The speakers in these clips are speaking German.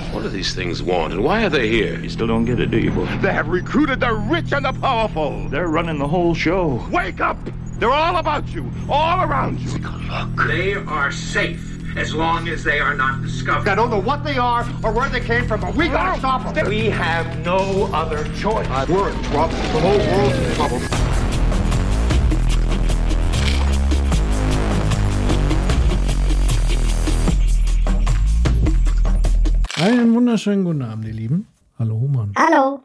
What do these things want, and why are they here? You still don't get it, do you, boy? They have recruited the rich and the powerful. They're running the whole show. Wake up! They're all about you, all around you. Look. They are safe as long as they are not discovered. I don't know what they are or where they came from, but we gotta stop them. We have no other choice. We're in trouble. The whole world's in trouble. Einen wunderschönen guten Abend, ihr Lieben. Hallo, Human. Hallo.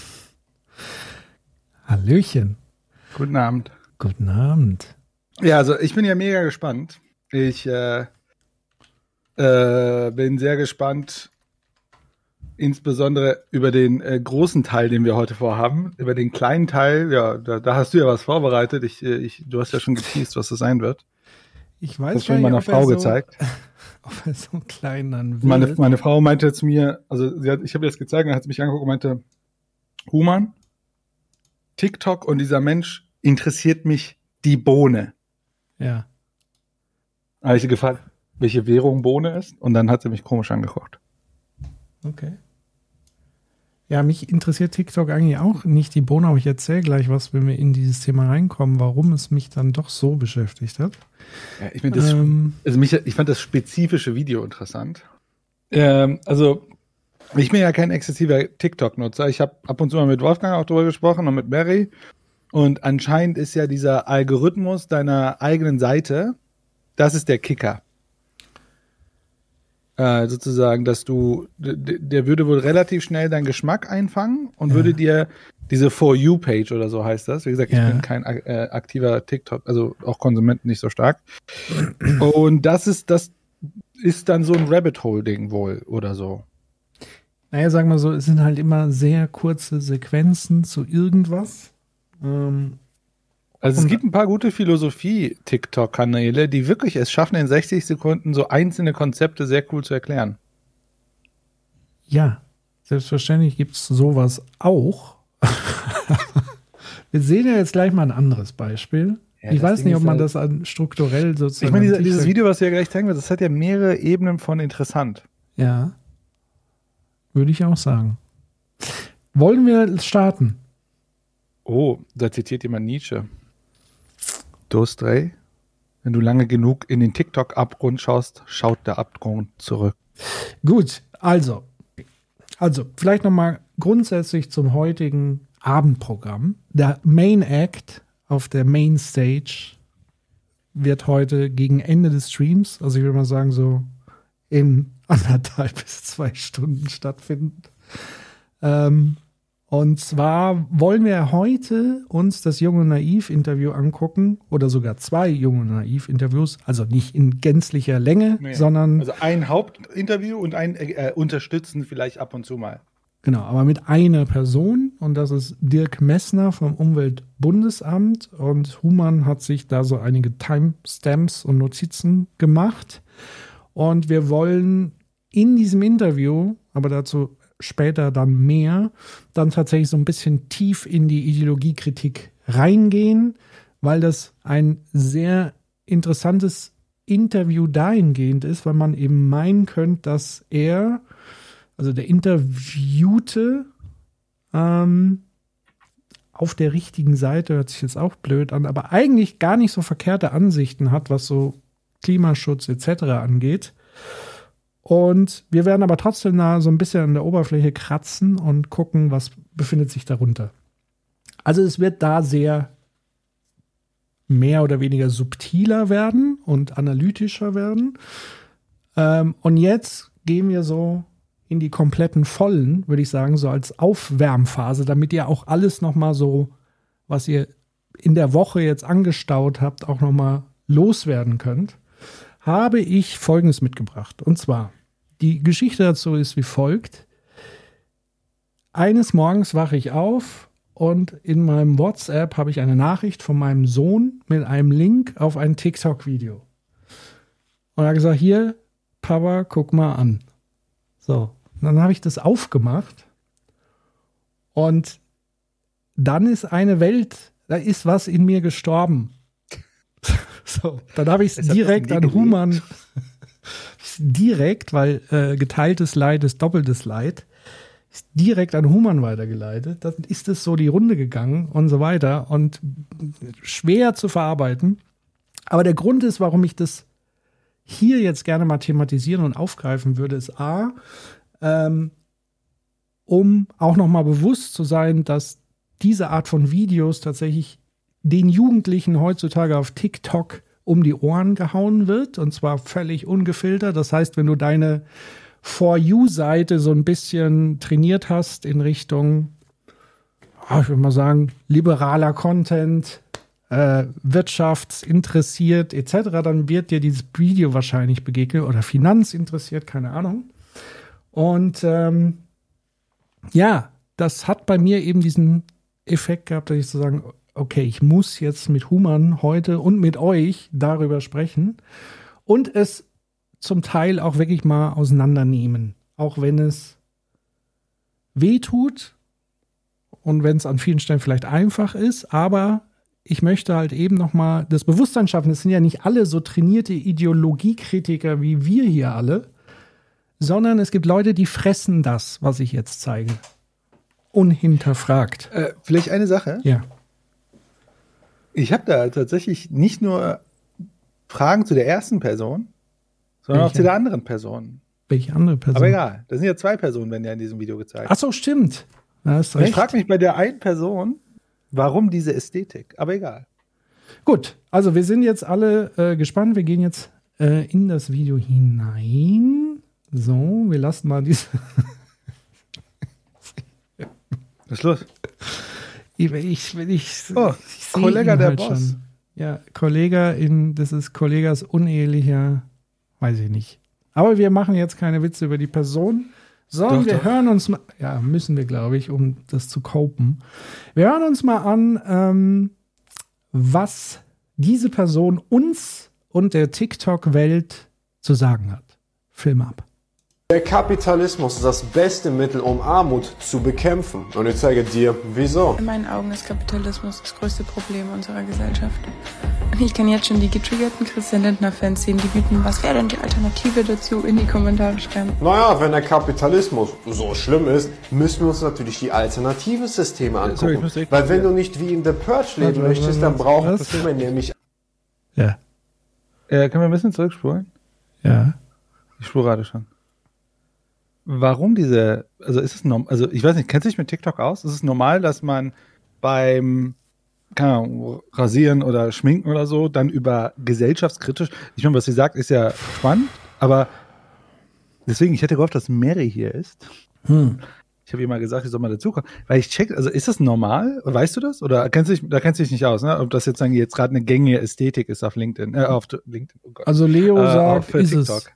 Hallöchen. Guten Abend. Guten Abend. Ja, also ich bin ja mega gespannt. Ich bin sehr gespannt, insbesondere über den großen Teil, den wir heute vorhaben. Über den kleinen Teil, ja, da hast du ja was vorbereitet. Du hast ja schon geteased, was das sein wird. Ich weiß das schon meiner Frau gezeigt. Ob er so klein dann wird. Meine Frau meinte zu mir, also ich habe ihr das gezeigt, dann hat sie mich angeguckt und meinte, Human, TikTok und dieser Mensch interessiert mich die Bohne. Ja. Da habe ich sie gefragt, welche Währung Bohne ist, und dann hat sie mich komisch angeguckt. Okay. Ja, mich interessiert TikTok eigentlich auch nicht die Bohne, aber ich erzähle gleich was, wenn wir in dieses Thema reinkommen, warum es mich dann doch so beschäftigt hat. Ja, ich fand das spezifische Video interessant. Also, ich bin ja kein exzessiver TikTok-Nutzer. Ich habe ab und zu mal mit Wolfgang auch drüber gesprochen und mit Mary. Und anscheinend ist ja dieser Algorithmus deiner eigenen Seite, das ist der Kicker. Sozusagen, dass der würde wohl relativ schnell deinen Geschmack einfangen und würde dir diese For You-Page oder so heißt das. Wie gesagt, ich bin kein aktiver TikTok, also auch Konsument nicht so stark. Und das ist dann so ein Rabbit-Hole-Ding wohl oder so. Naja, sagen wir so, es sind halt immer sehr kurze Sequenzen zu irgendwas. Also es gibt ein paar gute Philosophie-TikTok-Kanäle, die wirklich es schaffen, in 60 Sekunden so einzelne Konzepte sehr cool zu erklären. Ja, selbstverständlich gibt es sowas auch. Wir sehen ja jetzt gleich mal ein anderes Beispiel. Ja, ich weiß nicht, ob man das strukturell sozusagen... Ich meine, dieses Video, was wir gleich zeigen, das hat ja mehrere Ebenen von interessant. Ja, würde ich auch sagen. Wollen wir starten? Oh, da zitiert jemand Nietzsche. Durstrey, wenn du lange genug in den TikTok-Abgrund schaust, schaut der Abgrund zurück. Gut, also vielleicht nochmal grundsätzlich zum heutigen Abendprogramm. Der Main Act auf der Main Stage wird heute gegen Ende des Streams, also ich würde mal sagen so in 1,5 bis 2 Stunden stattfinden. Und zwar wollen wir heute uns das Jung und Naiv-Interview angucken oder sogar 2 Jung und Naiv-Interviews, also nicht in gänzlicher Länge, sondern... Also ein Hauptinterview und ein unterstützen vielleicht ab und zu mal. Genau, aber mit einer Person, und das ist Dirk Messner vom Umweltbundesamt, und Human hat sich da so einige Timestamps und Notizen gemacht, und wir wollen in diesem Interview, aber dazu später dann mehr, dann tatsächlich so ein bisschen tief in die Ideologiekritik reingehen, weil das ein sehr interessantes Interview dahingehend ist, weil man eben meinen könnte, dass er, also der Interviewte, auf der richtigen Seite, hört sich jetzt auch blöd an, aber eigentlich gar nicht so verkehrte Ansichten hat, was so Klimaschutz etc. angeht. Und wir werden aber trotzdem da so ein bisschen an der Oberfläche kratzen und gucken, was befindet sich darunter. Also es wird da sehr mehr oder weniger subtiler werden und analytischer werden. Und jetzt gehen wir so in die kompletten Vollen, würde ich sagen, so als Aufwärmphase, damit ihr auch alles nochmal so, was ihr in der Woche jetzt angestaut habt, auch nochmal loswerden könnt. Habe ich Folgendes mitgebracht. Und zwar, die Geschichte dazu ist wie folgt. Eines Morgens wache ich auf und in meinem WhatsApp habe ich eine Nachricht von meinem Sohn mit einem Link auf ein TikTok-Video. Und er hat gesagt, hier, Papa, guck mal an. So, und dann habe ich das aufgemacht und dann ist eine Welt, da ist was in mir gestorben. So, dann habe ich es direkt an Human ist direkt, weil geteiltes Leid ist doppeltes Leid, ist direkt an Humann weitergeleitet. Dann ist es so die Runde gegangen und so weiter und schwer zu verarbeiten. Aber der Grund ist, warum ich das hier jetzt gerne mal thematisieren und aufgreifen würde, ist A, um auch noch mal bewusst zu sein, dass diese Art von Videos tatsächlich den Jugendlichen heutzutage auf TikTok um die Ohren gehauen wird und zwar völlig ungefiltert. Das heißt, wenn du deine For You-Seite so ein bisschen trainiert hast in Richtung, ich würde mal sagen, liberaler Content, wirtschaftsinteressiert etc., dann wird dir dieses Video wahrscheinlich begegnen oder finanzinteressiert, keine Ahnung. Und das hat bei mir eben diesen Effekt gehabt, dass ich so sagen, okay, ich muss jetzt mit Humann heute und mit euch darüber sprechen und es zum Teil auch wirklich mal auseinandernehmen. Auch wenn es weh tut und wenn es an vielen Stellen vielleicht einfach ist, aber ich möchte halt eben noch mal das Bewusstsein schaffen. Es sind ja nicht alle so trainierte Ideologiekritiker wie wir hier alle, sondern es gibt Leute, die fressen das, was ich jetzt zeige. Unhinterfragt. Vielleicht eine Sache? Ja. Ich habe da tatsächlich nicht nur Fragen zu der ersten Person, sondern auch zu der anderen Person. Welche andere Person? Aber egal, da sind ja 2 Personen, werden ja in diesem Video gezeigt. Ach so, stimmt. Ich frage mich bei der einen Person, warum diese Ästhetik? Aber egal. Gut, also wir sind jetzt alle gespannt. Wir gehen jetzt in das Video hinein. So, wir lassen mal diese... Was ist los? Ich Kollege der Boss. Schon. Ja, das ist Kollegas unehelicher, weiß ich nicht. Aber wir machen jetzt keine Witze über die Person, sondern wir hören uns mal, müssen wir, glaube ich, um das zu copen. Wir hören uns mal an, was diese Person uns und der TikTok-Welt zu sagen hat. Film ab. Der Kapitalismus ist das beste Mittel, um Armut zu bekämpfen. Und ich zeige dir, wieso. In meinen Augen ist Kapitalismus das größte Problem unserer Gesellschaft. Und ich kann jetzt schon die getriggerten Christian Lindner-Fans sehen, die bieten, was wäre denn die Alternative dazu, in die Kommentare schreiben. Naja, wenn der Kapitalismus so schlimm ist, müssen wir uns natürlich die alternative Systeme angucken. Weil wenn du nicht wie in The Purge leben möchtest, dann brauchst du nämlich... Ja. Können wir ein bisschen zurückspulen? Ja. Ich spule gerade schon. Warum also ist es normal, also ich weiß nicht, kennst du dich mit TikTok aus? Ist es normal, dass man beim, keine Ahnung, Rasieren oder Schminken oder so, dann über gesellschaftskritisch, ich meine, was sie sagt, ist ja spannend, aber deswegen, ich hätte gehofft, dass Mary hier ist. Ich habe ihr mal gesagt, ich soll mal dazukommen, weil ich check, also ist das normal? Weißt du das? Oder kennst du dich nicht aus, ne? Ob das jetzt gerade eine gängige Ästhetik ist auf LinkedIn, oh Gott. Also Leo sagt, ist TikTok. es.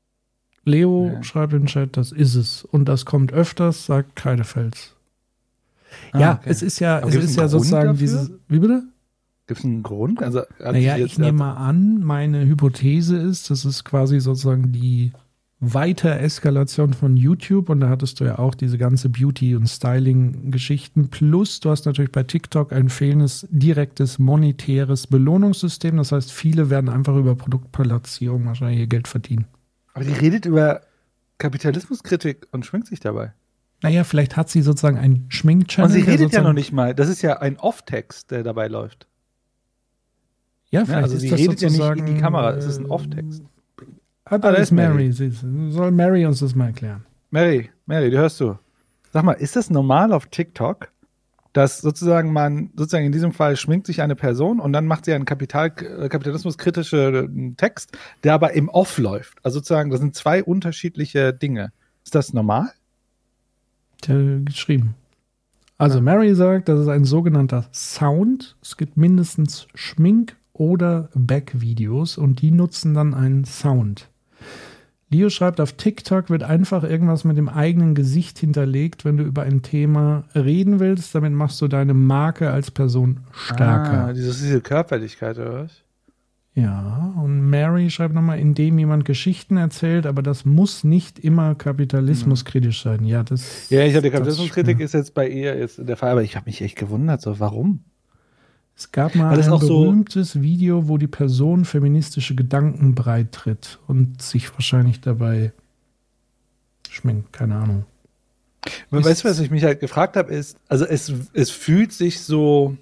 Leo schreibt im Chat, das ist es. Und das kommt öfters, sagt Kreidefels. Ja, okay. Es ist ja sozusagen dieses. Wie bitte? Gibt es einen Grund? Also, ich nehme mal an, meine Hypothese ist, das ist quasi sozusagen die Weitereskalation von YouTube. Und da hattest du ja auch diese ganze Beauty- und Styling-Geschichten. Plus, du hast natürlich bei TikTok ein fehlendes direktes monetäres Belohnungssystem. Das heißt, viele werden einfach über Produktplatzierung wahrscheinlich ihr Geld verdienen. Aber die redet über Kapitalismuskritik und schminkt sich dabei. Naja, vielleicht hat sie sozusagen einen Schminkchannel. Und sie redet ja noch nicht mal. Das ist ja ein Off-Text, der dabei läuft. Ja, vielleicht also ist sie das redet ja nicht in die Kamera. Es ist ein Off-Text. Da ist Mary. Soll Mary uns das mal erklären? Mary, die hörst du. Sag mal, ist das normal auf TikTok, dass sozusagen in diesem Fall schminkt sich eine Person und dann macht sie einen kapitalismuskritischen Text, der aber im Off läuft. Also sozusagen, das sind 2 unterschiedliche Dinge. Ist das normal? Geschrieben. Also Mary sagt, das ist ein sogenannter Sound. Es gibt mindestens Schmink- oder Back-Videos und die nutzen dann einen Sound. Leo schreibt, auf TikTok wird einfach irgendwas mit dem eigenen Gesicht hinterlegt, wenn du über ein Thema reden willst. Damit machst du deine Marke als Person stärker. Diese Körperlichkeit, oder was? Ja, und Mary schreibt nochmal, indem jemand Geschichten erzählt, aber das muss nicht immer kapitalismuskritisch sein. Ja, ich habe die Kapitalismuskritik ist jetzt bei ihr der Fall, aber ich habe mich echt gewundert, so warum? Es gab mal ein berühmtes Video, wo die Person feministische Gedanken breit tritt und sich wahrscheinlich dabei schminkt, keine Ahnung. Weißt du, was ich mich halt gefragt habe, ist, also es fühlt sich so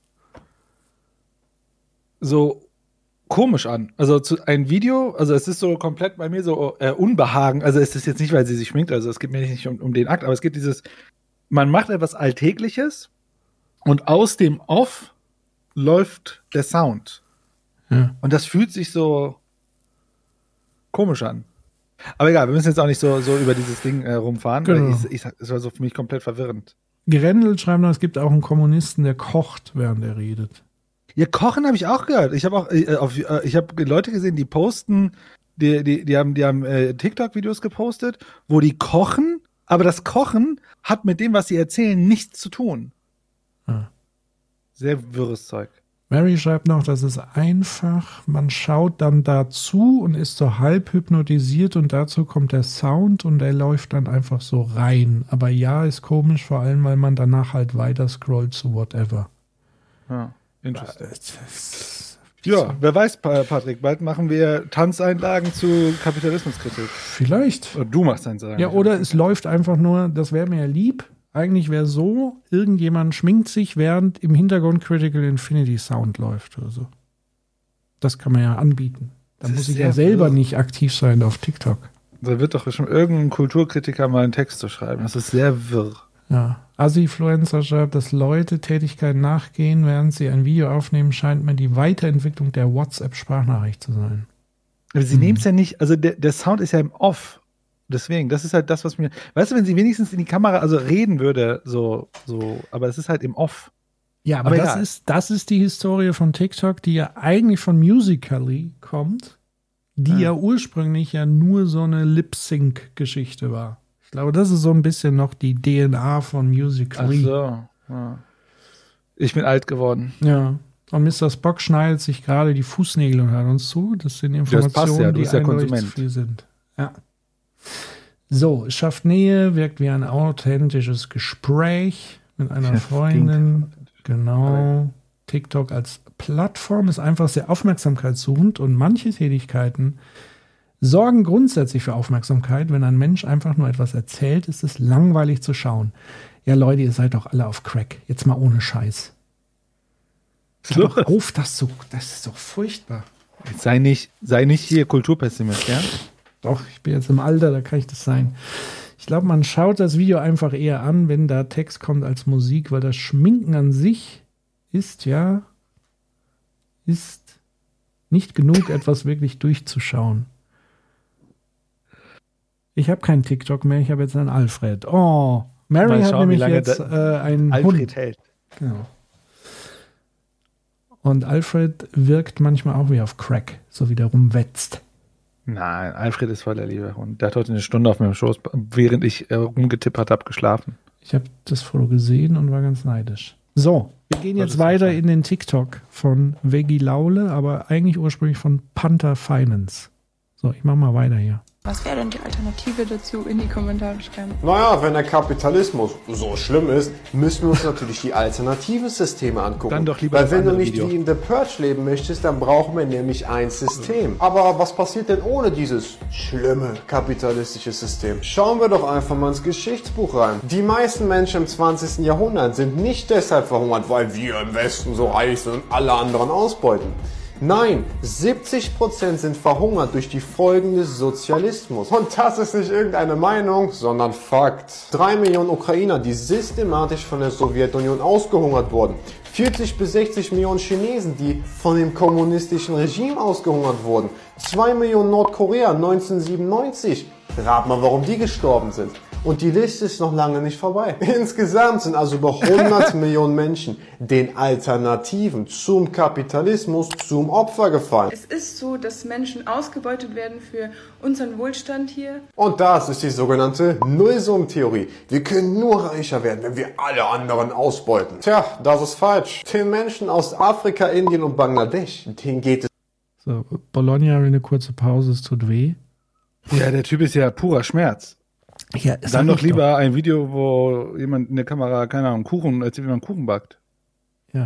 komisch an. Also ein Video, also es ist so komplett bei mir so Unbehagen. Also es ist jetzt nicht, weil sie sich schminkt, also es geht mir nicht um den Akt, aber es geht man macht etwas Alltägliches und aus dem Off läuft der Sound. Ja. Und das fühlt sich so komisch an. Aber egal, wir müssen jetzt auch nicht so über dieses Ding rumfahren, genau. Weil es war so für mich komplett verwirrend. Grendel schreibt noch, es gibt auch einen Kommunisten, der kocht, während er redet. Ja, Kochen habe ich auch gehört. Ich habe auch, ich habe Leute gesehen, die posten, die haben TikTok-Videos gepostet, wo die kochen, aber das Kochen hat mit dem, was sie erzählen, nichts zu tun. Sehr wirres Zeug. Mary schreibt noch, das ist einfach, man schaut dann dazu und ist so halb hypnotisiert und dazu kommt der Sound und der läuft dann einfach so rein. Aber ja, ist komisch, vor allem, weil man danach halt weiter scrollt zu whatever. Ja, interesting. Ja, wer weiß, Patrick, bald machen wir Tanzeinlagen zu Kapitalismuskritik. Vielleicht. Oder du machst Einsagen. Ja, oder es läuft einfach nur, das wäre mir ja lieb. Eigentlich wäre so, irgendjemand schminkt sich, während im Hintergrund Critical Infinity Sound läuft oder so. Das kann man ja anbieten. Da muss ich ja selber nicht aktiv sein auf TikTok. Da wird doch schon irgendein Kulturkritiker mal einen Text zu schreiben. Das ist sehr wirr. Ja. Asifluencer schreibt, dass Leute Tätigkeiten nachgehen, während sie ein Video aufnehmen, scheint mir die Weiterentwicklung der WhatsApp-Sprachnachricht zu sein. Aber sie nehmen es ja nicht, also der Sound ist ja im Off. Deswegen, das ist halt das, was mir, weißt du, wenn sie wenigstens in die Kamera, also reden würde, so, aber es ist halt im Off. Ja, aber das ist die Historie von TikTok, die ja eigentlich von Musical.ly kommt, die ja ursprünglich ja nur so eine Lip-Sync-Geschichte war. Ich glaube, das ist so ein bisschen noch die DNA von Musical.ly. Ach so, ja. Ich bin alt geworden. Ja. Und Mr. Spock schneidet sich gerade die Fußnägel und hört uns zu. Das sind Informationen, die eindeutig zu viel sind. Ja. So, es schafft Nähe, wirkt wie ein authentisches Gespräch mit einer Freundin. Genau. TikTok als Plattform ist einfach sehr aufmerksamkeitssuchend und manche Tätigkeiten sorgen grundsätzlich für Aufmerksamkeit. Wenn ein Mensch einfach nur etwas erzählt, ist es langweilig zu schauen. Ja, Leute, ihr seid doch alle auf Crack. Jetzt mal ohne Scheiß. Hör doch auf, das ist doch furchtbar. Jetzt sei nicht hier Kulturpessimist, ja? Doch, ich bin jetzt im Alter, da kann ich das sein. Ich glaube, man schaut das Video einfach eher an, wenn da Text kommt als Musik, weil das Schminken an sich ist nicht genug, etwas wirklich durchzuschauen. Ich habe keinen TikTok mehr, ich habe jetzt einen Alfred. Oh, Mary hat nämlich jetzt einen Alfred Hund. Hält. Genau. Und Alfred wirkt manchmal auch wie auf Crack, so wie der rumwetzt. Nein, Alfred ist voll der liebe Hund. Der hat heute eine Stunde auf meinem Schoß, während ich rumgetippert habe, geschlafen. Ich habe das Foto gesehen und war ganz neidisch. So, wir gehen jetzt weiter in den TikTok von Veggie Laule, aber eigentlich ursprünglich von Panther Finance. So, ich mache mal weiter hier. Was wäre denn die Alternative dazu? In die Kommentare schreiben. Naja, wenn der Kapitalismus so schlimm ist, müssen wir uns natürlich die alternativen Systeme angucken. Dann doch lieber Weil wenn du nicht Video. wie in The Purge leben möchtest, dann brauchen wir nämlich ein System. Aber was passiert denn ohne dieses schlimme kapitalistische System? Schauen wir doch einfach mal ins Geschichtsbuch rein. Die meisten Menschen im 20. Jahrhundert sind nicht deshalb verhungert, weil wir im Westen so reich sind und alle anderen ausbeuten. Nein, 70% sind verhungert durch die Folgen des Sozialismus. Und das ist nicht irgendeine Meinung, sondern Fakt. 3 Millionen Ukrainer, die systematisch von der Sowjetunion ausgehungert wurden. 40 bis 60 Millionen Chinesen, die von dem kommunistischen Regime ausgehungert wurden. 2 Millionen Nordkoreer 1997. Rat mal, warum die gestorben sind. Und die Liste ist noch lange nicht vorbei. Insgesamt sind also über 100 Millionen Menschen den Alternativen zum Kapitalismus zum Opfer gefallen. Es ist so, dass Menschen ausgebeutet werden für unseren Wohlstand hier. Und das ist die sogenannte Nullsummentheorie. Wir können nur reicher werden, wenn wir alle anderen ausbeuten. Tja, das ist falsch. Den Menschen aus Afrika, Indien und Bangladesch, denen geht es. So, Bologna will eine kurze Pause, es tut weh. Ja, der Typ ist ja purer Schmerz. Ja, dann doch lieber ein Video, wo jemand in der Kamera, keine Ahnung, Kuchen erzählt, wie man Kuchen backt. Ja,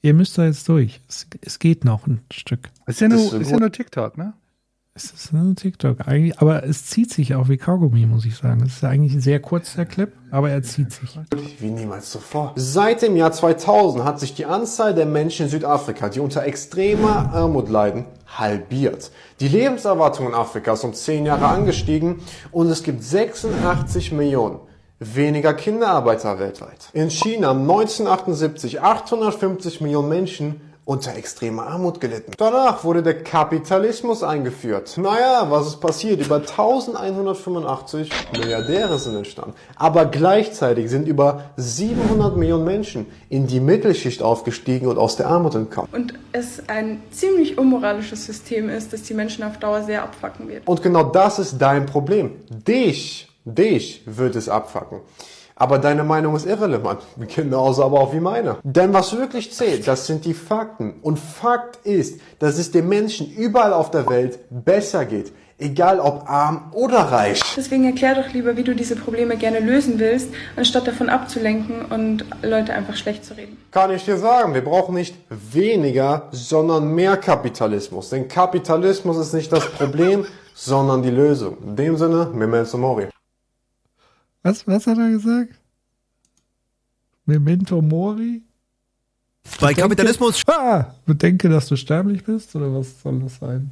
Ihr müsst da jetzt durch. Es geht noch ein Stück. Ist ja nur TikTok, ne? Es ist nur TikTok eigentlich, aber es zieht sich auch wie Kaugummi, muss ich sagen. Es ist eigentlich ein sehr kurzer Clip, aber er zieht sich. Wie niemals zuvor. Seit dem Jahr 2000 hat sich die Anzahl der Menschen in Südafrika, die unter extremer Armut leiden, halbiert. Die Lebenserwartung in Afrika ist um 10 Jahre angestiegen und es gibt 86 Millionen weniger Kinderarbeiter weltweit. In China haben 1978 850 Millionen Menschen unter extremer Armut gelitten. Danach wurde der Kapitalismus eingeführt. Naja, was ist passiert? Über 1185 Milliardäre sind entstanden. Aber gleichzeitig sind über 700 Millionen Menschen in die Mittelschicht aufgestiegen und aus der Armut entkommen. Und es ein ziemlich unmoralisches System ist, das die Menschen auf Dauer sehr abfacken wird. Und genau das ist dein Problem. Dich wird es abfacken. Aber deine Meinung ist irrelevant. Genauso aber auch wie meine. Denn was wirklich zählt, das sind die Fakten. Und Fakt ist, dass es den Menschen überall auf der Welt besser geht. Egal ob arm oder reich. Deswegen erklär doch lieber, wie du diese Probleme gerne lösen willst, anstatt davon abzulenken und Leute einfach schlecht zu reden. Kann ich dir sagen, wir brauchen nicht weniger, sondern mehr Kapitalismus. Denn Kapitalismus ist nicht das Problem, sondern die Lösung. In dem Sinne, Memento Mori. Was hat er gesagt? Memento Mori? Bei Kapitalismus. Bedenke, dass du sterblich bist? Oder was soll das sein?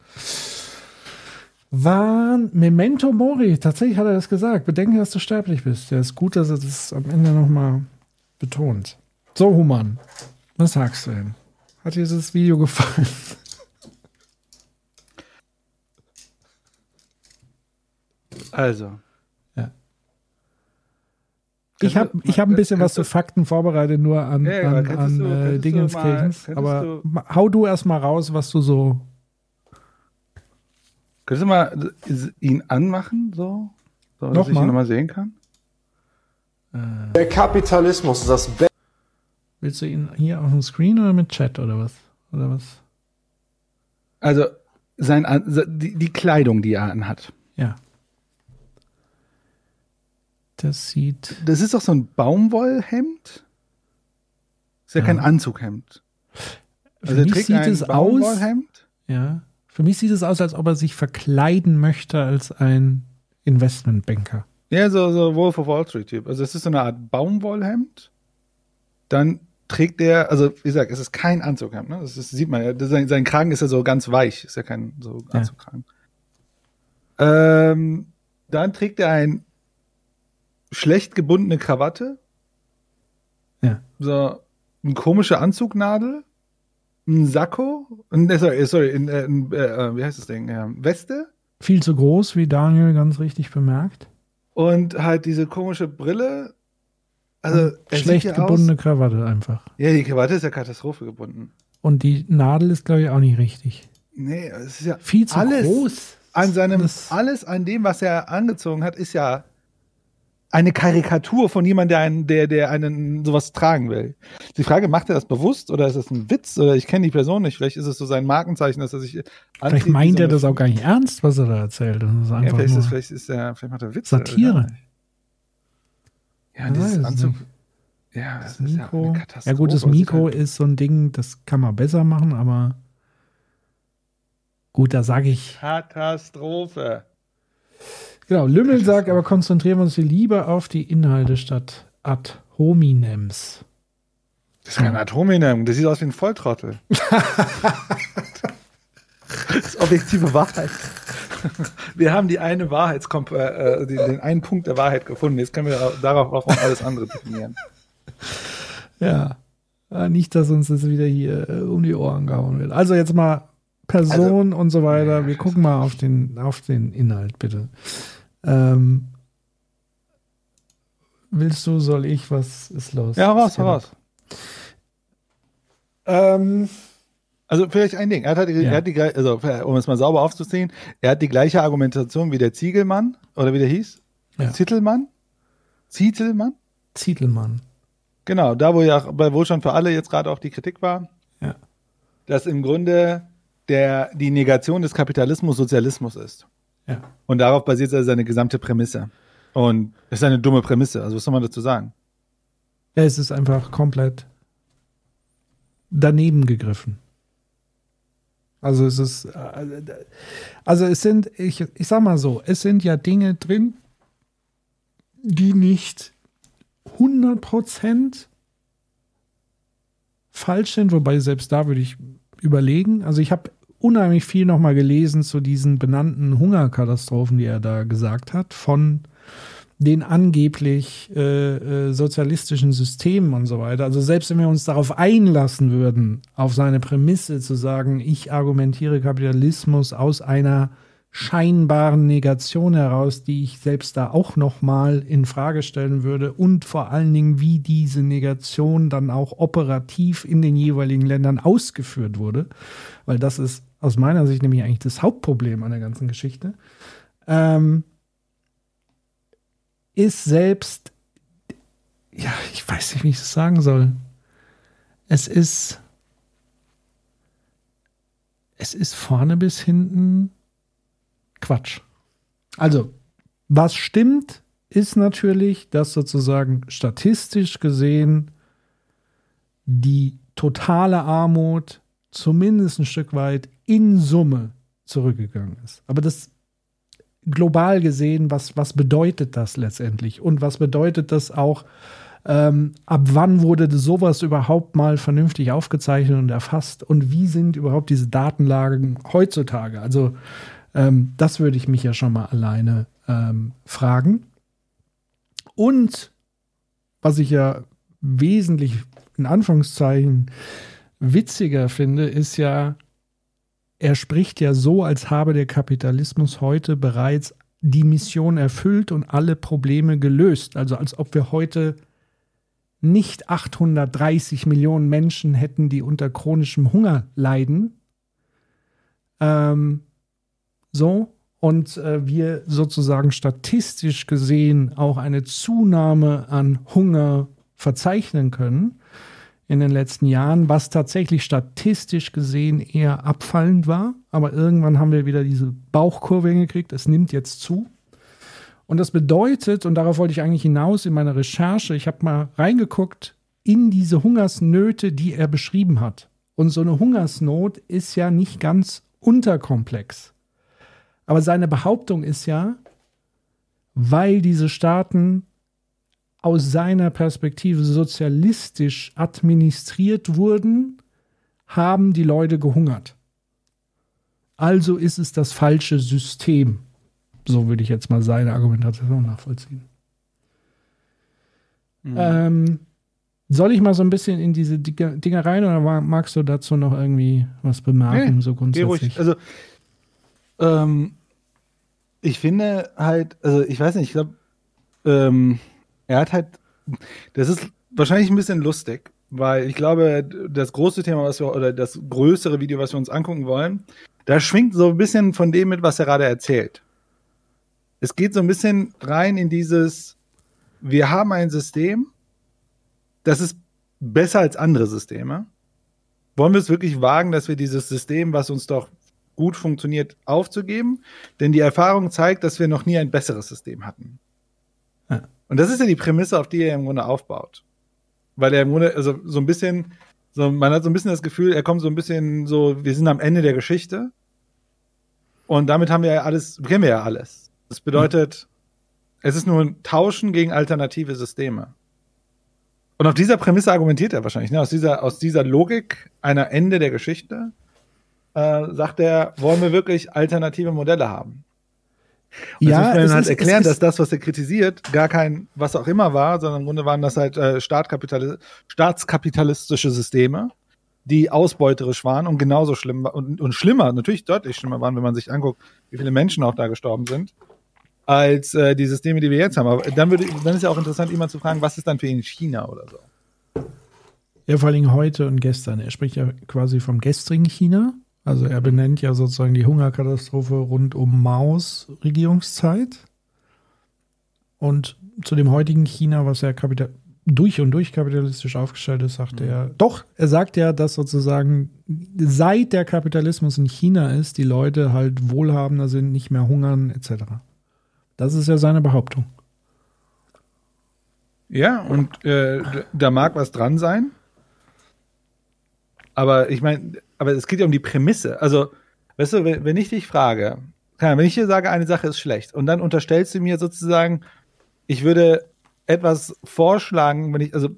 Memento Mori. Tatsächlich hat er das gesagt. Bedenke, dass du sterblich bist. Ja, ist gut, dass er das am Ende nochmal betont. So, Human. Was sagst du denn? Hat dir dieses Video gefallen? Also. Ich hab ein bisschen was zu Fakten vorbereitet, nur an Dingenskirchens. Aber hau du erst mal raus, was du so. Könntest du mal ihn anmachen, so dass ich ihn nochmal sehen kann? Der Kapitalismus ist das Beste. Willst du ihn hier auf dem Screen oder mit Chat oder was? Also die Kleidung, die er anhat. Ja. Das ist doch so ein Baumwollhemd. Ist ja kein Anzughemd. Also er trägt ein Baumwollhemd. Ja. Für mich sieht es aus, als ob er sich verkleiden möchte als ein Investmentbanker. Ja, so Wolf of Wall Street Typ. Also es ist so eine Art Baumwollhemd. Dann trägt er, also wie gesagt, es ist kein Anzughemd. Ne? Sieht man ja. Sein Kragen ist ja so ganz weich. Ist ja kein so Anzugkragen. Dann trägt er ein schlecht gebundene Krawatte. Ja. So eine komische Anzugnadel. Ein Sakko. Wie heißt das Ding? Weste. Viel zu groß, wie Daniel ganz richtig bemerkt. Und halt diese komische Brille. Also schlecht gebundene Krawatte einfach. Ja, die Krawatte ist ja Katastrophe gebunden. Und die Nadel ist, glaube ich, auch nicht richtig. Nee, es ist ja viel zu groß. Alles an dem, was er angezogen hat, ist ja eine Karikatur von jemandem, der einen sowas tragen will. Die Frage, macht er das bewusst oder ist das ein Witz oder ich kenne die Person nicht, vielleicht ist es so sein Markenzeichen, dass er sich vielleicht meint er das auch gar nicht ernst, was er da erzählt. Das ist einfach vielleicht macht er Witze. Satire. Ja, dieses Anzug. Ja, das ist ja eine Katastrophe. Ja gut, das Mikro ist so ein Ding, das kann man besser machen, aber gut, da sage ich Katastrophe. Genau, Lümmel sagt, aber konzentrieren wir uns lieber auf die Inhalte statt ad hominems. Das ist kein ad hominem, das sieht aus wie ein Volltrottel. Das ist objektive Wahrheit. Wir haben die eine den einen Punkt der Wahrheit gefunden. Jetzt können wir darauf auch alles andere definieren. Ja, nicht, dass uns das wieder hier um die Ohren gehauen wird. Also jetzt mal Person und so weiter. Wir gucken mal auf den Inhalt, bitte. Willst du, soll ich, was ist los? Ja, raus. Also vielleicht ein Ding. Er hat um es mal sauber aufzuziehen, er hat die gleiche Argumentation wie der Ziegelmann, oder wie der hieß? Ja. Zietelmann. Genau, da wo ja bei Wohlstand für alle jetzt gerade auch die Kritik war. Ja. Dass im Grunde die Negation des Kapitalismus Sozialismus ist. Ja. Und darauf basiert seine gesamte Prämisse. Und das ist eine dumme Prämisse. Also was soll man dazu sagen? Ja, es ist einfach komplett daneben gegriffen. Also es sind, ich sag mal so, es sind ja Dinge drin, die nicht 100% falsch sind, wobei selbst da würde ich überlegen. Also ich habe unheimlich viel nochmal gelesen zu diesen benannten Hungerkatastrophen, die er da gesagt hat, von den angeblich sozialistischen Systemen und so weiter. Also selbst wenn wir uns darauf einlassen würden, auf seine Prämisse zu sagen, ich argumentiere Kapitalismus aus einer scheinbaren Negation heraus, die ich selbst da auch nochmal in Frage stellen würde und vor allen Dingen, wie diese Negation dann auch operativ in den jeweiligen Ländern ausgeführt wurde, weil das ist aus meiner Sicht nämlich eigentlich das Hauptproblem an der ganzen Geschichte, ist selbst, ja, ich weiß nicht, wie ich das sagen soll, es ist vorne bis hinten Quatsch. Also, was stimmt, ist natürlich, dass sozusagen statistisch gesehen die totale Armut zumindest ein Stück weit in Summe zurückgegangen ist. Aber das global gesehen, was bedeutet das letztendlich? Und was bedeutet das auch, ab wann wurde sowas überhaupt mal vernünftig aufgezeichnet und erfasst? Und wie sind überhaupt diese Datenlagen heutzutage? Also das würde ich mich ja schon mal alleine fragen. Und was ich ja wesentlich in Anführungszeichen witziger finde, ist ja, er spricht ja so, als habe der Kapitalismus heute bereits die Mission erfüllt und alle Probleme gelöst. Also als ob wir heute nicht 830 Millionen Menschen hätten, die unter chronischem Hunger leiden. Und wir sozusagen statistisch gesehen auch eine Zunahme an Hunger verzeichnen können in den letzten Jahren, was tatsächlich statistisch gesehen eher abfallend war. Aber irgendwann haben wir wieder diese Bauchkurve hingekriegt. Es nimmt jetzt zu. Und das bedeutet, und darauf wollte ich eigentlich hinaus in meiner Recherche, ich habe mal reingeguckt in diese Hungersnöte, die er beschrieben hat. Und so eine Hungersnot ist ja nicht ganz unterkomplex. Aber seine Behauptung ist ja, weil diese Staaten aus seiner Perspektive sozialistisch administriert wurden, haben die Leute gehungert. Also ist es das falsche System. So würde ich jetzt mal seine Argumentation nachvollziehen. Soll ich mal so ein bisschen in diese Dinge rein oder magst du dazu noch irgendwie was bemerken, so grundsätzlich? Also, ich finde halt, also ich weiß nicht, ich glaube, er hat halt, das ist wahrscheinlich ein bisschen lustig, weil ich glaube, das große Thema, oder das größere Video, was wir uns angucken wollen, da schwingt so ein bisschen von dem mit, was er gerade erzählt. Es geht so ein bisschen rein in dieses, wir haben ein System, das ist besser als andere Systeme. Wollen wir es wirklich wagen, dass wir dieses System, was uns doch gut funktioniert, aufzugeben? Denn die Erfahrung zeigt, dass wir noch nie ein besseres System hatten. Ja. Und das ist ja die Prämisse, auf die er im Grunde aufbaut. Weil er im Grunde, also so ein bisschen, man hat so ein bisschen das Gefühl, er kommt so ein bisschen so, wir sind am Ende der Geschichte. Und damit haben wir ja alles, kennen wir ja alles. Das bedeutet, es ist nur ein Tauschen gegen alternative Systeme. Und auf dieser Prämisse argumentiert er wahrscheinlich, ne? Aus dieser Logik einer Ende der Geschichte sagt er, wollen wir wirklich alternative Modelle haben? Und ja, das muss man halt erklären, dass das, was er kritisiert, gar kein was auch immer war, sondern im Grunde waren das halt staatskapitalistische Systeme, die ausbeuterisch waren und genauso schlimm und schlimmer, natürlich deutlich schlimmer waren, wenn man sich anguckt, wie viele Menschen auch da gestorben sind, als die Systeme, die wir jetzt haben. Aber dann ist ja auch interessant, ihn mal zu fragen, was ist dann für ihn China oder so? Ja, vor allem heute und gestern. Er spricht ja quasi vom gestrigen China. Also er benennt ja sozusagen die Hungerkatastrophe rund um Maos Regierungszeit. Und zu dem heutigen China, was ja durch und durch kapitalistisch aufgestellt ist, sagt er, er sagt ja, dass sozusagen seit der Kapitalismus in China ist, die Leute halt wohlhabender sind, nicht mehr hungern, etc. Das ist ja seine Behauptung. Ja, und da mag was dran sein. Aber ich meine, es geht ja um die Prämisse. Also, weißt du, wenn ich dich frage, wenn ich dir sage, eine Sache ist schlecht und dann unterstellst du mir sozusagen, ich würde etwas vorschlagen,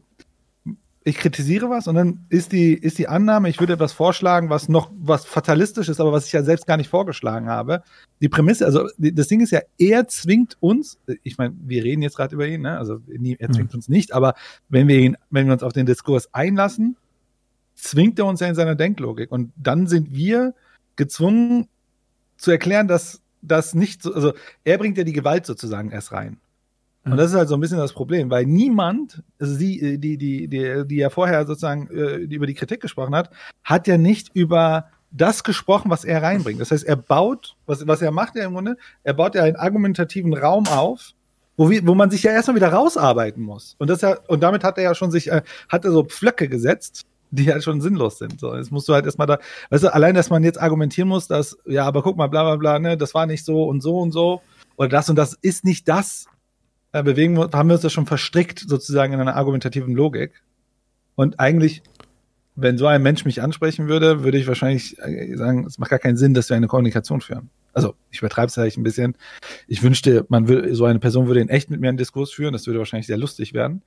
ich kritisiere was und dann ist die Annahme, ich würde etwas vorschlagen, was fatalistisch ist, aber was ich ja selbst gar nicht vorgeschlagen habe. Die Prämisse, also das Ding ist ja, er zwingt uns, ich meine, wir reden jetzt gerade über ihn, ne? Also er zwingt uns nicht, aber wenn wir uns auf den Diskurs einlassen, zwingt er uns ja in seiner Denklogik und dann sind wir gezwungen zu erklären, dass das nicht so, also er bringt ja die Gewalt sozusagen erst rein. Und das ist halt so ein bisschen das Problem, weil niemand, also die ja vorher sozusagen über die Kritik gesprochen hat ja nicht über das gesprochen, was er reinbringt. Das heißt, er baut, was er macht ja im Grunde, er baut ja einen argumentativen Raum auf, wo man sich ja erstmal wieder rausarbeiten muss. Und damit hat er ja schon hat er so Pflöcke gesetzt, die halt schon sinnlos sind. So, jetzt musst du halt erstmal weißt du, allein, dass man jetzt argumentieren muss, dass, ja, aber guck mal, bla bla bla, ne, das war nicht so und so und so, oder das und das ist nicht das, haben wir uns ja schon verstrickt sozusagen in einer argumentativen Logik. Und eigentlich, wenn so ein Mensch mich ansprechen würde, würde ich wahrscheinlich sagen, es macht gar keinen Sinn, dass wir eine Kommunikation führen. Also, ich übertreibe es vielleicht ein bisschen. Ich wünschte, so eine Person würde in echt mit mir einen Diskurs führen. Das würde wahrscheinlich sehr lustig werden.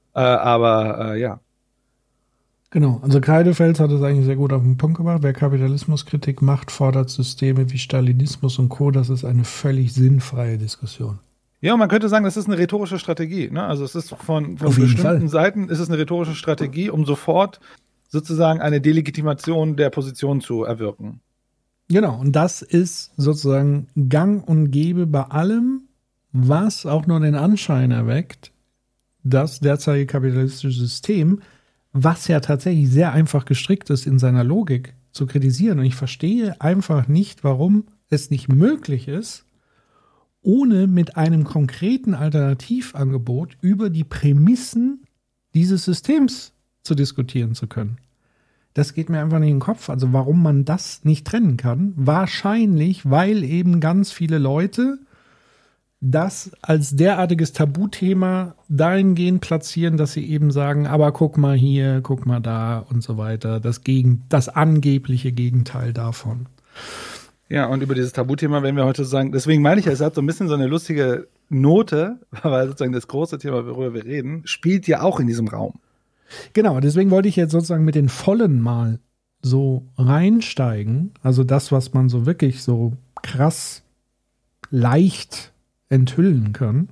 Ja. Genau, also Kreidefels hat es eigentlich sehr gut auf den Punkt gebracht. Wer Kapitalismuskritik macht, fordert Systeme wie Stalinismus und Co. Das ist eine völlig sinnfreie Diskussion. Ja, man könnte sagen, das ist eine rhetorische Strategie. Ne? Also es ist von bestimmten Seiten ist es eine rhetorische Strategie, um sofort sozusagen eine Delegitimation der Position zu erwirken. Genau, und das ist sozusagen gang und gäbe bei allem, was auch nur den Anschein erweckt, das derzeitige kapitalistische System, was ja tatsächlich sehr einfach gestrickt ist in seiner Logik, zu kritisieren. Und ich verstehe einfach nicht, warum es nicht möglich ist, ohne mit einem konkreten Alternativangebot über die Prämissen dieses Systems zu diskutieren zu können. Das geht mir einfach nicht in den Kopf. Also warum man das nicht trennen kann? Wahrscheinlich, weil eben ganz viele Leute das als derartiges Tabuthema dahingehend platzieren, dass sie eben sagen, aber guck mal hier, guck mal da und so weiter. Das angebliche Gegenteil davon. Ja, und über dieses Tabuthema werden wir heute sagen, deswegen meine ich ja, es hat so ein bisschen so eine lustige Note, weil sozusagen das große Thema, worüber wir reden, spielt ja auch in diesem Raum. Genau, deswegen wollte ich jetzt sozusagen mit den Vollen mal so reinsteigen, also das, was man so wirklich so krass leicht enthüllen kann.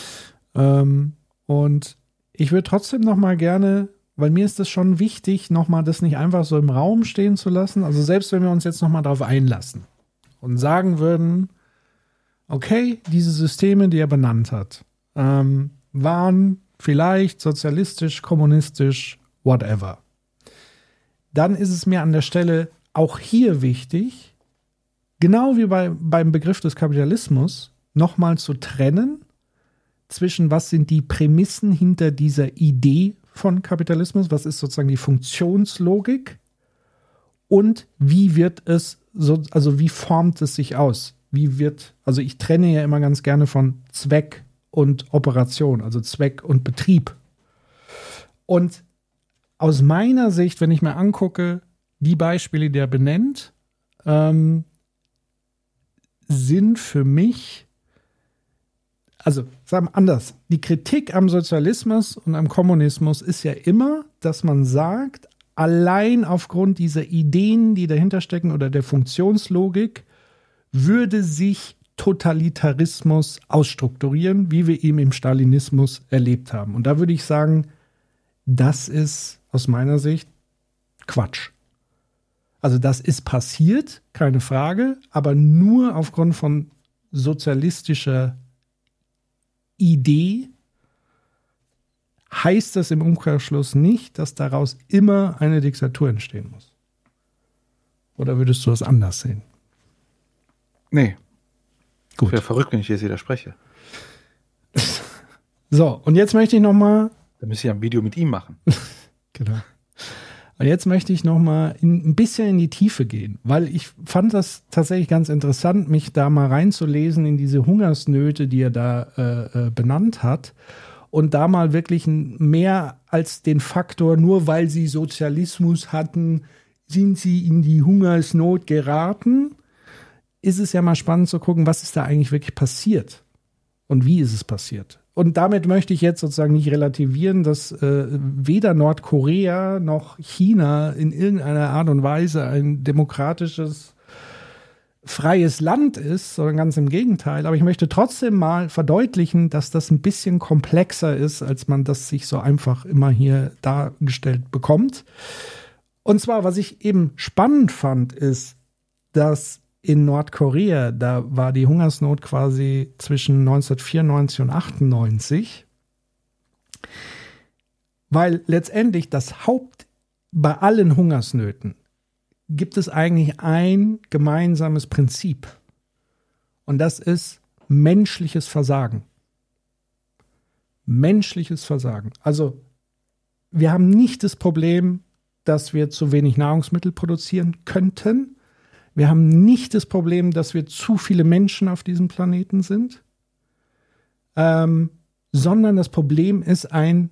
Und ich würde trotzdem noch mal gerne, weil mir ist es schon wichtig, noch mal das nicht einfach so im Raum stehen zu lassen, also selbst wenn wir uns jetzt noch mal darauf einlassen und sagen würden, okay, diese Systeme, die er benannt hat, waren vielleicht sozialistisch, kommunistisch, whatever. Dann ist es mir an der Stelle auch hier wichtig, genau wie beim Begriff des Kapitalismus, nochmal zu trennen zwischen, was sind die Prämissen hinter dieser Idee von Kapitalismus, was ist sozusagen die Funktionslogik und wie wird es, wie formt es sich aus? Also ich trenne ja immer ganz gerne von Zweck und Operation, also Zweck und Betrieb. Und aus meiner Sicht, wenn ich mir angucke, die Beispiele, die er benennt, sind für mich, also sagen wir anders, die Kritik am Sozialismus und am Kommunismus ist ja immer, dass man sagt, allein aufgrund dieser Ideen, die dahinter stecken oder der Funktionslogik, würde sich Totalitarismus ausstrukturieren, wie wir ihn im Stalinismus erlebt haben. Und da würde ich sagen, das ist aus meiner Sicht Quatsch. Also das ist passiert, keine Frage, aber nur aufgrund von sozialistischer Idee heißt das im Umkehrschluss nicht, dass daraus immer eine Diktatur entstehen muss. Oder würdest du das anders sehen? Nee. Gut. Wäre verrückt, wenn ich jetzt widerspreche. So, und jetzt möchte ich noch mal. Da müsste ich ein Video mit ihm machen. Genau. Und jetzt möchte ich noch mal ein bisschen in die Tiefe gehen, weil ich fand das tatsächlich ganz interessant, mich da mal reinzulesen in diese Hungersnöte, die er da benannt hat. Und da mal wirklich mehr als den Faktor, nur weil sie Sozialismus hatten, sind sie in die Hungersnot geraten, ist es ja mal spannend zu gucken, was ist da eigentlich wirklich passiert und wie ist es passiert. Und damit möchte ich jetzt sozusagen nicht relativieren, dass weder Nordkorea noch China in irgendeiner Art und Weise ein demokratisches, freies Land ist, sondern ganz im Gegenteil. Aber ich möchte trotzdem mal verdeutlichen, dass das ein bisschen komplexer ist, als man das sich so einfach immer hier dargestellt bekommt. Und zwar, was ich eben spannend fand, ist, dass in Nordkorea, da war die Hungersnot quasi zwischen 1994 und 1998, weil letztendlich bei allen Hungersnöten gibt es eigentlich ein gemeinsames Prinzip. Und das ist menschliches Versagen. Menschliches Versagen. Also wir haben nicht das Problem, dass wir zu wenig Nahrungsmittel produzieren könnten. Wir haben nicht das Problem, dass wir zu viele Menschen auf diesem Planeten sind, sondern das Problem ist ein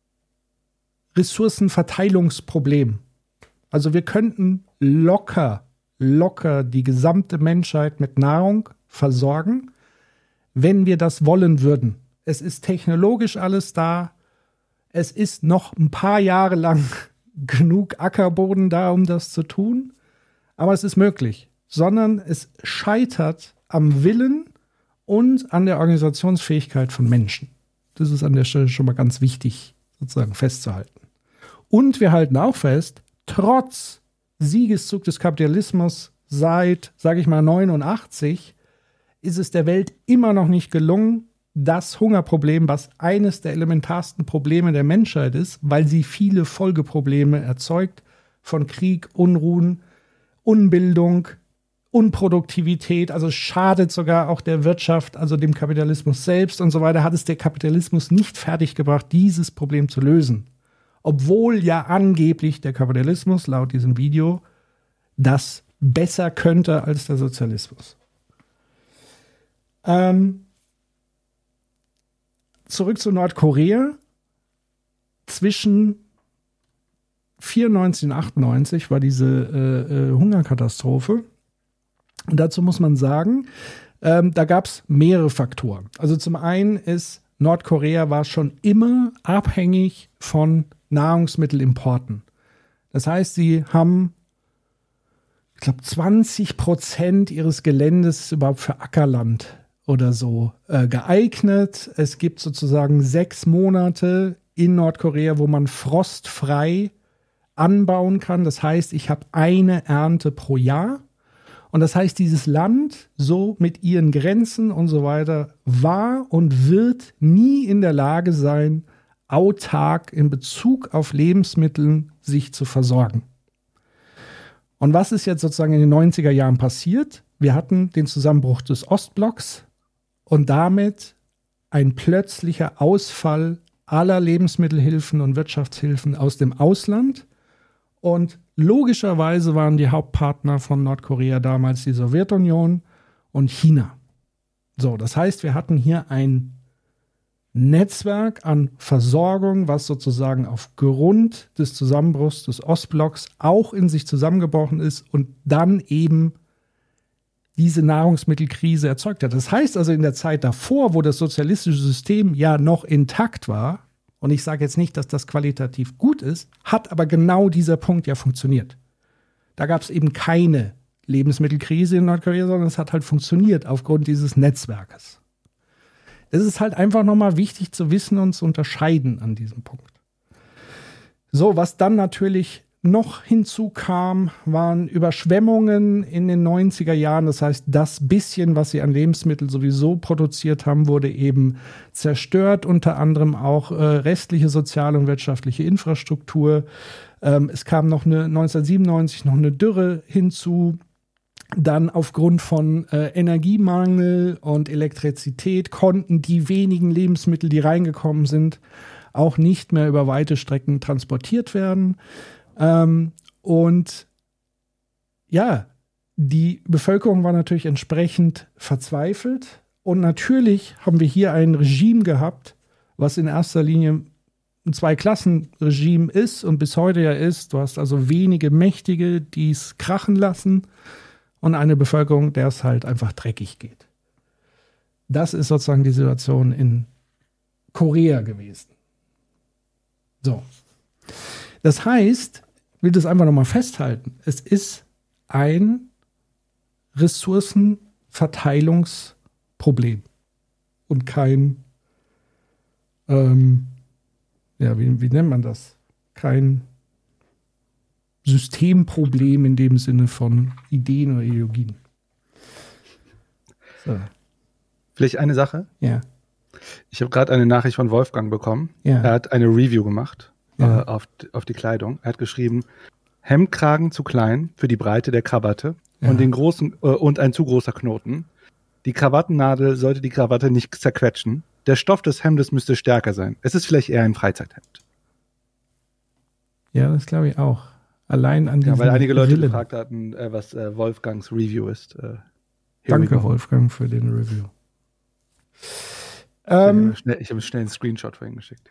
Ressourcenverteilungsproblem. Also wir könnten locker die gesamte Menschheit mit Nahrung versorgen, wenn wir das wollen würden. Es ist technologisch alles da. Es ist noch ein paar Jahre lang genug Ackerboden da, um das zu tun. Aber es ist möglich, sondern es scheitert am Willen und an der Organisationsfähigkeit von Menschen. Das ist an der Stelle schon mal ganz wichtig, sozusagen festzuhalten. Und wir halten auch fest, trotz Siegeszug des Kapitalismus seit, sage ich mal, 89, ist es der Welt immer noch nicht gelungen, das Hungerproblem, was eines der elementarsten Probleme der Menschheit ist, weil sie viele Folgeprobleme erzeugt, von Krieg, Unruhen, Unbildung, Unproduktivität, also schadet sogar auch der Wirtschaft, also dem Kapitalismus selbst und so weiter, hat es der Kapitalismus nicht fertiggebracht, dieses Problem zu lösen. Obwohl ja angeblich der Kapitalismus laut diesem Video das besser könnte als der Sozialismus. Zurück zu Nordkorea. Zwischen 94 und 98 war diese Hungerkatastrophe. Und dazu muss man sagen, da gab es mehrere Faktoren. Also zum einen ist Nordkorea war schon immer abhängig von Nahrungsmittelimporten. Das heißt, sie haben, ich glaube, 20% ihres Geländes überhaupt für Ackerland oder so geeignet. Es gibt sozusagen 6 Monate in Nordkorea, wo man frostfrei anbauen kann. Das heißt, ich habe eine Ernte pro Jahr. Und das heißt, dieses Land, so mit ihren Grenzen und so weiter, war und wird nie in der Lage sein, autark in Bezug auf Lebensmitteln sich zu versorgen. Und was ist jetzt sozusagen in den 90er Jahren passiert? Wir hatten den Zusammenbruch des Ostblocks und damit ein plötzlicher Ausfall aller Lebensmittelhilfen und Wirtschaftshilfen aus dem Ausland. Und logischerweise waren die Hauptpartner von Nordkorea damals die Sowjetunion und China. So, das heißt, wir hatten hier ein Netzwerk an Versorgung, was sozusagen aufgrund des Zusammenbruchs des Ostblocks auch in sich zusammengebrochen ist und dann eben diese Nahrungsmittelkrise erzeugt hat. Das heißt also in der Zeit davor, wo das sozialistische System ja noch intakt war, und ich sage jetzt nicht, dass das qualitativ gut ist, hat aber genau dieser Punkt ja funktioniert. Da gab es eben keine Lebensmittelkrise in Nordkorea, sondern es hat halt funktioniert aufgrund dieses Netzwerkes. Es ist halt einfach nochmal wichtig zu wissen und zu unterscheiden an diesem Punkt. So, was dann natürlich noch hinzukam, waren Überschwemmungen in den 90er Jahren. Das heißt, das bisschen, was sie an Lebensmitteln sowieso produziert haben, wurde eben zerstört. Unter anderem auch restliche soziale und wirtschaftliche Infrastruktur. Es kam noch 1997 noch eine Dürre hinzu. Dann aufgrund von Energiemangel und Elektrizität konnten die wenigen Lebensmittel, die reingekommen sind, auch nicht mehr über weite Strecken transportiert werden. Und ja, die Bevölkerung war natürlich entsprechend verzweifelt. Und natürlich haben wir hier ein Regime gehabt, was in erster Linie ein Zweiklassenregime ist und bis heute ja ist. Du hast also wenige Mächtige, die es krachen lassen und eine Bevölkerung, der es halt einfach dreckig geht. Das ist sozusagen die Situation in Korea gewesen. So. Das heißt, ich will das einfach nochmal festhalten, es ist ein Ressourcenverteilungsproblem und kein, wie nennt man das? Kein Systemproblem in dem Sinne von Ideen oder Ideologien. So. Vielleicht eine Sache? Ja. Ich habe gerade eine Nachricht von Wolfgang bekommen. Ja. Er hat eine Review gemacht auf die Kleidung. Er hat geschrieben, Hemdkragen zu klein für die Breite der Krawatte und den großen und ein zu großer Knoten. Die Krawattennadel sollte die Krawatte nicht zerquetschen. Der Stoff des Hemdes müsste stärker sein. Es ist vielleicht eher ein Freizeithemd. Ja, das glaube ich auch. Allein an diesen weil einige Leute Rillen. gefragt hatten, was Wolfgangs Review ist. Danke, Wolfgang, für den Review. Ich habe schnell einen Screenshot vorhin geschickt.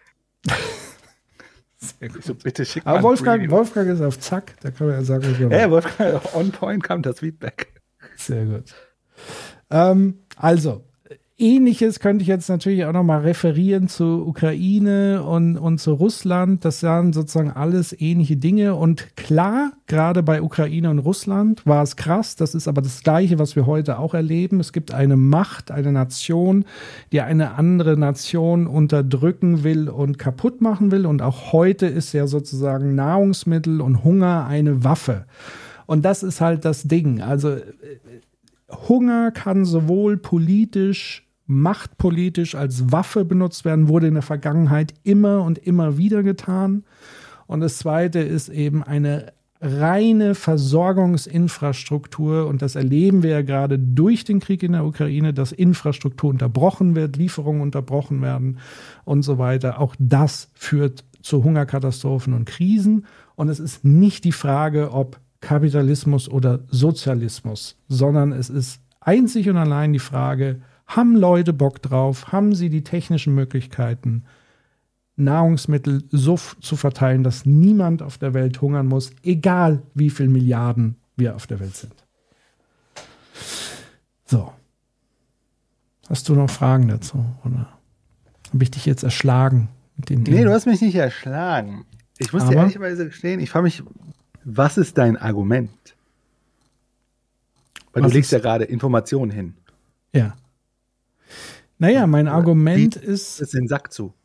Sehr gut. So, bitte schick Aber mal Wolfgang ist auf Zack, da kann man ja sagen, Wolfgang, on point kam das Feedback. Sehr gut. Also, Ähnliches könnte ich jetzt natürlich auch nochmal referieren zu Ukraine und zu Russland. Das waren sozusagen alles ähnliche Dinge. Und klar, gerade bei Ukraine und Russland war es krass. Das ist aber das Gleiche, was wir heute auch erleben. Es gibt eine Macht, eine Nation, die eine andere Nation unterdrücken will und kaputt machen will. Und auch heute ist ja sozusagen Nahrungsmittel und Hunger eine Waffe. Und das ist halt das Ding. Also Hunger kann sowohl politisch, machtpolitisch als Waffe benutzt werden, wurde in der Vergangenheit immer und immer wieder getan. Und das Zweite ist eben eine reine Versorgungsinfrastruktur. Und das erleben wir ja gerade durch den Krieg in der Ukraine, dass Infrastruktur unterbrochen wird, Lieferungen unterbrochen werden und so weiter. Auch das führt zu Hungerkatastrophen und Krisen. Und es ist nicht die Frage, ob Kapitalismus oder Sozialismus, sondern es ist einzig und allein die Frage, haben Leute Bock drauf, haben sie die technischen Möglichkeiten, Nahrungsmittel so zu verteilen, dass niemand auf der Welt hungern muss, egal wie viele Milliarden wir auf der Welt sind. So. Hast du noch Fragen dazu? Oder habe ich dich jetzt erschlagen mit den Dingen? Nee, du hast mich nicht erschlagen. Ich muss dir ehrlicherweise gestehen, ich frage mich, was ist dein Argument? Weil du legst ja gerade Informationen hin. Ja. Naja, mein Argument ist... Ist den Sack zu.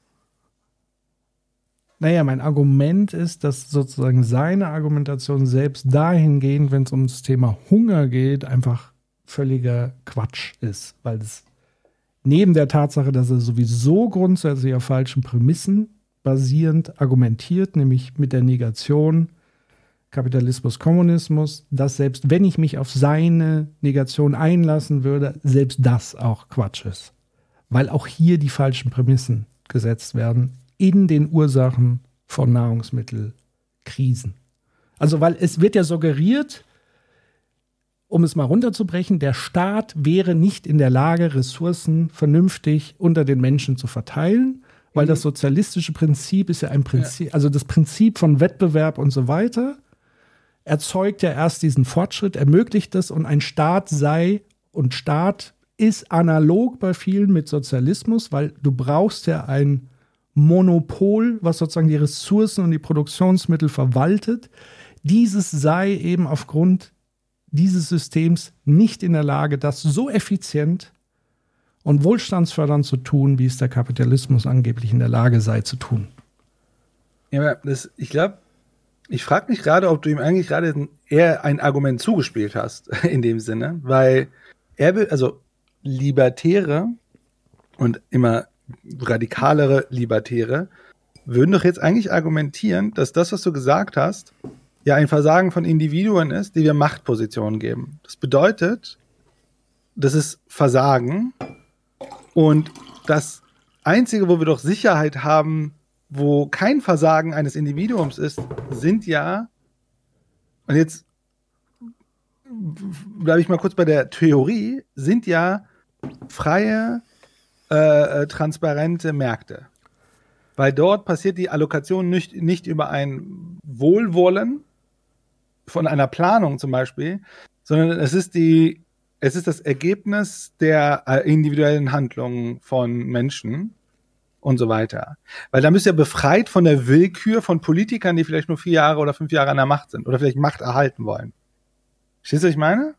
Naja, mein Argument ist, dass sozusagen seine Argumentation selbst dahingehend, wenn es um das Thema Hunger geht, einfach völliger Quatsch ist. Weil es neben der Tatsache, dass er sowieso grundsätzlich auf falschen Prämissen basierend argumentiert, nämlich mit der Negation Kapitalismus, Kommunismus, dass selbst wenn ich mich auf seine Negation einlassen würde, selbst das auch Quatsch ist. Weil auch hier die falschen Prämissen gesetzt werden in den Ursachen von Nahrungsmittelkrisen. Also weil es wird ja suggeriert, um es mal runterzubrechen, der Staat wäre nicht in der Lage, Ressourcen vernünftig unter den Menschen zu verteilen, weil das sozialistische Prinzip ist ja ein Prinzip, also das Prinzip von Wettbewerb und so weiter, erzeugt ja erst diesen Fortschritt, ermöglicht es und ein Staat Staat ist analog bei vielen mit Sozialismus, weil du brauchst ja ein Monopol, was sozusagen die Ressourcen und die Produktionsmittel verwaltet. Dieses sei eben aufgrund dieses Systems nicht in der Lage, das so effizient und wohlstandsfördernd zu tun, wie es der Kapitalismus angeblich in der Lage sei zu tun. Ja, aber ich frage mich gerade, ob du ihm eigentlich gerade eher ein Argument zugespielt hast, in dem Sinne, weil Libertäre und immer radikalere Libertäre würden doch jetzt eigentlich argumentieren, dass das, was du gesagt hast, ja ein Versagen von Individuen ist, die wir Machtpositionen geben. Das bedeutet, das ist Versagen und das Einzige, wo wir doch Sicherheit haben, wo kein Versagen eines Individuums ist, sind ja, und jetzt bleibe ich mal kurz bei der Theorie, sind ja freie, transparente Märkte. weil dort passiert die Allokation nicht über ein Wohlwollen von einer Planung zum Beispiel, sondern es ist das Ergebnis der individuellen Handlungen von Menschen und so weiter. Weil dann bist du ja befreit von der Willkür von Politikern, die vielleicht nur 4 Jahre oder 5 Jahre an der Macht sind oder vielleicht Macht erhalten wollen. Verstehst du, was ich meine?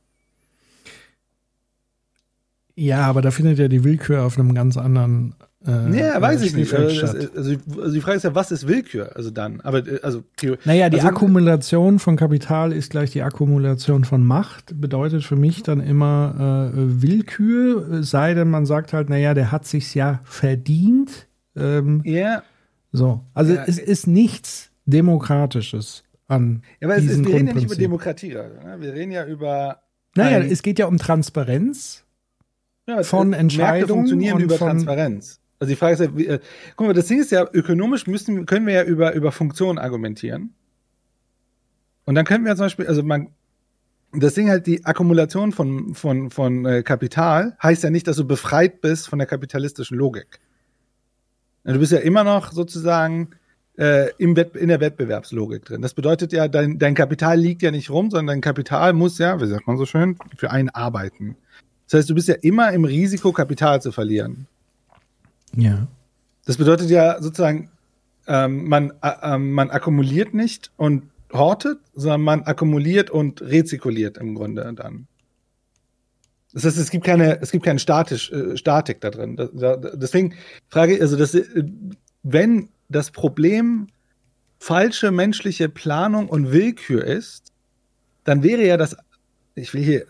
Ja, aber da findet ja die Willkür auf einem ganz anderen weiß ich nicht. statt. Also die Frage ist ja, was ist Willkür? Also dann, Naja, die Akkumulation von Kapital ist gleich die Akkumulation von Macht, bedeutet für mich dann immer Willkür, es sei denn, man sagt halt, naja, der hat sich's ja verdient. So, also es ist nichts Demokratisches an aber diesen wir reden ja nicht über Grundprinzip. Demokratie, ne? Wir reden ja über Naja, es geht ja um Transparenz von Entscheidungen. Märkte funktionieren und über von Transparenz. Also die Frage ist ja, guck mal, das Ding ist ja, ökonomisch können wir ja über Funktionen argumentieren. Und dann können wir zum Beispiel, das Ding halt, die Akkumulation von Kapital heißt ja nicht, dass du befreit bist von der kapitalistischen Logik. Du bist ja immer noch sozusagen in der Wettbewerbslogik drin. Das bedeutet ja, dein Kapital liegt ja nicht rum, sondern dein Kapital muss ja, wie sagt man so schön, für einen arbeiten. Das heißt, du bist ja immer im Risiko, Kapital zu verlieren. Ja. Das bedeutet ja sozusagen, man akkumuliert nicht und hortet, sondern man akkumuliert und rezirkuliert im Grunde dann. Das heißt, es gibt keine Statik da drin. Deswegen frage ich, also wenn das Problem falsche menschliche Planung und Willkür ist, dann wäre ja das, ich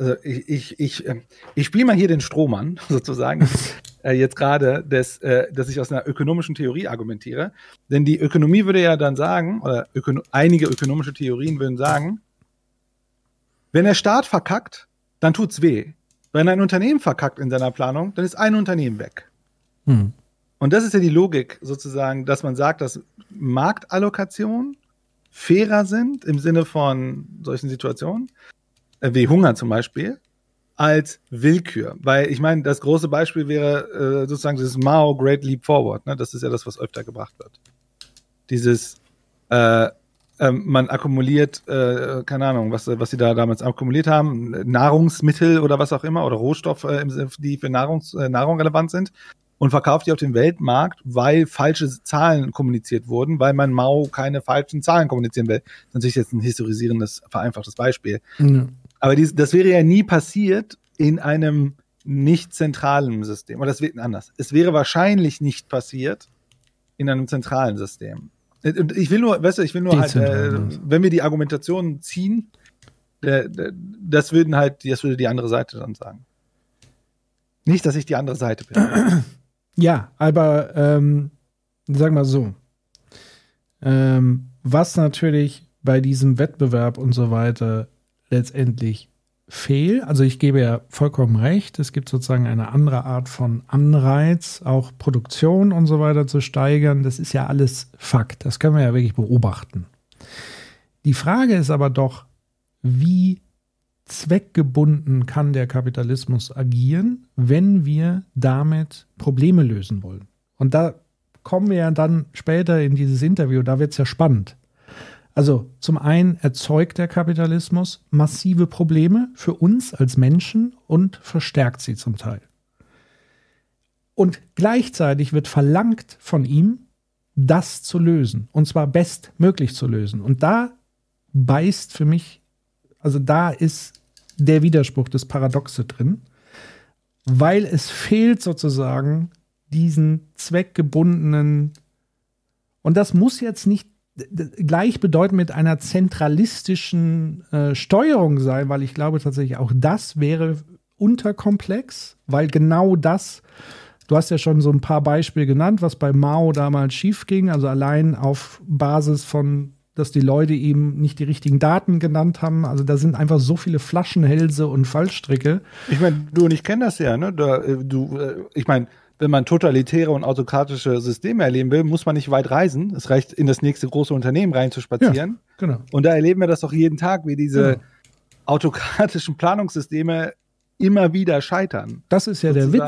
spiele mal hier den Strohmann sozusagen, jetzt gerade, dass ich aus einer ökonomischen Theorie argumentiere. Denn die Ökonomie würde ja dann sagen, oder einige ökonomische Theorien würden sagen, wenn der Staat verkackt, dann tut's weh. Wenn ein Unternehmen verkackt in seiner Planung, dann ist ein Unternehmen weg. Und das ist ja die Logik sozusagen, dass man sagt, dass Marktallokationen fairer sind im Sinne von solchen Situationen, wie Hunger zum Beispiel, als Willkür. Weil ich meine, das große Beispiel wäre sozusagen dieses Mao Great Leap Forward. Ne? Das ist ja das, was öfter gebracht wird. Dieses man akkumuliert, keine Ahnung, was sie da damals akkumuliert haben, Nahrungsmittel oder was auch immer, oder Rohstoffe, die für Nahrung relevant sind, und verkauft die auf dem Weltmarkt, weil falsche Zahlen kommuniziert wurden, weil man Mao keine falschen Zahlen kommunizieren will. Das ist natürlich jetzt ein historisierendes, vereinfachtes Beispiel. Mhm. Aber das wäre ja nie passiert in einem nicht zentralen System. Oder das wird anders. Es wäre wahrscheinlich nicht passiert in einem zentralen System. Und ich will nur halt, wenn wir die Argumentation ziehen, das würde die andere Seite dann sagen. Nicht, dass ich die andere Seite bin. Ja, aber sag mal so, was natürlich bei diesem Wettbewerb und so weiter letztendlich fehlt, also ich gebe ja vollkommen recht, es gibt sozusagen eine andere Art von Anreiz, auch Produktion und so weiter zu steigern, das ist ja alles Fakt, das können wir ja wirklich beobachten. Die Frage ist aber doch, wie zweckgebunden kann der Kapitalismus agieren, wenn wir damit Probleme lösen wollen. Und da kommen wir ja dann später in dieses Interview, da wird es ja spannend. Also zum einen erzeugt der Kapitalismus massive Probleme für uns als Menschen und verstärkt sie zum Teil. Und gleichzeitig wird verlangt von ihm, das zu lösen, und zwar bestmöglich zu lösen. Und da beißt für mich, also da ist der Widerspruch, das Paradoxe drin, weil es fehlt sozusagen diesen zweckgebundenen, und das muss jetzt nicht gleichbedeutend mit einer zentralistischen Steuerung sein, weil ich glaube tatsächlich auch das wäre unterkomplex, weil genau das, du hast ja schon so ein paar Beispiele genannt, was bei Mao damals schief ging, also allein auf Basis von, dass die Leute ihm nicht die richtigen Daten genannt haben. Also da sind einfach so viele Flaschenhälse und Fallstricke. Ich meine, du und ich kennen das ja, ne? Ich meine, wenn man totalitäre und autokratische Systeme erleben will, muss man nicht weit reisen. Es reicht, in das nächste große Unternehmen reinzuspazieren. Ja, genau. Und da erleben wir das doch jeden Tag, wie diese autokratischen Planungssysteme immer wieder scheitern. Das ist ja sozusagen der Witz.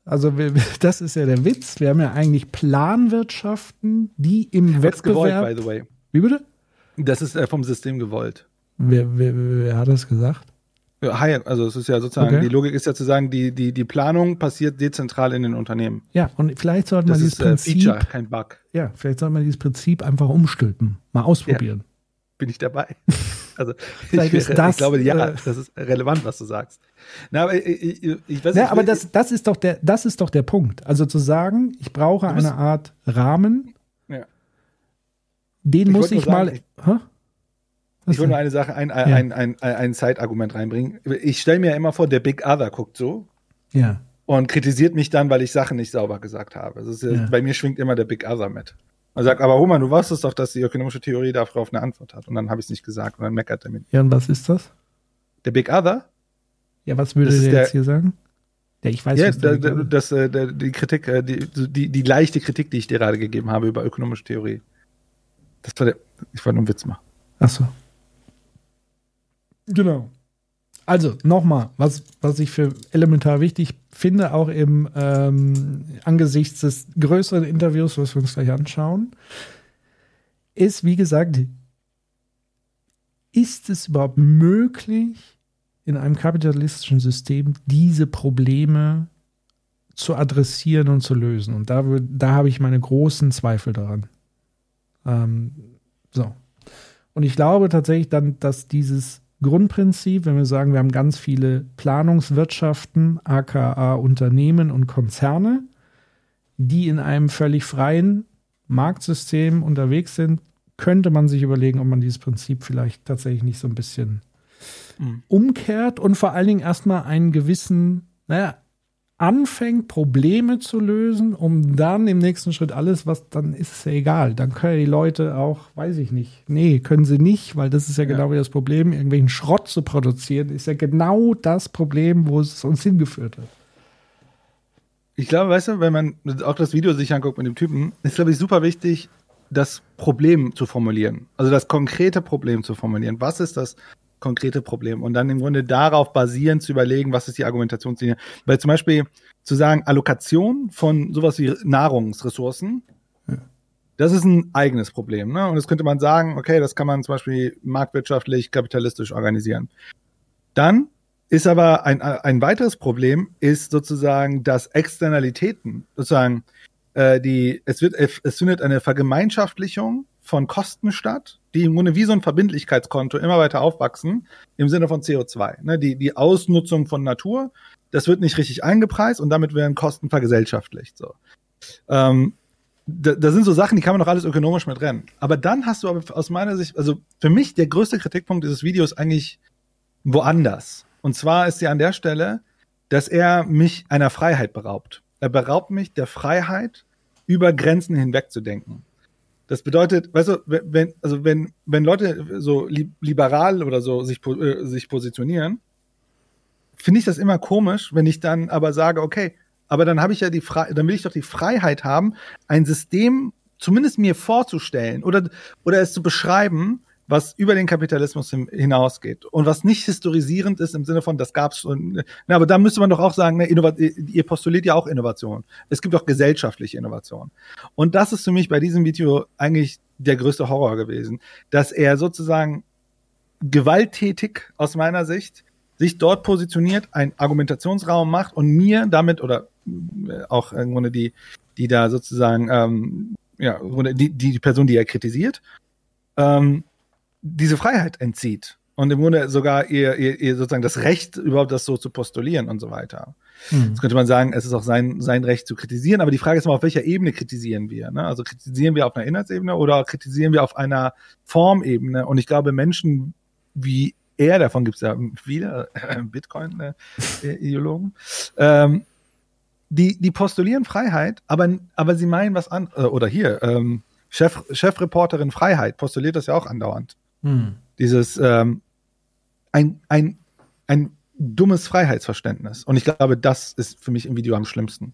Also das ist ja der Witz. Wir haben ja eigentlich Planwirtschaften, die im Das ist gewollt, Wettbewerb. by the way. Wie bitte? Das ist vom System gewollt. Wer hat das gesagt? Ja, also es ist ja sozusagen, die Logik ist ja zu sagen, die Planung passiert dezentral in den Unternehmen. Ja, und vielleicht sollte man Das dieses ist Prinzip, Feature, kein Bug. ja, vielleicht sollte man dieses Prinzip einfach umstülpen, mal ausprobieren. Ja, bin ich dabei. Also Vielleicht ich glaube, das ist relevant, was du sagst. Na, aber ich weiß Ja, nicht, aber das ist doch der Punkt. Also zu sagen, ich brauche eine Art Rahmen, Ja. den muss wollte ich nur mal. sagen, Hä? Ich will nur eine Sache, ein Zeitargument reinbringen. Ich stelle mir ja immer vor, der Big Other guckt so Ja. und kritisiert mich dann, weil ich Sachen nicht sauber gesagt habe. Das ist ja. Bei mir schwingt immer der Big Other mit. Er sagt, aber Roman, du weißt es doch, dass die ökonomische Theorie darauf eine Antwort hat. Und dann habe ich es nicht gesagt und dann meckert er mit. Ja, und was ist das? Der Big Other? Ja, was würde der jetzt hier sagen? Ja, ich weiß Ja, die Kritik, die leichte Kritik, die ich dir gerade gegeben habe über ökonomische Theorie. Ich wollte nur einen Witz machen. Ach so. Genau. Also, nochmal, was ich für elementar wichtig finde, auch im angesichts des größeren Interviews, was wir uns gleich anschauen, ist, wie gesagt, ist es überhaupt möglich, in einem kapitalistischen System diese Probleme zu adressieren und zu lösen? Und da habe ich meine großen Zweifel daran. So. Und ich glaube tatsächlich dann, dass dieses Grundprinzip, wenn wir sagen, wir haben ganz viele Planungswirtschaften, aka Unternehmen und Konzerne, die in einem völlig freien Marktsystem unterwegs sind, könnte man sich überlegen, ob man dieses Prinzip vielleicht tatsächlich nicht so ein bisschen umkehrt und vor allen Dingen erstmal einen gewissen, anfängt, Probleme zu lösen, um dann im nächsten Schritt alles, was dann ist es ja egal. Dann können die Leute auch, weiß ich nicht. Nee, können sie nicht, weil das ist ja genau wie das Problem, irgendwelchen Schrott zu produzieren, ist ja genau das Problem, wo es uns hingeführt hat. Ich glaube, weißt du, wenn man auch das Video sich anguckt mit dem Typen, ist, glaube ich, super wichtig, das Problem zu formulieren. Also das konkrete Problem zu formulieren. Was ist das konkrete Problem? Und dann im Grunde darauf basierend zu überlegen, was ist die Argumentationslinie. Weil zum Beispiel zu sagen, Allokation von sowas wie Nahrungsressourcen, das ist ein eigenes Problem. Ne? Und das könnte man sagen, okay, das kann man zum Beispiel marktwirtschaftlich, kapitalistisch organisieren. Dann ist aber ein weiteres Problem, ist sozusagen, dass Externalitäten, sozusagen, es findet eine Vergemeinschaftlichung von Kosten statt, die im Grunde wie so ein Verbindlichkeitskonto immer weiter aufwachsen, im Sinne von CO2. Ne? Die Ausnutzung von Natur, das wird nicht richtig eingepreist und damit werden Kosten vergesellschaftlicht. So. Da sind so Sachen, die kann man doch alles ökonomisch mit rennen. Aber dann hast du aber aus meiner Sicht, also für mich der größte Kritikpunkt dieses Videos eigentlich woanders. Und zwar ist ja an der Stelle, dass er mich einer Freiheit beraubt. Er beraubt mich der Freiheit, über Grenzen hinweg zu denken. Das bedeutet, weißt du, wenn Leute so liberal oder so sich positionieren, finde ich das immer komisch, wenn ich dann aber sage, okay, aber dann habe ich ja dann will ich doch die Freiheit haben, ein System zumindest mir vorzustellen oder es zu beschreiben, was über den Kapitalismus hinausgeht und was nicht historisierend ist im Sinne von, das gab's schon. Na, aber da müsste man doch auch sagen, ihr postuliert ja auch Innovation. Es gibt auch gesellschaftliche Innovation. Und das ist für mich bei diesem Video eigentlich der größte Horror gewesen, dass er sozusagen gewalttätig aus meiner Sicht sich dort positioniert, einen Argumentationsraum macht und mir damit oder auch im Grunde die da sozusagen die Person, die er kritisiert, diese Freiheit entzieht und im Grunde sogar ihr sozusagen das Recht, überhaupt das so zu postulieren und so weiter. Jetzt könnte man sagen, es ist auch sein Recht zu kritisieren, aber die Frage ist immer, auf welcher Ebene kritisieren wir? Ne? Also kritisieren wir auf einer Inhaltsebene oder kritisieren wir auf einer Formebene? Und ich glaube, Menschen wie er, davon gibt es ja viele Bitcoin-Ideologen, die postulieren Freiheit, aber sie meinen was anderes. Oder hier, Chefreporterin Freiheit postuliert das ja auch andauernd. Dieses ein dummes Freiheitsverständnis. Und ich glaube, das ist für mich im Video am schlimmsten.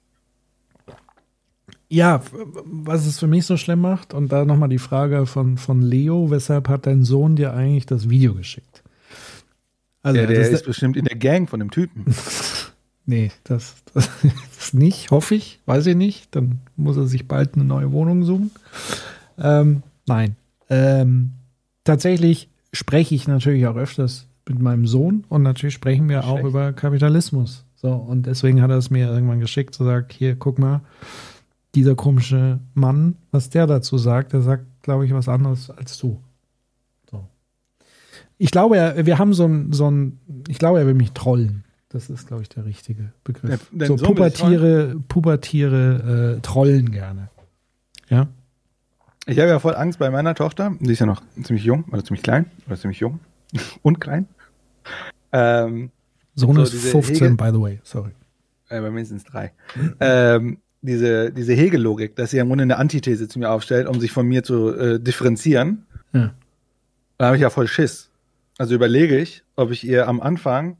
Ja, was es für mich so schlimm macht, und da nochmal die Frage von Leo, weshalb hat dein Sohn dir eigentlich das Video geschickt? Also, der ist bestimmt in der Gang von dem Typen. Nee, das nicht, hoffe ich, weiß ich nicht. Dann muss er sich bald eine neue Wohnung suchen. Nein. Tatsächlich spreche ich natürlich auch öfters mit meinem Sohn und natürlich sprechen wir auch über Kapitalismus. So, und deswegen hat er es mir irgendwann geschickt, zu sagen, hier, guck mal, dieser komische Mann, was der dazu sagt, der sagt, glaube ich, was anderes als du. So. Ich glaube, er will mich trollen. Das ist, glaube ich, der richtige Begriff. So Pubertiere trollen gerne. Ja. Ich habe ja voll Angst bei meiner Tochter. Die ist ja noch ziemlich jung oder ziemlich klein oder ziemlich jung und klein. Sohn ist 15, by the way. Sorry. Bei mindestens 3. Diese Hegel-Logik, dass sie im Grunde eine Antithese zu mir aufstellt, um sich von mir zu differenzieren. Ja. Da habe ich ja voll Schiss. Also überlege ich, ob ich ihr am Anfang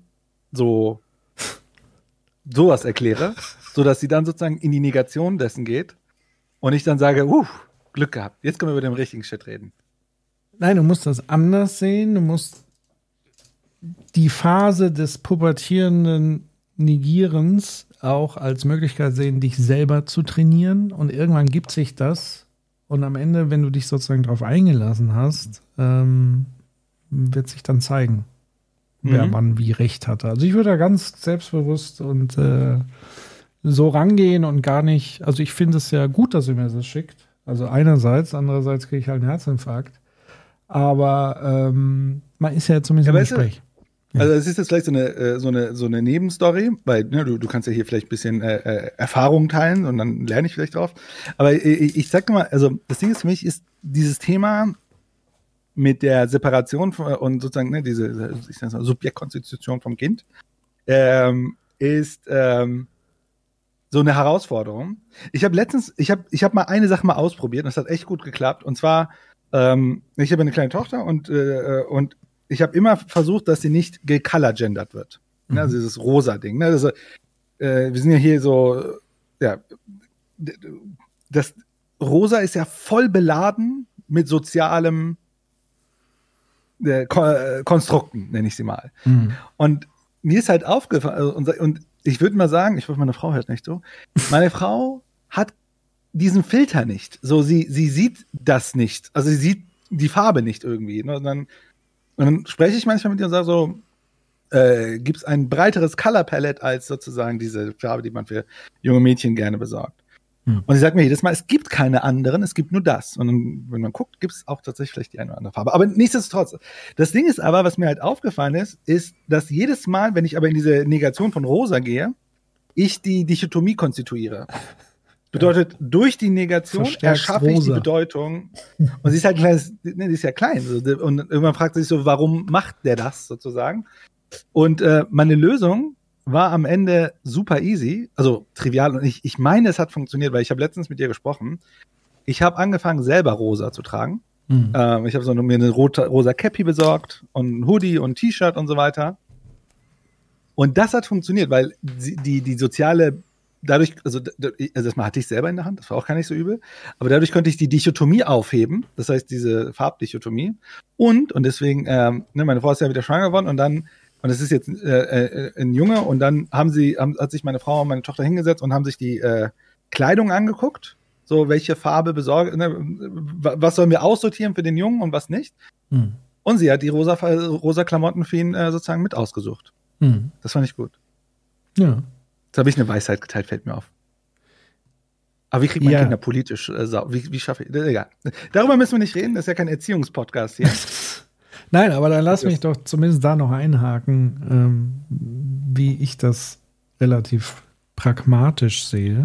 sowas erkläre, sodass sie dann sozusagen in die Negation dessen geht und ich dann sage, Glück gehabt, jetzt können wir über den richtigen Shit reden. Nein, du musst das anders sehen, du musst die Phase des pubertierenden Negierens auch als Möglichkeit sehen, dich selber zu trainieren und irgendwann gibt sich das und am Ende, wenn du dich sozusagen darauf eingelassen hast, wird sich dann zeigen, wer wann wie recht hatte. Also ich würde da ganz selbstbewusst und so rangehen und gar nicht, also ich finde es ja gut, dass ihr mir das schickt. Also einerseits, andererseits kriege ich halt einen Herzinfarkt. Aber man ist ja zumindest im Gespräch. Ja. Also es ist jetzt vielleicht so eine Nebenstory, weil du kannst ja hier vielleicht ein bisschen Erfahrung teilen und dann lerne ich vielleicht drauf. Aber ich sag mal, also das Ding ist für mich, ist dieses Thema mit der Separation und sozusagen diese Subjektkonstitution vom Kind ist so eine Herausforderung. Ich habe mal eine Sache mal ausprobiert und das hat echt gut geklappt. Und zwar, ich habe eine kleine Tochter und ich habe immer versucht, dass sie nicht gecolor-gendert wird. Mhm. Also dieses Rosa-Ding. Ne? Also, wir sind ja hier so, ja, das Rosa ist ja voll beladen mit sozialem Konstrukten, nenne ich sie mal. Mhm. Und mir ist halt aufgefallen, und ich würde mal sagen, ich hoffe, meine Frau hört nicht so, meine Frau hat diesen Filter nicht. So, sie sieht das nicht. Also sie sieht die Farbe nicht irgendwie. Ne? Und dann spreche ich manchmal mit ihr und sage so, gibt es ein breiteres Color Palette als sozusagen diese Farbe, die man für junge Mädchen gerne besorgt. Und sie sagt mir jedes Mal, es gibt keine anderen, es gibt nur das. Und dann, wenn man guckt, gibt es auch tatsächlich vielleicht die eine oder andere Farbe. Aber nichtsdestotrotz. Das Ding ist aber, was mir halt aufgefallen ist, dass jedes Mal, wenn ich aber in diese Negation von Rosa gehe, ich die Dichotomie konstituiere. Bedeutet, durch die Negation erschaffe ich die Bedeutung. Und sie ist halt die ist ja klein. Und irgendwann fragt sie sich so, warum macht der das sozusagen? Und meine Lösung war am Ende super easy, also trivial. Und ich meine, es hat funktioniert, weil ich habe letztens mit ihr gesprochen. Ich habe angefangen, selber rosa zu tragen. Mhm. Ich habe mir eine rosa Cappy besorgt und ein Hoodie und ein T-Shirt und so weiter. Und das hat funktioniert, weil die soziale, dadurch, also das mal hatte ich selber in der Hand, das war auch gar nicht so übel, aber dadurch konnte ich die Dichotomie aufheben, das heißt diese Farbdichotomie. Und deswegen, meine Frau ist ja wieder schwanger geworden und es ist jetzt ein Junge und dann hat sich meine Frau und meine Tochter hingesetzt und haben sich die Kleidung angeguckt, so welche Farbe was sollen wir aussortieren für den Jungen und was nicht. Mhm. Und sie hat die rosa Klamotten für ihn sozusagen mit ausgesucht. Mhm. Das fand ich gut. Ja. Jetzt habe ich eine Weisheit geteilt, fällt mir auf. Aber wie kriegt man Kinder politisch wie schaffe ich das? Egal. Darüber müssen wir nicht reden, das ist ja kein Erziehungspodcast hier. Nein, aber dann lass mich doch zumindest da noch einhaken, wie ich das relativ pragmatisch sehe.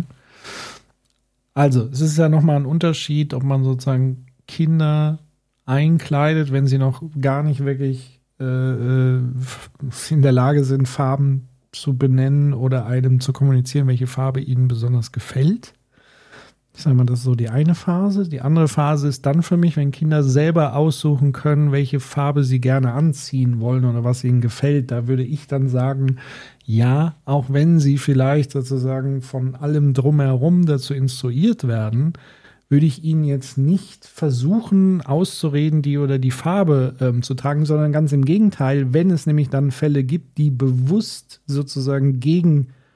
Also, es ist ja nochmal ein Unterschied, ob man sozusagen Kinder einkleidet, wenn sie noch gar nicht wirklich in der Lage sind, Farben zu benennen oder einem zu kommunizieren, welche Farbe ihnen besonders gefällt. Ich sage mal, das ist so die eine Phase. Die andere Phase ist dann für mich, wenn Kinder selber aussuchen können, welche Farbe sie gerne anziehen wollen oder was ihnen gefällt. Da würde ich dann sagen, ja, auch wenn sie vielleicht sozusagen von allem drumherum dazu instruiert werden, würde ich ihnen jetzt nicht versuchen auszureden, die oder die Farbe zu tragen, sondern ganz im Gegenteil, wenn es nämlich dann Fälle gibt, die bewusst sozusagen gegen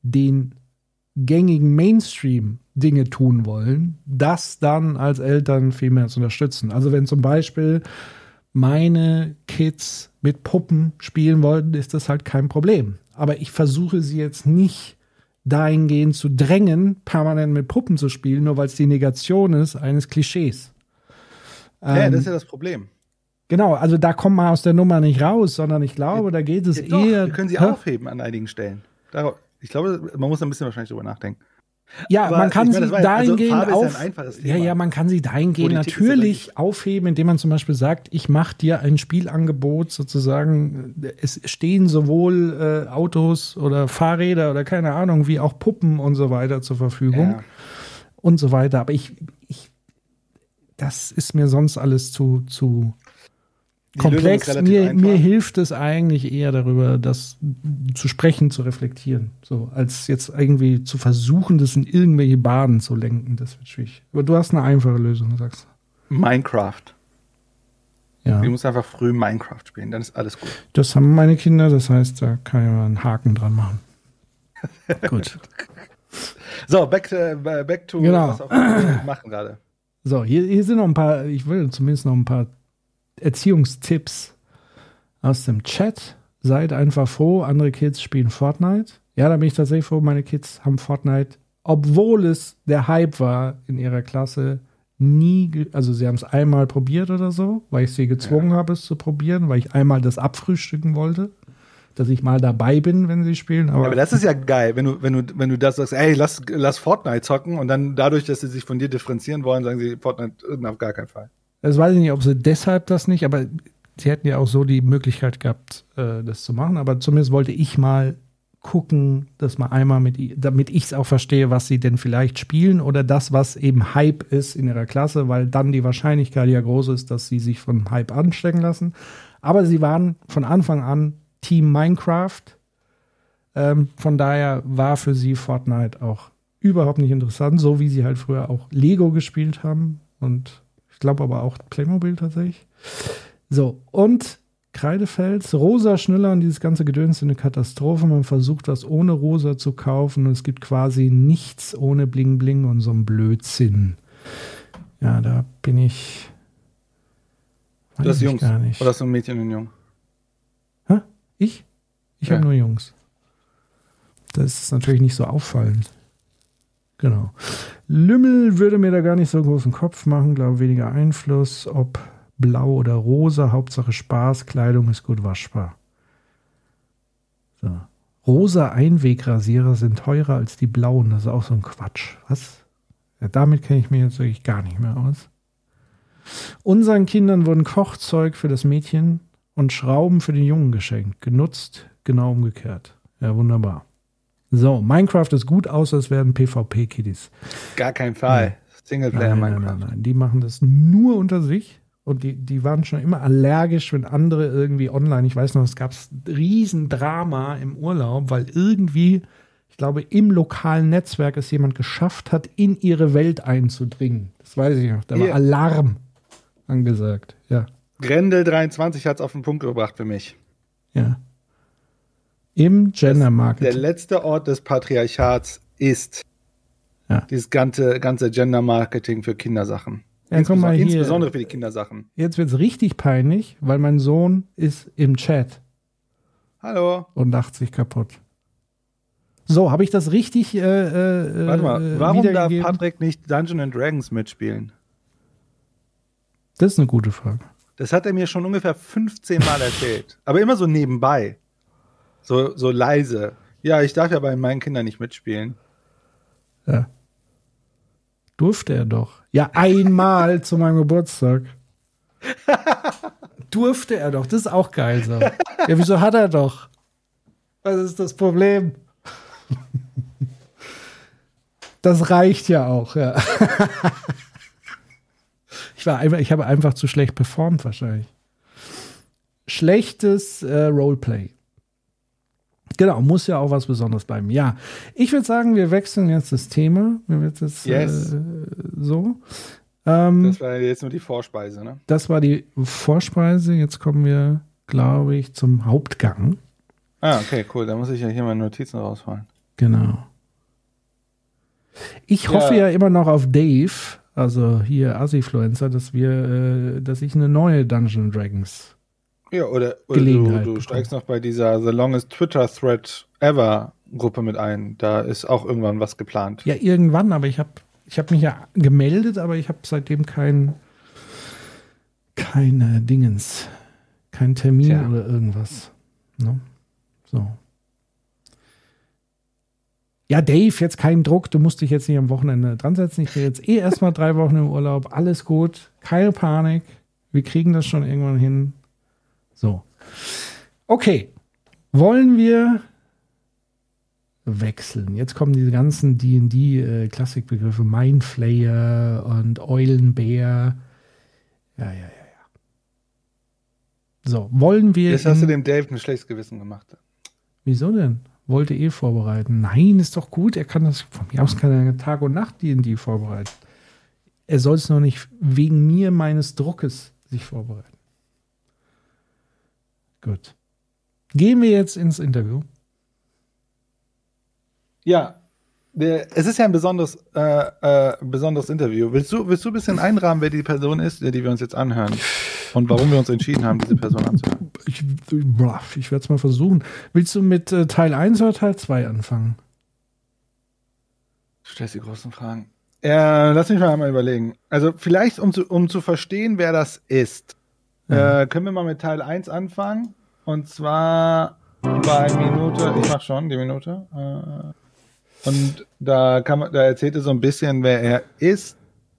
den gängigen Mainstream Dinge tun wollen, das dann als Eltern viel mehr zu unterstützen. Also wenn zum Beispiel meine Kids mit Puppen spielen wollten, ist das halt kein Problem. Aber ich versuche sie jetzt nicht dahingehend zu drängen, permanent mit Puppen zu spielen, nur weil es die Negation ist eines Klischees. Ja, das ist ja das Problem. Genau, also da kommt man aus der Nummer nicht raus, sondern ich glaube, da geht es doch, eher... Wir können sie aufheben an einigen Stellen. Ich glaube, man muss ein bisschen wahrscheinlich drüber nachdenken. Ja, aber man kann sie dahingehend man kann sie dahingehend Politik natürlich aufheben, indem man zum Beispiel sagt, ich mache dir ein Spielangebot sozusagen, es stehen sowohl Autos oder Fahrräder oder keine Ahnung, wie auch Puppen und so weiter zur Verfügung und so weiter. Aber das ist mir sonst alles zu komplex. Mir hilft es eigentlich eher darüber, das zu sprechen, zu reflektieren. So, als jetzt irgendwie zu versuchen, das in irgendwelche Bahnen zu lenken. Das wird schwierig. Aber du hast eine einfache Lösung, sagst du. Minecraft. Ja. Du musst einfach früh Minecraft spielen, dann ist alles gut. Das haben meine Kinder, das heißt, da kann ich mal einen Haken dran machen. Gut. So, back to genau. Was auch wir machen gerade. So, hier sind noch ein paar, ich will zumindest noch ein paar Erziehungstipps aus dem Chat. Seid einfach froh, andere Kids spielen Fortnite. Ja, da bin ich tatsächlich froh, meine Kids haben Fortnite, obwohl es der Hype war in ihrer Klasse, also sie haben es einmal probiert oder so, weil ich sie gezwungen habe, es zu probieren, weil ich einmal das abfrühstücken wollte, dass ich mal dabei bin, wenn sie spielen. Aber das ist ja geil, wenn du das sagst, ey, lass Fortnite zocken und dann dadurch, dass sie sich von dir differenzieren wollen, sagen sie, Fortnite auf gar keinen Fall. Das weiß ich nicht, ob sie deshalb das nicht, aber sie hätten ja auch so die Möglichkeit gehabt, das zu machen. Aber zumindest wollte ich mal gucken, dass man einmal damit ich es auch verstehe, was sie denn vielleicht spielen oder das, was eben Hype ist in ihrer Klasse, weil dann die Wahrscheinlichkeit ja groß ist, dass sie sich von Hype anstecken lassen. Aber sie waren von Anfang an Team Minecraft. Von daher war für sie Fortnite auch überhaupt nicht interessant, so wie sie halt früher auch Lego gespielt haben und ich glaube aber auch Playmobil tatsächlich. So, und Kreidefels, Rosa Schnüller und dieses ganze Gedöns sind eine Katastrophe. Man versucht, was ohne Rosa zu kaufen und es gibt quasi nichts ohne Bling Bling und so ein Blödsinn. Ja, da bin ich. Das Jungs. Gar nicht. Oder hast du ein Mädchen und ein Jungen? Hä? Ich? Ich habe nur Jungs. Das ist natürlich nicht so auffallend. Genau. Lümmel würde mir da gar nicht so einen großen Kopf machen, glaube weniger Einfluss, ob blau oder rosa, Hauptsache Spaß, Kleidung ist gut waschbar. So. Rosa Einwegrasierer sind teurer als die blauen, das ist auch so ein Quatsch. Was? Ja, damit kenne ich mich jetzt wirklich gar nicht mehr aus. Unseren Kindern wurden Kochzeug für das Mädchen und Schrauben für den Jungen geschenkt. Genutzt, genau umgekehrt. Ja, wunderbar. So, Minecraft ist gut, außer es werden PvP-Kiddies. Gar kein Fall. Nein. Singleplayer Minecraft. Nein. Die machen das nur unter sich. Und die waren schon immer allergisch, wenn andere irgendwie online, ich weiß noch, es gab Riesendrama im Urlaub, weil irgendwie, ich glaube, im lokalen Netzwerk es jemand geschafft hat, in ihre Welt einzudringen. Das weiß ich noch. Da war Alarm angesagt. Ja. Grendel23 hat es auf den Punkt gebracht für mich. Ja. Im Gender-Marketing. Der letzte Ort des Patriarchats ist dieses ganze Gender-Marketing für Kindersachen. Ja, insbesondere für die Kindersachen. Jetzt wird es richtig peinlich, weil mein Sohn ist im Chat. Hallo. Und lacht sich kaputt. So, habe ich das richtig Warte mal, warum darf Patrick nicht Dungeons & Dragons mitspielen? Das ist eine gute Frage. Das hat er mir schon ungefähr 15 Mal erzählt. Aber immer so nebenbei. So leise. Ja, ich darf ja bei meinen Kindern nicht mitspielen. Ja. Durfte er doch. Ja, einmal zu meinem Geburtstag. Durfte er doch. Das ist auch geil so. Ja, wieso hat er doch? Was ist das Problem? Das reicht ja auch, ja. Ich habe einfach zu schlecht performt wahrscheinlich. Schlechtes Roleplay. Genau, muss ja auch was Besonderes bleiben. Ja, ich würde sagen, wir wechseln jetzt das Thema. So. Das war jetzt nur die Vorspeise, ne? Das war die Vorspeise. Jetzt kommen wir, glaube ich, zum Hauptgang. Ah, okay, cool. Da muss ich ja hier meine Notizen rausholen. Genau. Ich hoffe ja immer noch auf Dave, also hier Asifluencer, dass ich eine neue Dungeons & Dragons oder Gelegenheit du steigst noch bei dieser The Longest Twitter Thread Ever Gruppe mit ein. Da ist auch irgendwann was geplant. Ja, irgendwann, aber ich hab mich ja gemeldet, aber ich habe seitdem kein Dingens, kein Termin oder irgendwas. Ne? So. Ja, Dave, jetzt kein Druck, du musst dich jetzt nicht am Wochenende dran setzen. Ich bin jetzt erstmal 3 Wochen im Urlaub, alles gut, keine Panik, wir kriegen das schon irgendwann hin. So. Okay, wollen wir wechseln? Jetzt kommen diese ganzen D&D-Klassikbegriffe, Mindflayer und Eulenbär. Ja. So, wollen wir... Jetzt hast du dem Dave ein schlechtes Gewissen gemacht. Wieso denn? Wollte vorbereiten. Nein, ist doch gut. Er kann das, von mir aus kann er Tag und Nacht D&D vorbereiten. Er soll es noch nicht wegen mir, meines Druckes, sich vorbereiten. Gut. Gehen wir jetzt ins Interview. Ja, es ist ja ein besonderes Interview. Willst du ein bisschen einrahmen, wer die Person ist, die wir uns jetzt anhören? Und warum wir uns entschieden haben, diese Person anzuhören? Ich werde es mal versuchen. Willst du mit Teil 1 oder Teil 2 anfangen? Du stellst die großen Fragen. Lass mich mal einmal überlegen. Also vielleicht, um zu verstehen, wer das ist, können wir mal mit Teil 1 anfangen. Und zwar bei Minute, ich mach schon die Minute. Und da erzählt er so ein bisschen, wer er ist.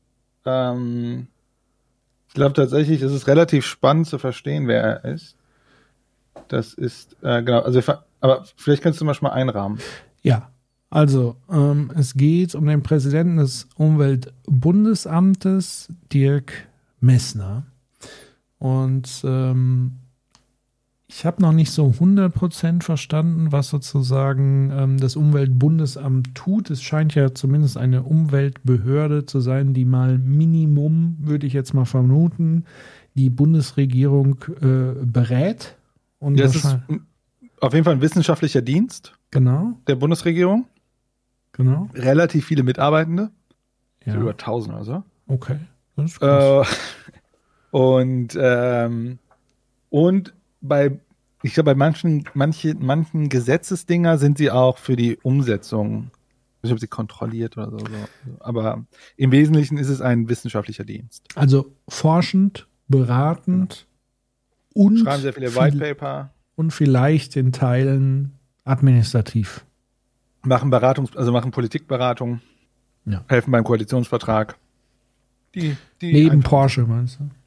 Ich glaube tatsächlich, ist es relativ spannend zu verstehen, wer er ist. Das ist, genau, also aber vielleicht kannst du mal schon mal einrahmen. Ja, also es geht um den Präsidenten des Umweltbundesamtes, Dirk Messner. Und ich habe noch nicht so 100% verstanden, was sozusagen das Umweltbundesamt tut. Es scheint ja zumindest eine Umweltbehörde zu sein, die mal Minimum, würde ich jetzt mal vermuten, die Bundesregierung berät. Und das ist auf jeden Fall ein wissenschaftlicher Dienst. Genau. Der Bundesregierung. Genau. Relativ viele Mitarbeitende. Ja. So über 1000 oder so. Okay. Das ist krass. Ich glaube, bei manchen Gesetzesdinger sind sie auch für die Umsetzung, ich weiß nicht, ob sie kontrolliert oder so. Aber im Wesentlichen ist es ein wissenschaftlicher Dienst. Also forschend, beratend und schreiben sehr viele White Paper. Und vielleicht in Teilen administrativ. Machen Politikberatung. Ja. Helfen beim Koalitionsvertrag. Neben Porsche, meinst du?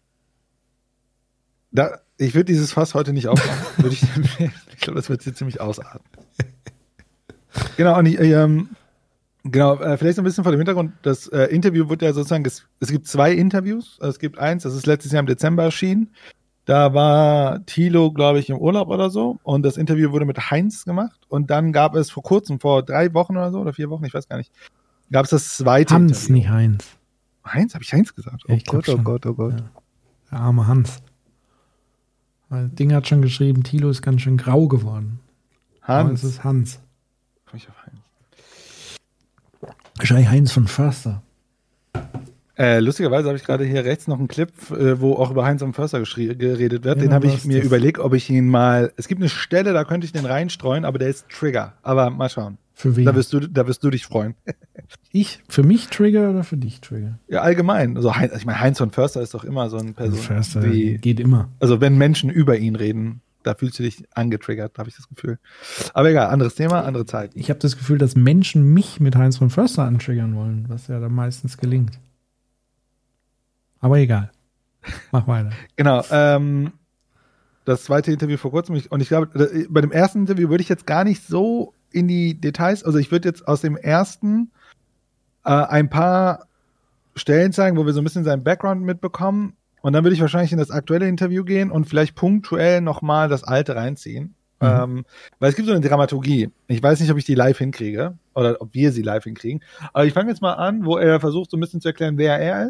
Ich würde dieses Fass heute nicht aufmachen. Ich glaube, das wird jetzt ziemlich ausarten. Genau, und vielleicht so ein bisschen vor dem Hintergrund. Das Interview wird ja sozusagen, es gibt 2 Interviews. Es gibt eins, das ist letztes Jahr im Dezember erschienen. Da war Thilo, glaube ich, im Urlaub oder so. Und das Interview wurde mit Heinz gemacht. Und dann gab es vor kurzem, vor 3 Wochen oder so, oder 4 Wochen, ich weiß gar nicht, gab es das zweite Hans, Interview. nicht Heinz. Heinz? Habe ich Heinz gesagt? Ja, oh Gott. Ja. Der arme Hans. Das Ding hat schon geschrieben, Thilo ist ganz schön grau geworden. Hans. Aber es ist Hans. Komm ich auf Heinz. Wahrscheinlich Heinz von Förster. Lustigerweise habe ich gerade hier rechts noch einen Clip, wo auch über Heinz von Förster geredet wird. Ja, den habe ich mir überlegt, ob ich ihn mal... Es gibt eine Stelle, da könnte ich den reinstreuen, aber der ist Trigger. Aber mal schauen. Für wen? Da wirst du dich freuen. Ich? Für mich Trigger oder für dich Trigger? Ja, allgemein. Also ich meine, Heinz von Förster ist doch immer so eine Person. Förster geht immer. Also wenn Menschen über ihn reden, da fühlst du dich angetriggert, habe ich das Gefühl. Aber egal, anderes Thema, andere Zeit. Ich habe das Gefühl, dass Menschen mich mit Heinz von Förster antriggern wollen, was ja dann meistens gelingt. Aber egal. Mach weiter. Genau. Das zweite Interview vor kurzem. Und ich glaube, bei dem ersten Interview würde ich jetzt gar nicht so in die Details, also ich würde jetzt aus dem ersten ein paar Stellen zeigen, wo wir so ein bisschen seinen Background mitbekommen. Und dann würde ich wahrscheinlich in das aktuelle Interview gehen und vielleicht punktuell nochmal das alte reinziehen. Weil es gibt so eine Dramaturgie. Ich weiß nicht, ob ich die live hinkriege oder ob wir sie live hinkriegen. Aber ich fange jetzt mal an, wo er versucht, so ein bisschen zu erklären, wer er ist,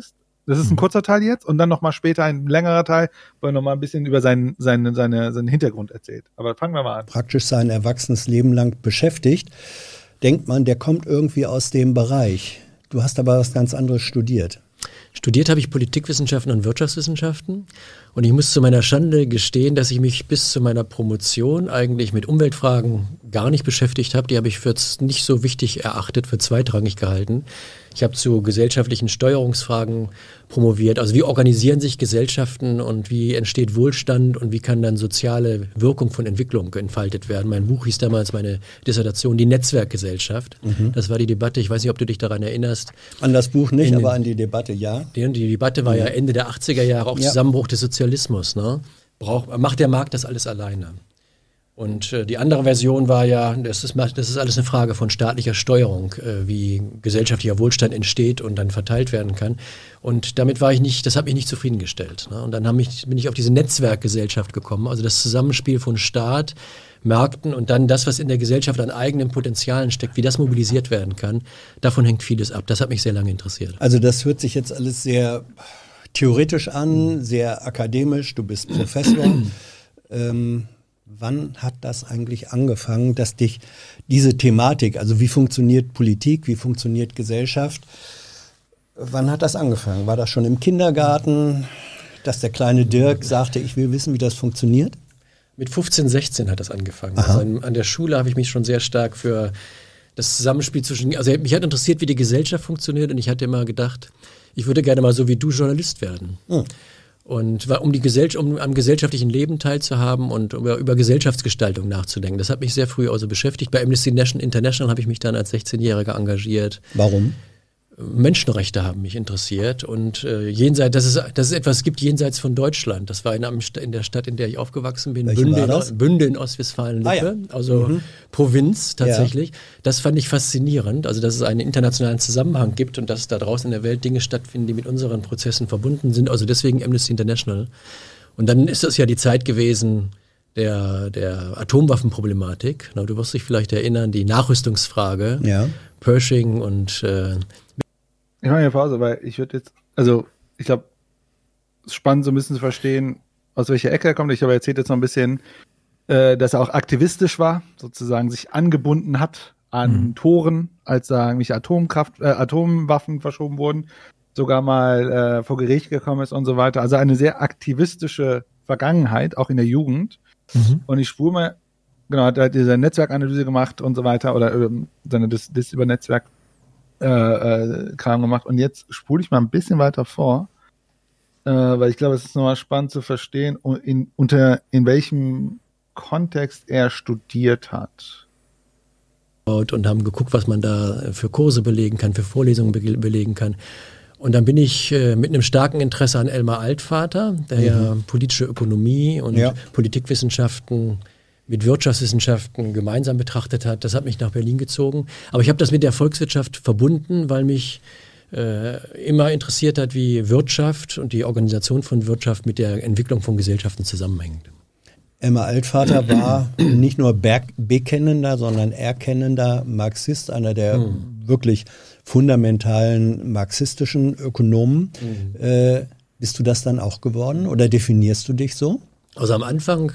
Das ist ein kurzer Teil jetzt und dann nochmal später ein längerer Teil, wo er nochmal ein bisschen über seinen Hintergrund erzählt. Aber fangen wir mal an. Praktisch sein erwachsenes Leben lang beschäftigt. Denkt man, der kommt irgendwie aus dem Bereich. Du hast aber was ganz anderes studiert. Studiert habe ich Politikwissenschaften und Wirtschaftswissenschaften und ich muss zu meiner Schande gestehen, dass ich mich bis zu meiner Promotion eigentlich mit Umweltfragen gar nicht beschäftigt habe. Die habe ich für nicht so wichtig erachtet, für zweitrangig gehalten. Ich habe zu gesellschaftlichen Steuerungsfragen promoviert. Also wie organisieren sich Gesellschaften und wie entsteht Wohlstand und wie kann dann soziale Wirkung von Entwicklung entfaltet werden. Mein Buch hieß damals, meine Dissertation, die Netzwerkgesellschaft. Das war die Debatte, ich weiß nicht, ob du dich daran erinnerst. An das Buch nicht, aber an die Debatte ja. Die Debatte war ja Ende der 80er Jahre, auch Zusammenbruch des Sozialismus. Ne? Macht der Markt das alles alleine? Und die andere Version war ja, das ist alles eine Frage von staatlicher Steuerung, wie gesellschaftlicher Wohlstand entsteht und dann verteilt werden kann. Und damit das hat mich nicht zufriedengestellt. Ne? Und dann bin ich auf diese Netzwerkgesellschaft gekommen, also das Zusammenspiel von Staat, Märkten und dann das, was in der Gesellschaft an eigenen Potenzialen steckt, wie das mobilisiert werden kann. Davon hängt vieles ab. Das hat mich sehr lange interessiert. Also das hört sich jetzt alles sehr theoretisch an, sehr akademisch. Du bist Professor. Wann hat das eigentlich angefangen, dass dich diese Thematik, also wie funktioniert Politik, wie funktioniert Gesellschaft, wann hat das angefangen? War das schon im Kindergarten, dass der kleine Dirk sagte, ich will wissen, wie das funktioniert? Mit 15, 16 hat das angefangen. Also an der Schule habe ich mich schon sehr stark für das Zusammenspiel also mich hat interessiert, wie die Gesellschaft funktioniert und ich hatte immer gedacht, ich würde gerne mal so wie du Journalist werden. Und um am gesellschaftlichen Leben teilzuhaben und über Gesellschaftsgestaltung nachzudenken. Das hat mich sehr früh also beschäftigt. Bei Amnesty International habe ich mich dann als 16-Jähriger engagiert. Warum? Menschenrechte haben mich interessiert und dass es etwas gibt jenseits von Deutschland. Das war in der Stadt, in der ich aufgewachsen bin, Bünde in Ostwestfalen-Lippe, also Provinz tatsächlich. Ja. Das fand ich faszinierend, also dass es einen internationalen Zusammenhang gibt und dass da draußen in der Welt Dinge stattfinden, die mit unseren Prozessen verbunden sind. Also deswegen Amnesty International. Und dann ist das ja die Zeit gewesen der Atomwaffenproblematik. Du wirst dich vielleicht erinnern, die Nachrüstungsfrage, Pershing und ich mache hier Pause, weil ich glaube, es ist spannend, so ein bisschen zu verstehen, aus welcher Ecke er kommt. Ich habe erzählt jetzt noch ein bisschen, dass er auch aktivistisch war, sozusagen sich angebunden hat an Toren, als da irgendwelche Atomwaffen verschoben wurden, sogar mal vor Gericht gekommen ist und so weiter. Also eine sehr aktivistische Vergangenheit, auch in der Jugend. Und ich spule mal, hat er diese Netzwerkanalyse gemacht und so weiter oder das über Netzwerk Kram gemacht und jetzt spule ich mal ein bisschen weiter vor, weil ich glaube, es ist nochmal spannend zu verstehen, in welchem Kontext er studiert hat. Und haben geguckt, was man da für Kurse belegen kann, für Vorlesungen belegen kann. Und dann bin ich mit einem starken Interesse an Elmar Altvater, der ja politische Ökonomie und Politikwissenschaften mit Wirtschaftswissenschaften gemeinsam betrachtet hat. Das hat mich nach Berlin gezogen. Aber ich habe das mit der Volkswirtschaft verbunden, weil mich immer interessiert hat, wie Wirtschaft und die Organisation von Wirtschaft mit der Entwicklung von Gesellschaften zusammenhängt. Elmar Altvater war nicht nur bekennender, sondern erkennender Marxist, einer der wirklich fundamentalen marxistischen Ökonomen. Bist du das dann auch geworden oder definierst du dich so? Also am Anfang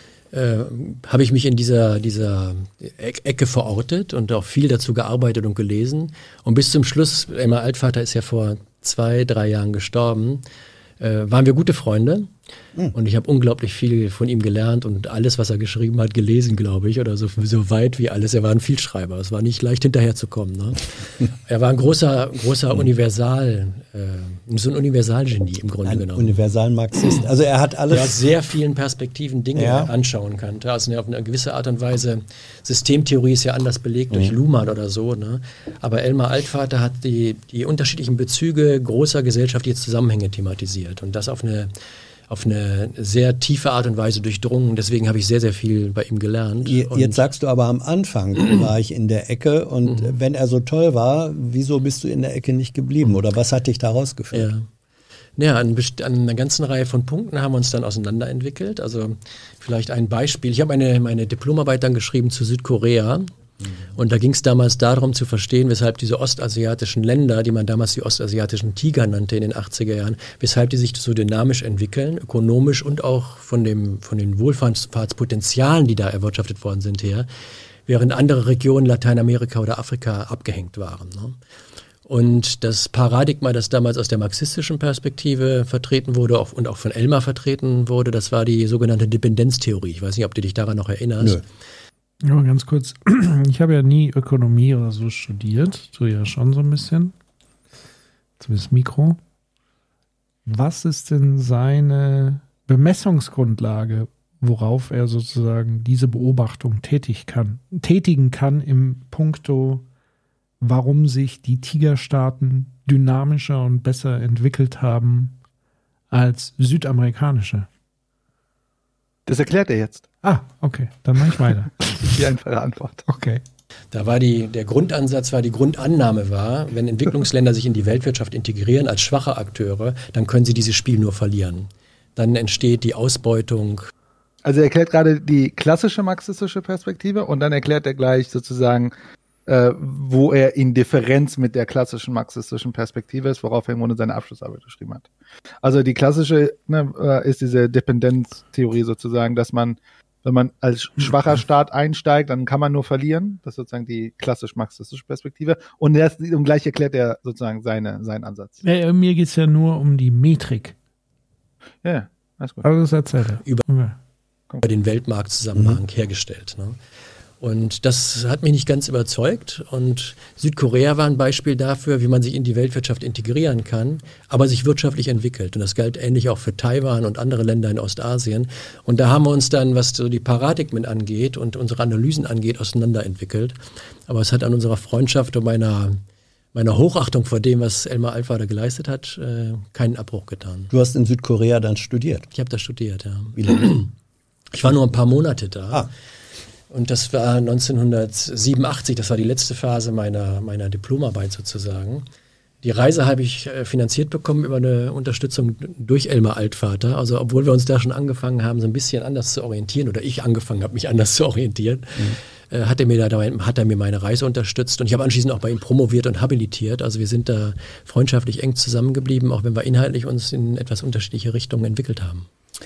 habe ich mich in dieser Ecke verortet und auch viel dazu gearbeitet und gelesen. Und bis zum Schluss, Elmar Altvater ist ja vor 2-3 Jahren gestorben, waren wir gute Freunde. Und ich habe unglaublich viel von ihm gelernt und alles, was er geschrieben hat, gelesen, glaube ich, oder so weit wie alles. Er war ein Vielschreiber, es war nicht leicht hinterherzukommen. Ne? Er war ein großer so ein Universalgenie im Grunde genommen. Universalmarxist. Also er hat alles. Er aus sehr vielen Perspektiven Dinge anschauen konnte. Also auf eine gewisse Art und Weise, Systemtheorie ist ja anders belegt durch Luhmann oder so. Ne? Aber Elmar Altvater hat die unterschiedlichen Bezüge großer gesellschaftlicher Zusammenhänge thematisiert und das auf eine sehr tiefe Art und Weise durchdrungen. Deswegen habe ich sehr, sehr viel bei ihm gelernt. Jetzt sagst du aber, am Anfang war ich in der Ecke und wenn er so toll war, wieso bist du in der Ecke nicht geblieben? Oder was hat dich da rausgeführt? Ja, an einer ganzen Reihe von Punkten haben wir uns dann auseinanderentwickelt. Also vielleicht ein Beispiel. Ich habe meine Diplomarbeit dann geschrieben zu Südkorea. Und da ging es damals darum zu verstehen, weshalb diese ostasiatischen Länder, die man damals die ostasiatischen Tiger nannte in den 80er Jahren, weshalb die sich so dynamisch entwickeln, ökonomisch und auch von den Wohlfahrtspotenzialen, die da erwirtschaftet worden sind, her, während andere Regionen Lateinamerika oder Afrika abgehängt waren. Ne? Und das Paradigma, das damals aus der marxistischen Perspektive vertreten wurde und auch von Elmar vertreten wurde, das war die sogenannte Dependenztheorie. Ich weiß nicht, ob du dich daran noch erinnerst. Nö. Ja, ganz kurz. Ich habe ja nie Ökonomie oder so studiert. Du ja schon so ein bisschen. Zumindest Mikro. Was ist denn seine Bemessungsgrundlage, worauf er sozusagen diese Beobachtung tätigen kann im Punkto, warum sich die Tigerstaaten dynamischer und besser entwickelt haben als südamerikanische? Das erklärt er jetzt. Ah, okay, dann mache ich weiter. Die einfache Antwort. Okay. Da war der Grundansatz, die Grundannahme war, wenn Entwicklungsländer sich in die Weltwirtschaft integrieren als schwache Akteure, dann können sie dieses Spiel nur verlieren. Dann entsteht die Ausbeutung. Also er erklärt gerade die klassische marxistische Perspektive und dann erklärt er gleich sozusagen, wo er in Differenz mit der klassischen marxistischen Perspektive ist, worauf er im Grunde seine Abschlussarbeit geschrieben hat. Also die klassische ist diese Dependenztheorie sozusagen, dass man, wenn man als schwacher Staat einsteigt, dann kann man nur verlieren. Das ist sozusagen die klassisch-marxistische Perspektive. Und gleich erklärt er sozusagen seinen Ansatz. Ja, mir geht es ja nur um die Metrik. Ja, alles gut. Aber das erzählt er. Über den Weltmarktzusammenhang hergestellt. Ne? Und das hat mich nicht ganz überzeugt. Und Südkorea war ein Beispiel dafür, wie man sich in die Weltwirtschaft integrieren kann, aber sich wirtschaftlich entwickelt. Und das galt ähnlich auch für Taiwan und andere Länder in Ostasien. Und da haben wir uns dann, was so die Paradigmen angeht und unsere Analysen angeht, auseinanderentwickelt. Aber es hat an unserer Freundschaft und meiner Hochachtung vor dem, was Elmar Altvater geleistet hat, keinen Abbruch getan. Du hast in Südkorea dann studiert? Ich habe da studiert, ja. Wie lange? Ich war nur ein paar Monate da. Und das war 1987, das war die letzte Phase meiner Diplomarbeit sozusagen. Die Reise habe ich finanziert bekommen über eine Unterstützung durch Elmar Altvater. Also obwohl wir uns da schon angefangen haben, so ein bisschen anders zu orientieren, oder ich angefangen habe, mich anders zu orientieren, hat er mir meine Reise unterstützt. Und ich habe anschließend auch bei ihm promoviert und habilitiert. Also wir sind da freundschaftlich eng zusammengeblieben, auch wenn wir inhaltlich uns in etwas unterschiedliche Richtungen entwickelt haben.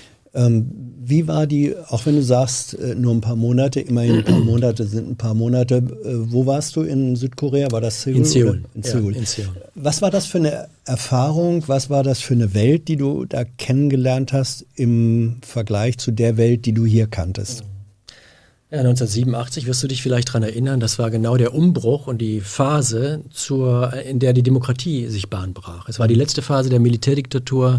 Wie war auch wenn du sagst, nur ein paar Monate, immerhin ein paar Monate sind ein paar Monate, wo warst du in Südkorea? War das Seoul? In Seoul. In Seoul. Ja, in Seoul. Was war das für eine Erfahrung, was war das für eine Welt, die du da kennengelernt hast im Vergleich zu der Welt, die du hier kanntest? Ja, 1987 wirst du dich vielleicht daran erinnern, das war genau der Umbruch und die Phase, in der die Demokratie sich Bahn brach. Es war die letzte Phase der Militärdiktatur.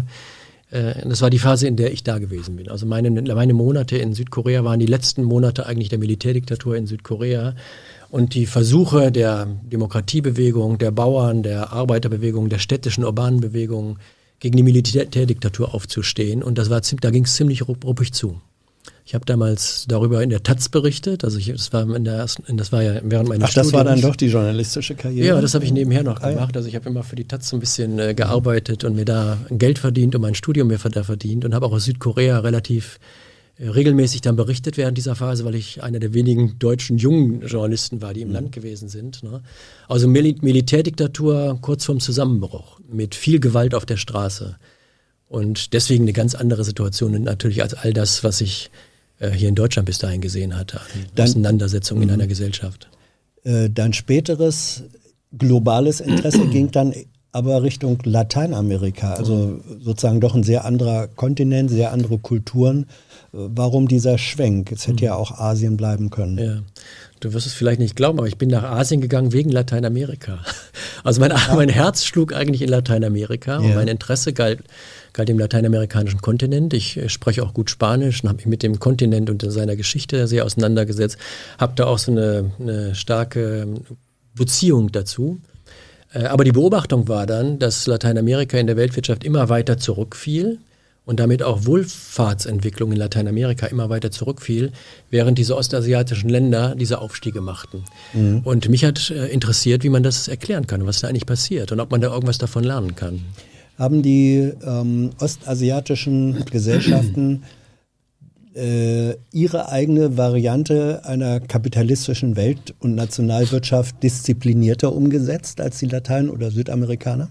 Das war die Phase, in der ich da gewesen bin. Also meine Monate in Südkorea waren die letzten Monate eigentlich der Militärdiktatur in Südkorea. Und die Versuche der Demokratiebewegung, der Bauern, der Arbeiterbewegung, der städtischen urbanen Bewegung gegen die Militärdiktatur aufzustehen. Und da ging es ziemlich ruppig zu. Ich habe damals darüber in der Taz berichtet, also das war ja während meines Studiums. Das war dann doch die journalistische Karriere? Ja, das habe ich nebenher noch gemacht. Also ich habe immer für die Taz so ein bisschen gearbeitet und mir da Geld verdient und mein Studium mir da verdient und habe auch aus Südkorea relativ regelmäßig dann berichtet während dieser Phase, weil ich einer der wenigen deutschen jungen Journalisten war, die im Land gewesen sind. Ne? Also Militärdiktatur kurz vorm Zusammenbruch mit viel Gewalt auf der Straße und deswegen eine ganz andere Situation natürlich als all das, was ich hier in Deutschland bis dahin gesehen hatte, Auseinandersetzungen in einer Gesellschaft. Dein späteres globales Interesse ging dann aber Richtung Lateinamerika, also sozusagen doch ein sehr anderer Kontinent, sehr andere Kulturen. Warum dieser Schwenk? Es hätte ja auch Asien bleiben können. Ja. Du wirst es vielleicht nicht glauben, aber ich bin nach Asien gegangen wegen Lateinamerika. Also mein Herz schlug eigentlich in Lateinamerika und mein Interesse galt dem lateinamerikanischen Kontinent. Ich spreche auch gut Spanisch und habe mich mit dem Kontinent und seiner Geschichte sehr auseinandergesetzt. Habe da auch so eine starke Beziehung dazu. Aber die Beobachtung war dann, dass Lateinamerika in der Weltwirtschaft immer weiter zurückfiel und damit auch Wohlfahrtsentwicklung in Lateinamerika immer weiter zurückfiel, während diese ostasiatischen Länder diese Aufstiege machten. Mhm. Und mich hat interessiert, wie man das erklären kann, was da eigentlich passiert und ob man da irgendwas davon lernen kann. Haben die ostasiatischen Gesellschaften ihre eigene Variante einer kapitalistischen Welt- und Nationalwirtschaft disziplinierter umgesetzt als die Latein- oder Südamerikaner?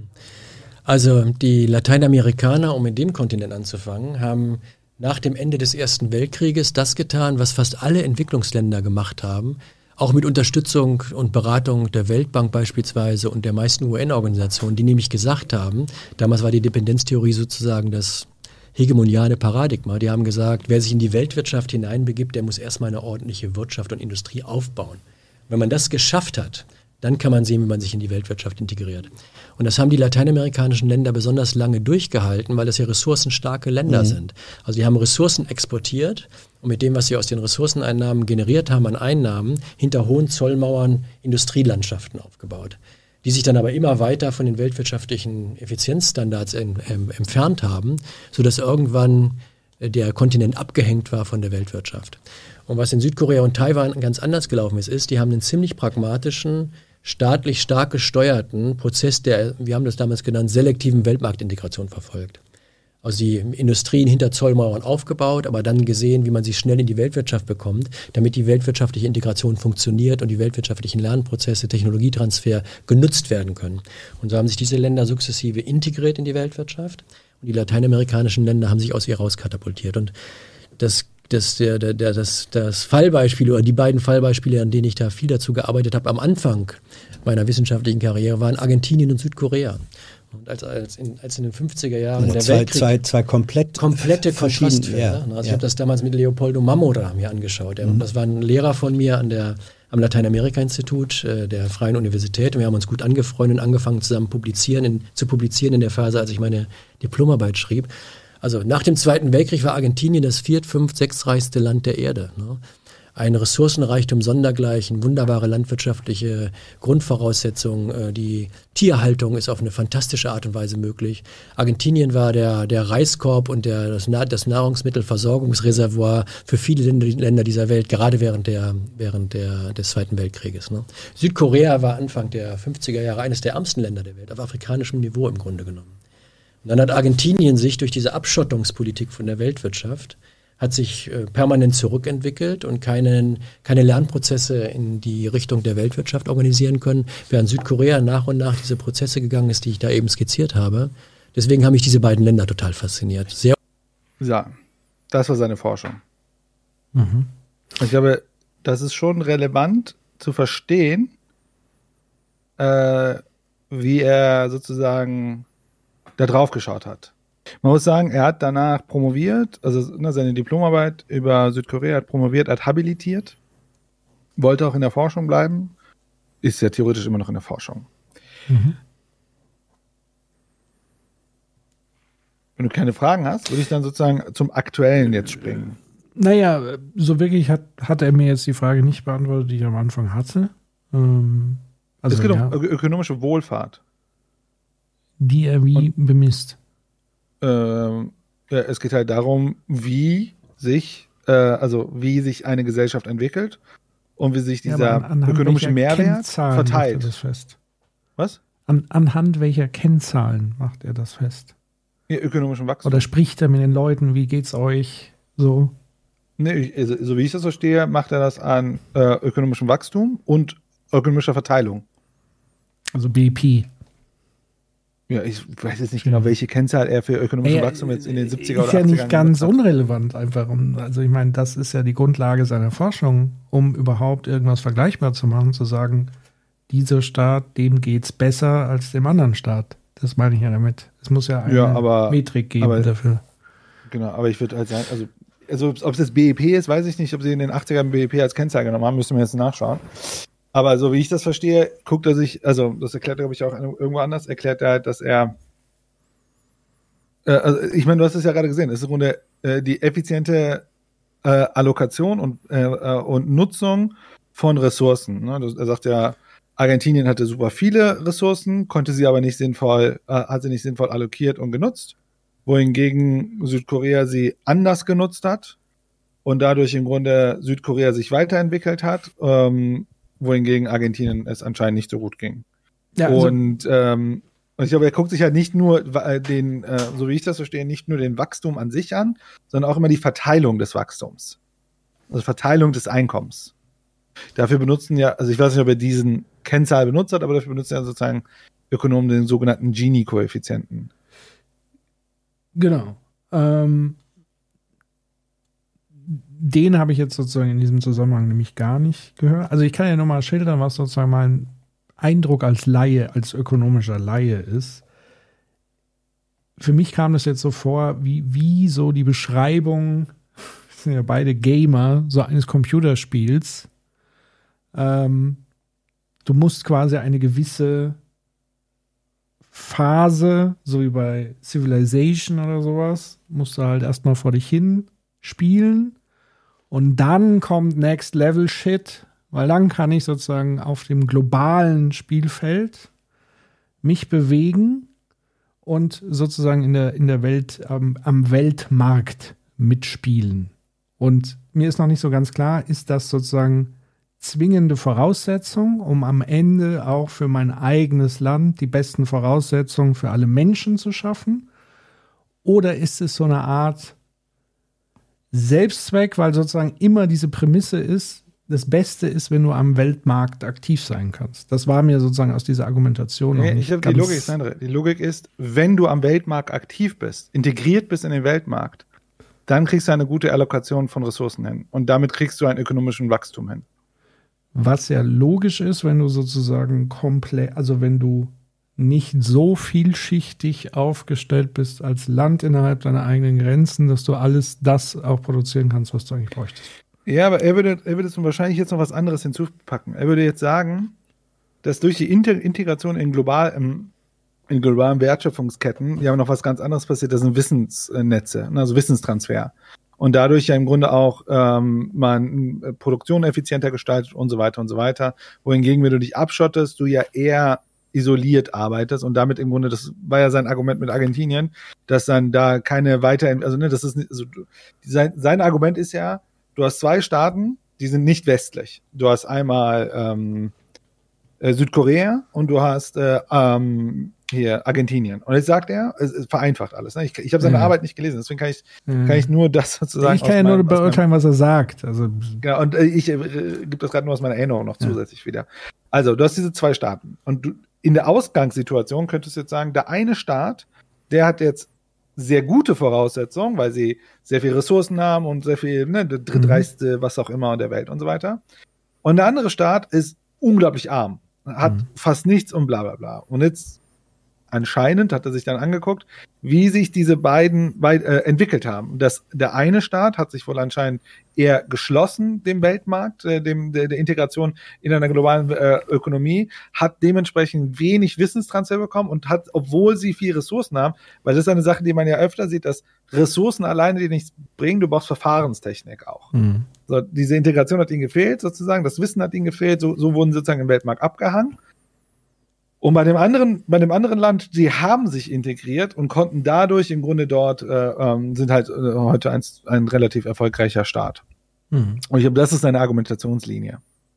Also die Lateinamerikaner, um in dem Kontinent anzufangen, haben nach dem Ende des Ersten Weltkrieges das getan, was fast alle Entwicklungsländer gemacht haben, auch mit Unterstützung und Beratung der Weltbank beispielsweise und der meisten UN-Organisationen, die nämlich gesagt haben, damals war die Dependenztheorie sozusagen das hegemoniale Paradigma. Die haben gesagt, wer sich in die Weltwirtschaft hineinbegibt, der muss erstmal eine ordentliche Wirtschaft und Industrie aufbauen. Wenn man das geschafft hat, dann kann man sehen, wie man sich in die Weltwirtschaft integriert. Und das haben die lateinamerikanischen Länder besonders lange durchgehalten, weil das ja ressourcenstarke Länder sind. Also die haben Ressourcen exportiert und mit dem, was sie aus den Ressourceneinnahmen generiert haben an Einnahmen, hinter hohen Zollmauern Industrielandschaften aufgebaut, die sich dann aber immer weiter von den weltwirtschaftlichen Effizienzstandards entfernt haben, sodass irgendwann der Kontinent abgehängt war von der Weltwirtschaft. Und was in Südkorea und Taiwan ganz anders gelaufen ist, die haben einen ziemlich pragmatischen, staatlich stark gesteuerten Prozess der, wir haben das damals genannt, selektiven Weltmarktintegration verfolgt. Also die Industrien hinter Zollmauern aufgebaut, aber dann gesehen, wie man sie schnell in die Weltwirtschaft bekommt, damit die weltwirtschaftliche Integration funktioniert und die weltwirtschaftlichen Lernprozesse, Technologietransfer genutzt werden können. Und so haben sich diese Länder sukzessive integriert in die Weltwirtschaft und die lateinamerikanischen Länder haben sich aus ihr rauskatapultiert. Und das Fallbeispiel oder die beiden Fallbeispiele, an denen ich da viel dazu gearbeitet habe am Anfang meiner wissenschaftlichen Karriere, waren Argentinien und Südkorea. Und als in den 50er Jahren der Weltkrieg zwei komplette Kontrastfälle. Ja, Also ich habe das damals mit Leopoldo Mamora mir angeschaut. Das war ein Lehrer von mir am Lateinamerika-Institut der Freien Universität. Und wir haben uns gut angefreundet und angefangen zusammen zu publizieren in der Phase, als ich meine Diplomarbeit schrieb. Also nach dem Zweiten Weltkrieg war Argentinien das 4., 5., 6. reichste Land der Erde. Ne? Ein Ressourcenreichtum sondergleichen, wunderbare landwirtschaftliche Grundvoraussetzungen. Die Tierhaltung ist auf eine fantastische Art und Weise möglich. Argentinien war der Reiskorb und das Nahrungsmittelversorgungsreservoir für viele Länder dieser Welt, gerade während des Zweiten Weltkrieges. Ne? Südkorea war Anfang der 50er Jahre eines der ärmsten Länder der Welt, auf afrikanischem Niveau im Grunde genommen. Und dann hat Argentinien sich durch diese Abschottungspolitik von der Weltwirtschaft hat sich permanent zurückentwickelt und keine Lernprozesse in die Richtung der Weltwirtschaft organisieren können, während Südkorea nach und nach diese Prozesse gegangen ist, die ich da eben skizziert habe. Deswegen haben mich diese beiden Länder total fasziniert. Ja, das war seine Forschung. Mhm. Ich glaube, das ist schon relevant zu verstehen, wie er sozusagen da drauf geschaut hat. Man muss sagen, er hat danach promoviert, also seine Diplomarbeit über Südkorea hat promoviert, hat habilitiert, wollte auch in der Forschung bleiben, ist ja theoretisch immer noch in der Forschung. Mhm. Wenn du keine Fragen hast, würde ich dann sozusagen zum Aktuellen jetzt springen. Naja, so wirklich hat er mir jetzt die Frage nicht beantwortet, die ich am Anfang hatte. Es geht um ökonomische Wohlfahrt. Die er wie bemisst. Es geht halt darum, wie sich eine Gesellschaft entwickelt und wie sich dieser ökonomische Mehrwert verteilt. Macht er das fest? Was? Anhand welcher Kennzahlen macht er das fest? Ja, ökonomischen Wachstum. Oder spricht er mit den Leuten, wie geht's euch? So? Nee, so wie ich das verstehe, macht er das an ökonomischem Wachstum und ökonomischer Verteilung. Also BIP. Ja, ich weiß jetzt nicht genau, welche Kennzahl er für ökonomisches Wachstum jetzt in den 70er oder 80er Ist ja nicht ganz unrelevant einfach. Also ich meine, das ist ja die Grundlage seiner Forschung, um überhaupt irgendwas vergleichbar zu machen, zu sagen, dieser Staat, dem geht's besser als dem anderen Staat. Das meine ich ja damit. Es muss ja eine Metrik geben dafür. Genau, aber ich würde halt sagen, also ob es das BIP ist, weiß ich nicht, ob sie in den 80ern BIP als Kennzahl genommen haben, müssen wir jetzt nachschauen. Aber so wie ich das verstehe, guckt er sich, also das erklärt er, glaube ich, auch irgendwo anders, erklärt er halt, dass er, also ich meine, du hast es ja gerade gesehen, es ist im Grunde die effiziente Allokation und Nutzung von Ressourcen. Ne? Er sagt ja, Argentinien hatte super viele Ressourcen, hat sie nicht sinnvoll allokiert und genutzt, wohingegen Südkorea sie anders genutzt hat und dadurch im Grunde Südkorea sich weiterentwickelt hat, wohingegen Argentinien es anscheinend nicht so gut ging. Ja, also und Und ich glaube, er guckt sich halt nicht nur den, so wie ich das verstehe, nicht nur den Wachstum an sich an, sondern auch immer die Verteilung des Wachstums. Also Verteilung des Einkommens. Dafür benutzen ja, also ich weiß nicht, ob er diesen Kennzahl benutzt hat, aber dafür benutzen ja sozusagen Ökonomen den sogenannten Gini-Koeffizienten. Genau. Den habe ich jetzt sozusagen in diesem Zusammenhang nämlich gar nicht gehört. Also ich kann ja nur mal schildern, was sozusagen mein Eindruck als Laie, als ökonomischer Laie ist. Für mich kam das jetzt so vor, wie so die Beschreibung, wir sind ja beide Gamer, so eines Computerspiels. Du musst quasi eine gewisse Phase, so wie bei Civilization oder sowas, musst du halt erstmal vor dich hin spielen und dann kommt Next Level Shit, weil dann kann ich sozusagen auf dem globalen Spielfeld mich bewegen und sozusagen in der Welt, am Weltmarkt mitspielen. Und mir ist noch nicht so ganz klar, ist das sozusagen zwingende Voraussetzung, um am Ende auch für mein eigenes Land die besten Voraussetzungen für alle Menschen zu schaffen? Oder ist es so eine Art Selbstzweck, weil sozusagen immer diese Prämisse ist, das Beste ist, wenn du am Weltmarkt aktiv sein kannst. Das war mir sozusagen aus dieser Argumentation noch nicht ich glaube, die Logik ist andere. Die Logik ist, wenn du am Weltmarkt aktiv bist, integriert bist in den Weltmarkt, dann kriegst du eine gute Allokation von Ressourcen hin. Und damit kriegst du einen ökonomischen Wachstum hin. Was ja logisch ist, wenn du sozusagen komplett, also wenn du nicht so vielschichtig aufgestellt bist als Land innerhalb deiner eigenen Grenzen, dass du alles das auch produzieren kannst, was du eigentlich bräuchtest. Ja, aber er würde wahrscheinlich jetzt noch was anderes hinzupacken. Er würde jetzt sagen, dass durch die Integration in globalen Wertschöpfungsketten ja noch was ganz anderes passiert, das sind Wissensnetze, also Wissenstransfer. Und dadurch ja im Grunde auch man Produktion effizienter gestaltet und so weiter und so weiter. Wohingegen, wenn du dich abschottest, du ja eher isoliert arbeitest und damit im Grunde, das war ja sein Argument mit Argentinien, dass dann da keine das ist nicht, also sein Argument ist ja, du hast zwei Staaten, die sind nicht westlich. Du hast einmal Südkorea und du hast hier Argentinien. Und jetzt sagt er, es vereinfacht alles. Ne? Ich habe seine Arbeit nicht gelesen, deswegen kann ich nur das sozusagen. Ich kann ja nur beurteilen, was er sagt. Also ja, und ich gebe das gerade nur aus meiner Erinnerung noch zusätzlich wieder. Also, du hast diese zwei Staaten. Und in der Ausgangssituation könntest du jetzt sagen, der eine Staat, der hat jetzt sehr gute Voraussetzungen, weil sie sehr viel Ressourcen haben und sehr viel, der drittreichste, was auch immer der Welt und so weiter. Und der andere Staat ist unglaublich arm, hat fast nichts und bla bla bla. Und jetzt anscheinend hat er sich dann angeguckt, wie sich diese beiden entwickelt haben. Der eine Staat hat sich wohl anscheinend eher geschlossen dem Weltmarkt, der Integration in einer globalen Ökonomie, hat dementsprechend wenig Wissenstransfer bekommen und hat, obwohl sie viel Ressourcen haben, weil das ist eine Sache, die man ja öfter sieht, dass Ressourcen alleine dir nichts bringen, du brauchst Verfahrenstechnik auch. So, diese Integration hat ihnen gefehlt, sozusagen, das Wissen hat ihnen gefehlt, so wurden sie sozusagen im Weltmarkt abgehangen. Und bei dem anderen Land, die haben sich integriert und konnten dadurch im Grunde dort, sind halt heute ein relativ erfolgreicher Staat. Und ich glaube, das ist eine Argumentationslinie.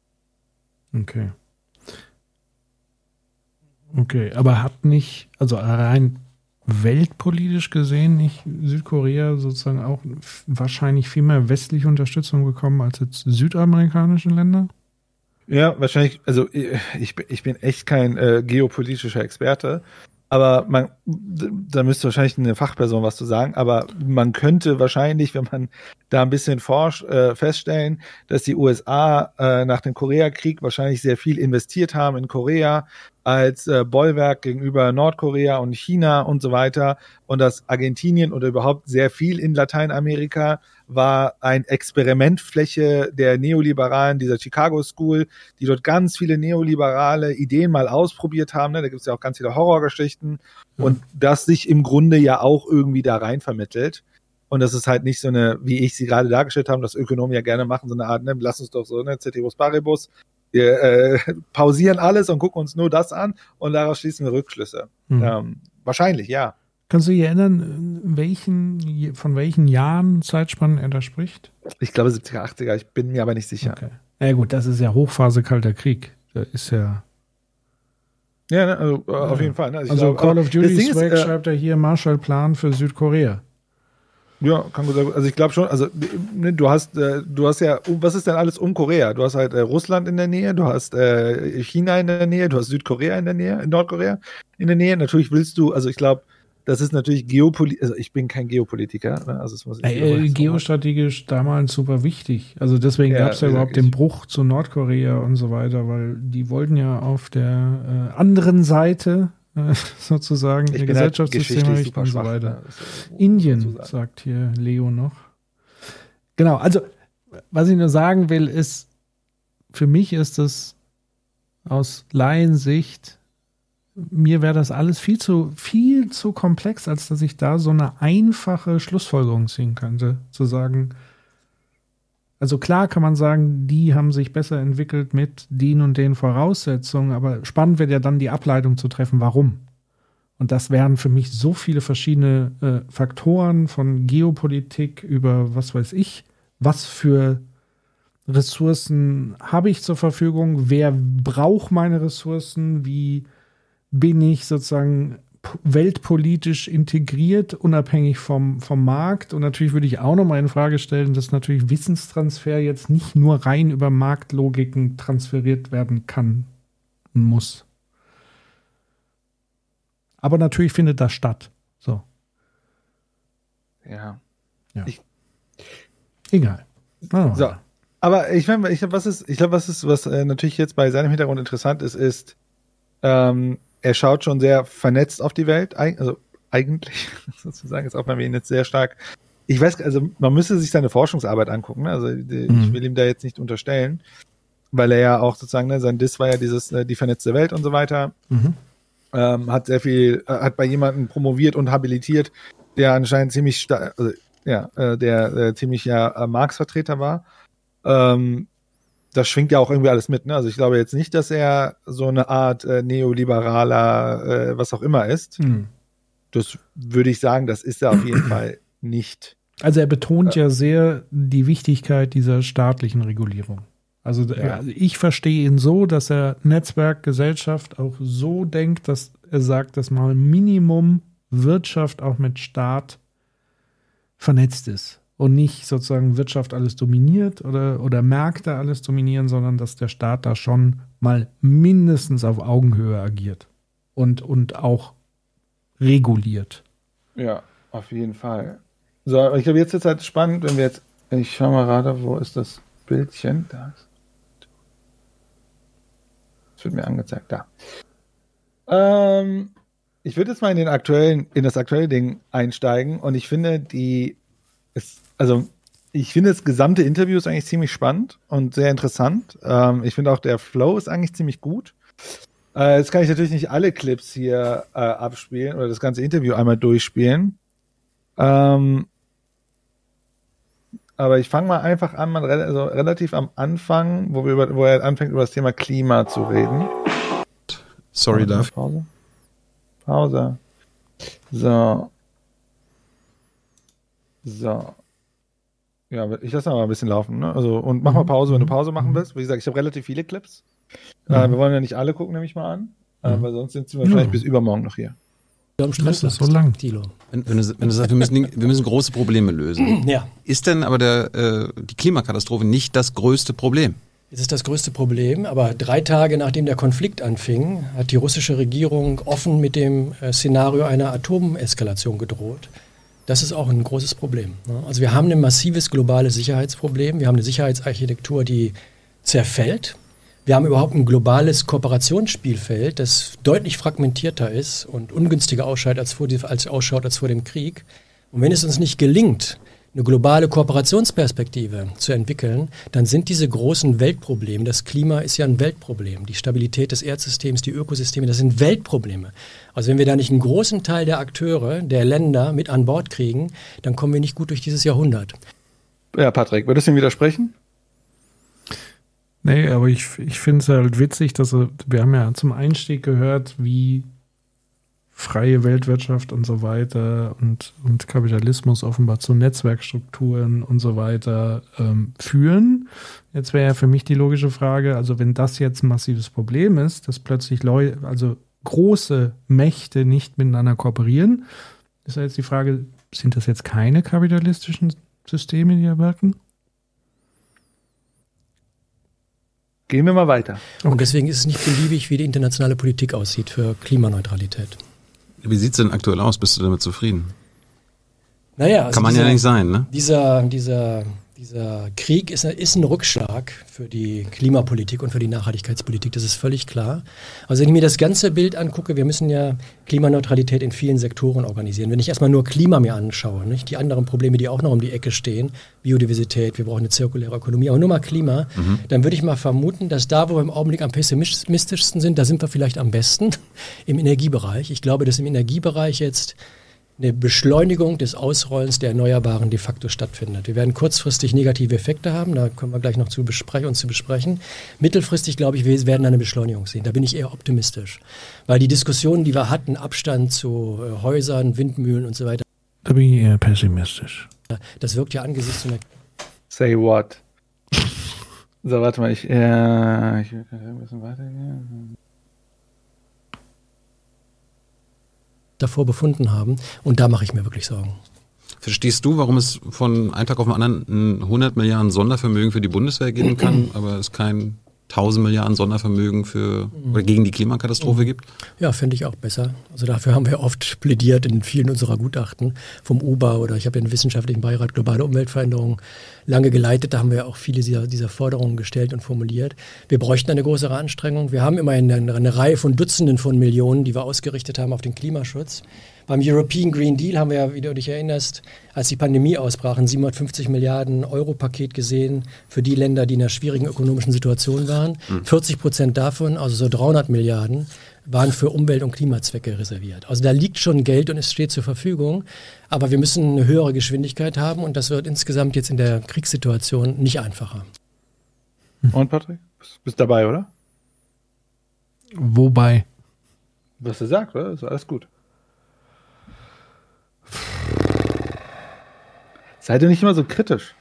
Okay, aber hat nicht, also rein weltpolitisch gesehen, nicht Südkorea sozusagen auch wahrscheinlich viel mehr westliche Unterstützung bekommen als jetzt südamerikanische Länder? Ja, wahrscheinlich, also ich bin echt kein geopolitischer Experte, aber da müsste wahrscheinlich eine Fachperson was zu sagen, aber man könnte wahrscheinlich, wenn man da ein bisschen forscht, feststellen, dass die USA nach dem Koreakrieg wahrscheinlich sehr viel investiert haben in Korea als Bollwerk gegenüber Nordkorea und China und so weiter und dass Argentinien oder überhaupt sehr viel in Lateinamerika war ein Experimentfläche der Neoliberalen, dieser Chicago School, die dort ganz viele neoliberale Ideen mal ausprobiert haben. Ne? Da gibt es ja auch ganz viele Horrorgeschichten und das sich im Grunde ja auch irgendwie da rein vermittelt. Und das ist halt nicht so eine, wie ich sie gerade dargestellt habe, das Ökonomen ja gerne machen, so eine Art, ne, lass uns doch so, ne, Ceteris Paribus, wir pausieren alles und gucken uns nur das an und daraus schließen wir Rückschlüsse. Wahrscheinlich, ja. Kannst du dich erinnern, von welchen Jahren Zeitspannen er da spricht? Ich glaube 70er, 80er, ich bin mir aber nicht sicher. Okay. Ja gut, das ist ja Hochphase Kalter Krieg. Da ist ja Ja, ne, also auf jeden Fall. Ne? Also Call of Duty Swag schreibt er hier Marshallplan für Südkorea. Ja, kann gut sein. Also ich glaube schon, also ne, du hast ja, was ist denn alles um Korea? Du hast halt Russland in der Nähe, du hast China in der Nähe, du hast Südkorea in der Nähe, Nordkorea in der Nähe. Natürlich willst du, also ich glaube, das ist natürlich also ich bin kein Geopolitiker. Ne? Also das muss ich geostrategisch damals super wichtig. Also deswegen gab es ja überhaupt den Bruch zu Nordkorea und so weiter, weil die wollten ja auf der anderen Seite sozusagen ihr Gesellschaftssystem richten und so weiter. Indien, sagt hier Leo noch. Genau, also was ich nur sagen will, ist, für mich ist es aus Laiensicht, mir wäre das alles viel zu komplex, als dass ich da so eine einfache Schlussfolgerung ziehen könnte. Zu sagen, also klar kann man sagen, die haben sich besser entwickelt mit den und den Voraussetzungen, aber spannend wird ja dann die Ableitung zu treffen, warum. Und das wären für mich so viele verschiedene Faktoren von Geopolitik über was weiß ich, was für Ressourcen habe ich zur Verfügung, wer braucht meine Ressourcen, wie bin ich sozusagen weltpolitisch integriert, unabhängig vom Markt. Und natürlich würde ich auch noch mal in Frage stellen, dass natürlich Wissenstransfer jetzt nicht nur rein über Marktlogiken transferiert werden kann und muss. Aber natürlich findet das statt. So. Ja. Egal. So. Aber ich meine, was natürlich jetzt bei seinem Hintergrund interessant ist, er schaut schon sehr vernetzt auf die Welt, also eigentlich sozusagen, ist auch bei mir jetzt sehr stark. Ich weiß, also man müsste sich seine Forschungsarbeit angucken, ne? Also ich will ihm da jetzt nicht unterstellen, weil er ja auch sozusagen, ne, sein Diss war ja dieses die vernetzte Welt und so weiter. Hat sehr viel, hat bei jemandem promoviert und habilitiert, der anscheinend ziemlich stark, also, der ziemlich Marx-Vertreter war. Das schwingt ja auch irgendwie alles mit, ne? Also ich glaube jetzt nicht, dass er so eine Art neoliberaler, was auch immer ist. Das würde ich sagen, das ist er auf jeden Fall nicht. Also er betont ja sehr die Wichtigkeit dieser staatlichen Regulierung. Also ich verstehe ihn so, dass er Netzwerkgesellschaft auch so denkt, dass er sagt, dass mal Minimum Wirtschaft auch mit Staat vernetzt ist. Und nicht sozusagen Wirtschaft alles dominiert oder Märkte alles dominieren, sondern dass der Staat da schon mal mindestens auf Augenhöhe agiert und auch reguliert. Ja, auf jeden Fall. So, ich glaube, jetzt ist es halt spannend, wenn wir jetzt, ich schau mal gerade, wo ist das Bildchen? Da. Das wird mir angezeigt, da. Ich würde jetzt mal in das aktuelle Ding einsteigen und ich finde ich finde das gesamte Interview ist eigentlich ziemlich spannend und sehr interessant. Ich finde auch der Flow ist eigentlich ziemlich gut. Jetzt kann ich natürlich nicht alle Clips hier abspielen oder das ganze Interview einmal durchspielen. Aber ich fange mal einfach an, relativ am Anfang, wo er anfängt, über das Thema Klima zu reden. Sorry, Love. Pause. So. Ja, ich lasse mal ein bisschen laufen, ne? Also, und mach mal Pause, wenn du Pause machen willst. Wie gesagt, ich habe relativ viele Clips. Wir wollen ja nicht alle gucken, nehme ich mal an. Weil sonst sind wir wahrscheinlich bis übermorgen noch hier. Das ist so lang. Wenn du sagst, wir müssen große Probleme lösen. Ja. Ist denn aber die Klimakatastrophe nicht das größte Problem? Es ist das größte Problem, aber 3 Tage nachdem der Konflikt anfing, hat die russische Regierung offen mit dem Szenario einer Atomeskalation gedroht. Das ist auch ein großes Problem. Also wir haben ein massives globales Sicherheitsproblem. Wir haben eine Sicherheitsarchitektur, die zerfällt. Wir haben überhaupt ein globales Kooperationsspielfeld, das deutlich fragmentierter ist und ungünstiger ausschaut als vor dem Krieg. Und wenn es uns nicht gelingt, eine globale Kooperationsperspektive zu entwickeln, dann sind diese großen Weltprobleme, das Klima ist ja ein Weltproblem, die Stabilität des Erdsystems, die Ökosysteme, das sind Weltprobleme. Also wenn wir da nicht einen großen Teil der Akteure, der Länder mit an Bord kriegen, dann kommen wir nicht gut durch dieses Jahrhundert. Ja, Patrick, würdest du ihm widersprechen? Nee, aber ich finde es halt witzig, dass wir haben ja zum Einstieg gehört, wie freie Weltwirtschaft und so weiter und Kapitalismus offenbar zu Netzwerkstrukturen und so weiter führen. Jetzt wäre ja für mich die logische Frage, also wenn das jetzt ein massives Problem ist, dass plötzlich große Mächte nicht miteinander kooperieren, ist ja jetzt die Frage, sind das jetzt keine kapitalistischen Systeme, die da wirken? Gehen wir mal weiter. Und deswegen ist es nicht beliebig, wie die internationale Politik aussieht für Klimaneutralität. Wie sieht es denn aktuell aus? Bist du damit zufrieden? Naja, also kann man ja nicht sein, ne? Dieser Krieg ist ein Rückschlag für die Klimapolitik und für die Nachhaltigkeitspolitik, das ist völlig klar. Also wenn ich mir das ganze Bild angucke, wir müssen ja Klimaneutralität in vielen Sektoren organisieren. Wenn ich erstmal nur Klima mir anschaue, nicht die anderen Probleme, die auch noch um die Ecke stehen, Biodiversität, wir brauchen eine zirkuläre Ökonomie, aber nur mal Klima, dann würde ich mal vermuten, dass da, wo wir im Augenblick am pessimistischsten sind, da sind wir vielleicht am besten im Energiebereich. Ich glaube, dass im Energiebereich jetzt eine Beschleunigung des Ausrollens der Erneuerbaren de facto stattfindet. Wir werden kurzfristig negative Effekte haben, da kommen wir gleich noch zu besprechen. Mittelfristig, glaube ich, wir werden eine Beschleunigung sehen. Da bin ich eher optimistisch. Weil die Diskussionen, die wir hatten, Abstand zu Häusern, Windmühlen und so weiter. Da bin ich eher pessimistisch. Das wirkt ja angesichts einer... Say what? So, warte mal, ich will ein bisschen weitergehen. Davor befunden haben. Und da mache ich mir wirklich Sorgen. Verstehst du, warum es von einem Tag auf den anderen ein 100 Milliarden Sondervermögen für die Bundeswehr geben kann, aber es kein 1000 Milliarden Sondervermögen oder gegen die Klimakatastrophe gibt? Ja, finde ich auch besser. Also dafür haben wir oft plädiert in vielen unserer Gutachten vom UBA oder ich habe ja den Wissenschaftlichen Beirat Globale Umweltveränderung lange geleitet. Da haben wir auch viele dieser Forderungen gestellt und formuliert. Wir bräuchten eine größere Anstrengung. Wir haben immerhin eine Reihe von Dutzenden von Millionen, die wir ausgerichtet haben auf den Klimaschutz. Beim European Green Deal haben wir ja, wie du dich erinnerst, als die Pandemie ausbrach, ein 750 Milliarden Euro Paket gesehen für die Länder, die in einer schwierigen ökonomischen Situation waren. 40% davon, also so 300 Milliarden, waren für Umwelt- und Klimazwecke reserviert. Also da liegt schon Geld und es steht zur Verfügung, aber wir müssen eine höhere Geschwindigkeit haben und das wird insgesamt jetzt in der Kriegssituation nicht einfacher. Und Patrick, bist dabei, oder? Wobei? Was du sagst, oder? Ist alles gut. Seid ihr nicht immer so kritisch?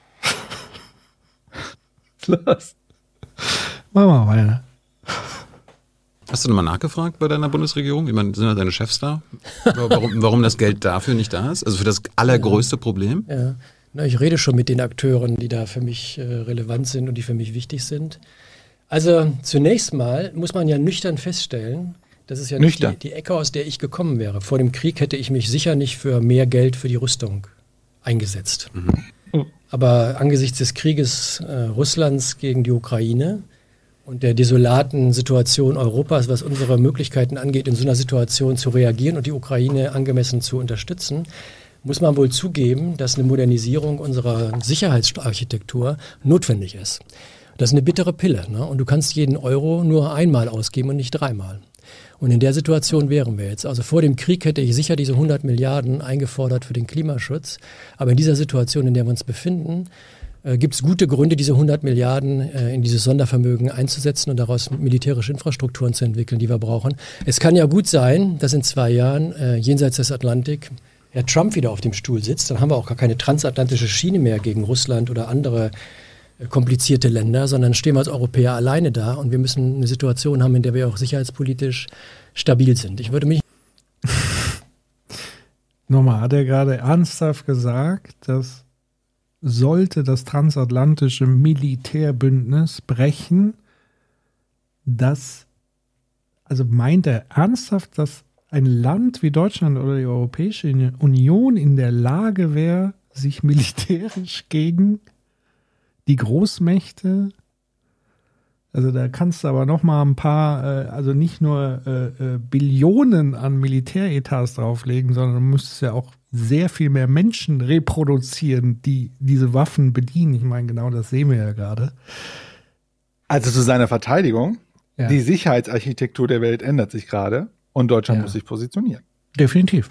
Los. Machen wir weiter. Hast du nochmal nachgefragt bei deiner Bundesregierung? Ich meine, sind da deine Chefs da? Warum das Geld dafür nicht da ist? Also für das allergrößte Problem? Ja. Na, ich rede schon mit den Akteuren, die da für mich relevant sind und die für mich wichtig sind. Also zunächst mal muss man ja nüchtern feststellen, das ist ja nicht die Ecke, aus der ich gekommen wäre. Vor dem Krieg hätte ich mich sicher nicht für mehr Geld für die Rüstung eingesetzt. Aber angesichts des Krieges Russlands gegen die Ukraine und der desolaten Situation Europas, was unsere Möglichkeiten angeht, in so einer Situation zu reagieren und die Ukraine angemessen zu unterstützen, muss man wohl zugeben, dass eine Modernisierung unserer Sicherheitsarchitektur notwendig ist. Das ist eine bittere Pille, ne? Und du kannst jeden Euro nur einmal ausgeben und nicht dreimal. Und in der Situation wären wir jetzt. Also vor dem Krieg hätte ich sicher diese 100 Milliarden eingefordert für den Klimaschutz. Aber in dieser Situation, in der wir uns befinden, gibt es gute Gründe, diese 100 Milliarden in dieses Sondervermögen einzusetzen und daraus militärische Infrastrukturen zu entwickeln, die wir brauchen. Es kann ja gut sein, dass in 2 Jahren jenseits des Atlantik Herr Trump wieder auf dem Stuhl sitzt. Dann haben wir auch gar keine transatlantische Schiene mehr gegen Russland oder andere komplizierte Länder, sondern stehen wir als Europäer alleine da und wir müssen eine Situation haben, in der wir auch sicherheitspolitisch stabil sind. Ich würde mich... Nochmal, hat er gerade ernsthaft gesagt, dass sollte das transatlantische Militärbündnis brechen, also meint er ernsthaft, dass ein Land wie Deutschland oder die Europäische Union in der Lage wäre, sich militärisch gegen die Großmächte, also da kannst du aber noch mal ein paar, also nicht nur Billionen an Militäretats drauflegen, sondern du müsstest ja auch sehr viel mehr Menschen reproduzieren, die diese Waffen bedienen. Ich meine, genau das sehen wir ja gerade. Also zu seiner Verteidigung, die Sicherheitsarchitektur der Welt ändert sich gerade und Deutschland muss sich positionieren. Definitiv.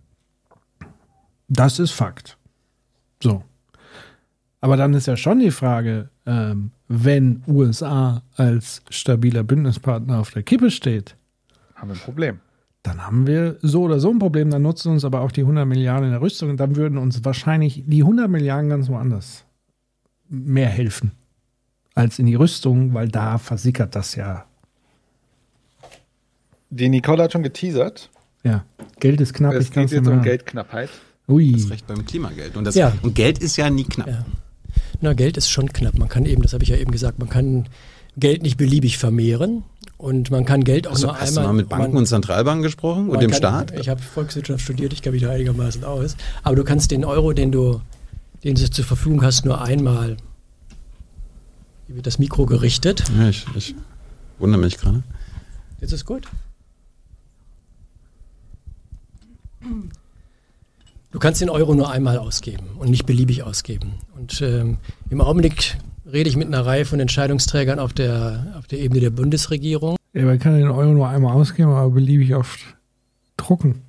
Das ist Fakt. So. Aber dann ist ja schon die Frage, wenn USA als stabiler Bündnispartner auf der Kippe steht, haben wir ein Problem. Dann haben wir so oder so ein Problem, dann nutzen uns aber auch die 100 Milliarden in der Rüstung und dann würden uns wahrscheinlich die 100 Milliarden ganz woanders mehr helfen als in die Rüstung, weil da versickert das ja Die Nicole hat schon geteasert. Ja, Geld ist knapp. Es geht jetzt um Geldknappheit. Ui. Das Recht beim Klimageld. Und Geld ist ja nie knapp. Ja. Na, Geld ist schon knapp. Man kann eben, das habe ich ja eben gesagt, man kann Geld nicht beliebig vermehren und man kann Geld auch nur einmal... Hast du mal mit Banken und Zentralbanken gesprochen und dem Staat? Ich habe Volkswirtschaft studiert, ich kenne mich da einigermaßen aus. Aber du kannst den Euro, den du zur Verfügung hast, nur einmal... Hier wird das Mikro gerichtet. Ja, ich wundere mich gerade. Jetzt ist gut. Du kannst den Euro nur einmal ausgeben und nicht beliebig ausgeben. Und im Augenblick rede ich mit einer Reihe von Entscheidungsträgern auf der Ebene der Bundesregierung. Ja, man kann den Euro nur einmal ausgeben, aber beliebig oft drucken.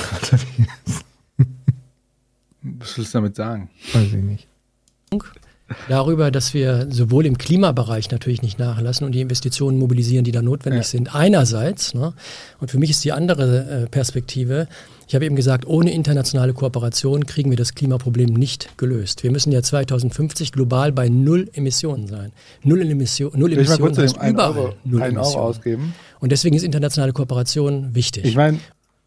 Was willst du damit sagen? Weiß ich nicht. Darüber, dass wir sowohl im Klimabereich natürlich nicht nachlassen und die Investitionen mobilisieren, die da notwendig sind, einerseits. Ne? Und für mich ist die andere Perspektive, ich habe eben gesagt, ohne internationale Kooperation kriegen wir das Klimaproblem nicht gelöst. Wir müssen ja 2050 global bei 0 Emissionen sein. 0 Emissionen heißt überall 0 einen Emissionen. Euro ausgeben. Und deswegen ist internationale Kooperation wichtig. Ich meine,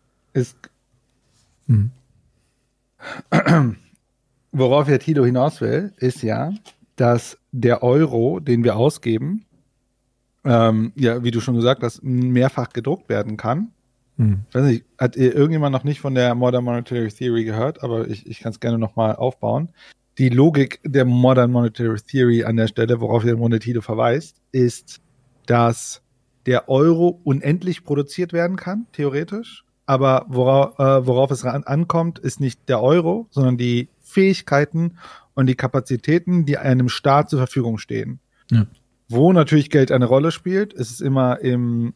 worauf Herr Thilo hinaus will, ist ja, dass der Euro, den wir ausgeben, wie du schon gesagt hast, mehrfach gedruckt werden kann. Ich weiß nicht, hat irgendjemand noch nicht von der Modern Monetary Theory gehört, aber ich kann es gerne nochmal aufbauen. Die Logik der Modern Monetary Theory an der Stelle, worauf der Thilo verweist, ist, dass der Euro unendlich produziert werden kann, theoretisch, aber worauf es ankommt, ist nicht der Euro, sondern die Fähigkeiten und die Kapazitäten, die einem Staat zur Verfügung stehen. Ja. Wo natürlich Geld eine Rolle spielt, ist es immer im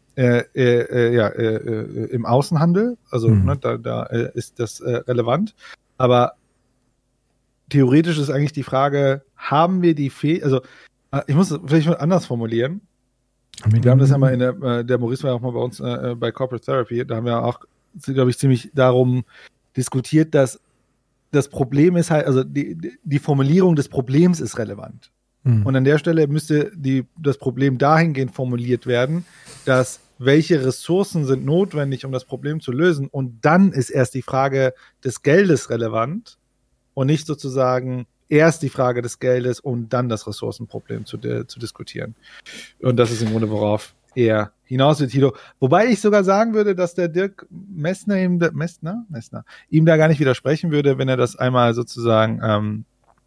Außenhandel, also da ist das relevant. Aber theoretisch ist eigentlich die Frage, haben wir die Fähigkeit, also ich muss es vielleicht mal anders formulieren. Wir haben das ja mal der Maurice war ja auch mal bei uns bei Corporate Therapy, da haben wir auch, glaube ich, ziemlich darum diskutiert, dass das Problem ist halt, also die Formulierung des Problems ist relevant. Und an der Stelle müsste das Problem dahingehend formuliert werden, dass welche Ressourcen sind notwendig, um das Problem zu lösen. Und dann ist erst die Frage des Geldes relevant und nicht sozusagen erst die Frage des Geldes und dann das Ressourcenproblem zu diskutieren. Und das ist im Grunde, worauf er hinaus will, Thilo. Wobei ich sogar sagen würde, dass der Dirk Messner ihm da gar nicht widersprechen würde, wenn er das einmal sozusagen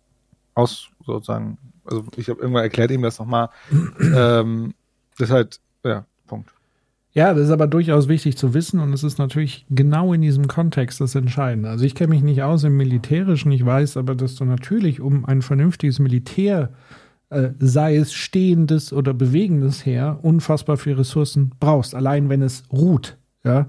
also ich habe irgendwann erklärt ihm das nochmal. Das ist halt, ja, Punkt. Ja, das ist aber durchaus wichtig zu wissen und es ist natürlich genau in diesem Kontext das Entscheidende. Also ich kenne mich nicht aus im Militärischen, ich weiß aber, dass du natürlich, um ein vernünftiges Militär, sei es stehendes oder bewegendes Heer, unfassbar viele Ressourcen brauchst, allein wenn es ruht. Ja,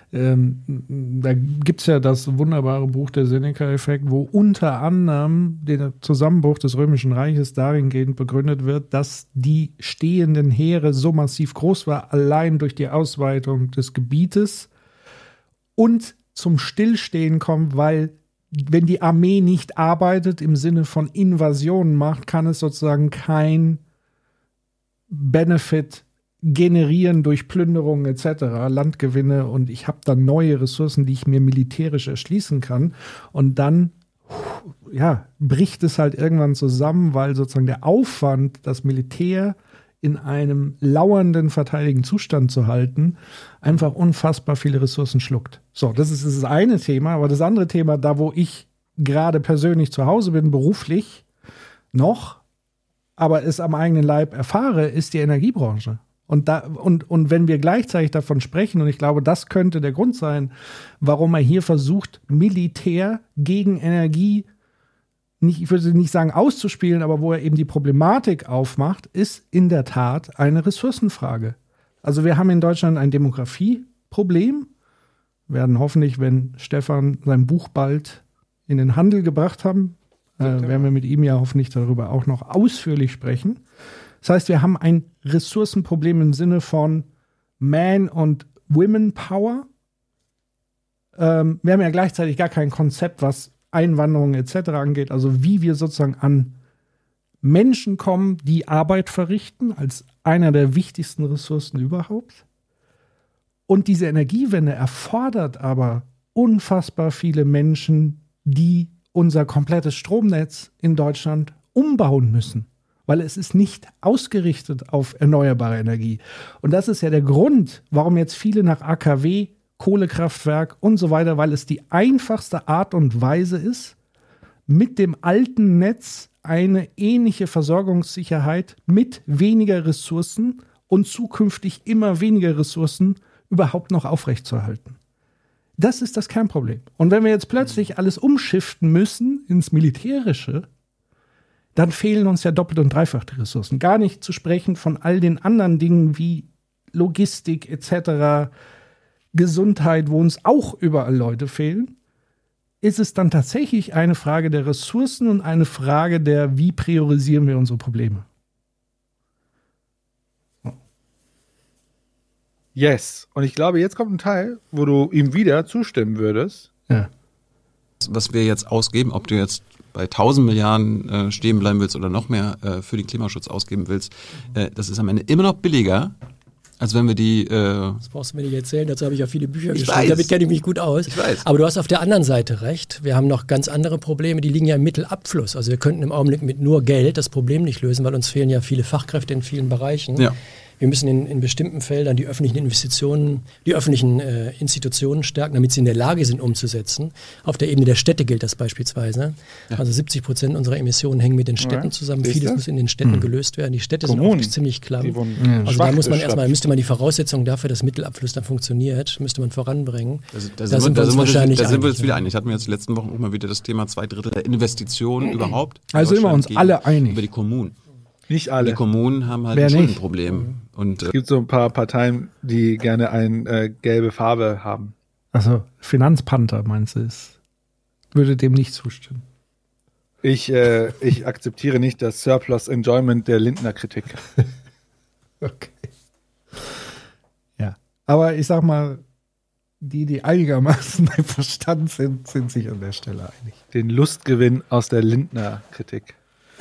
da gibt es ja das wunderbare Buch der Seneca-Effekt, wo unter anderem der Zusammenbruch des Römischen Reiches dahingehend begründet wird, dass die stehenden Heere so massiv groß war, allein durch die Ausweitung des Gebietes und zum Stillstehen kommt, weil wenn die Armee nicht arbeitet, im Sinne von Invasionen macht, kann es sozusagen kein Benefit generieren durch Plünderungen etc., Landgewinne und ich habe dann neue Ressourcen, die ich mir militärisch erschließen kann und dann bricht es halt irgendwann zusammen, weil sozusagen der Aufwand, das Militär in einem lauernden, verteidigen Zustand zu halten, einfach unfassbar viele Ressourcen schluckt. So, das ist das eine Thema, aber das andere Thema, da wo ich gerade persönlich zu Hause bin, beruflich noch, aber es am eigenen Leib erfahre, ist die Energiebranche. Und wenn wir gleichzeitig davon sprechen, und ich glaube, das könnte der Grund sein, warum er hier versucht, Militär gegen Energie, ich würde nicht sagen auszuspielen, aber wo er eben die Problematik aufmacht, ist in der Tat eine Ressourcenfrage. Also wir haben in Deutschland ein Demografieproblem, werden hoffentlich, wenn Stefan sein Buch bald in den Handel gebracht haben, werden wir mit ihm ja hoffentlich darüber auch noch ausführlich sprechen. Das heißt, wir haben ein Ressourcenproblem im Sinne von Man- und Women-Power. Wir haben ja gleichzeitig gar kein Konzept, was Einwanderung etc. angeht, also wie wir sozusagen an Menschen kommen, die Arbeit verrichten, als einer der wichtigsten Ressourcen überhaupt. Und diese Energiewende erfordert aber unfassbar viele Menschen, die unser komplettes Stromnetz in Deutschland umbauen müssen. Weil es ist nicht ausgerichtet auf erneuerbare Energie. Und das ist ja der Grund, warum jetzt viele nach AKW, Kohlekraftwerk und so weiter, weil es die einfachste Art und Weise ist, mit dem alten Netz eine ähnliche Versorgungssicherheit mit weniger Ressourcen und zukünftig immer weniger Ressourcen überhaupt noch aufrechtzuerhalten. Das ist das Kernproblem. Und wenn wir jetzt plötzlich alles umschiften müssen ins Militärische, dann fehlen uns ja doppelt und dreifach die Ressourcen. Gar nicht zu sprechen von all den anderen Dingen wie Logistik etc., Gesundheit, wo uns auch überall Leute fehlen. Ist es dann tatsächlich eine Frage der Ressourcen und eine Frage der, wie priorisieren wir unsere Probleme? Yes. Und ich glaube, jetzt kommt ein Teil, wo du ihm wieder zustimmen würdest. Ja. Was wir jetzt ausgeben, ob du jetzt bei 1000 Milliarden stehen bleiben willst oder noch mehr für den Klimaschutz ausgeben willst, das ist am Ende immer noch billiger, als wenn wir die... Das brauchst du mir nicht erzählen, dazu habe ich ja viele Bücher geschrieben, weiß. damit kenne ich mich gut aus. Ich weiß. Aber du hast auf der anderen Seite recht, wir haben noch ganz andere Probleme, die liegen ja im Mittelabfluss. Also wir könnten im Augenblick mit nur Geld das Problem nicht lösen, weil uns fehlen ja viele Fachkräfte in vielen Bereichen. Ja. Wir müssen in bestimmten Feldern die öffentlichen Investitionen, die öffentlichen Institutionen stärken, damit sie in der Lage sind, umzusetzen. Auf der Ebene der Städte gilt das beispielsweise. Ja. Also 70% unserer Emissionen hängen mit den Städten zusammen. Vieles muss in den Städten gelöst werden. Die Städte sind oft ziemlich klamm. Also da muss man müsste man die Voraussetzungen dafür, dass Mittelabfluss dann funktioniert, müsste man voranbringen. Da sind wir uns wieder einig. Hatten wir jetzt in den letzten Wochen auch mal wieder das Thema 2/3 der Investitionen überhaupt. Also sind wir uns alle einig. Über die Kommunen. Nicht alle. Die Kommunen haben halt ein Schuldenproblem. Und es gibt so ein paar Parteien, die gerne eine gelbe Farbe haben. Also Finanzpanther, meinst du, würde dem nicht zustimmen? Ich akzeptiere nicht das Surplus Enjoyment der Lindner-Kritik. Okay. Ja, aber ich sag mal, die einigermaßen bei Verstand sind sich an der Stelle einig. Den Lustgewinn aus der Lindner-Kritik.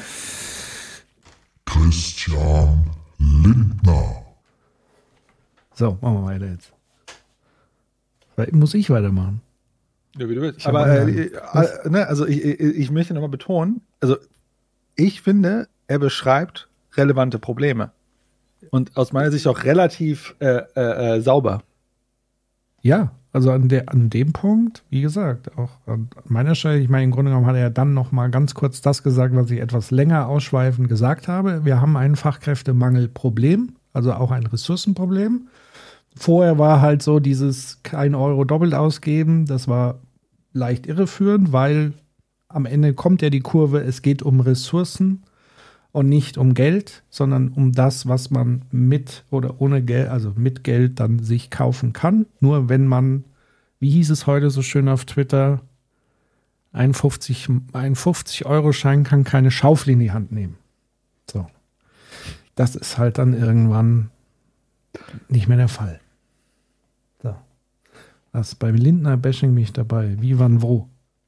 Christian Lindner. So, machen wir weiter jetzt. Muss ich weitermachen? Ja, wie du willst. Aber also ich möchte nochmal betonen, also ich finde, er beschreibt relevante Probleme. Und aus meiner Sicht auch relativ sauber. Ja, also an dem Punkt, wie gesagt, auch an meiner Stelle, ich meine, im Grunde genommen hat er ja dann noch mal ganz kurz das gesagt, was ich etwas länger ausschweifend gesagt habe. Wir haben ein Fachkräftemangelproblem, also auch ein Ressourcenproblem. Vorher war halt so dieses kein Euro doppelt ausgeben, das war leicht irreführend, weil am Ende kommt ja die Kurve, es geht um Ressourcen und nicht um Geld, sondern um das, was man mit oder ohne Geld, also mit Geld dann sich kaufen kann. Nur wenn man, wie hieß es heute so schön auf Twitter, ein 50-Euro-Schein kann keine Schaufel in die Hand nehmen. So. Das ist halt dann irgendwann nicht mehr der Fall. So. Was beim Lindner-Bashing mich dabei? Wie, wann, wo?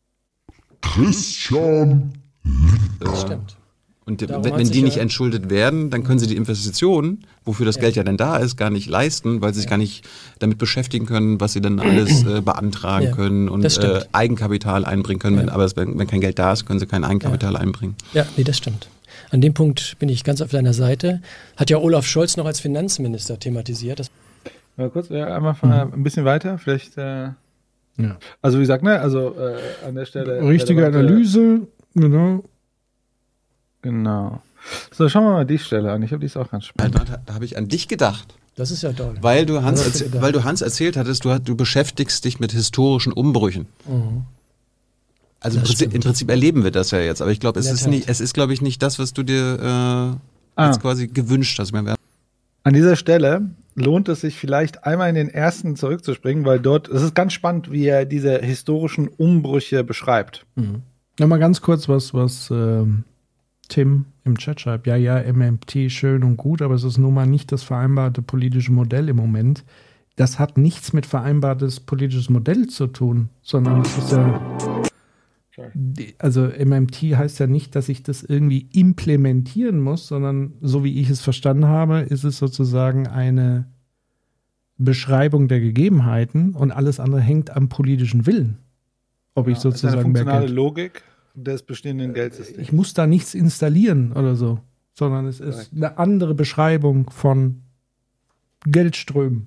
Christian Lindner. Das stimmt. Und wenn die nicht entschuldet werden, dann können sie die Investitionen, wofür das Geld ja dann da ist, gar nicht leisten, weil sie sich gar nicht damit beschäftigen können, was sie dann alles beantragen können und Eigenkapital einbringen können. Aber wenn kein Geld da ist, können sie kein Eigenkapital einbringen. Ja, nee, das stimmt. An dem Punkt bin ich ganz auf deiner Seite. Hat ja Olaf Scholz noch als Finanzminister thematisiert. Mal kurz, einmal ein bisschen weiter, vielleicht. Ja. Also wie gesagt, also an der Stelle. Richtige Analyse, genau. Genau. So, schauen wir mal die Stelle an. Ich glaube, die ist auch ganz spannend. Da habe ich an dich gedacht. Das ist ja toll. Weil du Hans erzählt hattest, du beschäftigst dich mit historischen Umbrüchen. Mhm. Also im Prinzip erleben wir das ja jetzt. Aber ich glaube, es ist, glaube ich, nicht das, was du dir jetzt quasi gewünscht hast. An dieser Stelle lohnt es sich vielleicht einmal in den ersten zurückzuspringen, weil es ist ganz spannend, wie er diese historischen Umbrüche beschreibt. Mhm. Nochmal ganz kurz, was Tim im Chat schreibt, ja, MMT schön und gut, aber es ist nun mal nicht das vereinbarte politische Modell im Moment. Das hat nichts mit vereinbartes politisches Modell zu tun, sondern es ist ja, also MMT heißt ja nicht, dass ich das irgendwie implementieren muss, sondern so wie ich es verstanden habe, ist es sozusagen eine Beschreibung der Gegebenheiten und alles andere hängt am politischen Willen. Ob ich sozusagen das ist eine funktionale Logik des bestehenden Geldsystems. Ich muss da nichts installieren oder so, sondern es ist eine andere Beschreibung von Geldströmen.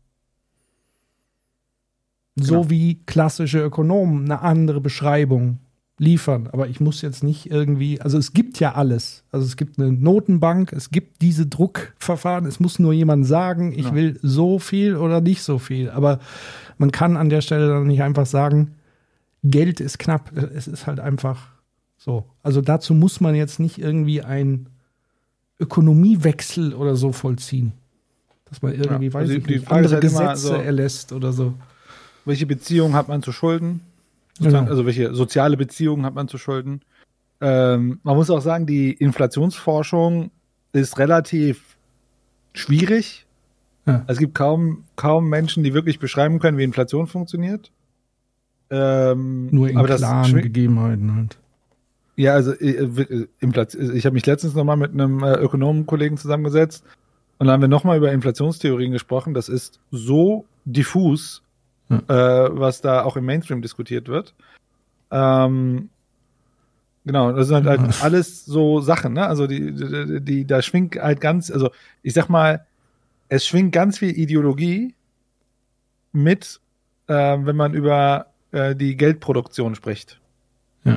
So wie klassische Ökonomen eine andere Beschreibung liefern. Aber ich muss jetzt nicht irgendwie, also es gibt ja alles. Also es gibt eine Notenbank, es gibt diese Druckverfahren, es muss nur jemand sagen, ich will so viel oder nicht so viel. Aber man kann an der Stelle dann nicht einfach sagen, Geld ist knapp. Es ist halt einfach so. Also dazu muss man jetzt nicht irgendwie einen Ökonomiewechsel oder so vollziehen. Dass man irgendwie, weiß ich nicht, andere Gesetze erlässt oder so. Welche Beziehung hat man zu Schulden? Genau. Also welche soziale Beziehungen hat man zu Schulden? Man muss auch sagen, die Inflationsforschung ist relativ schwierig. Ja. Es gibt kaum Menschen, die wirklich beschreiben können, wie Inflation funktioniert. Nur in klaren Gegebenheiten halt. Ja, also ich habe mich letztens nochmal mit einem Ökonomenkollegen zusammengesetzt und da haben wir nochmal über Inflationstheorien gesprochen. Das ist so diffus, was da auch im Mainstream diskutiert wird. Genau, das sind halt alles so Sachen, ne? Also die da schwingt halt ganz, also ich sag mal, es schwingt ganz viel Ideologie mit, wenn man über die Geldproduktion spricht. Ja.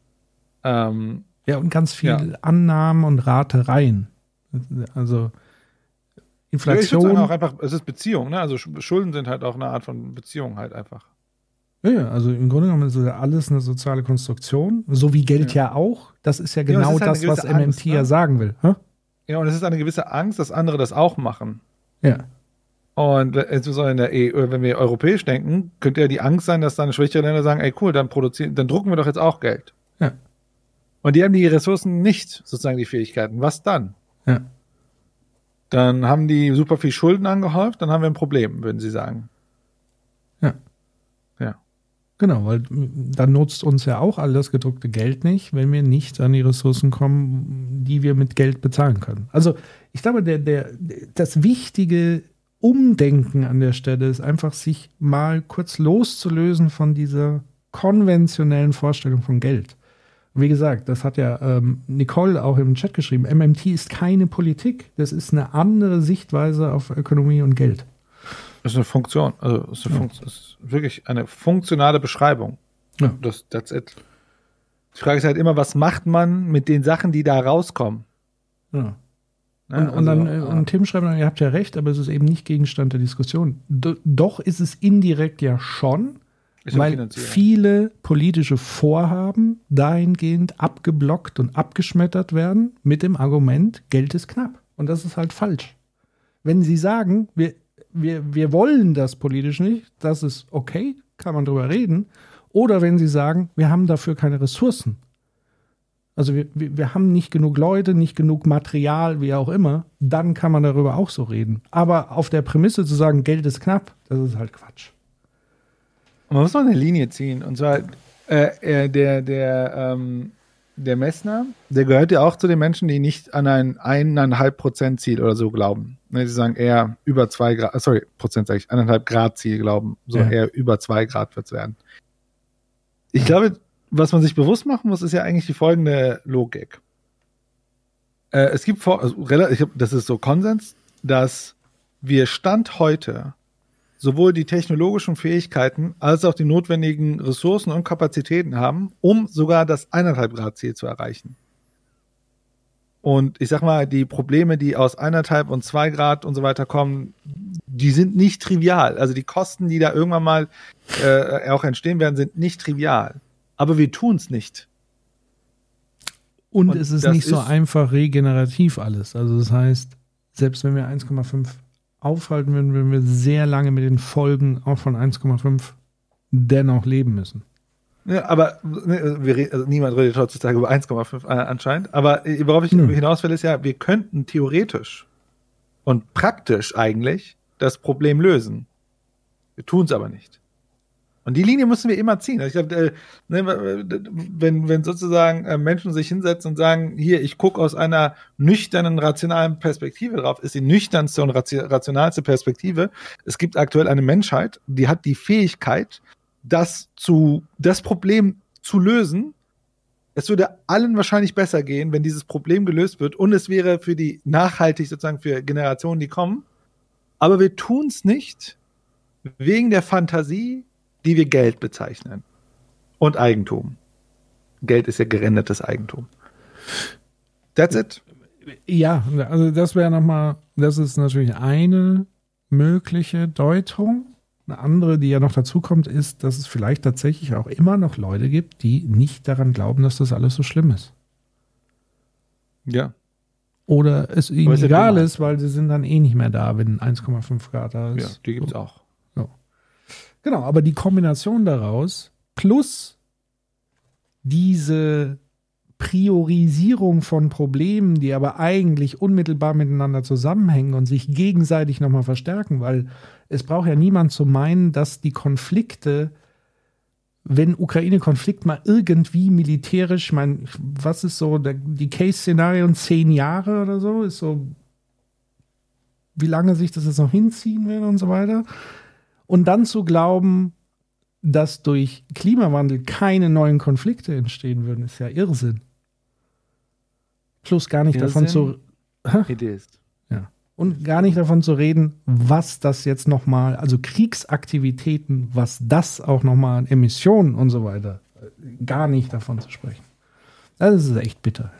Ja, und ganz viel Annahmen und Ratereien. Also Inflation. Ja, ich würde sagen auch einfach, es ist Beziehung, ne? Also Schulden sind halt auch eine Art von Beziehung halt einfach. Ja, also im Grunde genommen ist ja alles eine soziale Konstruktion, so wie Geld ja auch. Das ist ja genau ist halt das, was MMT Angst, ja sagen will. Hä? Ja, und es ist eine gewisse Angst, dass andere das auch machen. Ja. Und insbesondere in der EU, wenn wir europäisch denken, könnte ja die Angst sein, dass dann schwächere Länder sagen, ey cool, dann drucken wir doch jetzt auch Geld. Ja. Und die haben die Ressourcen nicht, sozusagen die Fähigkeiten. Was dann? Ja. Dann haben die super viel Schulden angehäuft, dann haben wir ein Problem, würden sie sagen. Ja. Ja. Genau, weil dann nutzt uns ja auch all das gedruckte Geld nicht, wenn wir nicht an die Ressourcen kommen, die wir mit Geld bezahlen können. Also ich glaube, das wichtige Umdenken an der Stelle ist einfach, sich mal kurz loszulösen von dieser konventionellen Vorstellung von Geld. Wie gesagt, das hat ja Nicole auch im Chat geschrieben, MMT ist keine Politik, das ist eine andere Sichtweise auf Ökonomie und Geld. Das ist eine Funktion, also es ist wirklich eine funktionale Beschreibung. Ja. That's it. Die Frage ist halt immer, was macht man mit den Sachen, die da rauskommen? Ja. Und Tim schreibt, ihr habt ja recht, aber es ist eben nicht Gegenstand der Diskussion. Doch ist es indirekt ja schon, weil viele politische Vorhaben dahingehend abgeblockt und abgeschmettert werden mit dem Argument, Geld ist knapp. Und das ist halt falsch. Wenn sie sagen, wir wollen das politisch nicht, das ist okay, kann man drüber reden. Oder wenn sie sagen, wir haben dafür keine Ressourcen. Also wir haben nicht genug Leute, nicht genug Material, wie auch immer, dann kann man darüber auch so reden. Aber auf der Prämisse zu sagen, Geld ist knapp, das ist halt Quatsch. Man muss noch eine Linie ziehen. Und zwar der Messner, der gehört ja auch zu den Menschen, die nicht an ein 1,5% Ziel oder so glauben. Die sagen eher über 2 Grad, 1,5 Grad Ziel glauben, so eher über 2 Grad wird es werden. Ich glaube, was man sich bewusst machen muss, ist ja eigentlich die folgende Logik. Es gibt das ist so Konsens, dass wir Stand heute sowohl die technologischen Fähigkeiten als auch die notwendigen Ressourcen und Kapazitäten haben, um sogar das 1,5 Grad Ziel zu erreichen. Und ich sag mal, die Probleme, die aus 1,5 und 2 Grad und so weiter kommen, die sind nicht trivial. Also die Kosten, die da irgendwann mal auch entstehen werden, sind nicht trivial. Aber wir tun es nicht. Und es ist nicht so einfach regenerativ alles. Also das heißt, selbst wenn wir 1,5 aufhalten würden, würden wir sehr lange mit den Folgen auch von 1,5 dennoch leben müssen. Ja, aber niemand redet heutzutage über 1,5 anscheinend. Aber worauf ich hinaus will, ist ja, wir könnten theoretisch und praktisch eigentlich das Problem lösen. Wir tun es aber nicht. Und die Linie müssen wir immer ziehen. Ich glaube, wenn sozusagen Menschen sich hinsetzen und sagen, hier, ich gucke aus einer nüchternen, rationalen Perspektive drauf, ist die nüchternste und rationalste Perspektive. Es gibt aktuell eine Menschheit, die hat die Fähigkeit, das Problem zu lösen. Es würde allen wahrscheinlich besser gehen, wenn dieses Problem gelöst wird und es wäre für die nachhaltig sozusagen für Generationen, die kommen. Aber wir tun es nicht wegen der Fantasie, die wir Geld bezeichnen. Und Eigentum. Geld ist ja gerendertes Eigentum. That's it. Ja, also das wäre nochmal, das ist natürlich eine mögliche Deutung. Eine andere, die ja noch dazu kommt, ist, dass es vielleicht tatsächlich auch immer noch Leute gibt, die nicht daran glauben, dass das alles so schlimm ist. Ja. Oder es ihnen egal ist, weil sie sind dann eh nicht mehr da, wenn 1,5 Grad da ist. Ja, die gibt es auch. Ja. Genau, aber die Kombination daraus plus diese Priorisierung von Problemen, die aber eigentlich unmittelbar miteinander zusammenhängen und sich gegenseitig nochmal verstärken, weil es braucht ja niemand zu meinen, dass die Konflikte, wenn Ukraine-Konflikt mal irgendwie militärisch, ich meine, was ist so die Case-Szenarien, 10 Jahre oder so, ist so, wie lange sich das jetzt noch hinziehen wird und so weiter. Und dann zu glauben, dass durch Klimawandel keine neuen Konflikte entstehen würden, ist ja Irrsinn. Plus gar nicht davon zu... Idee ist. Ja. Und gar nicht davon zu reden, was das jetzt nochmal, also Kriegsaktivitäten, was das auch nochmal an Emissionen und so weiter, gar nicht davon zu sprechen. Das ist echt bitter.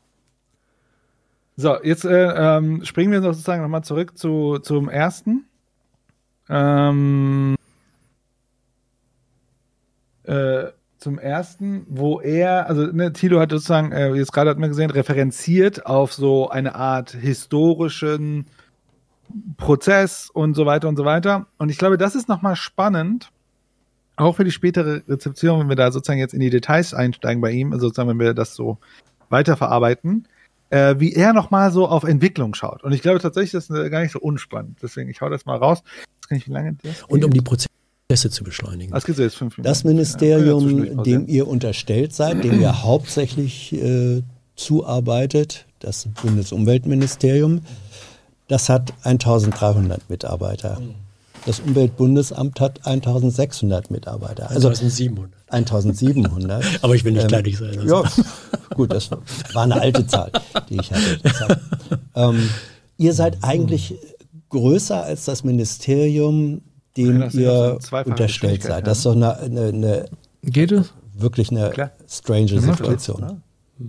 So, jetzt springen wir sozusagen nochmal zurück zum ersten. Zum ersten, wo er, also Thilo hat sozusagen, jetzt gerade hat man gesehen, referenziert auf so eine Art historischen Prozess und so weiter und so weiter. Und ich glaube, das ist nochmal spannend, auch für die spätere Rezeption, wenn wir da sozusagen jetzt in die Details einsteigen bei ihm, also sozusagen, wenn wir das so weiterverarbeiten, wie er nochmal so auf Entwicklung schaut. Und ich glaube tatsächlich, das ist gar nicht so unspannend. Deswegen, ich hau das mal raus. Das kann ich, wie lange das und um die Prozesse zu beschleunigen. Das, jetzt 5 Minuten. Das Ministerium, dem ihr unterstellt seid, dem ihr hauptsächlich zuarbeitet, das Bundesumweltministerium, das hat 1300 Mitarbeiter. Das Umweltbundesamt hat 1600 Mitarbeiter. Also 1700. 1700. Aber ich will nicht kleinlich sein. Also. Ja, gut, das war eine alte Zahl, die ich hatte. Deshalb, ihr seid eigentlich größer als das Ministerium, dem ihr unterstellt seid. Das ist doch eine Geht es? Wirklich eine strange Situation.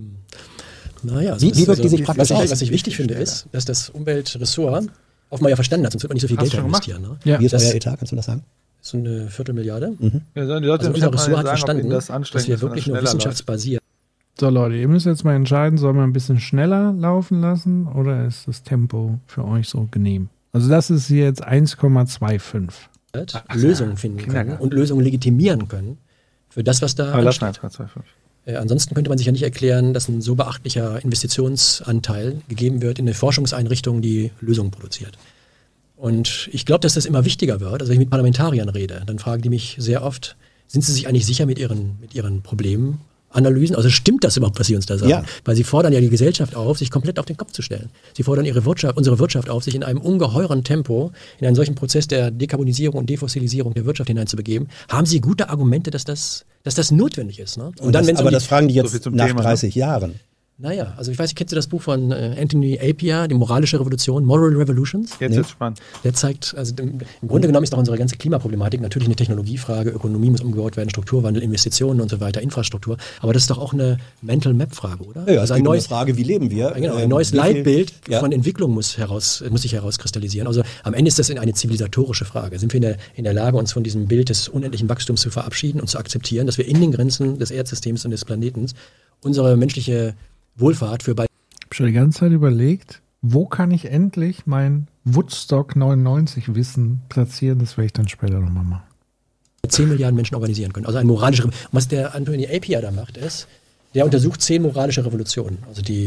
Naja, also wie wirkt diese Praxis aus? Was ich wichtig finde, ist, dass das Umweltressort offenbar ja verstanden hat, sonst wird man nicht so viel Geld investieren. Ne? Ja. Wie ist euer Etat, kannst du das sagen? So eine Viertelmilliarde. Ja, also unser Ressort hat verstanden, dass wir wirklich nur wissenschaftsbasiert. So Leute, ihr müsst jetzt mal entscheiden, soll man ein bisschen schneller laufen lassen oder ist das Tempo für euch so genehm? Also das ist hier jetzt 1,25. Lösungen finden können und Lösungen legitimieren können für das, was da ansteht. Ansonsten könnte man sich ja nicht erklären, dass ein so beachtlicher Investitionsanteil gegeben wird in eine Forschungseinrichtung, die Lösungen produziert. Und ich glaube, dass das immer wichtiger wird. Also wenn ich mit Parlamentariern rede, dann fragen die mich sehr oft, sind sie sich eigentlich sicher mit ihren Problemanalysen? Also stimmt das überhaupt, was sie uns da sagen? Ja. Weil sie fordern ja die Gesellschaft auf, sich komplett auf den Kopf zu stellen. Sie fordern unsere Wirtschaft auf, sich in einem ungeheuren Tempo in einen solchen Prozess der Dekarbonisierung und Defossilisierung der Wirtschaft hineinzubegeben. Haben sie gute Argumente, dass das notwendig ist? Ne? Und dann, aber das fragen die jetzt nach 30 Jahren. Naja, also ich weiß nicht, kennst du das Buch von Anthony Appiah, die moralische Revolution, Moral Revolutions? Jetzt ist spannend. Der zeigt, also im Grunde genommen ist doch unsere ganze Klimaproblematik natürlich eine Technologiefrage, Ökonomie muss umgebaut werden, Strukturwandel, Investitionen und so weiter, Infrastruktur, aber das ist doch auch eine Mental Map-Frage, oder? Ja, also eine Frage, wie leben wir? Genau, ein neues Leitbild von Entwicklung muss sich herauskristallisieren. Also am Ende ist das eine zivilisatorische Frage. Sind wir in der Lage, uns von diesem Bild des unendlichen Wachstums zu verabschieden und zu akzeptieren, dass wir in den Grenzen des Erdsystems und des Planeten unsere menschliche Wohlfahrt für bald. Ich habe schon die ganze Zeit überlegt, wo kann ich endlich mein Woodstock 99 Wissen platzieren? Das werde ich dann später nochmal machen. 10 Milliarden Menschen organisieren können. Also ein moralischer. Was der Anthony Appiah da macht, ist, der untersucht 10 moralische Revolutionen. Also die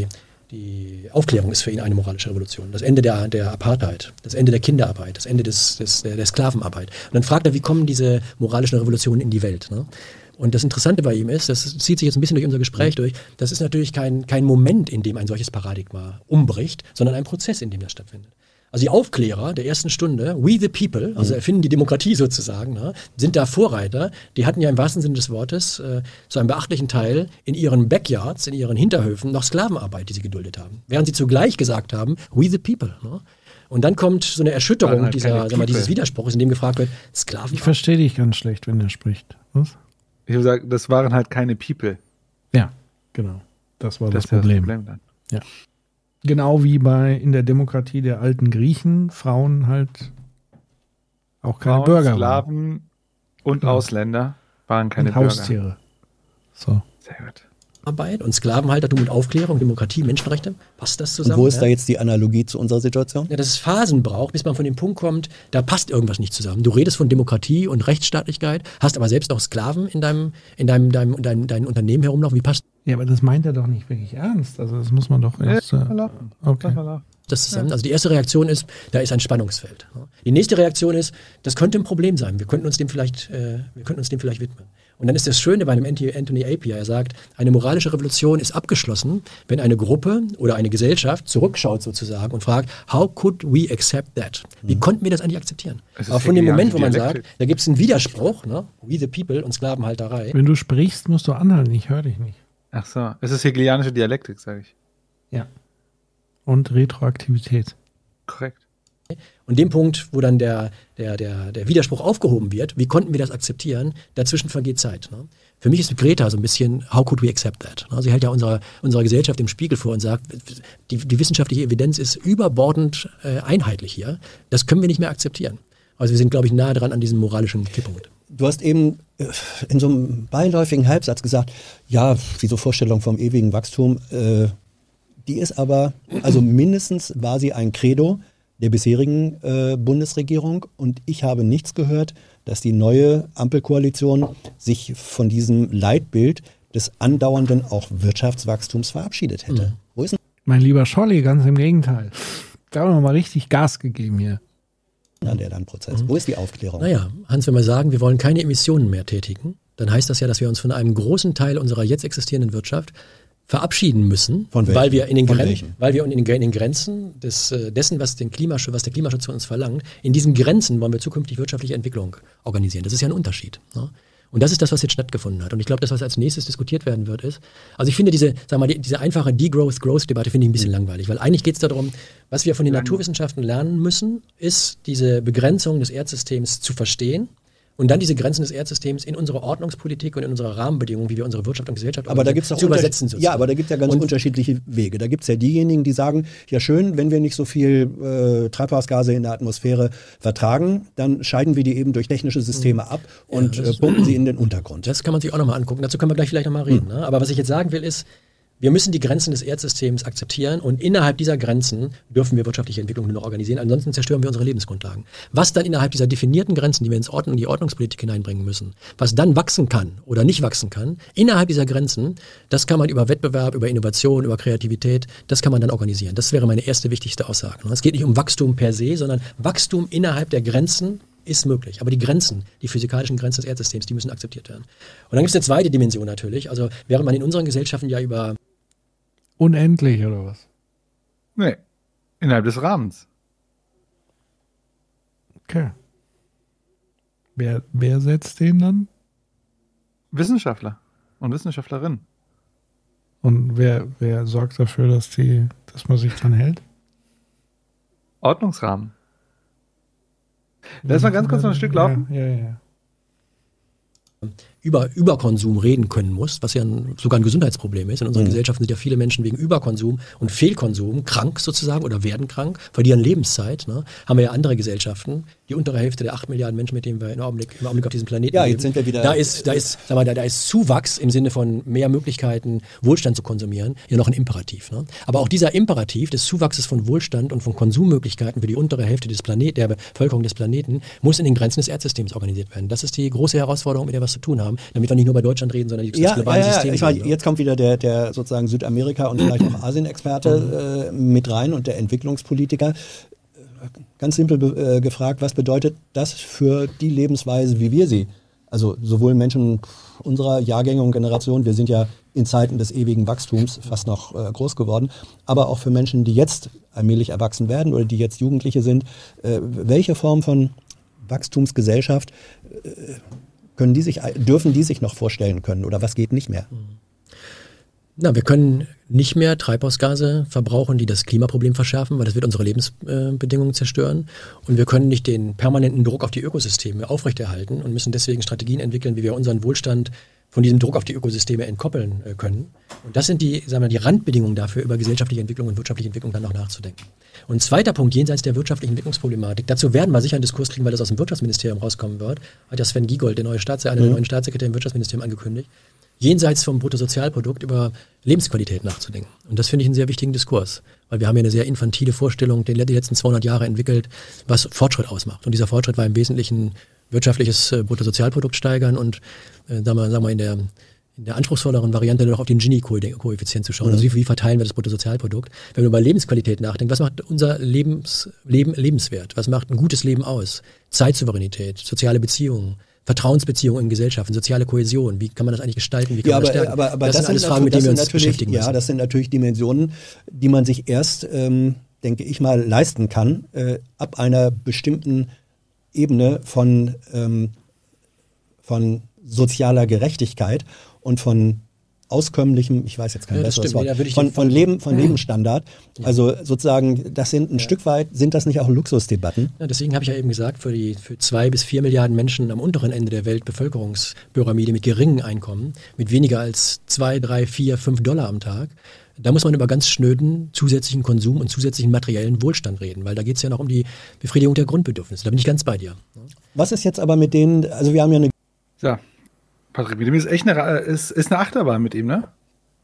Die Aufklärung ist für ihn eine moralische Revolution. Das Ende der Apartheid, das Ende der Kinderarbeit, das Ende der Sklavenarbeit. Und dann fragt er, wie kommen diese moralischen Revolutionen in die Welt? Ne? Und das Interessante bei ihm ist, das zieht sich jetzt ein bisschen durch unser Gespräch durch, das ist natürlich kein Moment, in dem ein solches Paradigma umbricht, sondern ein Prozess, in dem das stattfindet. Also die Aufklärer der ersten Stunde, we the people, also erfinden die Demokratie sozusagen, ne, sind da Vorreiter. Die hatten ja im wahrsten Sinne des Wortes zu einem beachtlichen Teil in ihren Backyards, in ihren Hinterhöfen noch Sklavenarbeit, die sie geduldet haben. Während sie zugleich gesagt haben, we the people. Ne? Und dann kommt so eine Erschütterung halt dieses Widerspruchs, in dem gefragt wird, Sklaven. Ich verstehe dich ganz schlecht, wenn er spricht. Was? Ich würde sagen, das waren halt keine People. Ja, genau. Das war das Problem. Dann. Ja. Genau wie in der Demokratie der alten Griechen Frauen halt auch keine Bürger Sklaven waren. Und Ausländer waren keine und Haustiere. Bürger. So. Sehr gut. Arbeit und Sklavenhaltertum und Aufklärung, Demokratie, Menschenrechte, passt das zusammen? Und wo ist da jetzt die Analogie zu unserer Situation? Ja, dass es Phasen braucht, bis man von dem Punkt kommt, da passt irgendwas nicht zusammen. Du redest von Demokratie und Rechtsstaatlichkeit, hast aber selbst noch Sklaven in deinem Unternehmen herumlaufen. Wie passt Ja, aber das meint er doch nicht wirklich ernst. Also das muss man doch erst... Okay. Das zusammen. Also die erste Reaktion ist, da ist ein Spannungsfeld. Die nächste Reaktion ist, das könnte ein Problem sein. Wir könnten uns dem vielleicht widmen. Und dann ist das Schöne bei einem Anthony Appiah, er sagt, eine moralische Revolution ist abgeschlossen, wenn eine Gruppe oder eine Gesellschaft zurückschaut sozusagen und fragt, how could we accept that? Wie konnten wir das eigentlich akzeptieren? Aber von dem Moment, wo man sagt, da gibt es einen Widerspruch, ne? We the people und Sklavenhalterei. Wenn du sprichst, musst du anhalten, ich höre dich nicht. Ach so, es ist hegelianische Dialektik, sage ich. Ja. Und Retroaktivität. Korrekt. Und dem Punkt, wo dann der Widerspruch aufgehoben wird, wie konnten wir das akzeptieren, dazwischen vergeht Zeit. Ne? Für mich ist Greta so ein bisschen, how could we accept that? Sie hält ja unserer Gesellschaft im Spiegel vor und sagt, die wissenschaftliche Evidenz ist überbordend einheitlich hier. Das können wir nicht mehr akzeptieren. Also wir sind, glaube ich, nahe dran an diesem moralischen Kipppunkt. Du hast eben in so einem beiläufigen Halbsatz gesagt, ja, diese Vorstellung vom ewigen Wachstum, die ist aber, also mindestens war sie ein Credo der bisherigen Bundesregierung und ich habe nichts gehört, dass die neue Ampelkoalition sich von diesem Leitbild des andauernden auch Wirtschaftswachstums verabschiedet hätte. Wo ist denn mein lieber Scholli, ganz im Gegenteil. Da haben wir mal richtig Gas gegeben hier. an der Lernprozess? Wo ist die Aufklärung? Naja, Hans, wenn wir sagen, wir wollen keine Emissionen mehr tätigen, dann heißt das ja, dass wir uns von einem großen Teil unserer jetzt existierenden Wirtschaft verabschieden müssen, weil wir in den Grenzen dessen, was der Klimaschutz von uns verlangt, in diesen Grenzen wollen wir zukünftig wirtschaftliche Entwicklung organisieren. Das ist ja ein Unterschied. Ne? Und das ist das, was jetzt stattgefunden hat. Und ich glaube, das, was als nächstes diskutiert werden wird, ist, also ich finde diese einfache Degrowth-Growth-Debatte finde ich ein bisschen langweilig, weil eigentlich geht es darum, was wir von den Naturwissenschaften lernen müssen, ist diese Begrenzung des Erdsystems zu verstehen. Und dann diese Grenzen des Erdsystems in unsere Ordnungspolitik und in unsere Rahmenbedingungen, wie wir unsere Wirtschaft und Gesellschaft zu übersetzen. Ja, aber da gibt es ja ganz unterschiedliche Wege. Da gibt es ja diejenigen, die sagen, ja schön, wenn wir nicht so viel Treibhausgase in der Atmosphäre vertragen, dann scheiden wir die eben durch technische Systeme ab und pumpen sie in den Untergrund. Das kann man sich auch nochmal angucken. Dazu können wir gleich vielleicht nochmal reden. Ne? Aber was ich jetzt sagen will, ist, wir müssen die Grenzen des Erdsystems akzeptieren und innerhalb dieser Grenzen dürfen wir wirtschaftliche Entwicklung nur noch organisieren, ansonsten zerstören wir unsere Lebensgrundlagen. Was dann innerhalb dieser definierten Grenzen, die wir in die Ordnungspolitik hineinbringen müssen, was dann wachsen kann oder nicht wachsen kann, innerhalb dieser Grenzen, das kann man über Wettbewerb, über Innovation, über Kreativität, das kann man dann organisieren. Das wäre meine erste wichtigste Aussage. Es geht nicht um Wachstum per se, sondern Wachstum innerhalb der Grenzen ist möglich. Aber die Grenzen, die physikalischen Grenzen des Erdsystems, die müssen akzeptiert werden. Und dann gibt es eine zweite Dimension natürlich. Also während man in unseren Gesellschaften ja über unendlich oder was? Nee, innerhalb des Rahmens. Okay. Wer setzt den dann? Wissenschaftler und Wissenschaftlerinnen. Und wer sorgt dafür, dass man sich dran hält? Ordnungsrahmen. Lass mal ganz kurz noch ein Stück laufen. Ja. Über Überkonsum reden können muss, was ja sogar ein Gesundheitsproblem ist. In unseren Gesellschaften sind ja viele Menschen wegen Überkonsum und Fehlkonsum krank sozusagen oder werden krank, verlieren Lebenszeit. Ne? Haben wir ja andere Gesellschaften, die untere Hälfte der 8 Milliarden Menschen, mit denen wir im Augenblick auf diesem Planeten leben. Jetzt sind wir wieder. Da ist Zuwachs im Sinne von mehr Möglichkeiten, Wohlstand zu konsumieren, ja noch ein Imperativ. Ne? Aber auch dieser Imperativ des Zuwachses von Wohlstand und von Konsummöglichkeiten für die untere Hälfte der Bevölkerung des Planeten muss in den Grenzen des Erdsystems organisiert werden. Das ist die große Herausforderung, mit der wir was zu tun haben. haben, damit wir nicht nur bei Deutschland reden, sondern das globale System. Ich meine, jetzt kommt wieder der sozusagen Südamerika und vielleicht auch Asien-Experte mit rein und der Entwicklungspolitiker. Ganz simpel gefragt, was bedeutet das für die Lebensweise, wie wir sie, also sowohl Menschen unserer Jahrgänge und Generation, wir sind ja in Zeiten des ewigen Wachstums fast noch groß geworden, aber auch für Menschen, die jetzt allmählich erwachsen werden oder die jetzt Jugendliche sind, welche Form von Wachstumsgesellschaft dürfen die sich noch vorstellen können oder was geht nicht mehr? Na, wir können nicht mehr Treibhausgase verbrauchen, die das Klimaproblem verschärfen, weil das wird unsere Lebensbedingungen zerstören. Und wir können nicht den permanenten Druck auf die Ökosysteme aufrechterhalten und müssen deswegen Strategien entwickeln, wie wir unseren Wohlstand von diesem Druck auf die Ökosysteme entkoppeln können. Und das sind die Randbedingungen dafür, über gesellschaftliche Entwicklung und wirtschaftliche Entwicklung dann noch nachzudenken. Und zweiter Punkt, jenseits der wirtschaftlichen Entwicklungsproblematik, dazu werden wir sicher einen Diskurs kriegen, weil das aus dem Wirtschaftsministerium rauskommen wird, hat ja Sven Giegold, einer der neuen Staatssekretär im Wirtschaftsministerium, angekündigt, jenseits vom Bruttosozialprodukt über Lebensqualität nachzudenken. Und das finde ich einen sehr wichtigen Diskurs, weil wir haben ja eine sehr infantile Vorstellung, die letzten 200 Jahre entwickelt, was Fortschritt ausmacht. Und dieser Fortschritt war im Wesentlichen wirtschaftliches Bruttosozialprodukt steigern und sagen wir in der anspruchsvolleren Variante noch auf den Gini-Koeffizient zu schauen. Also wie verteilen wir das Bruttosozialprodukt? Wenn wir über Lebensqualität nachdenken, was macht unser lebenswert? Was macht ein gutes Leben aus? Zeitsouveränität, soziale Beziehungen, Vertrauensbeziehungen in Gesellschaften, soziale Kohäsion, wie kann man das eigentlich gestalten, wie kann man das stärken? Aber das sind alles Fragen, mit denen wir uns beschäftigen müssen. Ja, das sind natürlich Dimensionen, die man sich erst, denke ich mal, leisten kann, ab einer bestimmten Ebene von sozialer Gerechtigkeit und von auskömmlichem, ich weiß jetzt kein besseres Wort, von Lebensstandard. Ja. Also sozusagen, das sind ein Stück weit, sind das nicht auch Luxusdebatten? Ja, deswegen habe ich ja eben gesagt, für 2 bis 4 Milliarden Menschen am unteren Ende der Weltbevölkerungspyramide mit geringen Einkommen, mit weniger als 2, 3, 4, 5 Dollar am Tag, da muss man über ganz schnöden zusätzlichen Konsum und zusätzlichen materiellen Wohlstand reden, weil da geht es ja noch um die Befriedigung der Grundbedürfnisse. Da bin ich ganz bei dir. Was ist jetzt aber mit denen, also wir haben ja eine... So. Patrick, mit dem ist echt eine Achterbahn mit ihm, ne?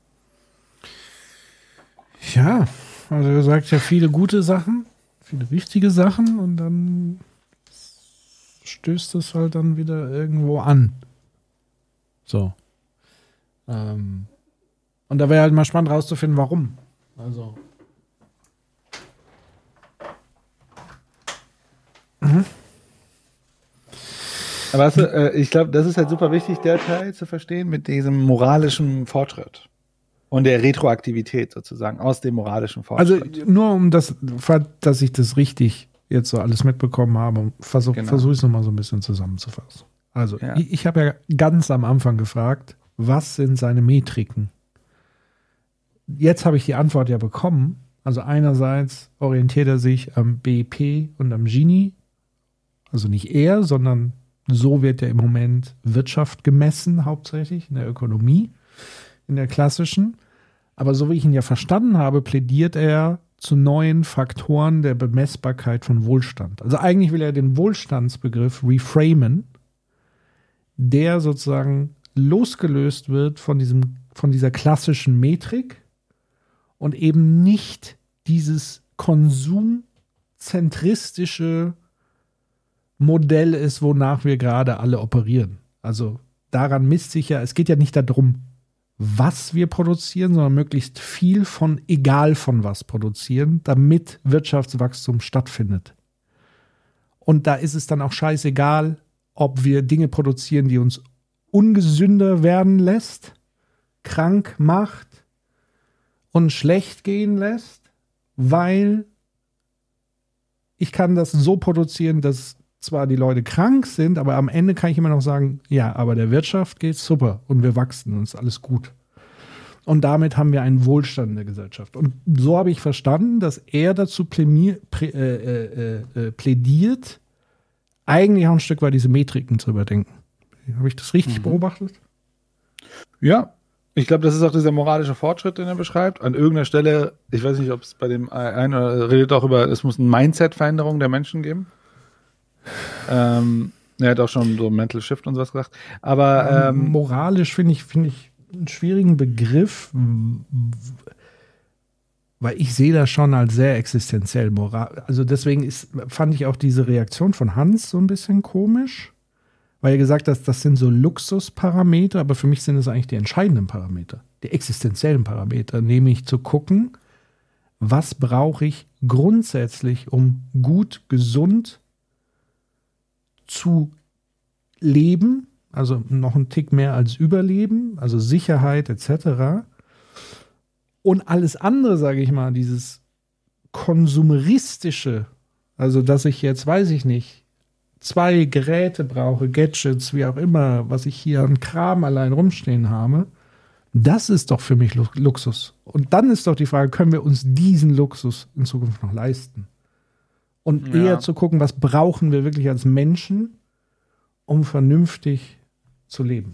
Ja, also er sagt ja viele gute Sachen, viele wichtige Sachen und dann stößt es halt dann wieder irgendwo an. So. Und da wäre halt mal spannend rauszufinden, warum. Also. Aber ich glaube, das ist halt super wichtig, der Teil zu verstehen mit diesem moralischen Fortschritt und der Retroaktivität sozusagen aus dem moralischen Fortschritt. Also nur dass ich das richtig jetzt so alles mitbekommen habe, versuche ich es nochmal so ein bisschen zusammenzufassen. Also ich habe ja ganz am Anfang gefragt, was sind seine Metriken? Jetzt habe ich die Antwort ja bekommen. Also einerseits orientiert er sich am BIP und am Gini, also nicht er, sondern so wird ja im Moment Wirtschaft gemessen, hauptsächlich in der Ökonomie, in der klassischen. Aber so wie ich ihn ja verstanden habe, plädiert er zu neuen Faktoren der Bemessbarkeit von Wohlstand. Also eigentlich will er den Wohlstandsbegriff reframen, der sozusagen losgelöst wird von dieser klassischen Metrik und eben nicht dieses konsumzentristische Modell ist, wonach wir gerade alle operieren. Also daran misst sich ja, es geht ja nicht darum, was wir produzieren, sondern möglichst viel von egal von was produzieren, damit Wirtschaftswachstum stattfindet. Und da ist es dann auch scheißegal, ob wir Dinge produzieren, die uns ungesünder werden lässt, krank macht und schlecht gehen lässt, weil ich kann das so produzieren, dass zwar die Leute krank sind, aber am Ende kann ich immer noch sagen, ja, aber der Wirtschaft geht's super und wir wachsen und ist alles gut. Und damit haben wir einen Wohlstand in der Gesellschaft. Und so habe ich verstanden, dass er dazu plädiert, eigentlich auch ein Stück weit diese Metriken zu überdenken. Habe ich das richtig beobachtet? Ja, ich glaube, das ist auch dieser moralische Fortschritt, den er beschreibt. An irgendeiner Stelle, ich weiß nicht, ob es bei dem einen oder redet auch über, es muss eine Mindset-Veränderung der Menschen geben. Er hat auch schon so Mental Shift und sowas gesagt. Aber moralisch finde ich einen schwierigen Begriff, weil ich sehe das schon als sehr existenziell moral. Also deswegen fand ich auch diese Reaktion von Hans so ein bisschen komisch, weil ihr gesagt hast, das sind so Luxusparameter, aber für mich sind es eigentlich die entscheidenden Parameter, die existenziellen Parameter, nämlich zu gucken, was brauche ich grundsätzlich, um gut, gesund zu leben, also noch einen Tick mehr als Überleben, also Sicherheit etc. Und alles andere, sage ich mal, dieses konsumeristische, also dass ich jetzt, weiß ich nicht, 2 Geräte brauche, Gadgets, wie auch immer, was ich hier an Kram allein rumstehen habe, das ist doch für mich Luxus. Und dann ist doch die Frage, können wir uns diesen Luxus in Zukunft noch leisten? Und eher zu gucken, was brauchen wir wirklich als Menschen, um vernünftig zu leben.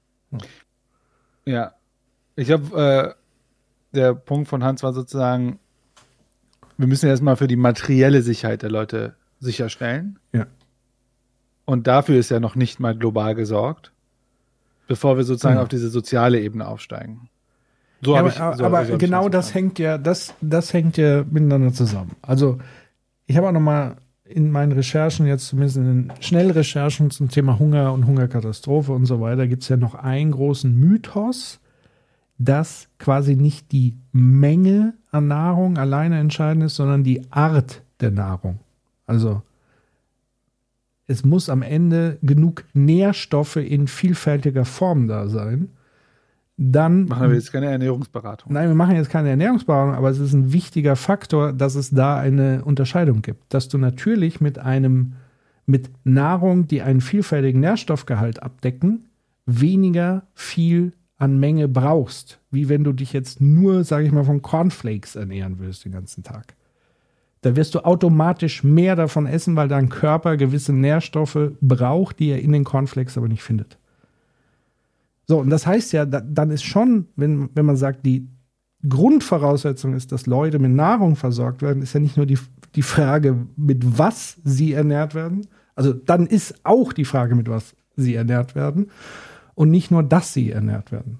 Ja, ich glaube, der Punkt von Hans war sozusagen, wir müssen erstmal für die materielle Sicherheit der Leute sicherstellen. Ja. Und dafür ist ja noch nicht mal global gesorgt, bevor wir sozusagen auf diese soziale Ebene aufsteigen. Aber genau das hängt ja, das hängt ja miteinander zusammen. Also ich habe auch noch mal in meinen Recherchen, jetzt zumindest in den Schnellrecherchen zum Thema Hunger und Hungerkatastrophe und so weiter, gibt es ja noch einen großen Mythos, dass quasi nicht die Menge an Nahrung alleine entscheidend ist, sondern die Art der Nahrung. Also es muss am Ende genug Nährstoffe in vielfältiger Form da sein. Dann machen wir jetzt keine Ernährungsberatung. Nein, wir machen jetzt keine Ernährungsberatung, aber es ist ein wichtiger Faktor, dass es da eine Unterscheidung gibt. Dass du natürlich mit Nahrung, die einen vielfältigen Nährstoffgehalt abdecken, weniger viel an Menge brauchst, wie wenn du dich jetzt nur, sage ich mal, von Cornflakes ernähren willst den ganzen Tag. Da wirst du automatisch mehr davon essen, weil dein Körper gewisse Nährstoffe braucht, die er in den Cornflakes aber nicht findet. So, und das heißt ja, dann ist schon, wenn man sagt, die Grundvoraussetzung ist, dass Leute mit Nahrung versorgt werden, ist ja nicht nur die Frage, mit was sie ernährt werden. Also dann ist auch die Frage, mit was sie ernährt werden. Und nicht nur, dass sie ernährt werden.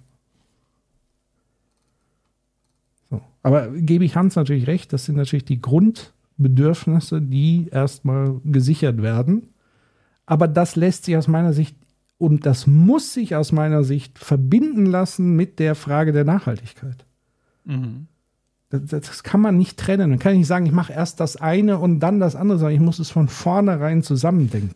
So. Aber gebe ich Hans natürlich recht, das sind natürlich die Grundbedürfnisse, die erstmal gesichert werden. Aber das lässt sich aus meiner Sicht und das muss sich aus meiner Sicht verbinden lassen mit der Frage der Nachhaltigkeit. Mhm. Das kann man nicht trennen. Man kann nicht sagen, ich mache erst das eine und dann das andere, sondern ich muss es von vornherein zusammendenken.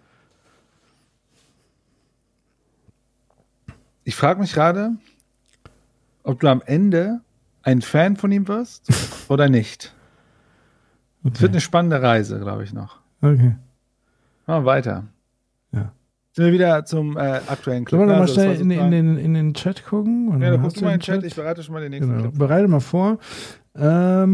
Ich frage mich gerade, ob du am Ende ein Fan von ihm wirst oder nicht. Okay. Es wird eine spannende Reise, glaube ich, noch. Okay. Machen wir weiter. Ja. Sind wir wieder zum aktuellen Clip. Sollen wir noch mal schnell in den Chat gucken? Ja, da guckst du mal in den Chat. Ich bereite schon mal den nächsten Clip. Bereite mal vor. Ich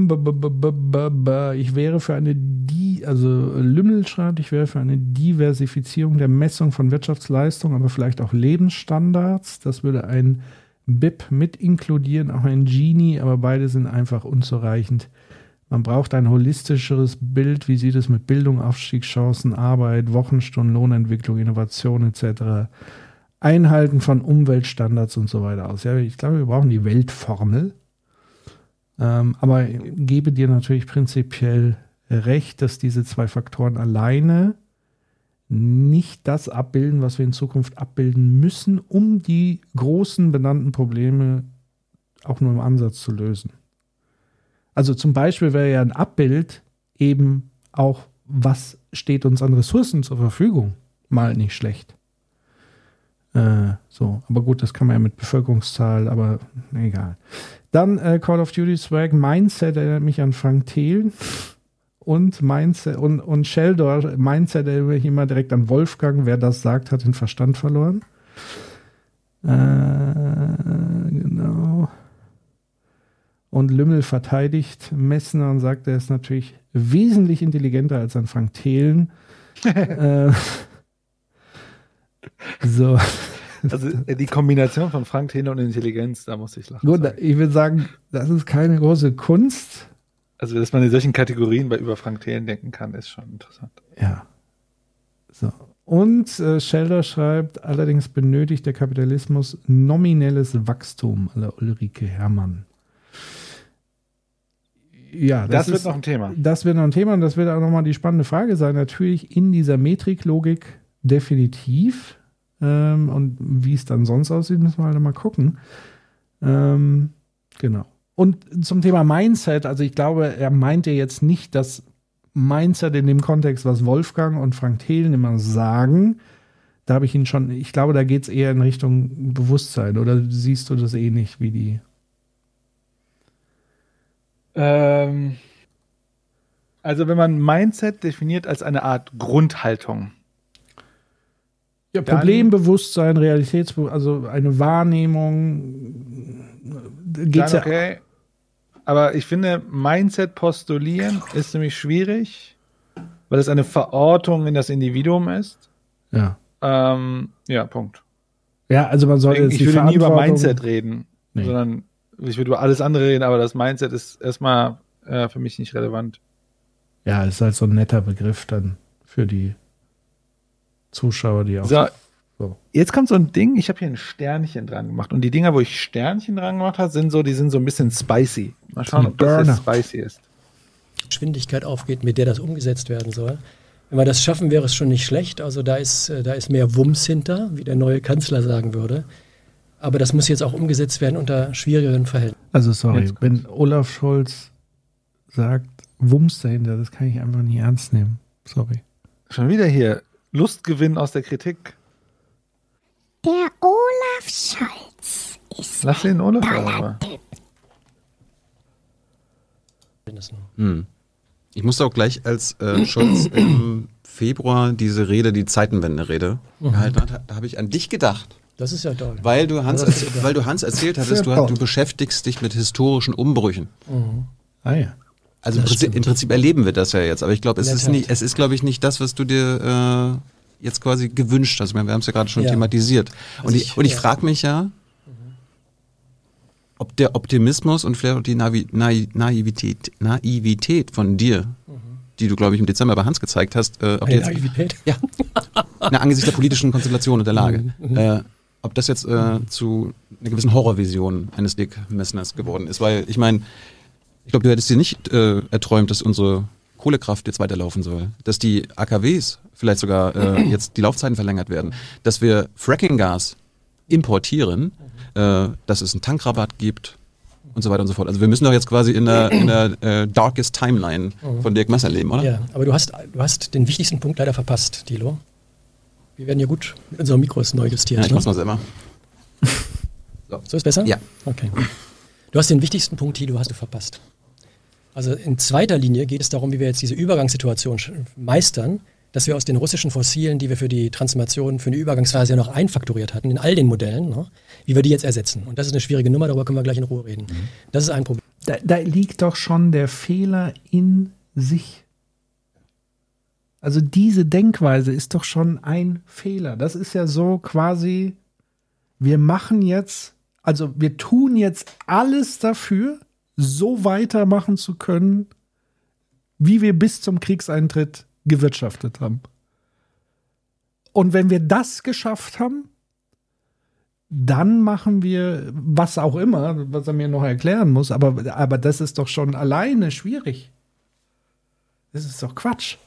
wäre für Lümmel schreibt, ich wäre für eine Diversifizierung der Messung von Wirtschaftsleistung, aber vielleicht auch Lebensstandards. Das würde ein BIP mit inkludieren, auch ein Gini, aber beide sind einfach unzureichend. Man braucht ein holistischeres Bild, wie sieht es mit Bildung, Aufstiegschancen, Arbeit, Wochenstunden, Lohnentwicklung, Innovation etc., Einhalten von Umweltstandards und so weiter aus. Ja, ich glaube, wir brauchen die Weltformel. Aber gebe dir natürlich prinzipiell recht, dass diese 2 Faktoren alleine nicht das abbilden, was wir in Zukunft abbilden müssen, um die großen benannten Probleme auch nur im Ansatz zu lösen. Also zum Beispiel wäre ja ein Abbild eben auch, was steht uns an Ressourcen zur Verfügung, mal nicht schlecht. Aber gut, das kann man ja mit Bevölkerungszahl, aber egal. Dann Call of Duty Swag, Mindset erinnert mich an Frank Thelen und Mindset und Sheldor, Mindset erinnert mich immer direkt an Wolfgang. Wer das sagt, hat den Verstand verloren. Genau. Und Lümmel verteidigt Messner und sagt, er ist natürlich wesentlich intelligenter als ein Frank Thelen. So. Also die Kombination von Frank Thelen und Intelligenz, da muss ich lachen. Gut, ich würde sagen, das ist keine große Kunst. Also, dass man in solchen Kategorien über Frank Thelen denken kann, ist schon interessant. Ja. So. Und Sheldor schreibt, allerdings benötigt der Kapitalismus nominelles Wachstum, à la Ulrike Herrmann. Ja, das wird noch ein Thema. Das wird noch ein Thema und das wird auch nochmal die spannende Frage sein. Natürlich in dieser Metriklogik definitiv. Und wie es dann sonst aussieht, müssen wir halt mal gucken. Genau. Und zum Thema Mindset, also ich glaube, er meinte jetzt nicht das Mindset in dem Kontext, was Wolfgang und Frank Thelen immer sagen. Da habe ich ihn schon, ich glaube, da geht es eher in Richtung Bewusstsein. Oder siehst du das ähnlich wie die? Also wenn man Mindset definiert als eine Art Grundhaltung. Ja, Problembewusstsein, also eine Wahrnehmung. Geht's dann okay. Ja. Aber ich finde, Mindset postulieren ist nämlich schwierig, weil es eine Verortung in das Individuum ist. Ja. Ja, Punkt. Ja, also man sollte ich würde nie über Mindset reden, sondern ich würde über alles andere reden, aber das Mindset ist erstmal für mich nicht relevant. Ja, ist halt so ein netter Begriff dann für die Zuschauer, die auch. So. Jetzt kommt so ein Ding, ich habe hier ein Sternchen dran gemacht und die Dinger, wo ich Sternchen dran gemacht habe, die sind so ein bisschen spicy. Mal schauen, ob das jetzt spicy ist. Geschwindigkeit aufgeht, mit der das umgesetzt werden soll. Wenn wir das schaffen, wäre es schon nicht schlecht. Also da ist mehr Wumms hinter, wie der neue Kanzler sagen würde. Aber das muss jetzt auch umgesetzt werden unter schwierigeren Verhältnissen. Also sorry, wenn Olaf Scholz sagt, Wumms dahinter, das kann ich einfach nicht ernst nehmen. Sorry. Schon wieder hier, Lustgewinn aus der Kritik. Der Olaf Scholz ist Lass den Olaf aber. Ich musste auch gleich, als Scholz im Februar diese Rede, die Zeitenwende-Rede gehalten hat, da habe ich an dich gedacht. Das ist ja toll. Weil du Hans erzählt hattest, du beschäftigst dich mit historischen Umbrüchen. Ah ja. Also im Prinzip erleben wir das ja jetzt, aber ich glaube, es ist, glaube ich, nicht das, was du dir jetzt quasi gewünscht hast. Ich meine, wir haben es ja gerade schon thematisiert. Und ich frage mich ja, ob der Optimismus und vielleicht auch die Naivität von dir, die du, glaube ich, im Dezember bei Hans gezeigt hast, ob jetzt, Naivität? Ja, angesichts der politischen Konstellation und der Lage, ob das jetzt zu einer gewissen Horrorvision eines Dick Messners geworden ist. Weil, ich meine, ich glaube, du hättest dir nicht erträumt, dass unsere Kohlekraft jetzt weiterlaufen soll, dass die AKWs vielleicht sogar jetzt die Laufzeiten verlängert werden, dass wir Fracking-Gas importieren, dass es einen Tankrabatt gibt und so weiter und so fort. Also wir müssen doch jetzt quasi in der darkest Timeline von Dirk Messer leben, oder? Ja, aber du hast den wichtigsten Punkt leider verpasst, Thilo. Wir werden ja gut mit unserem Mikros neu justiert. Ja, ich mach's mal selber. So ist besser? Ja. Okay. Du hast den wichtigsten Punkt, Thilo, hast du verpasst. Also in zweiter Linie geht es darum, wie wir jetzt diese Übergangssituation meistern, dass wir aus den russischen Fossilen, die wir für die Transformation, für die Übergangsphase ja noch einfaktoriert hatten, in all den Modellen, ne, wie wir die jetzt ersetzen. Und das ist eine schwierige Nummer, darüber können wir gleich in Ruhe reden. Das ist ein Problem. Da liegt doch schon der Fehler in sich. Also diese Denkweise ist doch schon ein Fehler. Das ist ja so quasi, wir tun jetzt alles dafür, so weitermachen zu können, wie wir bis zum Kriegseintritt gewirtschaftet haben. Und wenn wir das geschafft haben, dann machen wir was auch immer, was er mir noch erklären muss, aber das ist doch schon alleine schwierig. Das ist doch Quatsch.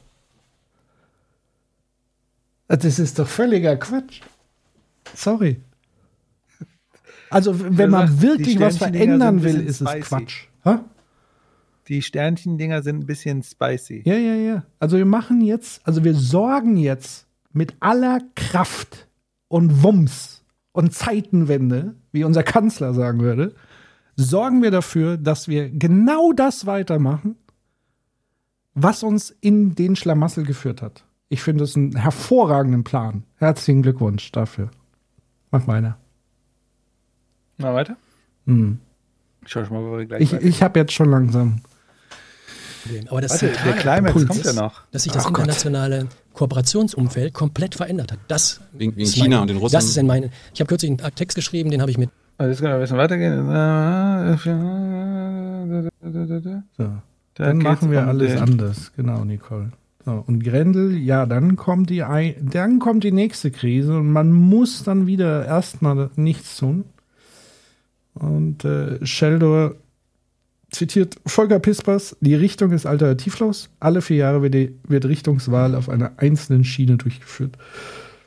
Das ist doch völliger Quatsch. Sorry. Also, wenn man wirklich was verändern will, ist es Quatsch. Ha? Die Sternchendinger sind ein bisschen spicy. Ja. Also wir sorgen jetzt mit aller Kraft und Wumms und Zeitenwende, wie unser Kanzler sagen würde, sorgen wir dafür, dass wir genau das weitermachen, was uns in den Schlamassel geführt hat. Ich finde es einen hervorragenden Plan. Herzlichen Glückwunsch dafür. Mach weiter. Mal weiter? Schau mal, wo wir gleich ich habe jetzt schon langsam. Aber das der Climax kommt ja noch. Dass sich das internationale Kooperationsumfeld komplett verändert hat. Das wegen China und den Russen. Das ist ich habe kürzlich einen Text geschrieben, den habe ich mit. Also jetzt können wir ein bisschen weitergehen. So. Dann machen wir alles anders. Genau, Nicole. So, und Grendel, ja, dann kommt die nächste Krise und man muss dann wieder erstmal nichts tun. Und Sheldor zitiert Volker Pispers: Die Richtung ist alternativlos. Alle 4 Jahre wird Richtungswahl auf einer einzelnen Schiene durchgeführt.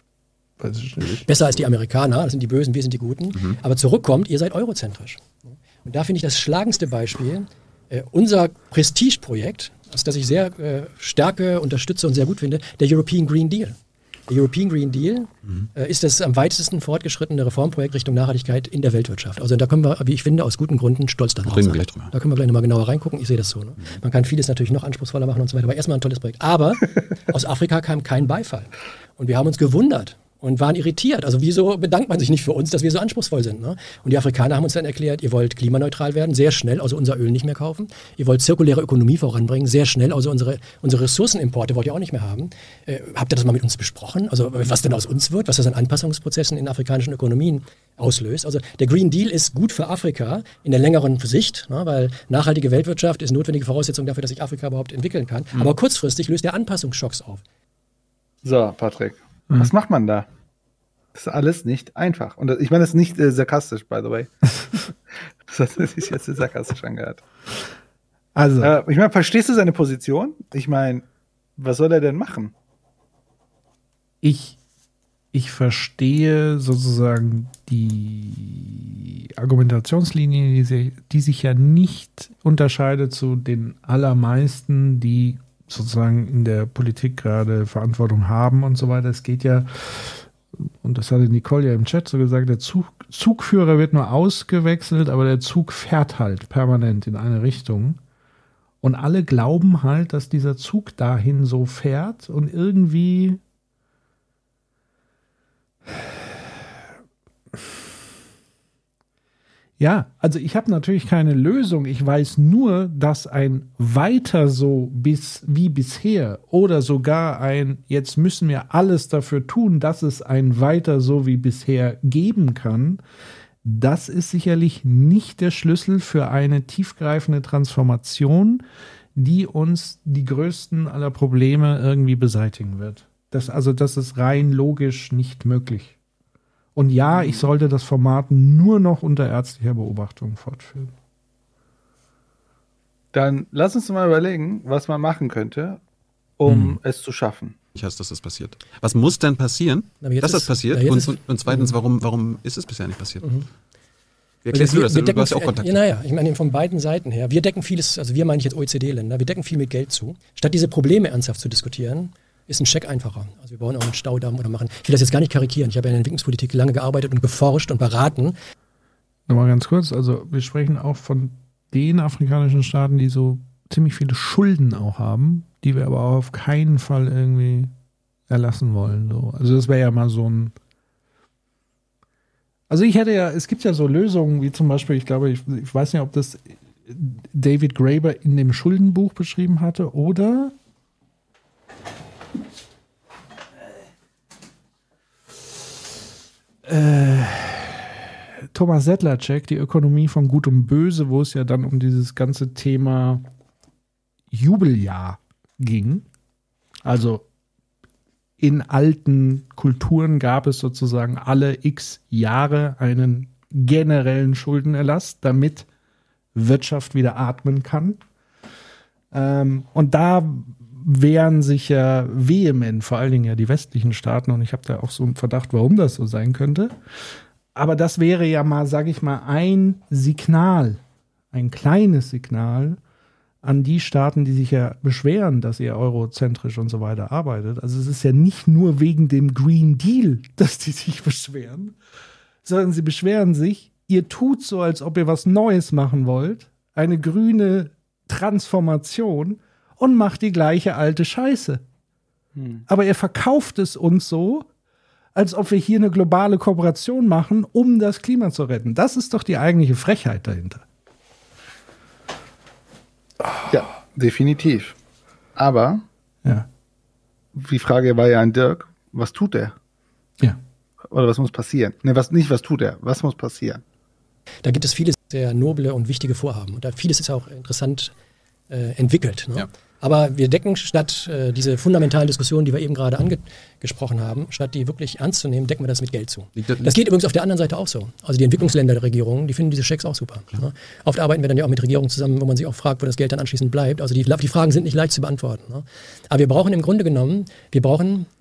Weiß ich nicht. Besser als die Amerikaner, das sind die Bösen, wir sind die Guten. Aber zurückkommt, ihr seid eurozentrisch. Und da finde ich das schlagendste Beispiel, unser Prestigeprojekt, das ich sehr stärke, unterstütze und sehr gut finde, der European Green Deal. Der European Green Deal ist das am weitesten fortgeschrittene Reformprojekt Richtung Nachhaltigkeit in der Weltwirtschaft. Also da können wir, wie ich finde, aus guten Gründen stolz darauf sein. Da können wir gleich nochmal genauer reingucken. Ich sehe das so. Ne? Man kann vieles natürlich noch anspruchsvoller machen und so weiter, aber erstmal ein tolles Projekt. Aber aus Afrika kam kein Beifall. Und wir haben uns gewundert und waren irritiert. Also wieso bedankt man sich nicht für uns, dass wir so anspruchsvoll sind? Ne? Und die Afrikaner haben uns dann erklärt, ihr wollt klimaneutral werden, sehr schnell, also unser Öl nicht mehr kaufen. Ihr wollt zirkuläre Ökonomie voranbringen, sehr schnell, also unsere Ressourcenimporte wollt ihr auch nicht mehr haben. Habt ihr das mal mit uns besprochen? Also was denn aus uns wird, was das an Anpassungsprozessen in afrikanischen Ökonomien auslöst? Also der Green Deal ist gut für Afrika in der längeren Sicht, ne? Weil nachhaltige Weltwirtschaft ist notwendige Voraussetzung dafür, dass sich Afrika überhaupt entwickeln kann. Aber kurzfristig löst er Anpassungsschocks auf. So, Patrick. Was macht man da? Das ist alles nicht einfach. Und ich meine das ist nicht sarkastisch, by the way. Das ist jetzt sarkastisch angehört. Also. Ich meine, verstehst du seine Position? Ich meine, was soll er denn machen? Ich verstehe sozusagen die Argumentationslinie, die sich ja nicht unterscheidet zu den allermeisten, die sozusagen in der Politik gerade Verantwortung haben und so weiter. Es geht ja, und das hatte Nicole ja im Chat so gesagt, der Zugführer wird nur ausgewechselt, aber der Zug fährt halt permanent in eine Richtung. Und alle glauben halt, dass dieser Zug dahin so fährt und irgendwie ja, also ich habe natürlich keine Lösung. Ich weiß nur, dass ein weiter so wie bisher oder sogar ein jetzt müssen wir alles dafür tun, dass es ein weiter so wie bisher geben kann. Das ist sicherlich nicht der Schlüssel für eine tiefgreifende Transformation, die uns die größten aller Probleme irgendwie beseitigen wird. Das ist rein logisch nicht möglich. Und ja, ich sollte das Format nur noch unter ärztlicher Beobachtung fortführen. Dann lass uns mal überlegen, was man machen könnte, um es zu schaffen. Ich hasse, dass das passiert. Was muss denn passieren, dass das passiert? Und zweitens, warum ist es bisher nicht passiert? Wie erklärst du das? Du hast ja auch Kontakt. Naja, ich meine von beiden Seiten her. Wir decken vieles, also wir meine ich jetzt OECD-Länder, wir decken viel mit Geld zu. Statt diese Probleme ernsthaft zu diskutieren, ist ein Scheck einfacher. Also wir bauen auch einen Staudamm oder machen. Ich will das jetzt gar nicht karikieren. Ich habe ja in der Entwicklungspolitik lange gearbeitet und geforscht und beraten. Nochmal ganz kurz, also wir sprechen auch von den afrikanischen Staaten, die so ziemlich viele Schulden auch haben, die wir aber auch auf keinen Fall irgendwie erlassen wollen. So. Also das wäre ja mal so ein. Also es gibt ja so Lösungen, wie zum Beispiel, ich glaube, ich weiß nicht, ob das David Graeber in dem Schuldenbuch beschrieben hatte oder Thomas Sedlacek, die Ökonomie von Gut und Böse, wo es ja dann um dieses ganze Thema Jubeljahr ging. Also in alten Kulturen gab es sozusagen alle x Jahre einen generellen Schuldenerlass, damit Wirtschaft wieder atmen kann. Und da wehren sich ja vehement, vor allen Dingen ja die westlichen Staaten, und ich habe da auch so einen Verdacht, warum das so sein könnte. Aber das wäre ja mal, sage ich mal, ein Signal, ein kleines Signal an die Staaten, die sich ja beschweren, dass ihr eurozentrisch und so weiter arbeitet. Also es ist ja nicht nur wegen dem Green Deal, dass die sich beschweren, sondern sie beschweren sich, ihr tut so, als ob ihr was Neues machen wollt, eine grüne Transformation, und macht die gleiche alte Scheiße. Aber ihr verkauft es uns so, als ob wir hier eine globale Kooperation machen, um das Klima zu retten. Das ist doch die eigentliche Frechheit dahinter. Ja, definitiv. Aber ja. Die Frage war ja an Dirk, was tut er? Ja. Oder was muss passieren? Ne, was tut er? Was muss passieren? Da gibt es viele sehr noble und wichtige Vorhaben. Und da vieles ist auch interessant entwickelt. Ne? Ja. Aber wir decken statt diese fundamentalen Diskussionen, die wir eben gerade angesprochen haben, statt die wirklich ernst zu nehmen, decken wir das mit Geld zu. Das geht übrigens auf der anderen Seite auch so. Also die Entwicklungsländer der Regierungen, die finden diese Schecks auch super. Ne? Oft arbeiten wir dann ja auch mit Regierungen zusammen, wo man sich auch fragt, wo das Geld dann anschließend bleibt. Also die Fragen sind nicht leicht zu beantworten. Ne? Aber wir brauchen im Grunde genommen,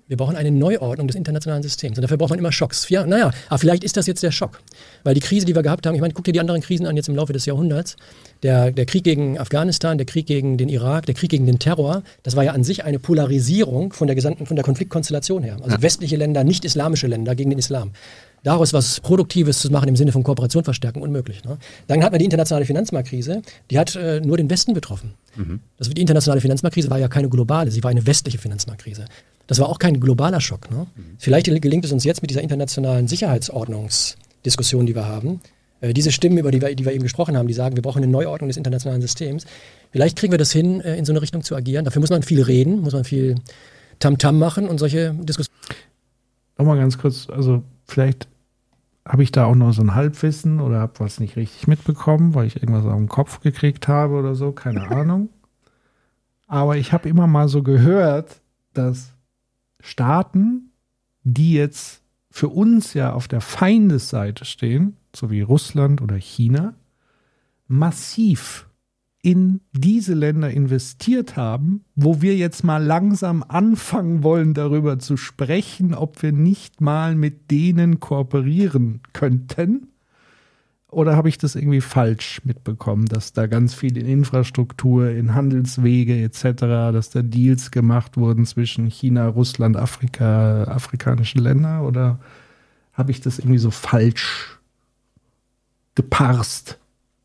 Wir brauchen eine Neuordnung des internationalen Systems. Und dafür braucht man immer Schocks. Ja, naja, aber vielleicht ist das jetzt der Schock. Weil die Krise, die wir gehabt haben, ich meine, guck dir die anderen Krisen an jetzt im Laufe des Jahrhunderts. Der Krieg gegen Afghanistan, der Krieg gegen den Irak, der Krieg gegen den Terror, das war ja an sich eine Polarisierung von der Konfliktkonstellation her. Also westliche Länder, nicht islamische Länder gegen den Islam. Daraus was Produktives zu machen im Sinne von Kooperation verstärken, unmöglich. Ne? Dann hat man die internationale Finanzmarktkrise, die hat nur den Westen betroffen. Die internationale Finanzmarktkrise war ja keine globale, sie war eine westliche Finanzmarktkrise. Das war auch kein globaler Schock. Ne? Vielleicht gelingt es uns jetzt mit dieser internationalen Sicherheitsordnungsdiskussion, die wir haben, diese Stimmen, über die wir eben gesprochen haben, die sagen, wir brauchen eine Neuordnung des internationalen Systems. Vielleicht kriegen wir das hin, in so eine Richtung zu agieren. Dafür muss man viel reden, muss man viel Tamtam machen und solche Diskussionen. Nochmal ganz kurz, also vielleicht habe ich da auch noch so ein Halbwissen oder habe was nicht richtig mitbekommen, weil ich irgendwas auf den Kopf gekriegt habe oder so, keine Ahnung. Aber ich habe immer mal so gehört, dass Staaten, die jetzt für uns ja auf der Feindesseite stehen, so wie Russland oder China, massiv in diese Länder investiert haben, wo wir jetzt mal langsam anfangen wollen, darüber zu sprechen, ob wir nicht mal mit denen kooperieren könnten. Oder habe ich das irgendwie falsch mitbekommen, dass da ganz viel in Infrastruktur, in Handelswege etc., dass da Deals gemacht wurden zwischen China, Russland, Afrika, afrikanischen Länder? Oder habe ich das irgendwie so falsch geparst?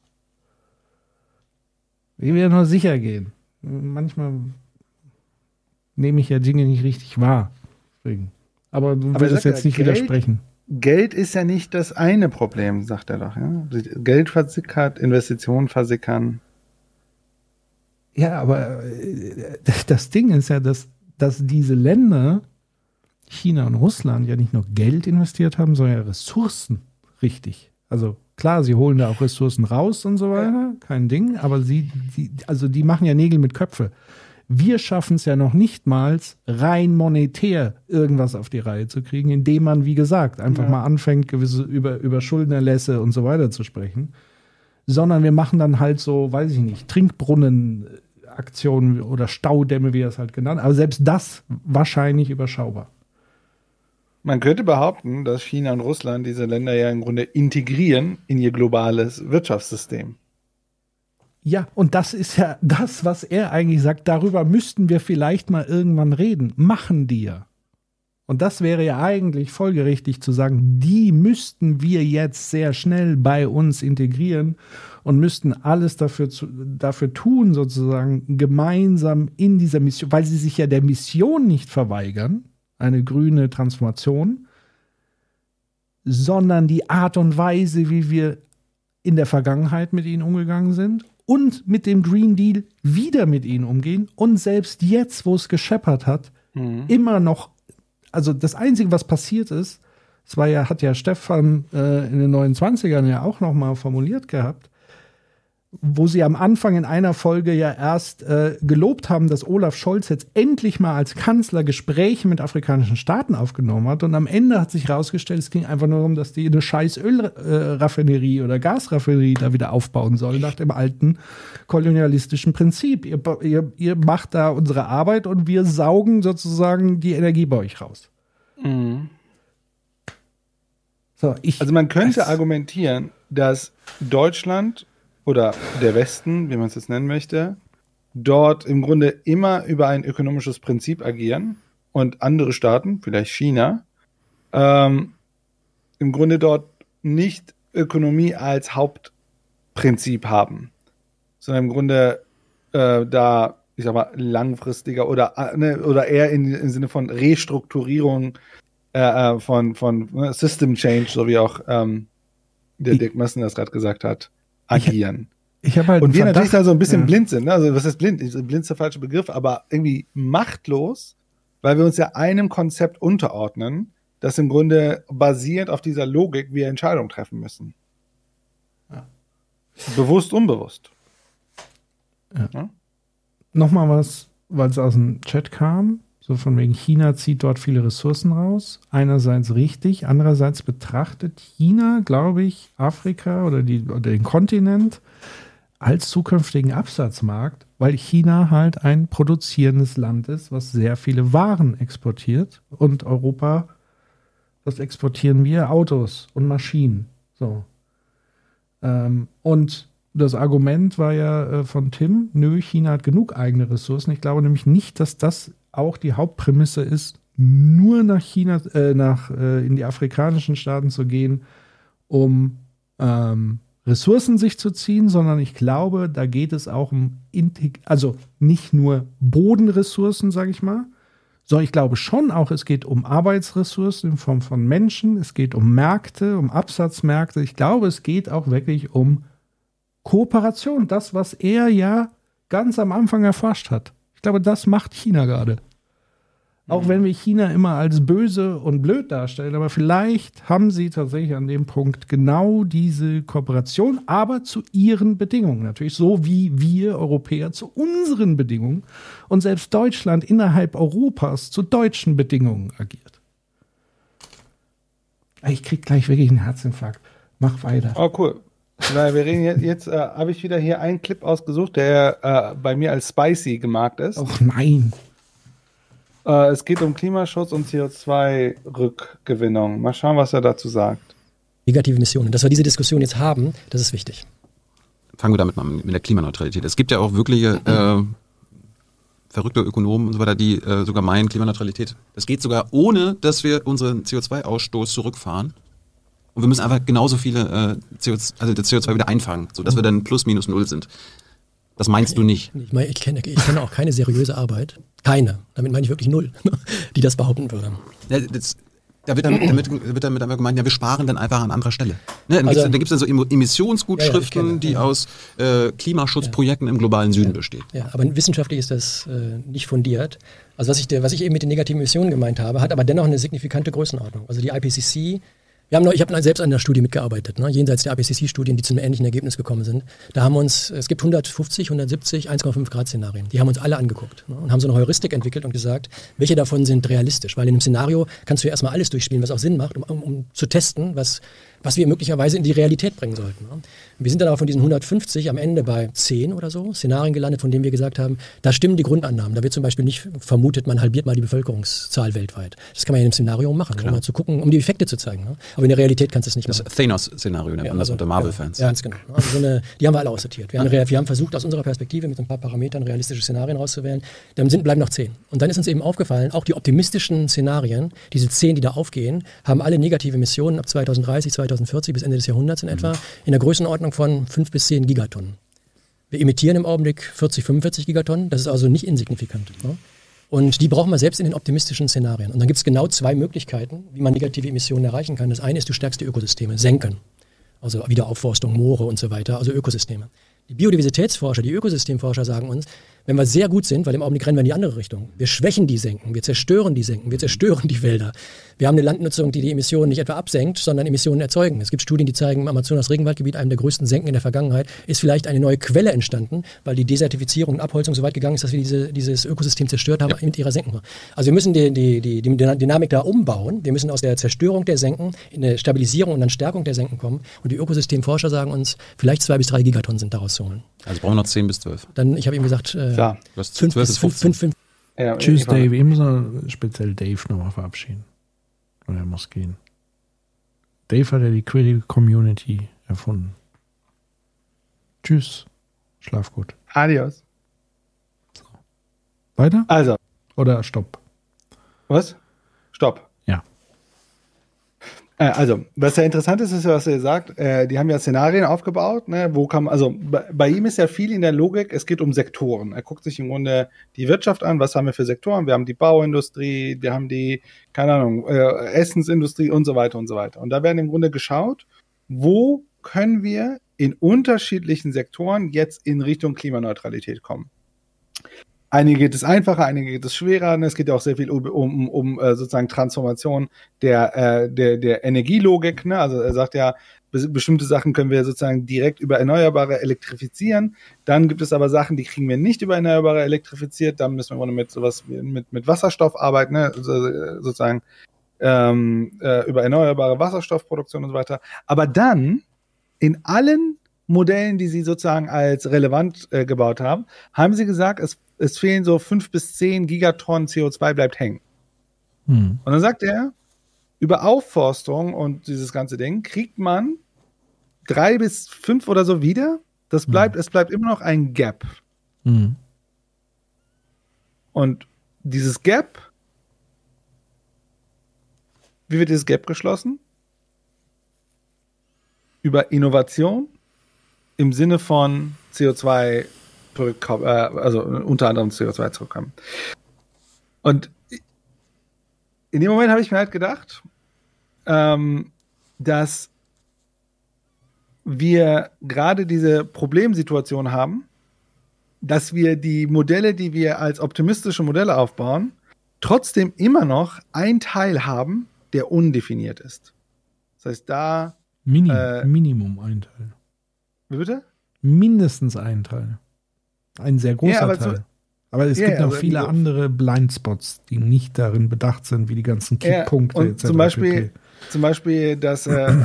Ich will ja nur sicher gehen. Manchmal nehme ich ja Dinge nicht richtig wahr. Deswegen. Aber du willst jetzt nicht widersprechen. Geld ist ja nicht das eine Problem, sagt er doch. Ja? Geld versickert, Investitionen versickern. Ja, aber das Ding ist ja, dass diese Länder, China und Russland, ja nicht nur Geld investiert haben, sondern ja Ressourcen. Richtig. Also klar, sie holen da auch Ressourcen raus und so weiter, kein Ding, aber die machen ja Nägel mit Köpfe. Wir schaffen es ja noch nicht mal, rein monetär irgendwas auf die Reihe zu kriegen, indem man, wie gesagt, einfach mal anfängt, gewisse über Schuldenerlässe und so weiter zu sprechen, sondern wir machen dann halt so, weiß ich nicht, Trinkbrunnenaktionen oder Staudämme, wie er es halt genannt hat, aber selbst das wahrscheinlich überschaubar. Man könnte behaupten, dass China und Russland diese Länder ja im Grunde integrieren in ihr globales Wirtschaftssystem. Ja, und das ist ja das, was er eigentlich sagt, darüber müssten wir vielleicht mal irgendwann reden. Machen die ja. Und das wäre ja eigentlich folgerichtig zu sagen, die müssten wir jetzt sehr schnell bei uns integrieren und müssten alles dafür tun, sozusagen gemeinsam in dieser Mission, weil sie sich ja der Mission nicht verweigern, eine grüne Transformation, sondern die Art und Weise, wie wir in der Vergangenheit mit ihnen umgegangen sind und mit dem Green Deal wieder mit ihnen umgehen und selbst jetzt, wo es gescheppert hat, immer noch, also das Einzige, was passiert ist, hat ja Stefan in den 29ern ja auch noch mal formuliert gehabt, wo sie am Anfang in einer Folge ja erst gelobt haben, dass Olaf Scholz jetzt endlich mal als Kanzler Gespräche mit afrikanischen Staaten aufgenommen hat. Und am Ende hat sich herausgestellt, es ging einfach nur darum, dass die eine scheiß Ölraffinerie oder Gasraffinerie da wieder aufbauen sollen, nach dem alten kolonialistischen Prinzip. Ihr macht da unsere Arbeit und wir saugen sozusagen die Energie bei euch raus. Mhm. So, also man könnte argumentieren, dass Deutschland oder der Westen, wie man es jetzt nennen möchte, dort im Grunde immer über ein ökonomisches Prinzip agieren und andere Staaten, vielleicht China, im Grunde dort nicht Ökonomie als Hauptprinzip haben, sondern im Grunde da, ich sag mal, langfristiger oder eher im Sinne von Restrukturierung von System Change, so wie auch der Dirk Messen das gerade gesagt hat, agieren. Ich halt und wir natürlich da so ein bisschen blind sind. Ne? Also was ist blind? Blind ist der falsche Begriff, aber irgendwie machtlos, weil wir uns ja einem Konzept unterordnen, das im Grunde basierend auf dieser Logik wir Entscheidungen treffen müssen. Ja. Bewusst, unbewusst. Ja. Nochmal was, weil es aus dem Chat kam, so von wegen China zieht dort viele Ressourcen raus. Einerseits richtig, andererseits betrachtet China, glaube ich, Afrika oder den Kontinent als zukünftigen Absatzmarkt weil China halt ein produzierendes Land ist, was sehr viele Waren exportiert. Und Europa, was exportieren wir? Autos und Maschinen. So. Und das Argument war ja von Tim, nö, China hat genug eigene Ressourcen. Ich glaube nämlich nicht, dass das auch die Hauptprämisse ist, nur nach China, in die afrikanischen Staaten zu gehen, um Ressourcen sich zu ziehen, sondern ich glaube, da geht es auch um also nicht nur Bodenressourcen, sage ich mal, sondern ich glaube schon auch, es geht um Arbeitsressourcen in Form von Menschen, es geht um Märkte, um Absatzmärkte. Ich glaube, es geht auch wirklich um Kooperation, das, was er ja ganz am Anfang erforscht hat. Ich glaube, das macht China gerade. Auch wenn wir China immer als böse und blöd darstellen, aber vielleicht haben sie tatsächlich an dem Punkt genau diese Kooperation, aber zu ihren Bedingungen. Natürlich so, wie wir Europäer zu unseren Bedingungen und selbst Deutschland innerhalb Europas zu deutschen Bedingungen agiert. Ich krieg gleich wirklich einen Herzinfarkt. Mach weiter. Oh, cool. Weil wir reden jetzt habe ich wieder hier einen Clip ausgesucht, der bei mir als spicy gemarkt ist. Och nein. Es geht um Klimaschutz und CO2-Rückgewinnung. Mal schauen, was er dazu sagt. Negative Emissionen. Dass wir diese Diskussion jetzt haben, das ist wichtig. Fangen wir damit mal mit der Klimaneutralität. Es gibt ja auch wirkliche verrückte Ökonomen und so weiter, die sogar meinen, Klimaneutralität, das geht sogar ohne, dass wir unseren CO2-Ausstoß zurückfahren. Und wir müssen einfach genauso viele das CO2 wieder einfangen, sodass wir dann plus minus null sind. Das meinst du nicht? Ich kenne auch keine seriöse Arbeit. Keine. Damit meine ich wirklich null, die das behaupten würde. Ja, da wird damit einfach gemeint, ja, wir sparen dann einfach an anderer Stelle. Ne? Dann gibt es dann so Emissionsgutschriften, die aus Klimaschutzprojekten im globalen Süden bestehen. Ja, aber wissenschaftlich ist das nicht fundiert. Also was ich eben mit den negativen Emissionen gemeint habe, hat aber dennoch eine signifikante Größenordnung. Also die IPCC, ich habe selbst an der Studie mitgearbeitet, jenseits der IPCC-Studien, die zu einem ähnlichen Ergebnis gekommen sind. Da haben es gibt 150, 170, 1,5 Grad Szenarien. Die haben uns alle angeguckt und haben so eine Heuristik entwickelt und gesagt, welche davon sind realistisch. Weil in einem Szenario kannst du ja erstmal alles durchspielen, was auch Sinn macht, um zu testen, was wir möglicherweise in die Realität bringen sollten. Wir sind dann aber von diesen 150 am Ende bei 10 oder so Szenarien gelandet, von denen wir gesagt haben, da stimmen die Grundannahmen. Da wird zum Beispiel nicht vermutet, man halbiert mal die Bevölkerungszahl weltweit. Das kann man ja in einem Szenario machen, um mal zu gucken, um die Effekte zu zeigen. Aber in der Realität kannst du es nicht machen. Das Thanos-Szenario nennt man das unter Marvel-Fans. Ja, ganz genau. Also die haben wir alle aussortiert. Wir haben versucht, aus unserer Perspektive mit ein paar Parametern realistische Szenarien rauszuwählen. Dann bleiben noch 10. Und dann ist uns eben aufgefallen, auch die optimistischen Szenarien, diese 10, die da aufgehen, haben alle negative Emissionen ab 2030, 2040 bis Ende des Jahrhunderts in etwa, in der Größenordnung von 5 bis 10 Gigatonnen. Wir emittieren im Augenblick 40, 45 Gigatonnen, das ist also nicht insignifikant. Und die brauchen wir selbst in den optimistischen Szenarien. Und dann gibt es genau 2 Möglichkeiten, wie man negative Emissionen erreichen kann. Das eine ist, du stärkst die Ökosysteme, senken. Also Wiederaufforstung, Moore und so weiter, also Ökosysteme. Die Biodiversitätsforscher, die Ökosystemforscher sagen uns, wenn wir sehr gut sind, weil im Augenblick rennen wir in die andere Richtung. Wir schwächen die Senken, wir zerstören die Senken, wir zerstören die Wälder. Wir haben eine Landnutzung, die Emissionen nicht etwa absenkt, sondern Emissionen erzeugen. Es gibt Studien, die zeigen, im Amazonas-Regenwaldgebiet, einem der größten Senken in der Vergangenheit, ist vielleicht eine neue Quelle entstanden, weil die Desertifizierung und Abholzung so weit gegangen ist, dass wir dieses Ökosystem zerstört haben mit ihrer Senken. Also wir müssen die Dynamik da umbauen. Wir müssen aus der Zerstörung der Senken in eine Stabilisierung und dann Stärkung der Senken kommen. Und die Ökosystemforscher sagen uns, vielleicht 2 bis 3 Gigatonnen sind daraus zu holen. Also brauchen wir noch 10 bis 12. Dann, ich habe ihm gesagt, 5 bis 15. Ja, tschüss, Dave. Ich muss speziell Dave nochmal verabschieden. Und er muss gehen. Dave hat ja die Critical Community erfunden. Tschüss. Schlaf gut. Adios. So. Weiter? Also. Oder Stopp? Was? Stopp. Ja. Also, was ja interessant ist, was er sagt, die haben ja Szenarien aufgebaut, ne, bei ihm ist ja viel in der Logik, es geht um Sektoren. Er guckt sich im Grunde die Wirtschaft an, was haben wir für Sektoren? Wir haben die Bauindustrie, wir haben die, keine Ahnung, Essensindustrie und so weiter und so weiter. Und da werden im Grunde geschaut, wo können wir in unterschiedlichen Sektoren jetzt in Richtung Klimaneutralität kommen. Einige geht es einfacher, einige geht es schwerer. Es geht ja auch sehr viel um sozusagen Transformation der Energielogik. Ne? Also er sagt ja, bestimmte Sachen können wir sozusagen direkt über Erneuerbare elektrifizieren. Dann gibt es aber Sachen, die kriegen wir nicht über Erneuerbare elektrifiziert. Dann müssen wir mit sowas mit Wasserstoff arbeiten, ne? Sozusagen über erneuerbare Wasserstoffproduktion und so weiter. Aber dann in allen Modellen, die sie sozusagen als relevant gebaut haben, haben sie gesagt, es fehlen so 5 bis 10 Gigatonnen CO2 bleibt hängen. Und dann sagt er, über Aufforstung und dieses ganze Ding kriegt man 3 bis 5 oder so wieder. Es bleibt immer noch ein Gap. Und dieses Gap, wie wird dieses Gap geschlossen? Über Innovation im Sinne von CO2 zurückkommen, also unter anderem CO2 zurückkommen. Und in dem Moment habe ich mir halt gedacht, dass wir gerade diese Problemsituation haben, dass wir die Modelle, die wir als optimistische Modelle aufbauen, trotzdem immer noch einen Teil haben, der undefiniert ist. Das heißt, da Minimum ein Teil. Wie bitte? Mindestens ein Teil. Ein sehr großer Teil. Aber es gibt noch viele andere Blindspots, die nicht darin bedacht sind, wie die ganzen Kipppunkte etc. Zum Beispiel, dass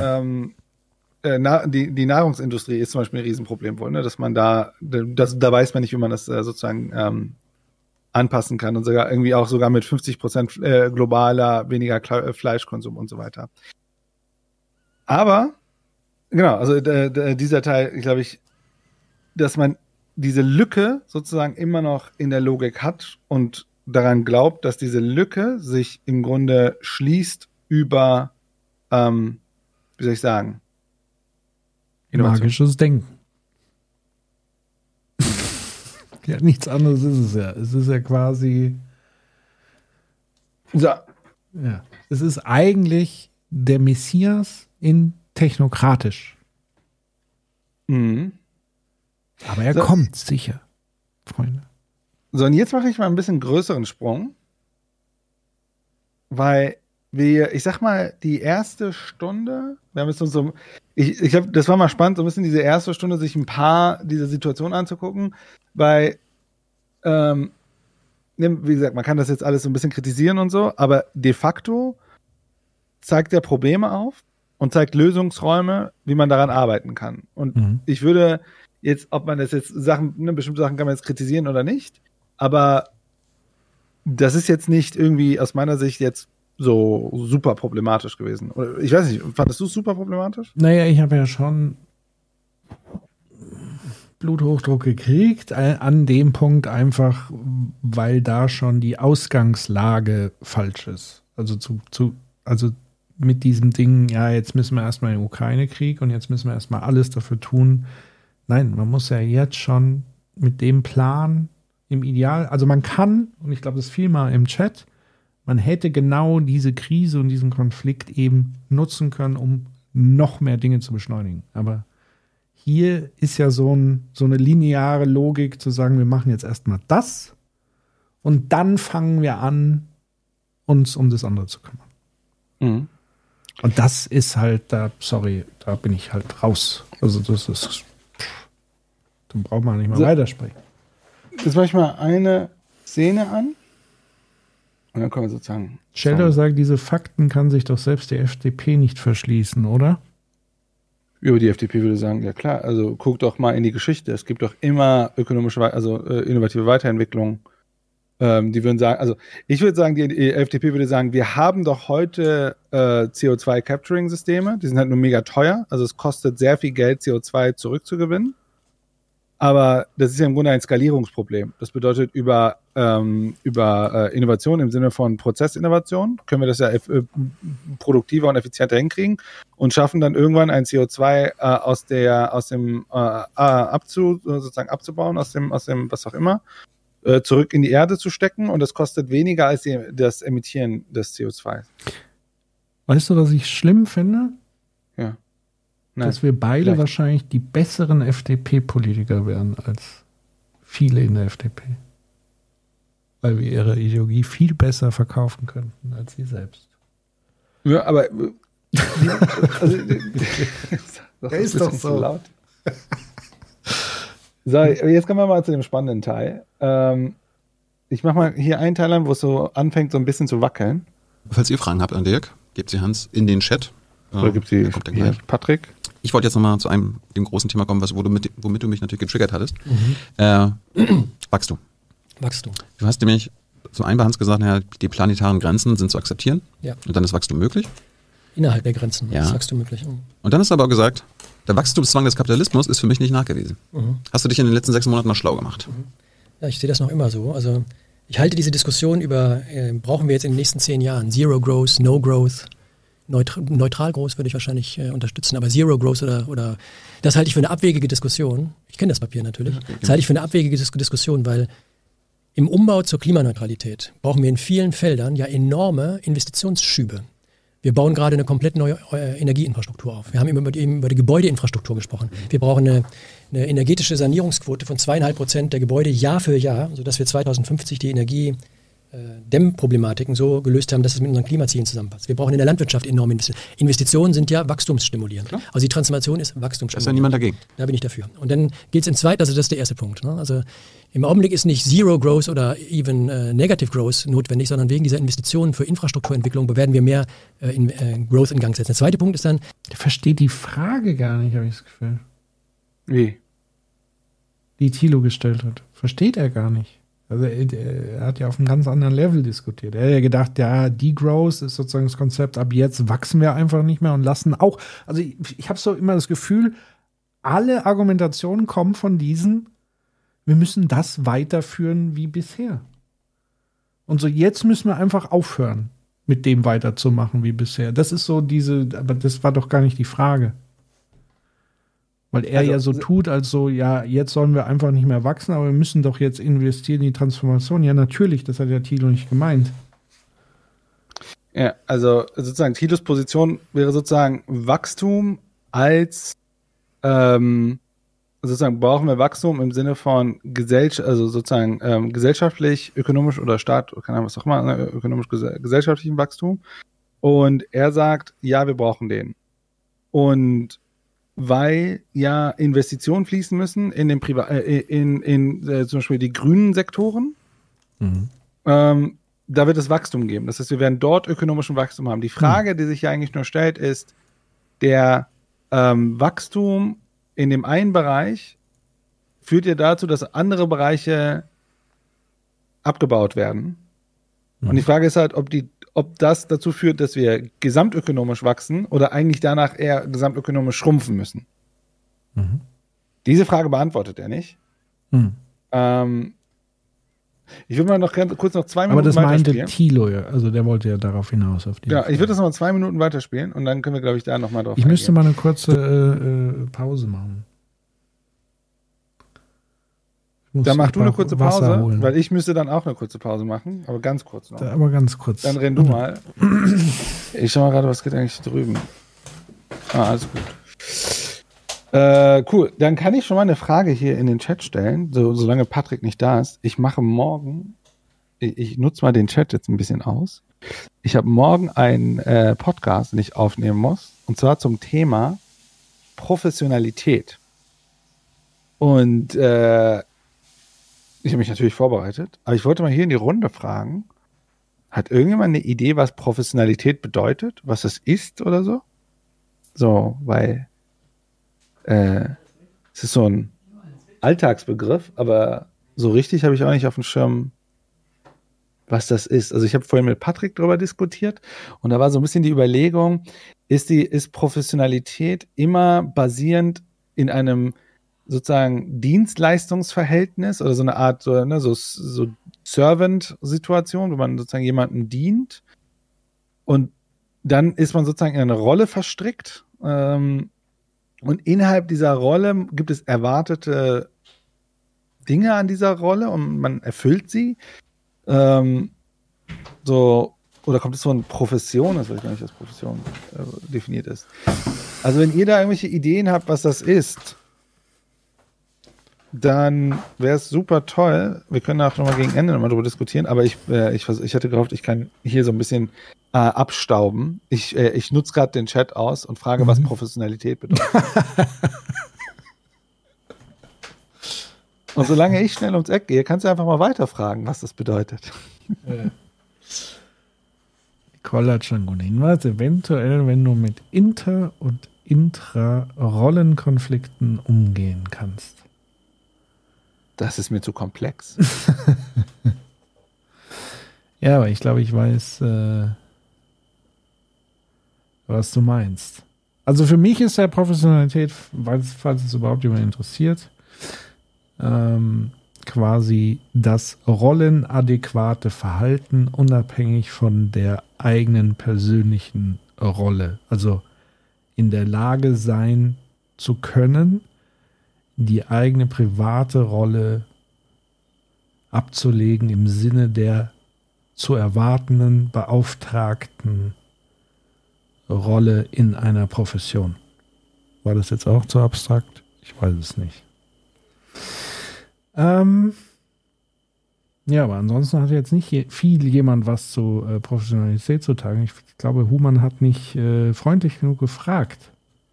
die Nahrungsindustrie ist zum Beispiel ein Riesenproblem wohl, ne? Dass man da weiß man nicht, wie man das sozusagen anpassen kann und sogar irgendwie auch sogar mit 50% globaler weniger Fleischkonsum und so weiter. Aber, genau, also dieser Teil, glaube ich, dass man diese Lücke sozusagen immer noch in der Logik hat und daran glaubt, dass diese Lücke sich im Grunde schließt über, wie soll ich sagen? Innovation. Magisches Denken. Ja, nichts anderes ist es ja. Es ist ja quasi. So. Ja. Es ist eigentlich der Messias in technokratisch. Aber er kommt sicher, Freunde. So, und jetzt mache ich mal ein bisschen größeren Sprung, weil ich sag mal, die erste Stunde, wir haben jetzt so, das war mal spannend, so ein bisschen diese erste Stunde, sich ein paar dieser Situationen anzugucken, weil, wie gesagt, man kann das jetzt alles so ein bisschen kritisieren und so, aber de facto zeigt er Probleme auf und zeigt Lösungsräume, wie man daran arbeiten kann. Und ich würde jetzt, ob man das jetzt bestimmte Sachen kann man jetzt kritisieren oder nicht, aber das ist jetzt nicht irgendwie aus meiner Sicht jetzt so super problematisch gewesen. Oder ich weiß nicht, fandest du es super problematisch? Naja, ich habe ja schon Bluthochdruck gekriegt, an dem Punkt einfach, weil da schon die Ausgangslage falsch ist. Also also mit diesem Ding, ja, jetzt müssen wir erstmal den Ukraine-Krieg und jetzt müssen wir erstmal alles dafür tun. Nein, man muss ja jetzt schon mit dem Plan im Ideal, also man kann, und ich glaube, das fiel mal im Chat, man hätte genau diese Krise und diesen Konflikt eben nutzen können, um noch mehr Dinge zu beschleunigen. Aber hier ist ja so eine lineare Logik zu sagen, wir machen jetzt erstmal das und dann fangen wir an, uns um das andere zu kümmern. Mhm. Und das ist halt, da bin ich halt raus. Also das ist, dann braucht man nicht mal weitersprechen. Jetzt mache ich mal eine Szene an. Und dann können wir sozusagen. Sheldon sagt, diese Fakten kann sich doch selbst die FDP nicht verschließen, oder? Über die FDP würde sagen, ja klar, also guck doch mal in die Geschichte. Es gibt doch immer innovative Weiterentwicklung. Die würden sagen, also ich würde sagen, die FDP würde sagen, wir haben doch heute CO2-Capturing-Systeme, die sind halt nur mega teuer, also es kostet sehr viel Geld, CO2 zurückzugewinnen. Aber das ist ja im Grunde ein Skalierungsproblem. Das bedeutet, über Innovation im Sinne von Prozessinnovation können wir das ja produktiver und effizienter hinkriegen und schaffen dann irgendwann ein CO2 sozusagen abzubauen, aus dem was auch immer, zurück in die Erde zu stecken, und das kostet weniger als das Emittieren des CO2. Weißt du, was ich schlimm finde? Ja. Nein, dass wir beide wahrscheinlich die besseren FDP-Politiker wären als viele in der FDP. Weil wir ihre Ideologie viel besser verkaufen könnten als sie selbst. Ja, aber das ist doch so laut. So, jetzt kommen wir mal zu dem spannenden Teil. Ich mache mal hier einen Teil an, wo es so anfängt, so ein bisschen zu wackeln. Falls ihr Fragen habt an Dirk, gebt sie Hans in den Chat. Oder gibt sie Patrick? Ich wollte jetzt nochmal zu dem großen Thema kommen, womit du mich natürlich getriggert hattest. Wachstum. Du hast nämlich zum einen bei Hans gesagt, die planetaren Grenzen sind zu akzeptieren. Ja. Und dann ist Wachstum möglich. Innerhalb der Grenzen ist Wachstum möglich. Und dann hast du aber auch gesagt, der Wachstumszwang des Kapitalismus ist für mich nicht nachgewiesen. Hast du dich in den letzten 6 Monaten mal schlau gemacht? Ja, ich sehe das noch immer so. Also ich halte diese Diskussion über, brauchen wir jetzt in den nächsten 10 Jahren Zero Growth, No Growth, Neutral Growth würde ich wahrscheinlich unterstützen, aber Zero Growth oder das halte ich für eine abwegige Diskussion. Ich kenne das Papier natürlich. Das halte ich für eine abwegige Diskussion, weil im Umbau zur Klimaneutralität brauchen wir in vielen Feldern ja enorme Investitionsschübe. Wir bauen gerade eine komplett neue Energieinfrastruktur auf. Wir haben über die Gebäudeinfrastruktur gesprochen. Wir brauchen eine energetische Sanierungsquote von 2,5% der Gebäude Jahr für Jahr, sodass wir 2050 die Energiedämmproblematiken so gelöst haben, dass es mit unseren Klimazielen zusammenpasst. Wir brauchen in der Landwirtschaft enorme Investitionen. Investitionen sind ja wachstumsstimulierend. Klar. Also die Transformation ist wachstumsstimulierend. Da ist ja niemand dagegen. Da bin ich dafür. Und dann geht es in zweit, also das ist der erste Punkt. Ne? Also im Augenblick ist nicht Zero Growth oder even Negative Growth notwendig, sondern wegen dieser Investitionen für Infrastrukturentwicklung werden wir mehr Growth in Gang setzen. Der zweite Punkt ist dann... Der versteht die Frage gar nicht, habe ich das Gefühl. Wie? Die Thilo gestellt hat. Versteht er gar nicht. Also er hat ja auf einem ganz anderen Level diskutiert. Er hat ja gedacht, ja, Degrowth ist sozusagen das Konzept, ab jetzt wachsen wir einfach nicht mehr und lassen auch, also ich habe so immer das Gefühl, alle Argumentationen kommen von diesen, wir müssen das weiterführen wie bisher. Und so jetzt müssen wir einfach aufhören, mit dem weiterzumachen wie bisher. Das ist so aber das war doch gar nicht die Frage. Weil er ja so tut, als so, ja, jetzt sollen wir einfach nicht mehr wachsen, aber wir müssen doch jetzt investieren in die Transformation. Ja, natürlich, das hat ja Thilo nicht gemeint. Ja, also sozusagen Thilos Position wäre sozusagen Wachstum als, sozusagen brauchen wir Wachstum im Sinne von gesellschaftlich, ökonomisch oder keine Ahnung, was auch immer, ökonomisch-gesellschaftlichen Wachstum. Und er sagt, ja, wir brauchen den. Und weil ja Investitionen fließen müssen in den zum Beispiel die grünen Sektoren. Da wird es Wachstum geben. Das heißt, wir werden dort ökonomischen Wachstum haben. Die Frage, die sich ja eigentlich nur stellt, ist, der Wachstum in dem einen Bereich führt ja dazu, dass andere Bereiche abgebaut werden. Und die Frage ist halt, ob das dazu führt, dass wir gesamtökonomisch wachsen oder eigentlich danach eher gesamtökonomisch schrumpfen müssen. Diese Frage beantwortet er nicht. Ich würde mal noch kurz noch 2 Minuten weiterspielen. Aber das meinte Thilo, ja. Also der wollte ja darauf hinaus. Ich würde das noch mal 2 Minuten weiterspielen und dann können wir, glaube ich, da nochmal drauf eingehen. Ich müsste mal eine kurze Pause machen. Dann mach du eine kurze Pause, weil ich müsste dann auch eine kurze Pause machen, aber ganz kurz noch. Aber ganz kurz. Dann renn du mal. Ich schau mal gerade, was geht eigentlich drüben. Alles gut. Cool, dann kann ich schon mal eine Frage hier in den Chat stellen, solange Patrick nicht da ist. Ich mache morgen, ich nutze mal den Chat jetzt ein bisschen aus. Ich habe morgen einen Podcast, den ich aufnehmen muss, und zwar zum Thema Professionalität. Und ich habe mich natürlich vorbereitet, aber ich wollte mal hier in die Runde fragen, hat irgendjemand eine Idee, was Professionalität bedeutet? Was es ist oder so? So, weil es ist so ein Alltagsbegriff, aber so richtig habe ich auch nicht auf dem Schirm, was das ist. Also ich habe vorhin mit Patrick darüber diskutiert und da war so ein bisschen die Überlegung, ist Professionalität immer basierend in einem sozusagen Dienstleistungsverhältnis oder so eine Art so Servant-Situation, wo man sozusagen jemandem dient und dann ist man sozusagen in eine Rolle verstrickt und innerhalb dieser Rolle gibt es erwartete Dinge an dieser Rolle und man erfüllt sie. Oder kommt es von Profession? Das weiß ich gar nicht, was Profession definiert ist. Also wenn ihr da irgendwelche Ideen habt, was das ist, dann wäre es super toll. Wir können auch nochmal gegen Ende nochmal drüber diskutieren, aber ich hatte gehofft, ich kann hier so ein bisschen abstauben. Ich nutze gerade den Chat aus und frage, was Professionalität bedeutet. Und solange ich schnell ums Eck gehe, kannst du einfach mal weiterfragen, was das bedeutet. Nicole hat schon einen Hinweis. Eventuell, wenn du mit Inter und Intra-Rollenkonflikten umgehen kannst. Das ist mir zu komplex. Ja, aber ich glaube, ich weiß, was du meinst. Also für mich ist ja Professionalität, falls es überhaupt jemand interessiert, quasi das rollenadäquate Verhalten unabhängig von der eigenen persönlichen Rolle. Also in der Lage sein zu können, die eigene private Rolle abzulegen im Sinne der zu erwartenden, beauftragten Rolle in einer Profession. War das jetzt auch zu abstrakt? Ich weiß es nicht. Ja, aber ansonsten hat jetzt nicht viel jemand was zu Professionalität zu tragen. Ich glaube, Humann hat nicht freundlich genug gefragt.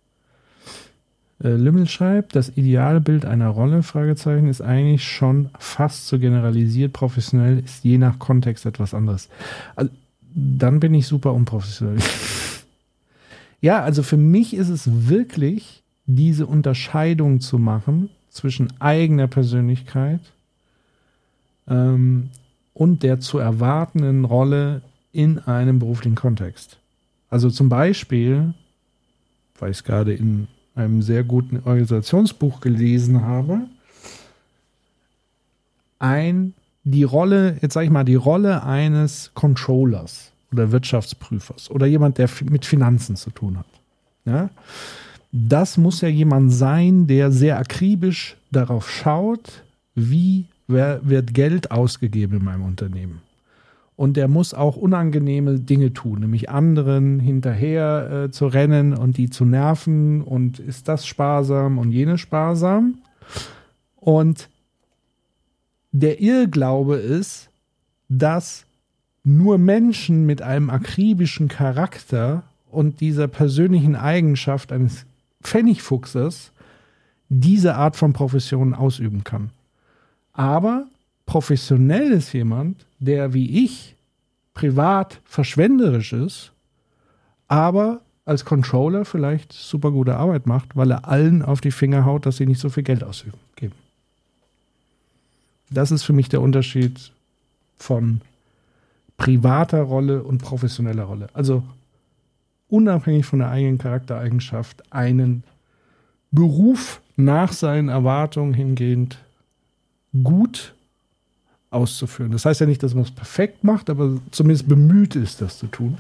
Lümmel schreibt, das Idealbild einer Rolle, Fragezeichen, ist eigentlich schon fast so generalisiert. Professionell ist je nach Kontext etwas anderes. Also, dann bin ich super unprofessionell. Ja, also für mich ist es wirklich, diese Unterscheidung zu machen zwischen eigener Persönlichkeit und der zu erwartenden Rolle in einem beruflichen Kontext. Also zum Beispiel, weil ich es gerade in einem sehr guten Organisationsbuch gelesen habe, die Rolle eines Controllers oder Wirtschaftsprüfers oder jemand, der mit Finanzen zu tun hat. Ja? Das muss ja jemand sein, der sehr akribisch darauf schaut, wie wird Geld ausgegeben in meinem Unternehmen. Und der muss auch unangenehme Dinge tun, nämlich anderen hinterher zu rennen und die zu nerven und ist das sparsam und jenes sparsam. Und der Irrglaube ist, dass nur Menschen mit einem akribischen Charakter und dieser persönlichen Eigenschaft eines Pfennigfuchses diese Art von Profession ausüben kann. Aber professionell ist jemand, der wie ich privat verschwenderisch ist, aber als Controller vielleicht super gute Arbeit macht, weil er allen auf die Finger haut, dass sie nicht so viel Geld ausgeben. Das ist für mich der Unterschied von privater Rolle und professioneller Rolle. Also unabhängig von der eigenen Charaktereigenschaft einen Beruf nach seinen Erwartungen hingehend gut auszuführen. Das heißt ja nicht, dass man es perfekt macht, aber zumindest bemüht ist, das zu tun.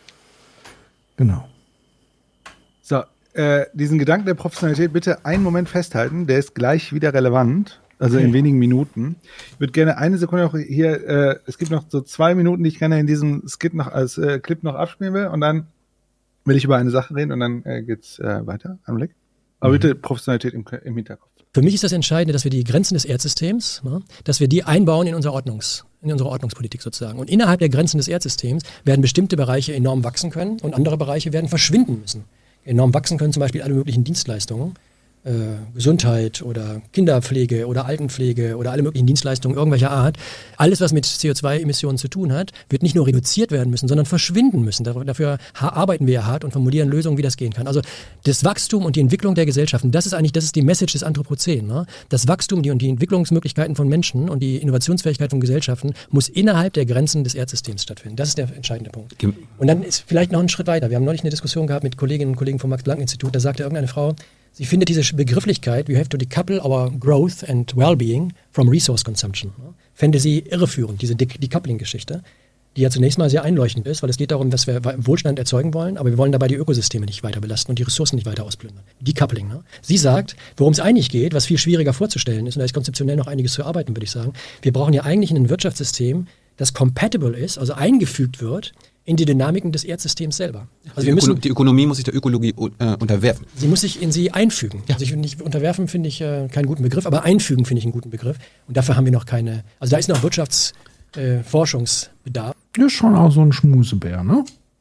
Genau. So, diesen Gedanken der Professionalität bitte einen Moment festhalten, der ist gleich wieder relevant, also in wenigen Minuten. Ich würde gerne eine Sekunde noch hier, es gibt noch so 2 Minuten, die ich gerne in diesem Skit noch als Clip noch abspielen will und dann will ich über eine Sache reden und dann geht's weiter. Einen Blick. Aber bitte Professionalität im Hinterkopf. Für mich ist das Entscheidende, dass wir die Grenzen des Erdsystems, dass wir die einbauen in unsere Ordnungspolitik sozusagen. Und innerhalb der Grenzen des Erdsystems werden bestimmte Bereiche enorm wachsen können und andere Bereiche werden verschwinden müssen. Enorm wachsen können zum Beispiel alle möglichen Dienstleistungen, Gesundheit oder Kinderpflege oder Altenpflege oder alle möglichen Dienstleistungen irgendwelcher Art. Alles, was mit CO2-Emissionen zu tun hat, wird nicht nur reduziert werden müssen, sondern verschwinden müssen. Dafür arbeiten wir ja hart und formulieren Lösungen, wie das gehen kann. Also das Wachstum und die Entwicklung der Gesellschaften, das ist die Message des Anthropozän. Ne? Das Wachstum und die Entwicklungsmöglichkeiten von Menschen und die Innovationsfähigkeit von Gesellschaften muss innerhalb der Grenzen des Erdsystems stattfinden. Das ist der entscheidende Punkt. Und dann ist vielleicht noch ein Schritt weiter. Wir haben neulich eine Diskussion gehabt mit Kolleginnen und Kollegen vom Max-Planck-Institut. Da sagte irgendeine Frau, sie findet diese Begrifflichkeit, we have to decouple our growth and well-being from resource consumption. Fände sie irreführend, diese Decoupling-Geschichte, die ja zunächst mal sehr einleuchtend ist, weil es geht darum, dass wir Wohlstand erzeugen wollen, aber wir wollen dabei die Ökosysteme nicht weiter belasten und die Ressourcen nicht weiter ausplündern. Decoupling. Ne? Sie sagt, worum es eigentlich geht, was viel schwieriger vorzustellen ist, und da ist konzeptionell noch einiges zu arbeiten, würde ich sagen, wir brauchen ja eigentlich ein Wirtschaftssystem, das compatible ist, also eingefügt wird in die Dynamiken des Erdsystems selber. Also die Ökonomie muss sich der Ökologie unterwerfen. Sie muss sich in sie einfügen. Ja. Also nicht unterwerfen finde ich keinen guten Begriff, aber einfügen finde ich einen guten Begriff. Und dafür haben wir noch keine, also da ist noch Wirtschaftsforschungsbedarf. Ja, schon auch so ein Schmusebär, ne?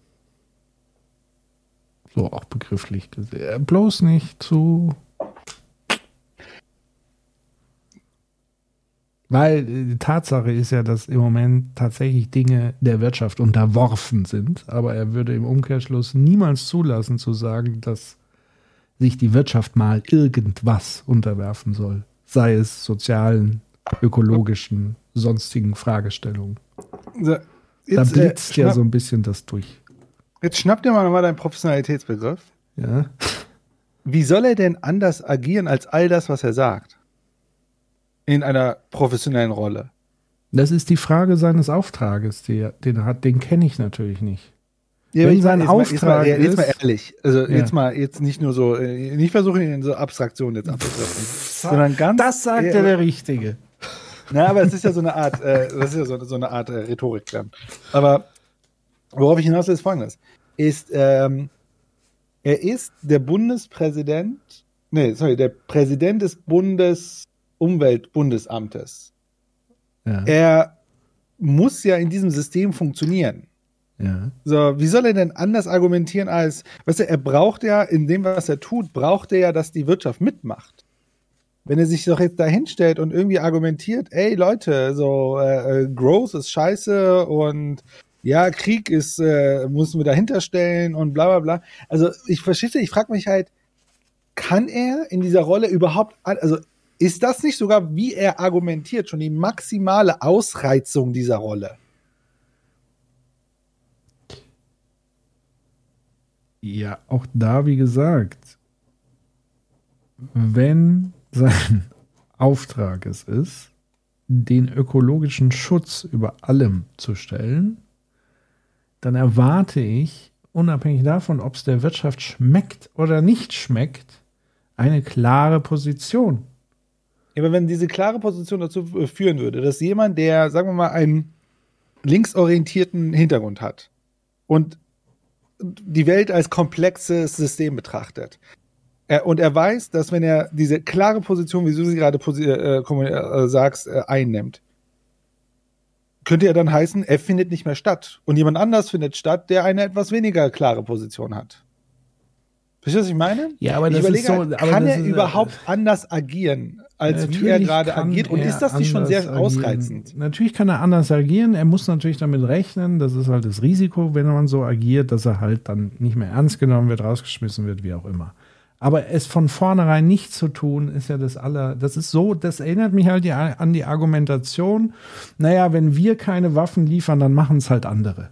So auch begrifflich gesehen. Bloß nicht zu... Weil die Tatsache ist ja, dass im Moment tatsächlich Dinge der Wirtschaft unterworfen sind. Aber er würde im Umkehrschluss niemals zulassen, zu sagen, dass sich die Wirtschaft mal irgendwas unterwerfen soll. Sei es sozialen, ökologischen, sonstigen Fragestellungen. So, da blitzt ja so ein bisschen das durch. Jetzt schnapp dir mal deinen Professionalitätsbegriff. Ja. Wie soll er denn anders agieren als all das, was er sagt? In einer professionellen Rolle. Das ist die Frage seines Auftrages, den er hat. Den kenne ich natürlich nicht. Ja, wenn sein Auftrag ist... Jetzt mal ehrlich. Also jetzt nicht nur so, nicht versuchen, in so Abstraktionen jetzt abzutreffen. Sondern ganz... Das sagt ja der Richtige. Na, aber es ist ja so eine Art, so eine Art Rhetorik dann. Aber worauf ich hinaus will, ist Folgendes. Er ist der Bundespräsident, der Präsident des Umweltbundesamtes. Ja. Er muss ja in diesem System funktionieren. Ja. So, wie soll er denn anders argumentieren als, weißt du, er braucht ja, in dem, was er tut, braucht er ja, dass die Wirtschaft mitmacht. Wenn er sich doch jetzt da hinstellt und irgendwie argumentiert, ey Leute, so Growth ist scheiße und ja, Krieg ist, müssen wir dahinter stellen und bla bla bla. Also ich frage mich halt, kann er in dieser Rolle überhaupt, also ist das nicht sogar, wie er argumentiert, schon die maximale Ausreizung dieser Rolle? Ja, auch da, wie gesagt, wenn sein Auftrag es ist, den ökologischen Schutz über allem zu stellen, dann erwarte ich, unabhängig davon, ob es der Wirtschaft schmeckt oder nicht schmeckt, eine klare Position. Ja, aber wenn diese klare Position dazu führen würde, dass jemand, der, sagen wir mal, einen linksorientierten Hintergrund hat und die Welt als komplexes System betrachtet, und er weiß, dass wenn er diese klare Position, wie du sie gerade sagst, einnimmt, könnte er dann heißen, er findet nicht mehr statt. Und jemand anders findet statt, der eine etwas weniger klare Position hat. Verstehst du, was ich meine? Ja, aber ich das überlege, ist so, halt, kann er überhaupt anders agieren, als wie er gerade agiert? Und ist das nicht schon sehr ausreizend? Natürlich kann er anders agieren. Er muss natürlich damit rechnen, das ist halt das Risiko, wenn man so agiert, dass er halt dann nicht mehr ernst genommen wird, rausgeschmissen wird, wie auch immer. Aber es von vornherein nicht zu tun, ist ja das ist so, das erinnert mich halt an die Argumentation, naja, wenn wir keine Waffen liefern, dann machen es halt andere.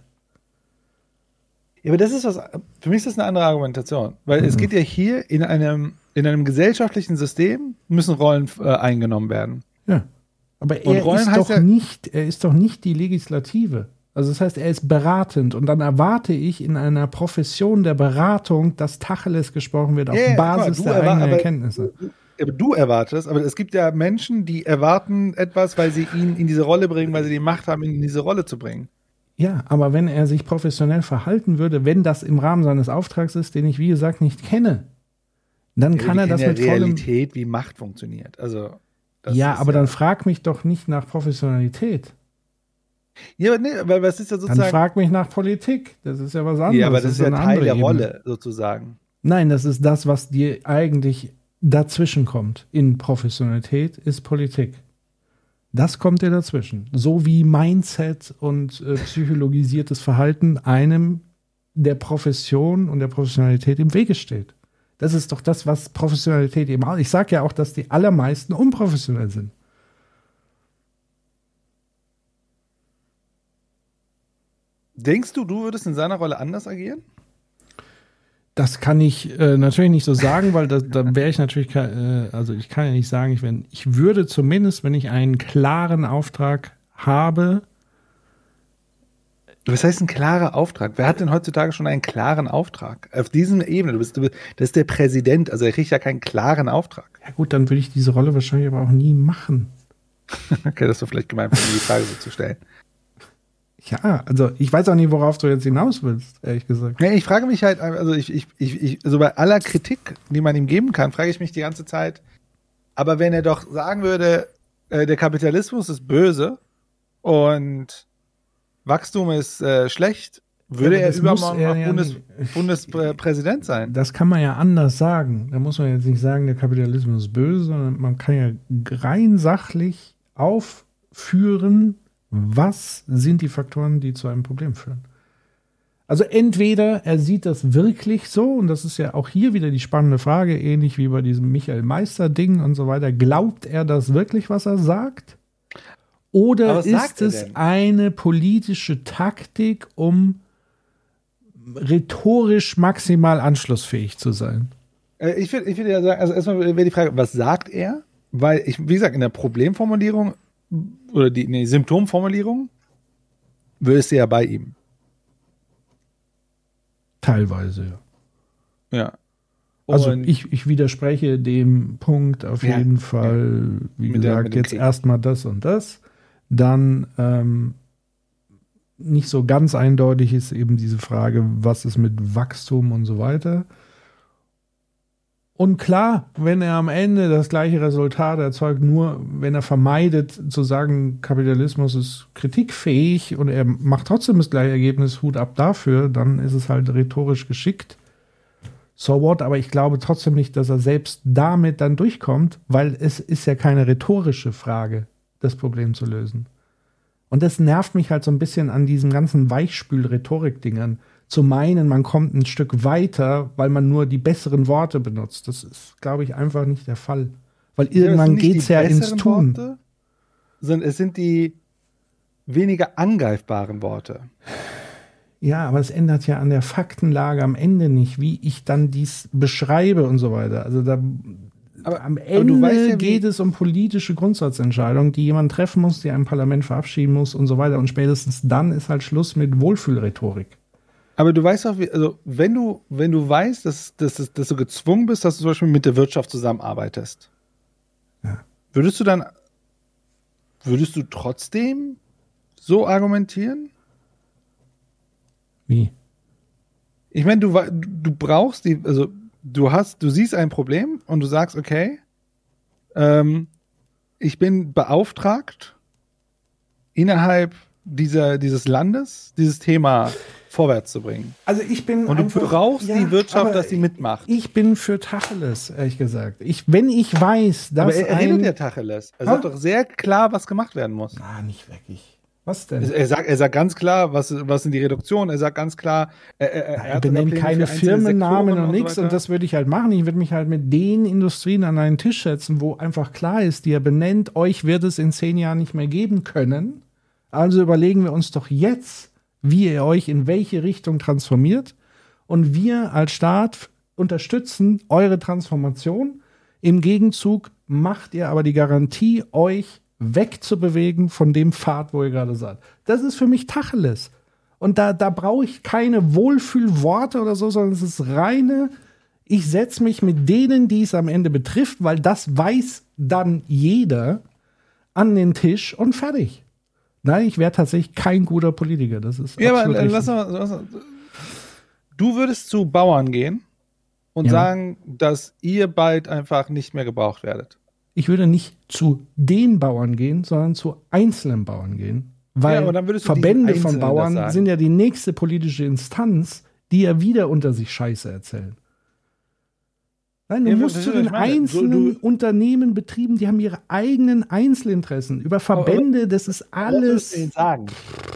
Ja, aber das ist für mich ist das eine andere Argumentation, weil es geht ja hier in einem gesellschaftlichen System müssen Rollen eingenommen werden. Ja, aber er ist doch nicht die Legislative. Also das heißt, er ist beratend und dann erwarte ich in einer Profession der Beratung, dass Tacheles gesprochen wird auf Basis der eigenen Erkenntnisse. Aber du erwartest, aber es gibt ja Menschen, die erwarten etwas, weil sie ihn in diese Rolle bringen, weil sie die Macht haben, ihn in diese Rolle zu bringen. Ja, aber wenn er sich professionell verhalten würde, wenn das im Rahmen seines Auftrags ist, den ich wie gesagt nicht kenne, dann kann er das mit vollem... Realität, wie Macht funktioniert. Also, dann frag mich doch nicht nach Professionalität. Ja, nee, weil was ist ja sozusagen... Dann frag mich nach Politik. Das ist ja was anderes. Ja, aber das ist ja Teil der Rolle, sozusagen. Nein, das ist das, was dir eigentlich dazwischen kommt. In Professionalität ist Politik. Das kommt dir dazwischen. So wie Mindset und psychologisiertes Verhalten einem der Profession und der Professionalität im Wege steht. Das ist doch das, was Professionalität eben auch... Ich sage ja auch, dass die allermeisten unprofessionell sind. Denkst du würdest in seiner Rolle anders agieren? Das kann ich natürlich nicht so sagen, weil da wäre ich natürlich, ich kann ja nicht sagen, ich würde zumindest, wenn ich einen klaren Auftrag habe. Was heißt ein klarer Auftrag? Wer hat denn heutzutage schon einen klaren Auftrag? Auf dieser Ebene, das ist der Präsident, also er kriegt ja keinen klaren Auftrag. Ja gut, dann würde ich diese Rolle wahrscheinlich aber auch nie machen. Okay, das ist doch vielleicht gemeint, um die Frage so zu stellen. Ja, also ich weiß auch nicht, worauf du jetzt hinaus willst, ehrlich gesagt. Nee, ich frage mich halt, also also bei aller Kritik, die man ihm geben kann, frage ich mich die ganze Zeit, aber wenn er doch sagen würde, der Kapitalismus ist böse und Wachstum ist schlecht, würde er übermorgen auch Bundespräsident sein? Das kann man ja anders sagen. Da muss man jetzt nicht sagen, der Kapitalismus ist böse, sondern man kann ja rein sachlich aufführen, was sind die Faktoren, die zu einem Problem führen. Also entweder er sieht das wirklich so, und das ist ja auch hier wieder die spannende Frage, ähnlich wie bei diesem Michael Meister-Ding und so weiter. Glaubt er das wirklich, was er sagt? Oder ist es eine politische Taktik, um rhetorisch maximal anschlussfähig zu sein? Ich würde ja sagen, also erstmal wäre die Frage, was sagt er? Weil wie gesagt, in der Problemformulierung oder die Symptomformulierung würdest du ja bei ihm. Teilweise, ja. Ja. Also ich widerspreche dem Punkt auf jeden Fall, wie gesagt, jetzt erstmal das und das. Dann nicht so ganz eindeutig ist eben diese Frage, was ist mit Wachstum und so weiter. Und klar, wenn er am Ende das gleiche Resultat erzeugt, nur wenn er vermeidet zu sagen, Kapitalismus ist kritikfähig und er macht trotzdem das gleiche Ergebnis, Hut ab dafür, dann ist es halt rhetorisch geschickt. So what? Aber ich glaube trotzdem nicht, dass er selbst damit dann durchkommt, weil es ist ja keine rhetorische Frage, das Problem zu lösen. Und das nervt mich halt so ein bisschen an diesem ganzen Weichspül-Rhetorik-Dingern. Zu meinen, man kommt ein Stück weiter, weil man nur die besseren Worte benutzt. Das ist, glaube ich, einfach nicht der Fall. Weil irgendwann geht es ja ins Tun. Worte, sondern es sind die weniger angreifbaren Worte. Ja, aber es ändert ja an der Faktenlage am Ende nicht, wie ich dann dies beschreibe und so weiter. Also am Ende geht es um politische Grundsatzentscheidungen, die jemand treffen muss, die ein Parlament verabschieden muss und so weiter. Und spätestens dann ist halt Schluss mit Wohlfühlrhetorik. Aber du weißt auch, also wenn du weißt, dass du gezwungen bist, dass du zum Beispiel mit der Wirtschaft zusammenarbeitest, würdest du trotzdem so argumentieren? Wie? Ich meine, du brauchst du siehst ein Problem und du sagst, okay, ich bin beauftragt, innerhalb dieses Landes dieses Thema vorwärts zu bringen. Also ich bin und du brauchst die Wirtschaft, dass sie mitmacht. Ich bin für Tacheles, ehrlich gesagt. Wenn ich weiß, dass aber er redet ja Tacheles. Er sagt doch sehr klar, was gemacht werden muss. Nicht wirklich. Was denn? Er sagt ganz klar, was sind die Reduktionen. Er sagt ganz klar, er benennt keine Firmennamen und nichts. Und das würde ich halt machen. Ich würde mich halt mit den Industrien an einen Tisch setzen, wo einfach klar ist, die er benennt, euch wird es in 10 Jahren nicht mehr geben können. Also überlegen wir uns doch jetzt, wie ihr euch in welche Richtung transformiert. Und wir als Staat unterstützen eure Transformation. Im Gegenzug macht ihr aber die Garantie, euch wegzubewegen von dem Pfad, wo ihr gerade seid. Das ist für mich Tacheles. Und da brauche ich keine Wohlfühlworte oder so, sondern es ist reine, ich setze mich mit denen, die es am Ende betrifft, weil das weiß dann jeder, an den Tisch und fertig. Nein, ich wäre tatsächlich kein guter Politiker. Das ist absolut aber lass mal. Du würdest zu Bauern gehen und sagen, dass ihr bald einfach nicht mehr gebraucht werdet. Ich würde nicht zu den Bauern gehen, sondern zu einzelnen Bauern gehen. Weil Verbände von Bauern sind ja die nächste politische Instanz, die ja wieder unter sich Scheiße erzählen. Nein, du musst zu den einzelnen Unternehmen, Betrieben, die haben ihre eigenen Einzelinteressen. Über Verbände, das ist alles. Was würdest du sagen?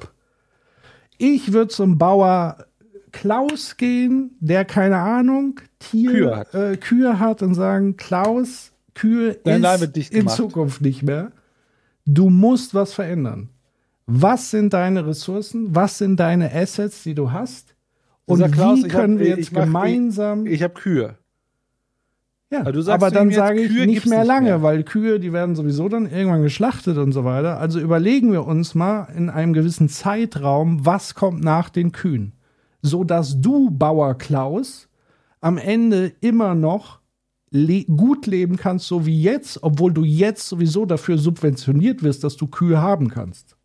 Ich würde zum Bauer Klaus gehen, der, keine Ahnung, Kühe hat und sagen, Klaus, Kühe ist in Zukunft nicht mehr. Du musst was verändern. Was sind deine Ressourcen? Was sind deine Assets, die du hast? Und wie können wir jetzt gemeinsam... Ich habe Kühe. Ja, aber dann sage ich nicht mehr lange, weil Kühe, die werden sowieso dann irgendwann geschlachtet und so weiter. Also überlegen wir uns mal in einem gewissen Zeitraum, was kommt nach den Kühen. So dass du, Bauer Klaus, am Ende immer noch gut leben kannst, so wie jetzt, obwohl du jetzt sowieso dafür subventioniert wirst, dass du Kühe haben kannst.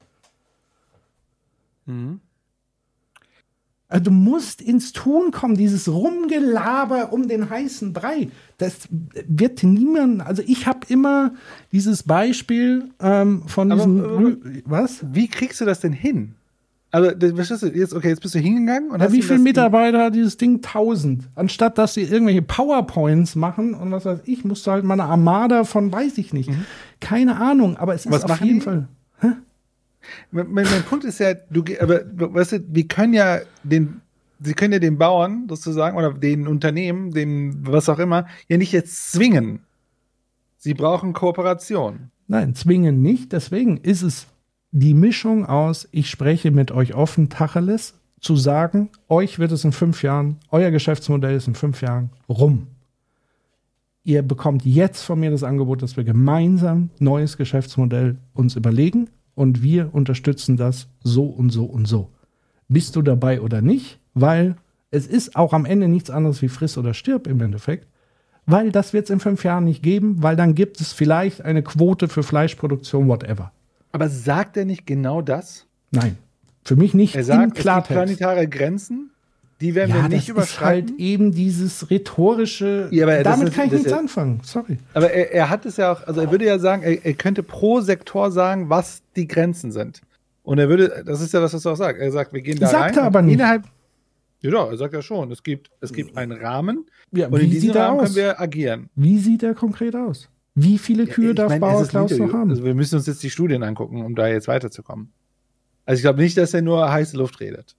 Mhm. Also du musst ins Tun kommen, dieses Rumgelaber um den heißen Brei. Das wird niemand, also ich habe immer dieses Beispiel von diesem, was? Wie kriegst du das denn hin? Also, jetzt bist du hingegangen und hast wie viele Mitarbeiter hat dieses Ding? 1000. Anstatt dass sie irgendwelche PowerPoints machen und was weiß ich, musst du halt mal eine Armada von, weiß ich nicht. Keine Ahnung, aber es ist auf jeden Fall. Mein Punkt ist ja, weißt du, Sie können ja den Bauern sozusagen oder den Unternehmen, den was auch immer, ja nicht jetzt zwingen. Sie brauchen Kooperation. Nein, zwingen nicht. Deswegen ist es die Mischung aus, ich spreche mit euch offen, Tacheles, zu sagen, euch wird es in 5 Jahren, euer Geschäftsmodell ist in 5 Jahren rum. Ihr bekommt jetzt von mir das Angebot, dass wir gemeinsam neues Geschäftsmodell uns überlegen und wir unterstützen das so und so und so. Bist du dabei oder nicht? Weil es ist auch am Ende nichts anderes wie friss oder stirb im Endeffekt. Weil das wird es in 5 Jahren nicht geben, weil dann gibt es vielleicht eine Quote für Fleischproduktion, whatever. Aber sagt er nicht genau das? Nein, für mich nicht. Er sagt, es gibt planetare Grenzen, die werden wir nicht überschreiten. Ist halt eben dieses rhetorische, damit kann ich nichts anfangen, sorry. Aber er hat es ja auch, also er würde ja sagen, er könnte pro Sektor sagen, was die Grenzen sind. Und er würde, das ist ja das, was er auch sagt. Er sagt, wir gehen da rein. Sagt er aber nicht. Ja, er sagt ja schon, es gibt einen Rahmen ja, und in diesem Rahmen können wir agieren. Wie sieht er konkret aus? Wie viele Kühe darf Bauer Klaus noch haben? Also wir müssen uns jetzt die Studien angucken, um da jetzt weiterzukommen. Also ich glaube nicht, dass er nur heiße Luft redet.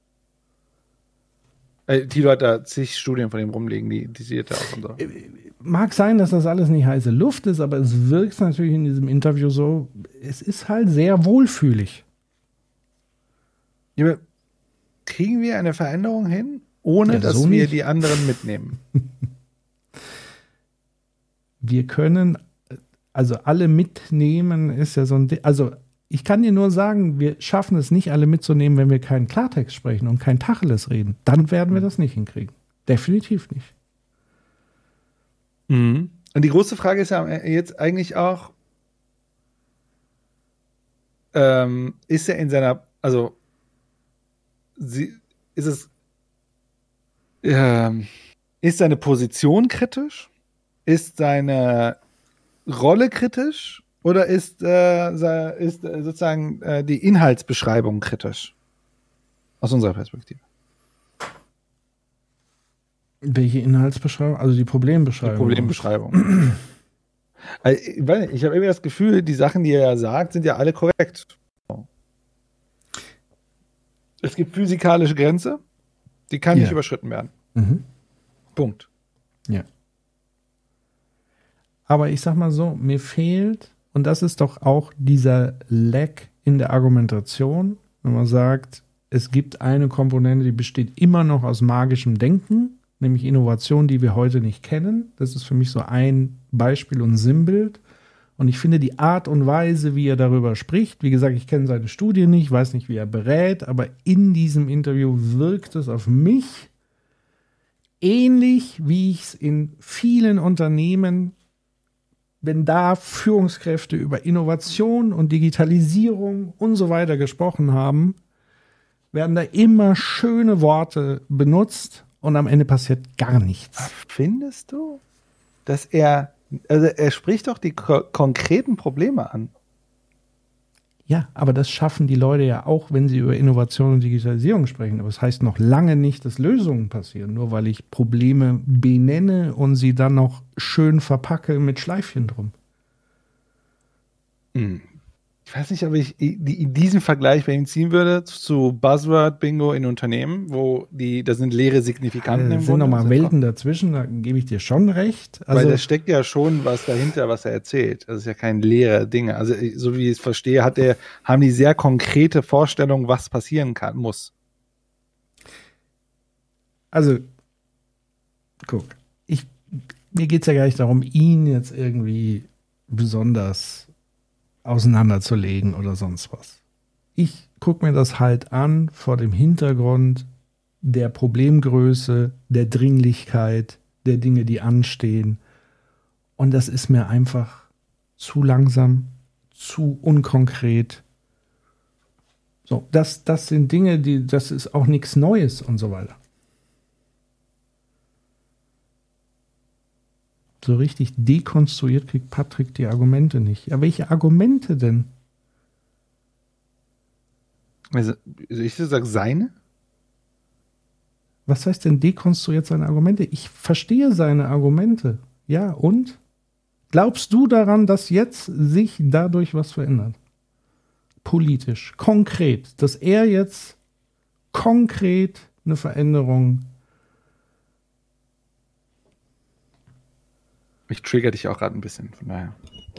Tilo hat da zig Studien von ihm rumliegen, die sieht er auch und so. Mag sein, dass das alles nicht heiße Luft ist, aber es wirkt natürlich in diesem Interview so, es ist halt sehr wohlfühlig. Ja, kriegen wir eine Veränderung hin, ohne dass wir nicht die anderen mitnehmen? Wir können, also alle mitnehmen ist ja so ein, also ich kann dir nur sagen, wir schaffen es nicht, alle mitzunehmen, wenn wir keinen Klartext sprechen und kein Tacheles reden. Dann werden wir das nicht hinkriegen. Definitiv nicht. Mhm. Und die große Frage ist ja jetzt eigentlich auch, ist er in seiner, also ist seine Position kritisch? Ist seine Rolle kritisch? Oder ist sozusagen die Inhaltsbeschreibung kritisch? Aus unserer Perspektive. Welche Inhaltsbeschreibung? Also die Problembeschreibung. Die Problembeschreibung. Ich habe irgendwie das Gefühl, die Sachen, die er sagt, sind ja alle korrekt. Es gibt physikalische Grenze, die kann nicht überschritten werden. Mhm. Punkt. Ja. Aber ich sag mal so, mir fehlt, und das ist doch auch dieser Lack in der Argumentation, wenn man sagt, es gibt eine Komponente, die besteht immer noch aus magischem Denken, nämlich Innovation, die wir heute nicht kennen. Das ist für mich so ein Beispiel und Sinnbild. Und ich finde die Art und Weise, wie er darüber spricht, wie gesagt, ich kenne seine Studie nicht, weiß nicht, wie er berät, aber in diesem Interview wirkt es auf mich ähnlich, wie ich es in vielen Unternehmen, wenn da Führungskräfte über Innovation und Digitalisierung und so weiter gesprochen haben, werden da immer schöne Worte benutzt und am Ende passiert gar nichts. Findest du, dass er spricht doch die konkreten Probleme an. Ja, aber das schaffen die Leute ja auch, wenn sie über Innovation und Digitalisierung sprechen. Aber das heißt noch lange nicht, dass Lösungen passieren, nur weil ich Probleme benenne und sie dann noch schön verpacke mit Schleifchen drum. Ich weiß nicht, ob ich diesen Vergleich bei ihm ziehen würde zu Buzzword-Bingo in Unternehmen, wo da sind leere Signifikanten im Grunde. Da sind nochmal Welten dazwischen, da gebe ich dir schon recht. Also, weil da steckt ja schon was dahinter, was er erzählt. Das ist ja kein leere Ding. Also so wie ich es verstehe, haben die sehr konkrete Vorstellungen, was passieren muss. Also, guck, mir geht es ja gar nicht darum, ihn jetzt irgendwie besonders auseinanderzulegen oder sonst was. Ich gucke mir das halt an vor dem Hintergrund der Problemgröße, der Dringlichkeit, der Dinge, die anstehen. Und das ist mir einfach zu langsam, zu unkonkret. So, das sind Dinge, das ist auch nichts Neues und so weiter. So richtig dekonstruiert kriegt Patrick die Argumente nicht. Ja, welche Argumente denn? Also, ich sage seine? Was heißt denn dekonstruiert seine Argumente? Ich verstehe seine Argumente. Ja, und? Glaubst du daran, dass jetzt sich dadurch was verändert? politisch, konkret, dass er jetzt konkret eine Veränderung. Ich trigger dich auch gerade ein bisschen, von daher.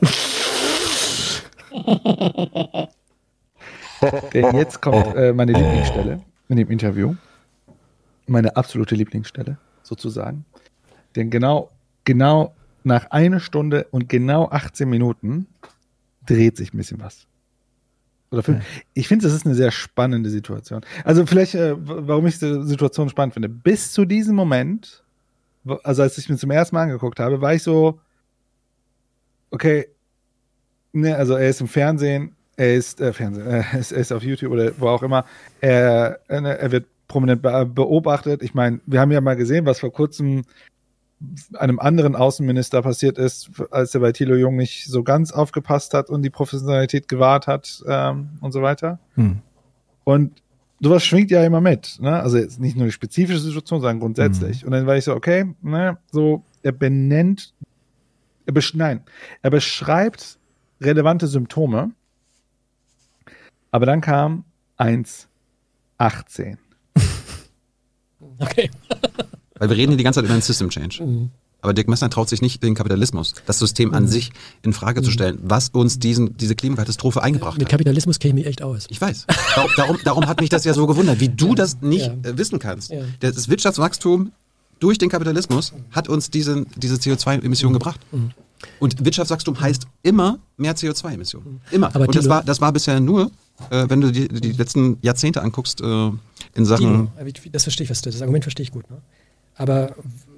Denn jetzt kommt meine Lieblingsstelle in dem Interview. Meine absolute Lieblingsstelle, sozusagen. Denn genau nach 1 Stunde und genau 18 Minuten dreht sich ein bisschen was. Oder ich finde, das ist eine sehr spannende Situation. Also vielleicht, warum ich die Situation spannend finde. Bis zu diesem Moment, also als ich mir zum ersten Mal angeguckt habe, war ich so, okay, ne, also er ist im Fernsehen, er ist auf YouTube oder wo auch immer, er wird prominent beobachtet. Ich meine, wir haben ja mal gesehen, was vor kurzem einem anderen Außenminister passiert ist, als er bei Thilo Jung nicht so ganz aufgepasst hat und die Professionalität gewahrt hat und so weiter. Und sowas schwingt ja immer mit. Ne? Also jetzt nicht nur die spezifische Situation, sondern grundsätzlich. Und dann war ich so, okay, ne, so er beschreibt relevante Symptome, aber dann kam 1,18. Okay. Weil wir reden hier die ganze Zeit über einen System Change. Aber Dirk Messner traut sich nicht, den Kapitalismus, das System an sich in Frage zu stellen, was uns diese Klimakatastrophe eingebracht hat. Mit Kapitalismus käme ich echt aus. Ich weiß. Darum hat mich das ja so gewundert, wie du das nicht wissen kannst. Ja. Das Wirtschaftswachstum durch den Kapitalismus hat uns diese CO2-Emissionen gebracht. Und Wirtschaftswachstum heißt immer mehr CO2-Emissionen. Immer. Aber und das war bisher nur, wenn du die letzten Jahrzehnte anguckst, in Sachen... Das verstehe ich, das Argument verstehe ich gut. Ne? Aber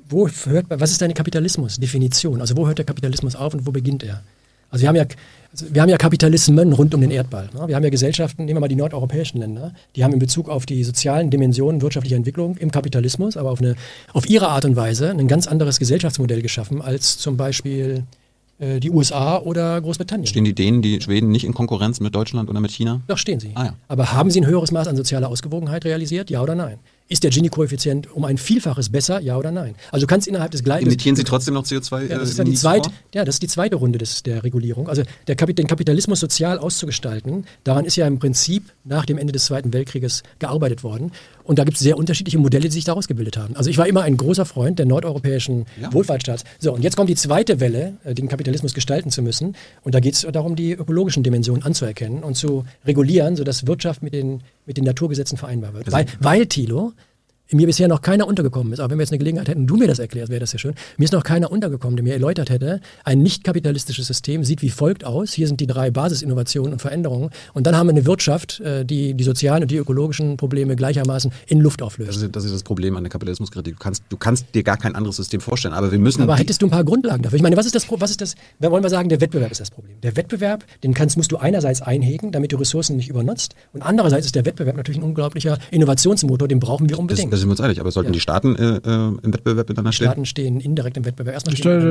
was ist deine Kapitalismus-Definition? Also wo hört der Kapitalismus auf und wo beginnt er? Also wir haben ja Kapitalismen rund um den Erdball. Ne? Wir haben ja Gesellschaften, nehmen wir mal die nordeuropäischen Länder, die haben in Bezug auf die sozialen Dimensionen wirtschaftlicher Entwicklung im Kapitalismus, aber auf ihre Art und Weise ein ganz anderes Gesellschaftsmodell geschaffen als zum Beispiel die USA oder Großbritannien. Stehen die Schweden nicht in Konkurrenz mit Deutschland oder mit China? Doch, stehen sie. Ah, ja. Aber haben sie ein höheres Maß an sozialer Ausgewogenheit realisiert? Ja oder nein? Ist der Gini-Koeffizient um ein Vielfaches besser? Ja oder nein? Also du kannst innerhalb des gleichen... Emittieren sie trotzdem noch CO2? Das ist die zweite Runde der Regulierung. Also den Kapitalismus sozial auszuggestalten, daran ist ja im Prinzip nach dem Ende des Zweiten Weltkrieges gearbeitet worden. Und da gibt es sehr unterschiedliche Modelle, die sich daraus gebildet haben. Also ich war immer ein großer Freund der nordeuropäischen Wohlfahrtsstaats. So, und jetzt kommt die zweite Welle, den Kapitalismus gestalten zu müssen. Und da geht es darum, die ökologischen Dimensionen anzuerkennen und zu regulieren, sodass Wirtschaft mit den Naturgesetzen vereinbar wird. Weil Thilo, mir bisher noch keiner untergekommen ist, aber wenn wir jetzt eine Gelegenheit hätten, du mir das erklärst, wäre das ja schön. Mir ist noch keiner untergekommen, der mir erläutert hätte, ein nicht kapitalistisches System sieht wie folgt aus. Hier sind die 3 Basisinnovationen und Veränderungen. Und dann haben wir eine Wirtschaft, die die sozialen und die ökologischen Probleme gleichermaßen in Luft auflöst. Das ist das Problem an der Kapitalismuskritik. Du kannst dir gar kein anderes System vorstellen, aber wir müssen... Aber hättest du ein paar Grundlagen dafür? Ich meine, was ist das? Wollen wir sagen, der Wettbewerb ist das Problem. Der Wettbewerb, musst du einerseits einhegen, damit du Ressourcen nicht übernutzt. Und andererseits ist der Wettbewerb natürlich ein unglaublicher Innovationsmotor, den brauchen wir unbedingt. Da sind wir uns einig, aber sollten die Staaten im Wettbewerb miteinander stehen? Die Staaten stehen indirekt im Wettbewerb.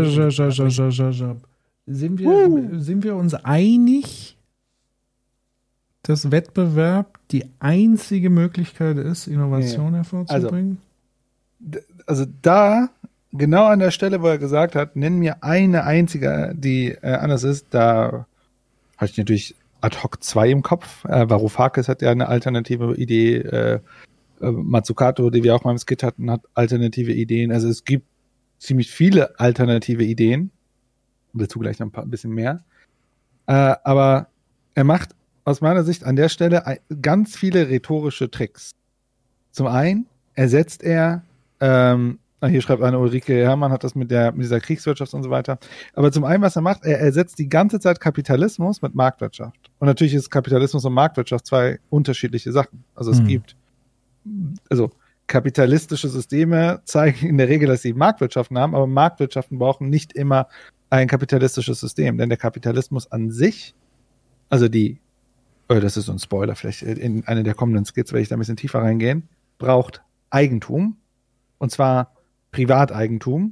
Sind wir uns einig, dass Wettbewerb die einzige Möglichkeit ist, Innovation hervorzubringen? Also da, genau an der Stelle, wo er gesagt hat, nenn mir eine einzige, die anders ist, da hatte ich natürlich ad hoc 2 im Kopf. Varoufakis hat ja eine alternative Idee, Mazzucato, die wir auch mal im Skit hatten, hat alternative Ideen. Also es gibt ziemlich viele alternative Ideen. Dazu gleich noch ein bisschen mehr. Aber er macht aus meiner Sicht an der Stelle ganz viele rhetorische Tricks. Zum einen ersetzt er, hier schreibt eine Ulrike Herrmann, hat das mit dieser Kriegswirtschaft und so weiter. Aber zum einen, was er macht, er ersetzt die ganze Zeit Kapitalismus mit Marktwirtschaft. Und natürlich ist Kapitalismus und Marktwirtschaft 2 unterschiedliche Sachen. Also es gibt kapitalistische Systeme zeigen in der Regel, dass sie Marktwirtschaften haben, aber Marktwirtschaften brauchen nicht immer ein kapitalistisches System, denn der Kapitalismus an sich, also das ist so ein Spoiler, vielleicht in einer der kommenden Skits werde ich da ein bisschen tiefer reingehen, braucht Eigentum, und zwar Privateigentum,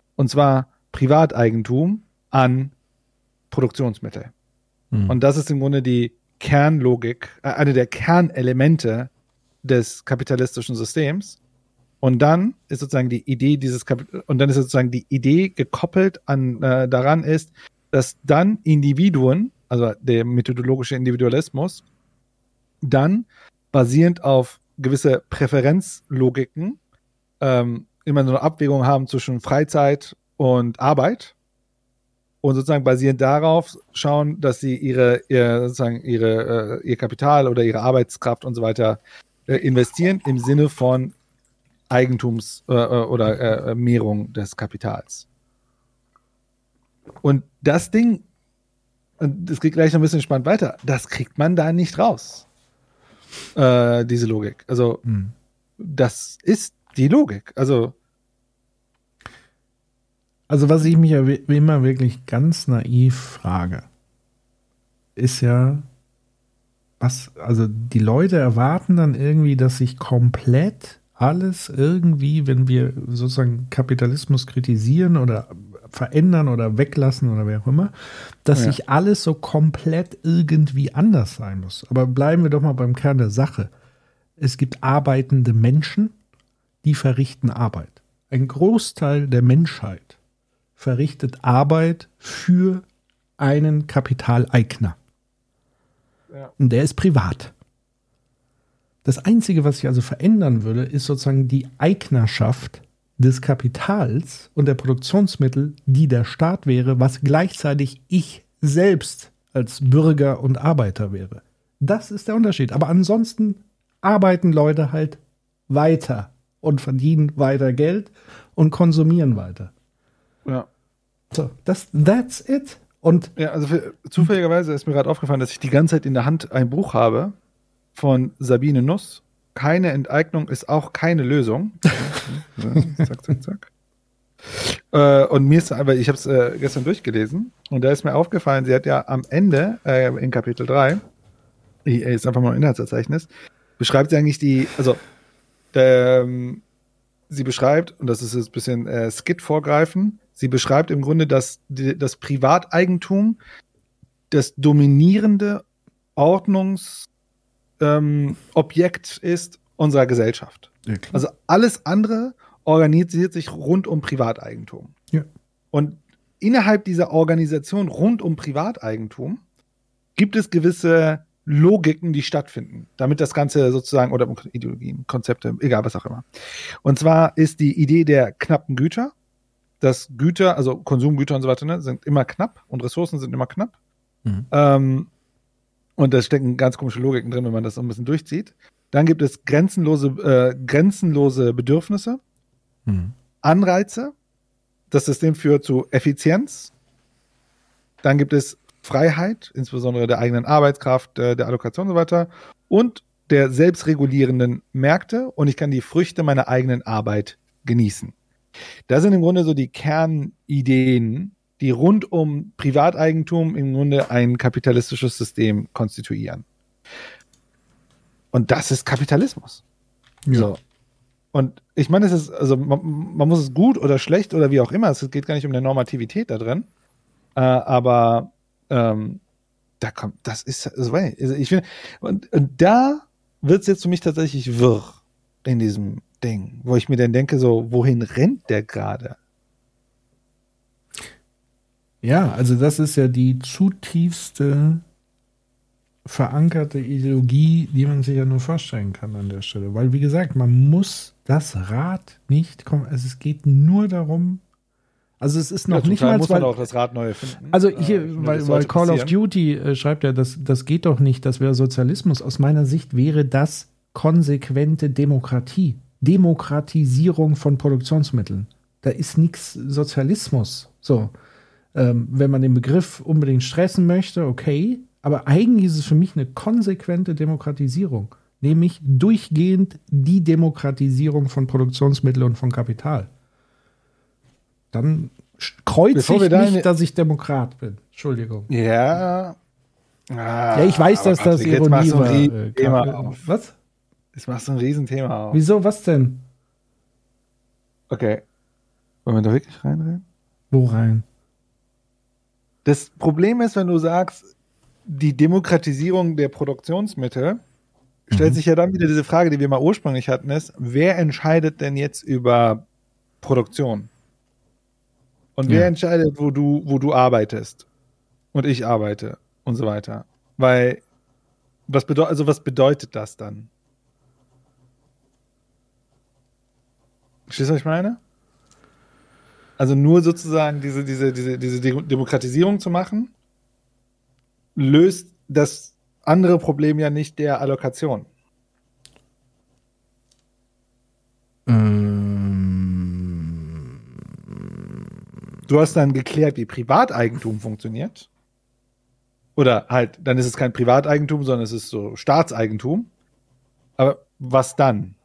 an Produktionsmittel. Und das ist im Grunde die Kernlogik, eine der Kernelemente des kapitalistischen Systems. Und dann ist sozusagen die Idee gekoppelt daran ist, dass dann Individuen, also der methodologische Individualismus, dann basierend auf gewisse Präferenzlogiken immer so eine Abwägung haben zwischen Freizeit und Arbeit und sozusagen basierend darauf schauen, dass sie ihr Kapital oder ihre Arbeitskraft und so weiter investieren im Sinne von Eigentums- oder Mehrung des Kapitals. Und das Ding, und das geht gleich noch ein bisschen spannend weiter, das kriegt man da nicht raus. Diese Logik. Also, das ist die Logik. Also, was ich mich ja immer wirklich ganz naiv frage, ist ja, also die Leute erwarten dann irgendwie, dass sich komplett alles irgendwie, wenn wir sozusagen Kapitalismus kritisieren oder verändern oder weglassen oder wer auch immer, dass sich alles so komplett irgendwie anders sein muss. Aber bleiben wir doch mal beim Kern der Sache. Es gibt arbeitende Menschen, die verrichten Arbeit. Ein Großteil der Menschheit verrichtet Arbeit für einen Kapitaleigner. Ja. Und der ist privat. Das Einzige, was sich also verändern würde, ist sozusagen die Eignerschaft des Kapitals und der Produktionsmittel, die der Staat wäre, was gleichzeitig ich selbst als Bürger und Arbeiter wäre. Das ist der Unterschied. Aber ansonsten arbeiten Leute halt weiter und verdienen weiter Geld und konsumieren weiter. Ja. So, that's it. Und ja, also zufälligerweise ist mir gerade aufgefallen, dass ich die ganze Zeit in der Hand ein Buch habe von Sabine Nuss. Keine Enteignung ist auch keine Lösung. Zack, zack, zack. Und mir ist, aber ich habe es gestern durchgelesen und da ist mir aufgefallen, sie hat ja am Ende in Kapitel 3, ist einfach mal ein Inhaltsverzeichnis, beschreibt sie eigentlich sie beschreibt, und das ist jetzt ein bisschen Skit vorgreifen, sie beschreibt im Grunde, dass das Privateigentum das dominierende Ordnungsobjekt ist unserer Gesellschaft. Ja, also alles andere organisiert sich rund um Privateigentum. Ja. Und innerhalb dieser Organisation rund um Privateigentum gibt es gewisse Logiken, die stattfinden, damit das Ganze sozusagen, oder Ideologien, Konzepte, egal was auch immer. Und zwar ist die Idee der knappen Güter, dass Güter, also Konsumgüter und so weiter, sind immer knapp und Ressourcen sind immer knapp. Mhm. Und da stecken ganz komische Logiken drin, wenn man das so ein bisschen durchzieht. Dann gibt es grenzenlose Bedürfnisse, Anreize. Das System führt zu Effizienz. Dann gibt es Freiheit, insbesondere der eigenen Arbeitskraft, der Allokation und so weiter. Und der selbstregulierenden Märkte. Und ich kann die Früchte meiner eigenen Arbeit genießen. Das sind im Grunde so die Kernideen, die rund um Privateigentum im Grunde ein kapitalistisches System konstituieren. Und das ist Kapitalismus. Ja. So. Und ich meine, es ist, also man muss es gut oder schlecht oder wie auch immer, es geht gar nicht um eine Normativität da drin, aber da kommt, das ist, also ich finde, und da wird es jetzt für mich tatsächlich wirr in diesem Ding, wo ich mir dann denke, so, wohin rennt der gerade? Ja, also das ist ja die zutiefste verankerte Ideologie, die man sich ja nur vorstellen kann an der Stelle. Weil, wie gesagt, man muss das Rad nicht kommen. Also es geht nur darum, also es ist noch nicht mal, muss man auch das Rad neu erfinden. Also hier, weil Call of Duty schreibt ja, das geht doch nicht, das wäre Sozialismus. Aus meiner Sicht wäre das konsequente Demokratie. Demokratisierung von Produktionsmitteln. Da ist nichts Sozialismus. So. Wenn man den Begriff unbedingt stressen möchte, okay, aber eigentlich ist es für mich eine konsequente Demokratisierung, nämlich durchgehend die Demokratisierung von Produktionsmitteln und von Kapital. Dann kreuze ich nicht, dass ich Demokrat bin. Entschuldigung. Ja. Ja, ich weiß, dass das Ironie war. Was? Das machst du ein Riesenthema auf. Wieso? Was denn? Okay. Wollen wir da wirklich reinreden? Wo rein? Das Problem ist, wenn du sagst, die Demokratisierung der Produktionsmittel, stellt sich ja dann wieder diese Frage, die wir mal ursprünglich hatten, ist, wer entscheidet denn jetzt über Produktion? Und wer entscheidet, wo du arbeitest? Und ich arbeite. und so weiter. Weil, was bedeutet das dann? Verstehst du, was ich meine? Also nur sozusagen diese Demokratisierung zu machen, löst das andere Problem ja nicht der Allokation. Du hast dann geklärt, wie Privateigentum funktioniert. Oder halt, dann ist es kein Privateigentum, sondern es ist so Staatseigentum. Aber was dann?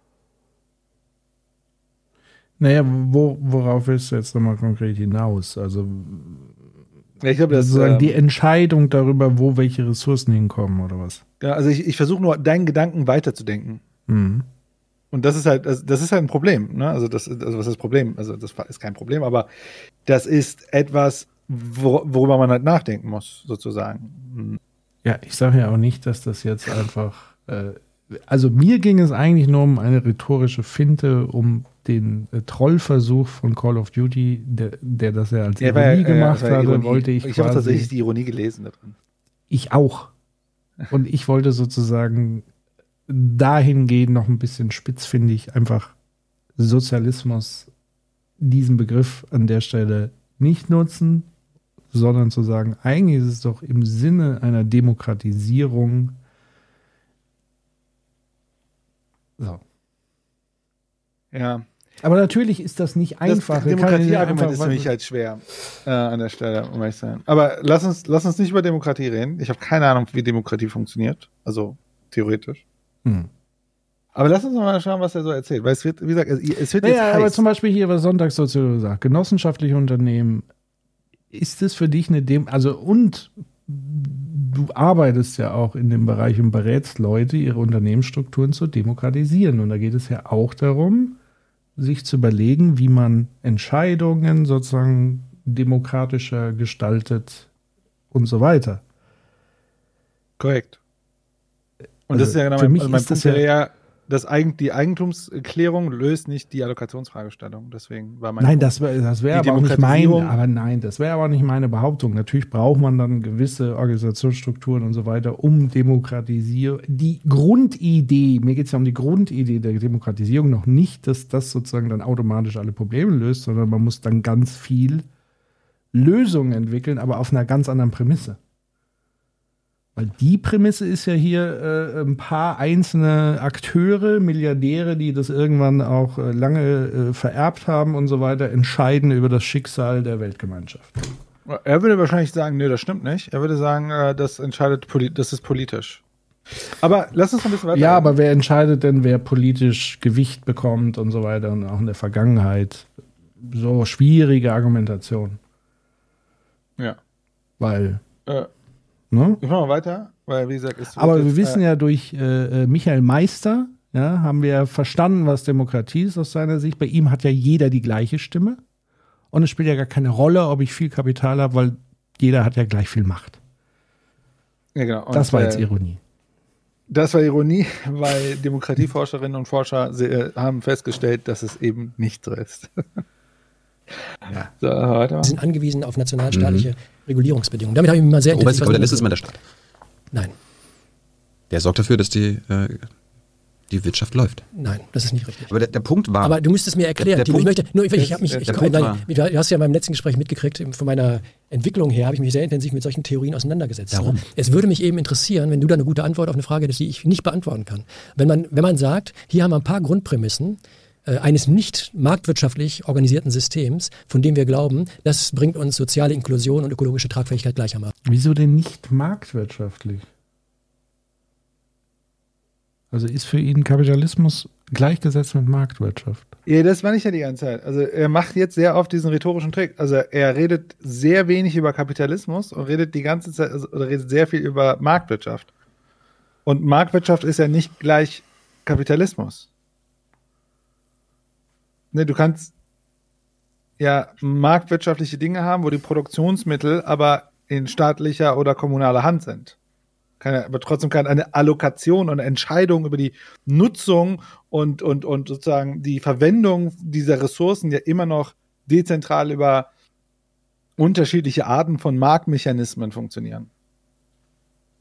Naja, worauf willst du jetzt nochmal konkret hinaus? Also, ja, ich glaube, das sozusagen die Entscheidung darüber, wo welche Ressourcen hinkommen, oder was? Ja, also ich versuche nur, deinen Gedanken weiterzudenken. Mhm. Und das ist halt ein Problem, ne? Also was ist das Problem? Also das ist kein Problem, aber das ist etwas, worüber man halt nachdenken muss, sozusagen. Ja, ich sage ja auch nicht, dass das jetzt einfach, also mir ging es eigentlich nur um eine rhetorische Finte, um den Trollversuch von Call of Duty, der das ja als Ironie gemacht hatte, wollte ich habe tatsächlich die Ironie gelesen da drin. Ich auch. Und ich wollte sozusagen dahingehend noch ein bisschen spitzfindig einfach Sozialismus, diesen Begriff an der Stelle nicht nutzen, sondern zu sagen, eigentlich ist es doch im Sinne einer Demokratisierung so. Ja. Aber natürlich ist das nicht einfach. Das Demokratieargument ist für mich halt schwer an der Stelle, um ehrlich zu sein. Aber lass uns nicht über Demokratie reden. Ich habe keine Ahnung, wie Demokratie funktioniert. Also theoretisch. Aber lass uns mal schauen, was er so erzählt. Weil es wird, wie gesagt, es wird jetzt heiß. Aber zum Beispiel hier, was Sonntagssoziologe sagt, genossenschaftliche Unternehmen, ist es für dich eine und du arbeitest ja auch in dem Bereich und berätst Leute, ihre Unternehmensstrukturen zu demokratisieren. Und da geht es ja auch darum, sich zu überlegen, wie man Entscheidungen sozusagen demokratischer gestaltet und so weiter. Korrekt. Und das ist ja genau mein Punkt, die Eigentumsklärung löst nicht die Allokationsfragestellung. Deswegen war mein Punkt. Das wäre aber nicht meine Behauptung. Natürlich braucht man dann gewisse Organisationsstrukturen und so weiter, um Demokratisierung. Die Grundidee, mir geht es ja um die Grundidee der Demokratisierung, noch nicht, dass das sozusagen dann automatisch alle Probleme löst, sondern man muss dann ganz viel Lösungen entwickeln, aber auf einer ganz anderen Prämisse. Weil die Prämisse ist ja hier ein paar einzelne Akteure, Milliardäre, die das irgendwann auch lange vererbt haben und so weiter, entscheiden über das Schicksal der Weltgemeinschaft. Er würde wahrscheinlich sagen, nee, das stimmt nicht. Er würde sagen, das ist politisch. Aber lass uns noch ein bisschen weiter. Ja, aber wer entscheidet denn, wer politisch Gewicht bekommt und so weiter und auch in der Vergangenheit? So schwierige Argumentation. Ja. Weil ne? Ich mach mal weiter, weil wie gesagt, aber wir wissen ja durch Michael Meister, ja, haben wir verstanden, was Demokratie ist aus seiner Sicht. Bei ihm hat ja jeder die gleiche Stimme und es spielt ja gar keine Rolle, ob ich viel Kapital habe, weil jeder hat ja gleich viel Macht. Ja, genau. Und das war jetzt Ironie. Das war Ironie, weil Demokratieforscherinnen und Forscher haben festgestellt, dass es eben nicht so ist. Ja. So, wir sind angewiesen auf nationalstaatliche Regulierungsbedingungen. Damit habe ich mich mal sehr intensiv Kapitalismus ist immer der Staat. Nein. Der sorgt dafür, dass die Wirtschaft läuft. Nein, das ist nicht richtig. Aber der Punkt war... Aber du müsstest mir erklären. Du hast ja in meinem letzten Gespräch mitgekriegt, von meiner Entwicklung her habe ich mich sehr intensiv mit solchen Theorien auseinandergesetzt. Warum? Es würde mich eben interessieren, wenn du da eine gute Antwort auf eine Frage hättest, die ich nicht beantworten kann. Wenn man sagt, hier haben wir ein paar Grundprämissen eines nicht marktwirtschaftlich organisierten Systems, von dem wir glauben, das bringt uns soziale Inklusion und ökologische Tragfähigkeit gleichermaßen. Wieso denn nicht marktwirtschaftlich? Also ist für ihn Kapitalismus gleichgesetzt mit Marktwirtschaft? Ja, das meine ich ja die ganze Zeit. Also er macht jetzt sehr oft diesen rhetorischen Trick. Also er redet sehr wenig über Kapitalismus und redet die ganze Zeit, oder redet sehr viel über Marktwirtschaft. Und Marktwirtschaft ist ja nicht gleich Kapitalismus. Ne, du kannst ja marktwirtschaftliche Dinge haben, wo die Produktionsmittel aber in staatlicher oder kommunaler Hand sind. Aber trotzdem kann eine Allokation und eine Entscheidung über die Nutzung und sozusagen die Verwendung dieser Ressourcen ja immer noch dezentral über unterschiedliche Arten von Marktmechanismen funktionieren.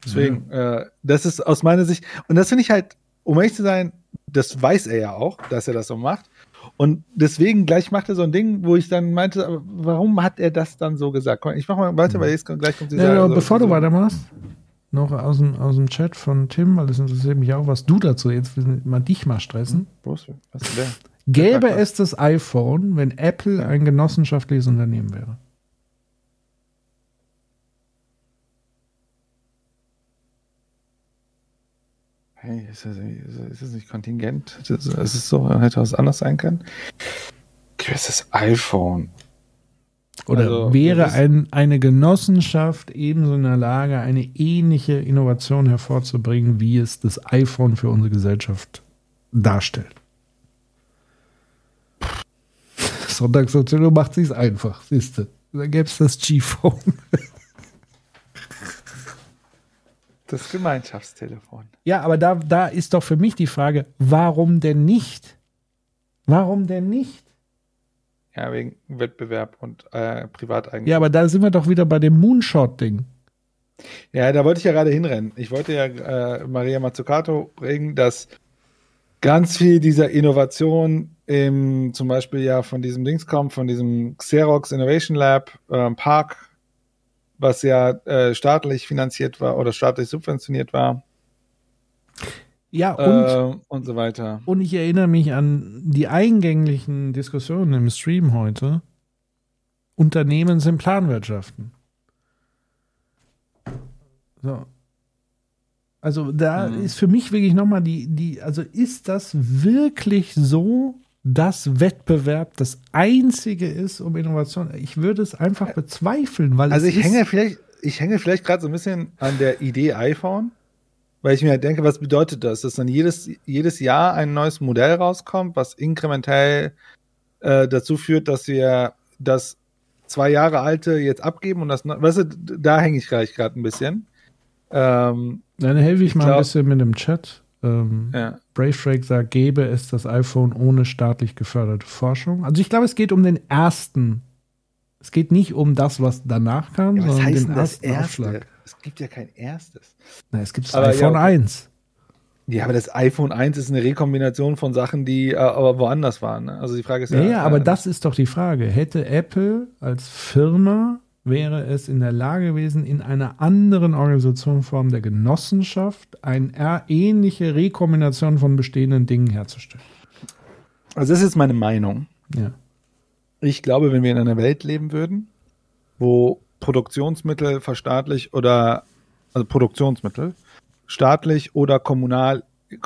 Deswegen, das ist aus meiner Sicht, und das finde ich halt, um ehrlich zu sein, das weiß er ja auch, dass er das so macht. Und deswegen gleich macht er so ein Ding, wo ich dann meinte, aber warum hat er das dann so gesagt? Ich mach mal weiter, weil jetzt gleich kommt dieser... Ja, bevor du weitermachst, noch aus dem Chat von Tim, weil das interessiert mich auch, was du dazu jetzt mal dich mal stressen. Was ist der? Gäbe es das iPhone, wenn Apple ein genossenschaftliches Unternehmen wäre? Hey, ist das nicht kontingent? Ist es so, hätte was anderes sein können? Ist das iPhone? Oder also, wäre eine Genossenschaft ebenso in der Lage, eine ähnliche Innovation hervorzubringen, wie es das iPhone für unsere Gesellschaft darstellt? Sonntagssoziologie macht sich's einfach, siehst du. Da gäbe es das G-Phone. Das Gemeinschaftstelefon. Ja, aber da ist doch für mich die Frage, warum denn nicht? Warum denn nicht? Ja, wegen Wettbewerb und Privateigentum. Ja, aber da sind wir doch wieder bei dem Moonshot-Ding. Ja, da wollte ich ja gerade hinrennen. Ich wollte ja Maria Mazzucato bringen, dass ganz viel dieser Innovation zum Beispiel ja von diesem Dings kommt, von diesem Xerox Innovation Lab, Park, was ja staatlich finanziert war oder staatlich subventioniert war. Ja, und so weiter. Und ich erinnere mich an die eingänglichen Diskussionen im Stream heute. Unternehmen sind Planwirtschaften. So. Also da ist für mich wirklich nochmal also ist das wirklich so, dass Wettbewerb das Einzige ist, um Innovation? Ich würde es einfach bezweifeln, weil also ich hänge vielleicht gerade so ein bisschen an der Idee iPhone, weil ich mir halt denke, was bedeutet das? Dass dann jedes Jahr ein neues Modell rauskommt, was inkrementell dazu führt, dass wir das 2 Jahre alte jetzt abgeben und das, weißt du, da hänge ich gleich gerade ein bisschen. Dann helfe ich mal ein bisschen mit dem Chat. Brave sagt, gäbe es das iPhone ohne staatlich geförderte Forschung. Also ich glaube, es geht um den ersten. Es geht nicht um das, was danach kam, ja, sondern heißt den ersten erste? Aufschlag. Es gibt ja kein erstes. Na, es gibt das iPhone 1. Ja, aber das iPhone 1 ist eine Rekombination von Sachen, die aber woanders waren. Ne? Also die Frage ist ja... Ja, aber das ist doch die Frage. Hätte Apple als Firma, wäre es in der Lage gewesen, in einer anderen Organisationsform der Genossenschaft eine ähnliche Rekombination von bestehenden Dingen herzustellen? Also das ist meine Meinung. Ja. Ich glaube, wenn wir in einer Welt leben würden, wo Produktionsmittel staatlich oder kommunale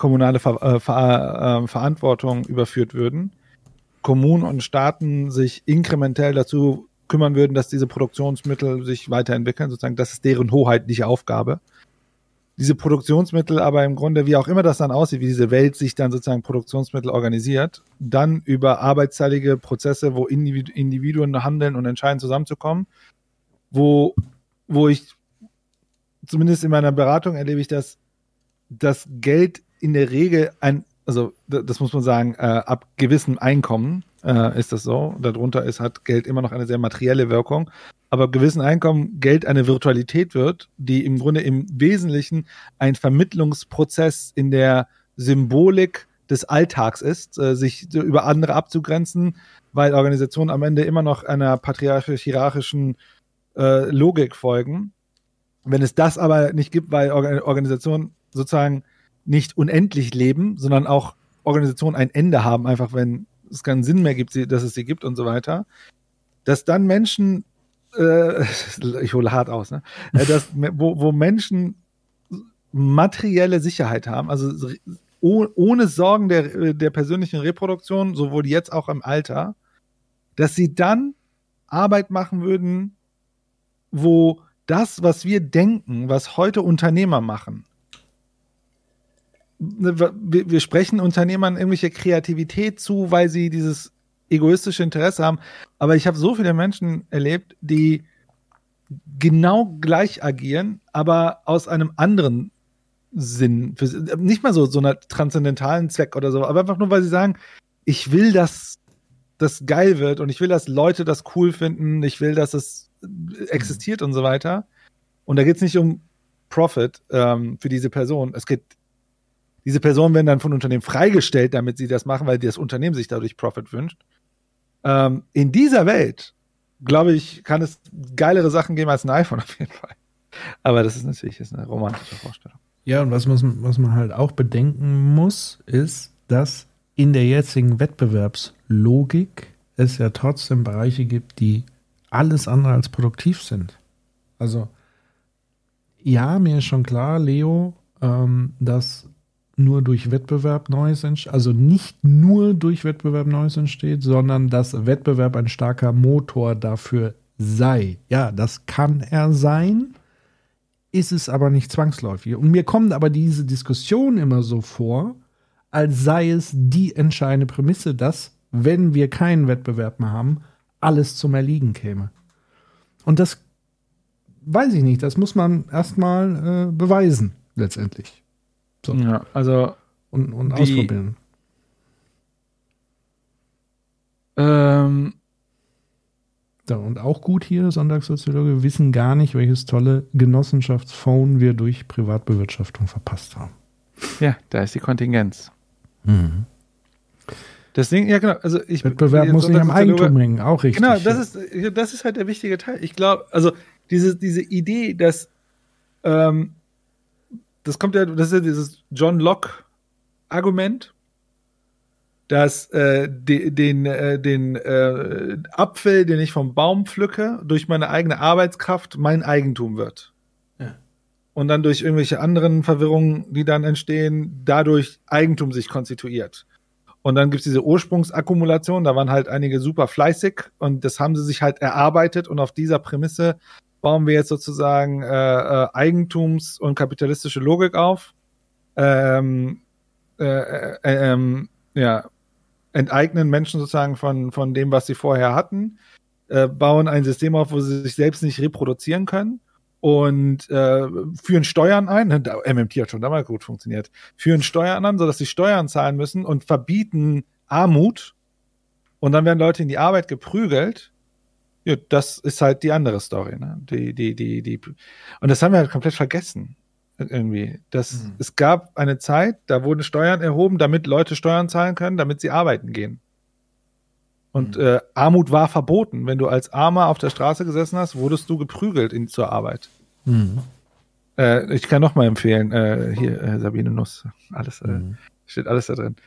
Verantwortung überführt würden, Kommunen und Staaten sich inkrementell dazu kümmern würden, dass diese Produktionsmittel sich weiterentwickeln, sozusagen, das ist deren hoheitliche Aufgabe. Diese Produktionsmittel aber im Grunde, wie auch immer das dann aussieht, wie diese Welt sich dann sozusagen Produktionsmittel organisiert, dann über arbeitsteilige Prozesse, wo Individuen handeln und entscheiden, zusammenzukommen, wo ich zumindest in meiner Beratung erlebe ich, dass das Geld in der Regel das muss man sagen, ab gewissem Einkommen ist das so. Darunter hat Geld immer noch eine sehr materielle Wirkung. Aber ab gewissem Einkommen Geld eine Virtualität wird, die im Grunde im Wesentlichen ein Vermittlungsprozess in der Symbolik des Alltags ist, sich über andere abzugrenzen, weil Organisationen am Ende immer noch einer patriarchisch-hierarchischen Logik folgen. Wenn es das aber nicht gibt, weil Organisationen sozusagen nicht unendlich leben, sondern auch Organisationen ein Ende haben, einfach wenn es keinen Sinn mehr gibt, dass es sie gibt und so weiter, dass dann Menschen, ich hole hart aus, ne? Wo Menschen materielle Sicherheit haben, also ohne Sorgen der persönlichen Reproduktion, sowohl jetzt auch im Alter, dass sie dann Arbeit machen würden, wo das, was wir denken, was heute Unternehmer machen, wir sprechen Unternehmern irgendwelche Kreativität zu, weil sie dieses egoistische Interesse haben, aber ich habe so viele Menschen erlebt, die genau gleich agieren, aber aus einem anderen Sinn, nicht mal so einer transzendentalen Zweck oder so, aber einfach nur, weil sie sagen, ich will, dass das geil wird und ich will, dass Leute das cool finden, ich will, dass es existiert und so weiter. Und da geht es nicht um Profit für diese Person. Diese Personen werden dann von Unternehmen freigestellt, damit sie das machen, weil das Unternehmen sich dadurch Profit wünscht. In dieser Welt, glaube ich, kann es geilere Sachen geben als ein iPhone auf jeden Fall. Aber das ist natürlich eine romantische Vorstellung. Ja, und was man halt auch bedenken muss, ist, dass in der jetzigen Wettbewerbslogik es ja trotzdem Bereiche gibt, die alles andere als produktiv sind. Also ja, mir ist schon klar, Leo, dass nur durch Wettbewerb Neues entsteht, also nicht nur durch Wettbewerb Neues entsteht, sondern dass Wettbewerb ein starker Motor dafür sei. Ja, das kann er sein, ist es aber nicht zwangsläufig. Und mir kommt aber diese Diskussion immer so vor, als sei es die entscheidende Prämisse, dass, wenn wir keinen Wettbewerb mehr haben, alles zum Erliegen käme. Und das weiß ich nicht, das muss man erstmal beweisen, letztendlich. So. Ja, also und ausprobieren. So, und auch gut hier, Sonntagssoziologe, wissen gar nicht, welches tolle Genossenschaftsphone wir durch Privatbewirtschaftung verpasst haben. Ja, da ist die Kontingenz. Mhm. Deswegen, ja genau, also Wettbewerb muss nicht am Eigentum hängen, auch richtig. Genau, das ist halt der wichtige Teil. Ich glaube, also diese Idee, dass das ist ja dieses John Locke-Argument, dass den Apfel, den ich vom Baum pflücke, durch meine eigene Arbeitskraft mein Eigentum wird. Ja. Und dann durch irgendwelche anderen Verwirrungen, die dann entstehen, dadurch Eigentum sich konstituiert. Und dann gibt es diese Ursprungsakkumulation, da waren halt einige super fleißig und das haben sie sich halt erarbeitet und auf dieser Prämisse bauen wir jetzt sozusagen Eigentums- und kapitalistische Logik auf. Enteignen Menschen sozusagen von dem, was sie vorher hatten, bauen ein System auf, wo sie sich selbst nicht reproduzieren können und führen Steuern ein. MMT hat schon damals gut funktioniert. Führen Steuern an, sodass sie Steuern zahlen müssen und verbieten Armut. Und dann werden Leute in die Arbeit geprügelt. Ja, das ist halt die andere Story. Ne? Und das haben wir halt komplett vergessen. Irgendwie. Es gab eine Zeit, da wurden Steuern erhoben, damit Leute Steuern zahlen können, damit sie arbeiten gehen. Und Armut war verboten. Wenn du als Armer auf der Straße gesessen hast, wurdest du geprügelt zur Arbeit. Mhm. Ich kann noch mal empfehlen, hier Sabine Nuss, alles steht alles da drin.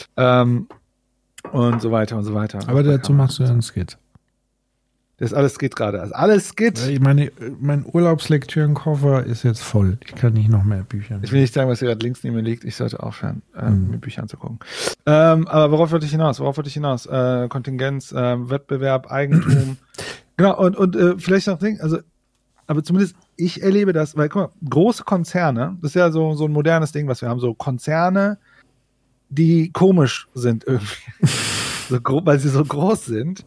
Und so weiter und so weiter. Aber dazu machst du ja einen Skit. Das alles geht gerade. Also alles geht. Mein Urlaubslektürenkoffer ist jetzt voll. Ich kann nicht noch mehr Bücher nehmen. Ich will nicht sagen, was hier gerade links neben mir liegt. Ich sollte aufhören, mir Bücher anzugucken. Aber worauf wollte ich hinaus? Kontingenz, Wettbewerb, Eigentum. Genau, und vielleicht noch Ding, also, aber zumindest ich erlebe das, weil, guck mal, große Konzerne, das ist ja so ein modernes Ding, was wir haben, so Konzerne, die komisch sind irgendwie. Weil sie so groß sind.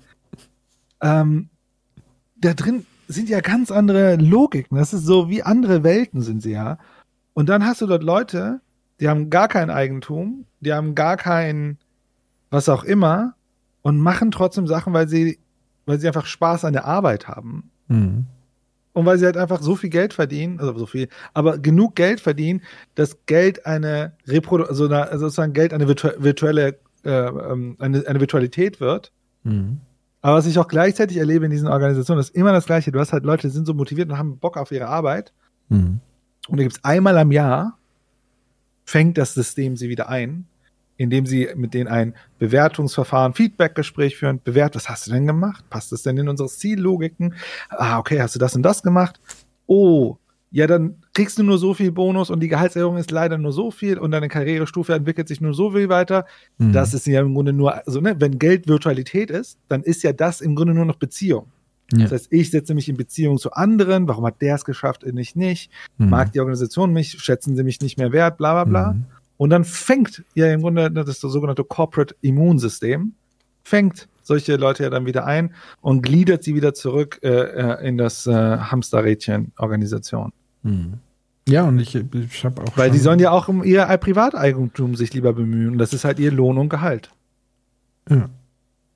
Da drin sind ja ganz andere Logiken. Das ist so, wie andere Welten sind sie ja. Und dann hast du dort Leute, die haben gar kein Eigentum, die haben gar kein was auch immer und machen trotzdem Sachen, weil sie einfach Spaß an der Arbeit haben. Mhm. Und weil sie halt einfach so viel Geld verdienen, aber genug Geld verdienen, dass Geld eine virtuelle, eine Virtualität wird. Mhm. Aber was ich auch gleichzeitig erlebe in diesen Organisationen, ist immer das Gleiche. Du hast halt Leute, die sind so motiviert und haben Bock auf ihre Arbeit. Mhm. Und da gibt es einmal am Jahr, fängt das System sie wieder ein, indem sie mit denen ein Bewertungsverfahren, Feedbackgespräch führen. Was hast du denn gemacht? Passt das denn in unsere Ziellogiken? Okay, hast du das und das gemacht? Oh, ja, dann kriegst du nur so viel Bonus und die Gehaltserhöhung ist leider nur so viel und deine Karrierestufe entwickelt sich nur so viel weiter. Mhm. Das ist ja im Grunde nur, also wenn Geld Virtualität ist, dann ist ja das im Grunde nur noch Beziehung. Ja. Das heißt, ich setze mich in Beziehung zu anderen. Warum hat der es geschafft und ich nicht? Mhm. Mag die Organisation mich? Schätzen sie mich nicht mehr wert? Bla, bla, bla. Mhm. Und dann fängt ja im Grunde das sogenannte Corporate Immunsystem, fängt solche Leute ja dann wieder ein und gliedert sie wieder zurück in das Hamsterrädchen-Organisation. Mhm. Ja, und ich habe auch. Weil die sollen ja auch um ihr Privateigentum sich lieber bemühen. Und das ist halt ihr Lohn und Gehalt. Ja.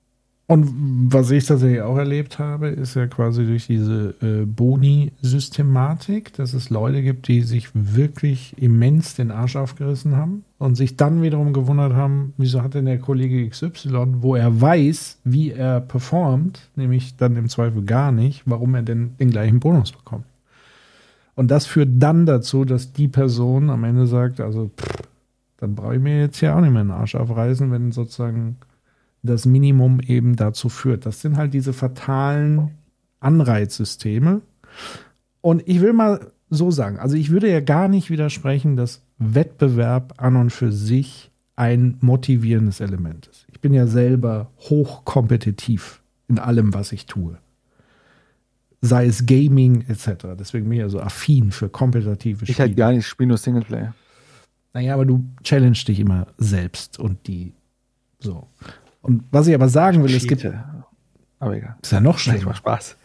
Und was ich tatsächlich auch erlebt habe, ist ja quasi durch diese Boni-Systematik, dass es Leute gibt, die sich wirklich immens den Arsch aufgerissen haben und sich dann wiederum gewundert haben, wieso hat denn der Kollege XY, wo er weiß, wie er performt, nämlich dann im Zweifel gar nicht, warum er denn den gleichen Bonus bekommt. Und das führt dann dazu, dass die Person am Ende sagt, also dann brauche ich mir jetzt hier auch nicht mehr den Arsch aufreißen, wenn sozusagen das Minimum eben dazu führt. Das sind halt diese fatalen Anreizsysteme. Und ich will mal so sagen, also ich würde ja gar nicht widersprechen, dass Wettbewerb an und für sich ein motivierendes Element ist. Ich bin ja selber hochkompetitiv in allem, was ich tue. Sei es Gaming etc. Deswegen bin ich ja so affin für kompetitive Spiele. Ich halt gar nicht, ich spiele nur Singleplayer. Naja, aber du challenge dich immer selbst und die so. Und was ich aber sagen will, es gibt... Aber egal. Ist ja noch schlimmer. Macht Spaß.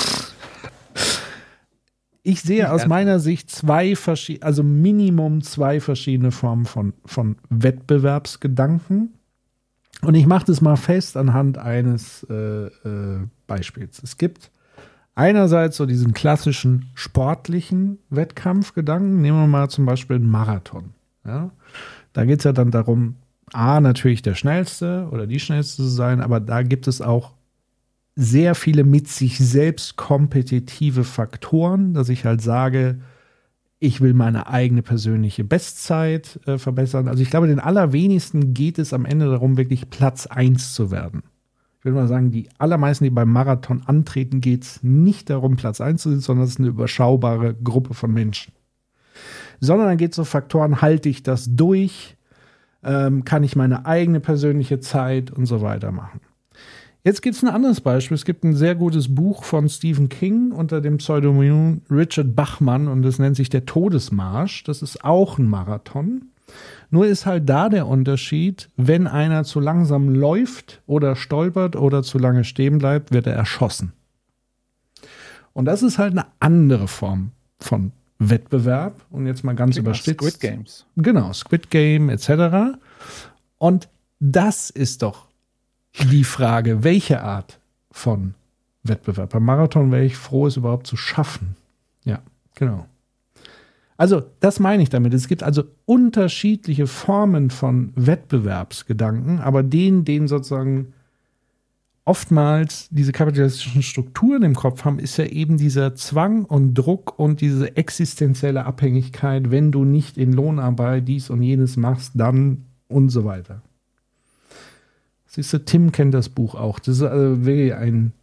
Ich sehe aus meiner Sicht Minimum zwei verschiedene Formen von Wettbewerbsgedanken. Und ich mache das mal fest anhand eines Beispiels. Es gibt einerseits so diesen klassischen sportlichen Wettkampfgedanken. Nehmen wir mal zum Beispiel einen Marathon. Ja? Da geht es ja dann darum, natürlich der Schnellste oder die Schnellste zu sein, aber da gibt es auch sehr viele mit sich selbst kompetitive Faktoren, dass ich halt sage, ich will meine eigene persönliche Bestzeit verbessern. Also ich glaube, den allerwenigsten geht es am Ende darum, wirklich Platz 1 zu werden. Ich würde mal sagen, die allermeisten, die beim Marathon antreten, geht es nicht darum, Platz 1 zu sein, sondern es ist eine überschaubare Gruppe von Menschen. Sondern dann geht es so Faktoren, halte ich das durch, kann ich meine eigene persönliche Zeit und so weiter machen. Jetzt gibt es ein anderes Beispiel. Es gibt ein sehr gutes Buch von Stephen King unter dem Pseudonym Richard Bachman und das nennt sich Der Todesmarsch. Das ist auch ein Marathon. Nur ist halt da der Unterschied, wenn einer zu langsam läuft oder stolpert oder zu lange stehen bleibt, wird er erschossen. Und das ist halt eine andere Form von Wettbewerb und jetzt mal ganz überspitzt. Squid Games. Genau, Squid Game etc. Und das ist doch die Frage, welche Art von Wettbewerb. Beim Marathon wäre ich froh, es überhaupt zu schaffen. Ja, genau. Also, das meine ich damit. Es gibt also unterschiedliche Formen von Wettbewerbsgedanken, aber den sozusagen oftmals diese kapitalistischen Strukturen im Kopf haben, ist ja eben dieser Zwang und Druck und diese existenzielle Abhängigkeit, wenn du nicht in Lohnarbeit dies und jenes machst, dann und so weiter. Siehst du, Tim kennt das Buch auch. Das ist also wirklich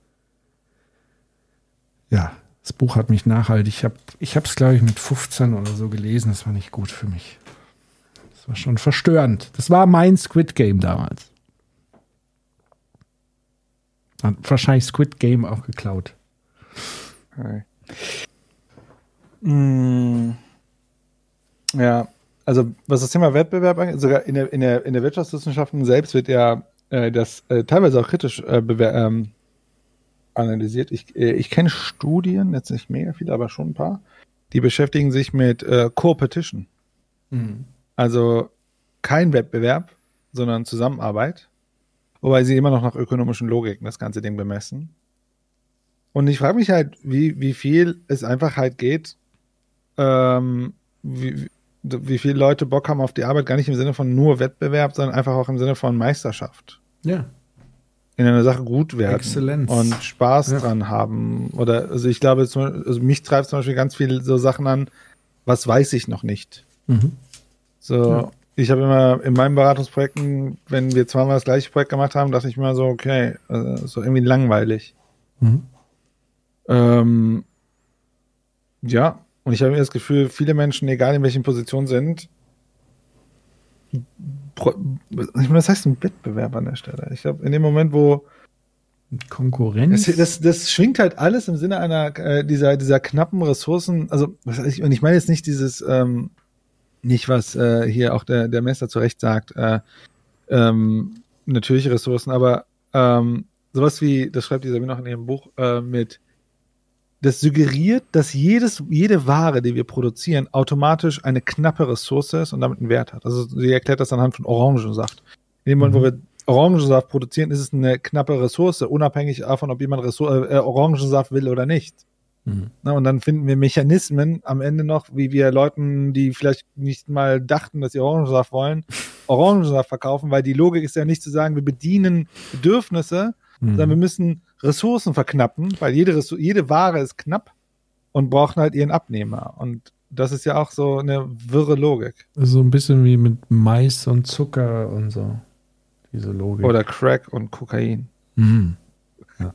das Buch hat mich nachhaltig. Ich habe es, glaube ich, mit 15 oder so gelesen. Das war nicht gut für mich. Das war schon verstörend. Das war mein Squid Game damals. Hat wahrscheinlich Squid Game auch geklaut. Okay. Ja, also was das Thema Wettbewerb angeht, sogar in der Wirtschaftswissenschaften selbst wird ja das teilweise auch kritisch analysiert. Ich kenne Studien, jetzt nicht mega viele, aber schon ein paar, die beschäftigen sich mit Co-Opetition. Mhm. Also kein Wettbewerb, sondern Zusammenarbeit. Wobei sie immer noch nach ökonomischen Logiken das ganze Ding bemessen. Und ich frage mich halt, wie viel es einfach halt geht, wie viele Leute Bock haben auf die Arbeit, gar nicht im Sinne von nur Wettbewerb, sondern einfach auch im Sinne von Meisterschaft. Ja. In einer Sache gut werden. Exzellenz. Und Spaß dran haben. Oder, also ich glaube, mich treibt zum Beispiel ganz viel so Sachen an, was weiß ich noch nicht. Mhm. So, ja. Ich habe immer in meinen Beratungsprojekten, wenn wir zweimal das gleiche Projekt gemacht haben, dachte ich mir so, okay, so irgendwie langweilig. Mhm. Ja, und ich habe mir das Gefühl, viele Menschen, egal in welchen Positionen sind, was heißt ein Wettbewerb an der Stelle? Ich glaube, in dem Moment, wo Konkurrenz? Das schwingt halt alles im Sinne einer dieser knappen Ressourcen, also und ich meine jetzt nicht dieses nicht, was hier auch der Meister zu Recht sagt, natürliche Ressourcen, aber sowas wie, das schreibt dieser noch in ihrem Buch, das suggeriert, dass jede Ware, die wir produzieren, automatisch eine knappe Ressource ist und damit einen Wert hat. Also sie erklärt das anhand von Orangensaft. In dem Moment, wo wir Orangensaft produzieren, ist es eine knappe Ressource, unabhängig davon, ob jemand Orangensaft will oder nicht. Na, und dann finden wir Mechanismen am Ende noch, wie wir Leuten, die vielleicht nicht mal dachten, dass sie Orangensaft wollen, Orangensaft verkaufen, weil die Logik ist ja nicht zu sagen, wir bedienen Bedürfnisse, sondern wir müssen Ressourcen verknappen, weil jede Ware ist knapp und braucht halt ihren Abnehmer. Und das ist ja auch so eine wirre Logik. So ein bisschen wie mit Mais und Zucker und so. Diese Logik. Oder Crack und Kokain. Ja.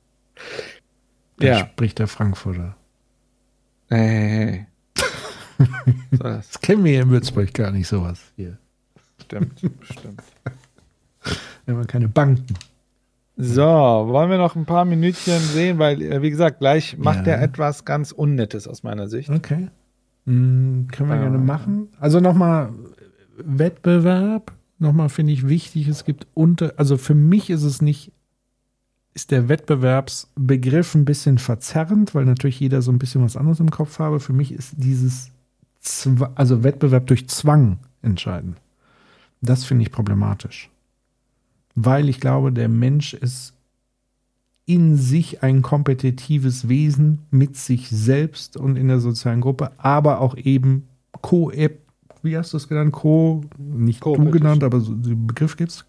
Da spricht der Frankfurter. Hey. Das kennen wir hier in Würzburg gar nicht, sowas hier. Stimmt. Wir haben keine Banken. So, wollen wir noch ein paar Minütchen sehen, weil, wie gesagt, gleich macht er etwas ganz Unnettes aus meiner Sicht. Okay. Können wir gerne machen. Also nochmal Wettbewerb. Nochmal finde ich wichtig, es gibt also für mich ist der Wettbewerbsbegriff ein bisschen verzerrend, weil natürlich jeder so ein bisschen was anderes im Kopf habe. Für mich ist also Wettbewerb durch Zwang entscheidend. Das finde ich problematisch. Weil ich glaube, der Mensch ist in sich ein kompetitives Wesen mit sich selbst und in der sozialen Gruppe, aber auch eben wie hast du es genannt? Nicht du genannt, aber so den Begriff gibt's?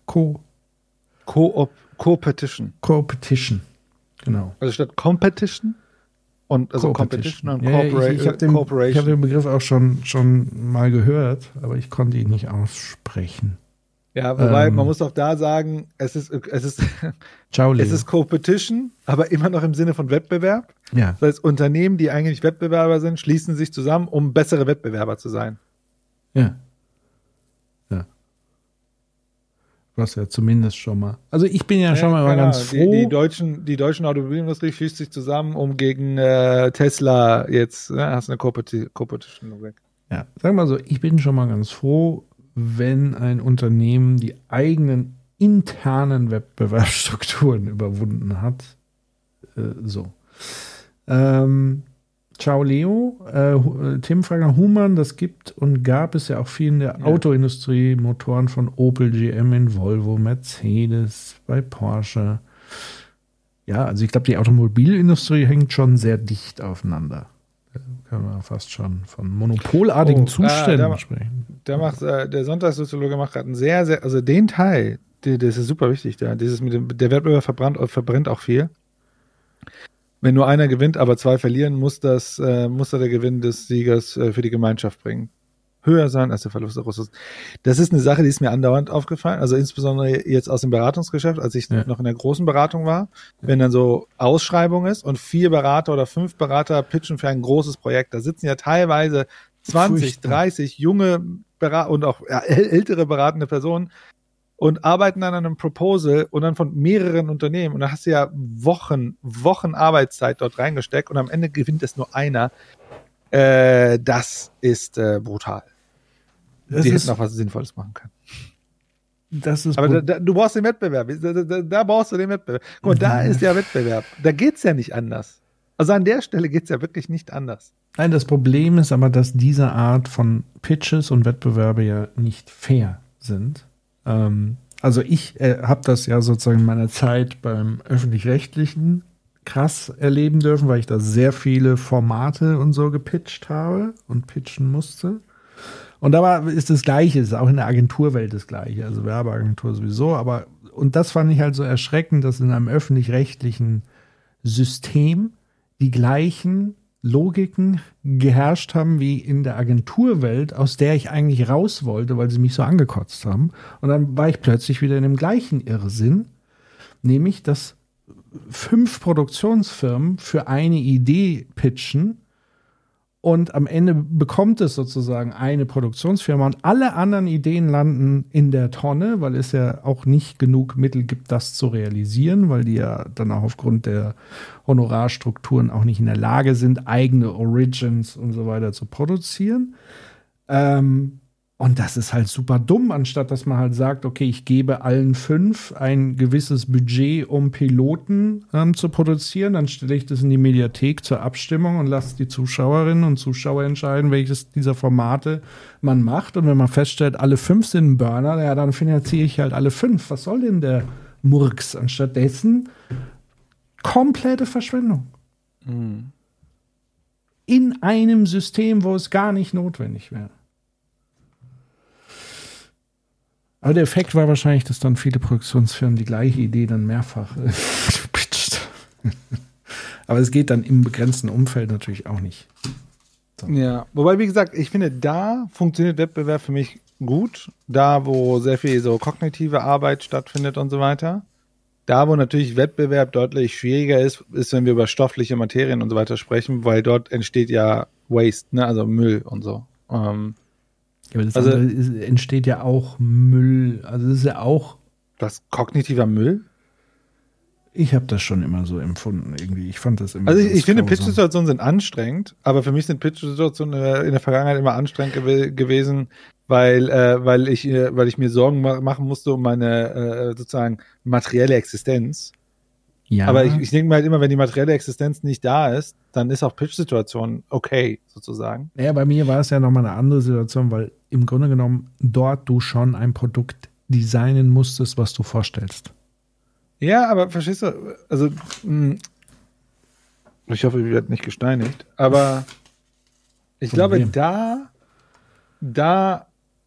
Co-Petition. Co-Petition, genau. Also statt Competition und also Competition und Ich habe den Begriff auch schon mal gehört, aber ich konnte ihn nicht aussprechen. Ja, wobei man muss auch da sagen, es ist Co-Petition, aber immer noch im Sinne von Wettbewerb. Ja. Das heißt, Unternehmen, die eigentlich Wettbewerber sind, schließen sich zusammen, um bessere Wettbewerber zu sein. Ja. Was ja zumindest schon mal. Also ich bin ja schon mal ganz froh. Die deutschen Automobilindustrie schließt sich zusammen, um gegen Tesla jetzt, hast du eine Co-Petition. Ja, sagen wir mal so, ich bin schon mal ganz froh, wenn ein Unternehmen die eigenen internen Wettbewerbsstrukturen überwunden hat. Ciao Leo, Tim fragt nach Humann, das gibt und gab es ja auch viel in der Autoindustrie, Motoren von Opel, GM in Volvo, Mercedes, bei Porsche. Ja, also ich glaube, die Automobilindustrie hängt schon sehr dicht aufeinander. Da können wir fast schon von monopolartigen Zuständen sprechen. Der Sonntagssoziologe macht gerade einen sehr, sehr, also den Teil, das ist super wichtig, der Wettbewerb verbrennt auch viel. Wenn nur einer gewinnt, aber zwei verlieren, muss der Gewinn des Siegers für die Gemeinschaft bringen. Höher sein als der Verlust der Ressourcen. Das ist eine Sache, die ist mir andauernd aufgefallen. Also insbesondere jetzt aus dem Beratungsgeschäft, als ich noch in der großen Beratung war. Wenn dann so Ausschreibung ist und 4 Berater oder 5 Berater pitchen für ein großes Projekt. Da sitzen ja teilweise 20, 30 junge und auch ältere beratende Personen und arbeiten an einem Proposal und dann von mehreren Unternehmen. Und da hast du ja Wochen Arbeitszeit dort reingesteckt und am Ende gewinnt es nur einer. Das ist brutal. Die hätten auch was Sinnvolles machen können. Aber du brauchst den Wettbewerb. Da brauchst du den Wettbewerb. Guck mal, da ist ja Wettbewerb. Da geht's ja nicht anders. Also an der Stelle geht's ja wirklich nicht anders. Nein, das Problem ist aber, dass diese Art von Pitches und Wettbewerbe ja nicht fair sind. Also ich habe das ja sozusagen in meiner Zeit beim Öffentlich-Rechtlichen krass erleben dürfen, weil ich da sehr viele Formate und so gepitcht habe und pitchen musste. Und da ist das Gleiche, ist auch in der Agenturwelt das Gleiche, also Werbeagentur sowieso, und das fand ich halt so erschreckend, dass in einem öffentlich-rechtlichen System die gleichen Logiken geherrscht haben wie in der Agenturwelt, aus der ich eigentlich raus wollte, weil sie mich so angekotzt haben. Und dann war ich plötzlich wieder in dem gleichen Irrsinn, nämlich, dass 5 Produktionsfirmen für eine Idee pitchen und am Ende bekommt es sozusagen eine Produktionsfirma und alle anderen Ideen landen in der Tonne, weil es ja auch nicht genug Mittel gibt, das zu realisieren, weil die ja dann auch aufgrund der Honorarstrukturen auch nicht in der Lage sind, eigene Origins und so weiter zu produzieren. Und Und das ist halt super dumm, anstatt dass man halt sagt, okay, ich gebe allen 5 ein gewisses Budget, um Piloten zu produzieren. Dann stelle ich das in die Mediathek zur Abstimmung und lasse die Zuschauerinnen und Zuschauer entscheiden, welches dieser Formate man macht. Und wenn man feststellt, alle 5 sind ein Burner, ja, dann finanziere ich halt alle 5. Was soll denn der Murks? Anstattdessen komplette Verschwendung. In einem System, wo es gar nicht notwendig wäre. Aber der Effekt war wahrscheinlich, dass dann viele Produktionsfirmen die gleiche Idee dann mehrfach pitcht. Aber es geht dann im begrenzten Umfeld natürlich auch nicht. So. Ja, wobei, wie gesagt, ich finde, da funktioniert Wettbewerb für mich gut. Da, wo sehr viel so kognitive Arbeit stattfindet und so weiter. Da, wo natürlich Wettbewerb deutlich schwieriger ist, wenn wir über stoffliche Materien und so weiter sprechen, weil dort entsteht ja Waste, ne? Also Müll und so. Ja, aber das entsteht ja auch Müll. Also das ist ja auch. Was, kognitiver Müll? Ich habe das schon immer so empfunden irgendwie. Ich fand das immer. Also ich finde, Pitch-Situationen sind anstrengend, aber für mich sind Pitch-Situationen in der Vergangenheit immer anstrengend gewesen, weil ich mir Sorgen machen musste um meine sozusagen materielle Existenz. Ja. Aber ich denke mir halt immer, wenn die materielle Existenz nicht da ist, dann ist auch Pitch-Situation okay, sozusagen. Ja, bei mir war es ja nochmal eine andere Situation, weil im Grunde genommen dort du schon ein Produkt designen musstest, was du vorstellst. Ja, aber verstehst du, also ich hoffe, ich werde nicht gesteinigt, aber ich glaube, da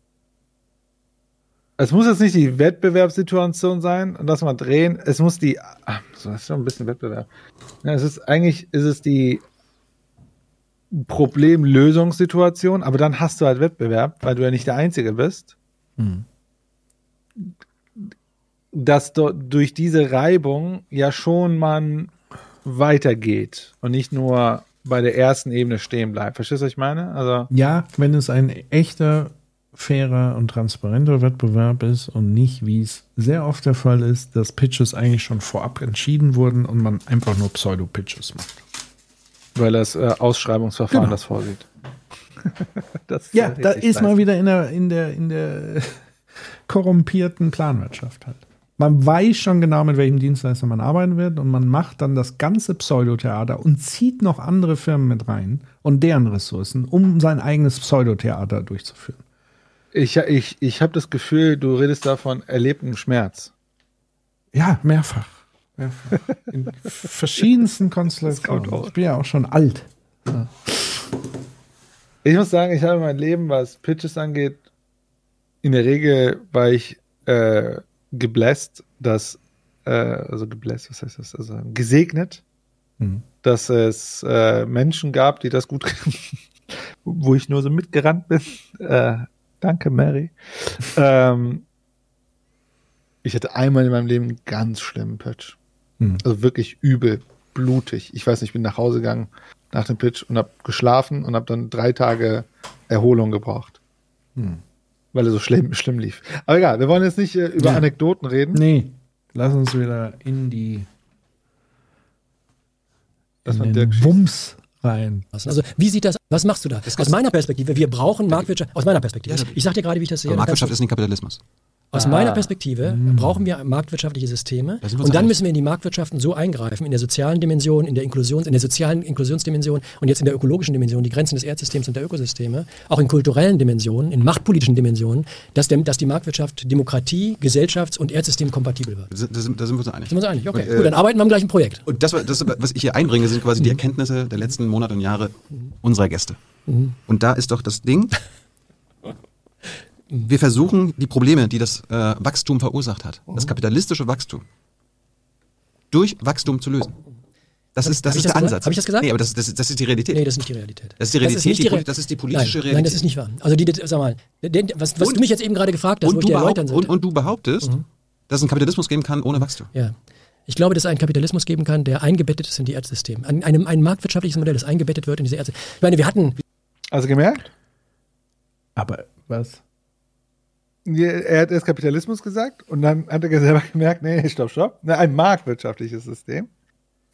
es muss jetzt nicht die Wettbewerbssituation sein und das mal drehen, es muss das ist schon ein bisschen Wettbewerb. Ja, ist es die Problemlösungssituation, aber dann hast du halt Wettbewerb, weil du ja nicht der Einzige bist. Dass durch diese Reibung ja schon man weitergeht und nicht nur bei der ersten Ebene stehen bleibt. Verstehst du, was ich meine? Also ja, wenn es ein echter, fairer und transparenter Wettbewerb ist und nicht, wie es sehr oft der Fall ist, dass Pitches eigentlich schon vorab entschieden wurden und man einfach nur Pseudo-Pitches macht. Weil das Ausschreibungsverfahren das vorsieht. Das ja, da ist man wieder in der korrumpierten Planwirtschaft halt. Man weiß schon genau, mit welchem Dienstleister man arbeiten wird und man macht dann das ganze Pseudotheater und zieht noch andere Firmen mit rein und deren Ressourcen, um sein eigenes Pseudotheater durchzuführen. Ich habe das Gefühl, du redest da von erlebtem Schmerz. Ja, mehrfach. In verschiedensten Konstellationen. Ich bin ja auch schon alt. Ja. Ich muss sagen, ich habe mein Leben, was Pitches angeht, in der Regel war ich gebläst, was heißt das? Also gesegnet, dass es Menschen gab, die das gut wo ich nur so mitgerannt bin. Danke, Mary. Ich hatte einmal in meinem Leben einen ganz schlimmen Pitch. Also wirklich übel, blutig. Ich weiß nicht, ich bin nach Hause gegangen nach dem Pitch und habe geschlafen und habe dann 3 Tage Erholung gebraucht. Weil er so schlimm lief. Aber egal, wir wollen jetzt nicht über Anekdoten reden. Nee, lass uns wieder in den Wumms rein. Also, wie sieht das, was machst du da? Aus meiner Perspektive, wir brauchen Marktwirtschaft, aus meiner Perspektive. Ich sag dir gerade, wie ich das sehe. Aber Marktwirtschaft ist nicht Kapitalismus. Aus meiner Perspektive brauchen wir marktwirtschaftliche Systeme und dann müssen wir in die Marktwirtschaften so eingreifen, in der sozialen Dimension, in der sozialen Inklusionsdimension und jetzt in der ökologischen Dimension, die Grenzen des Erdsystems und der Ökosysteme, auch in kulturellen Dimensionen, in machtpolitischen Dimensionen, dass die Marktwirtschaft Demokratie, Gesellschafts- und Erdsystem kompatibel wird. Da sind wir uns einig. Sind wir uns einig? Okay, gut, dann arbeiten wir am gleichen Projekt. Und das, was ich hier einbringe, sind quasi die Erkenntnisse der letzten Monate und Jahre unserer Gäste. Und da ist doch das Ding, wir versuchen, die Probleme, die das Wachstum verursacht hat, das kapitalistische Wachstum, durch Wachstum zu lösen. Das ist der Ansatz. Habe ich das gesagt? Nee, aber das ist die Realität. Nee, das ist nicht die Realität. Das ist die Realität, das ist die politische Realität. Nein, das ist nicht wahr. Also sag mal, was du mich jetzt eben gerade gefragt hast, wo ich dir erläutern sollte. Und du behauptest, dass es einen Kapitalismus geben kann ohne Wachstum. Ja. Ich glaube, dass es einen Kapitalismus geben kann, der eingebettet ist in die Erdsysteme. Ein marktwirtschaftliches Modell, das eingebettet wird in diese Erdsysteme. Ich meine, wir hatten... Also gemerkt? Aber was? Er hat erst Kapitalismus gesagt und dann hat er selber gemerkt, nee, stopp. Ein marktwirtschaftliches System.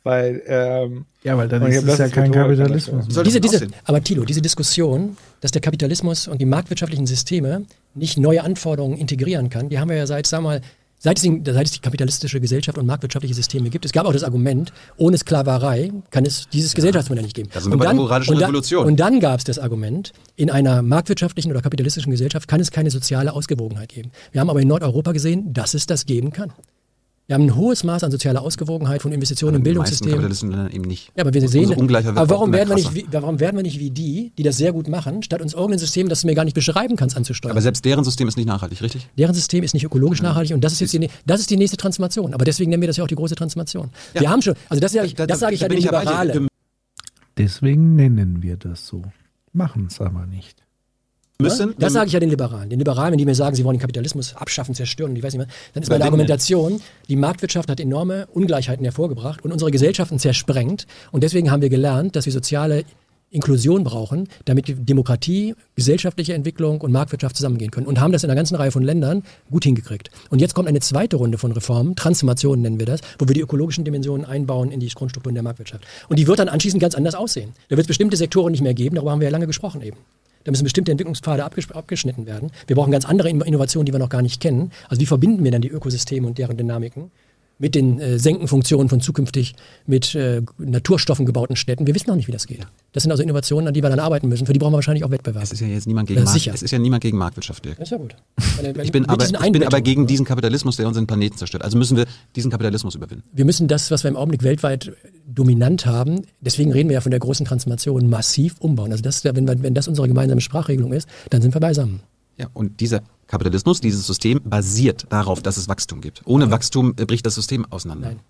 Weil, weil dann ist es ja kein Kapitalismus. Aber Thilo, diese Diskussion, dass der Kapitalismus und die marktwirtschaftlichen Systeme nicht neue Anforderungen integrieren kann, die haben wir ja seit es die kapitalistische Gesellschaft und marktwirtschaftliche Systeme gibt. Es gab auch das Argument, ohohne Sklaverei kann es dieses Gesellschaftsmodell nicht geben. Da sind wir bei der moralischen Revolution. Und dann gab es das Argument, in einer marktwirtschaftlichen oder kapitalistischen Gesellschaft kann es keine soziale Ausgewogenheit geben. Wir haben aber in Nordeuropa gesehen, dass es das geben kann. Wir haben ein hohes Maß an sozialer Ausgewogenheit von Investitionen im Bildungssystem. Eben nicht. Ja, aber wir sehen, aber warum werden wir nicht wie die das sehr gut machen, statt uns irgendein System, das du mir gar nicht beschreiben kannst, anzusteuern? Aber selbst deren System ist nicht nachhaltig, richtig? Deren System ist nicht ökologisch nachhaltig und das ist jetzt das ist die nächste Transformation. Aber deswegen nennen wir das ja auch die große Transformation. Ja. Wir haben schon, also das sage ich ja den Liberalen. Deswegen nennen wir das so. Machen es aber nicht. Das sage ich ja den Liberalen. Den Liberalen, wenn die mir sagen, sie wollen den Kapitalismus abschaffen, zerstören und ich weiß nicht mehr, dann ist meine Argumentation, die Marktwirtschaft hat enorme Ungleichheiten hervorgebracht und unsere Gesellschaften zersprengt. Und deswegen haben wir gelernt, dass wir soziale Inklusion brauchen, damit Demokratie, gesellschaftliche Entwicklung und Marktwirtschaft zusammengehen können. Und haben das in einer ganzen Reihe von Ländern gut hingekriegt. Und jetzt kommt eine zweite Runde von Reformen, Transformationen nennen wir das, wo wir die ökologischen Dimensionen einbauen in die Grundstrukturen der Marktwirtschaft. Und die wird dann anschließend ganz anders aussehen. Da wird es bestimmte Sektoren nicht mehr geben, darüber haben wir ja lange gesprochen eben. Da müssen bestimmte Entwicklungspfade abgeschnitten werden. Wir brauchen ganz andere Innovationen, die wir noch gar nicht kennen. Also wie verbinden wir dann die Ökosysteme und deren Dynamiken mit den Senkenfunktionen von zukünftig mit Naturstoffen gebauten Städten? Wir wissen noch nicht, wie das geht. Das sind also Innovationen, an die wir dann arbeiten müssen. Für die brauchen wir wahrscheinlich auch Wettbewerb. Es ist ja jetzt niemand gegen Es ist ja niemand gegen Marktwirtschaft. Das ist ja gut. Ich bin aber gegen diesen Kapitalismus, der unseren Planeten zerstört. Also müssen wir diesen Kapitalismus überwinden. Wir müssen das, was wir im Augenblick weltweit dominant haben, deswegen reden wir ja von der großen Transformation, massiv umbauen. Also das, wenn das unsere gemeinsame Sprachregelung ist, dann sind wir beisammen. Ja, und dieser Kapitalismus, dieses System basiert darauf, dass es Wachstum gibt. Ohne Wachstum bricht das System auseinander. Nein.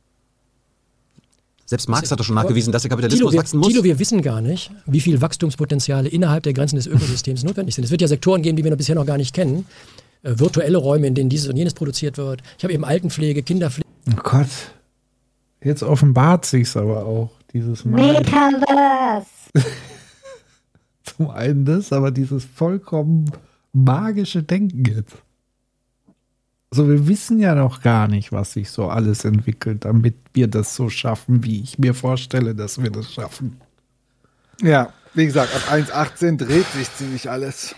Selbst Marx hat doch schon nachgewiesen, dass der Kapitalismus wachsen muss. Thilo, wir wissen gar nicht, wie viel Wachstumspotenziale innerhalb der Grenzen des Ökosystems notwendig sind. Es wird ja Sektoren geben, die wir bisher noch gar nicht kennen. Virtuelle Räume, in denen dieses und jenes produziert wird. Ich habe eben Altenpflege, Kinderpflege. Oh Gott. Jetzt offenbart sich's aber auch, dieses Metaverse. Zum einen das, aber dieses vollkommen magische Denken jetzt. Also wir wissen ja noch gar nicht, was sich so alles entwickelt, damit wir das so schaffen, wie ich mir vorstelle, dass wir das schaffen. Ja, wie gesagt, ab 1.18 dreht sich ziemlich alles.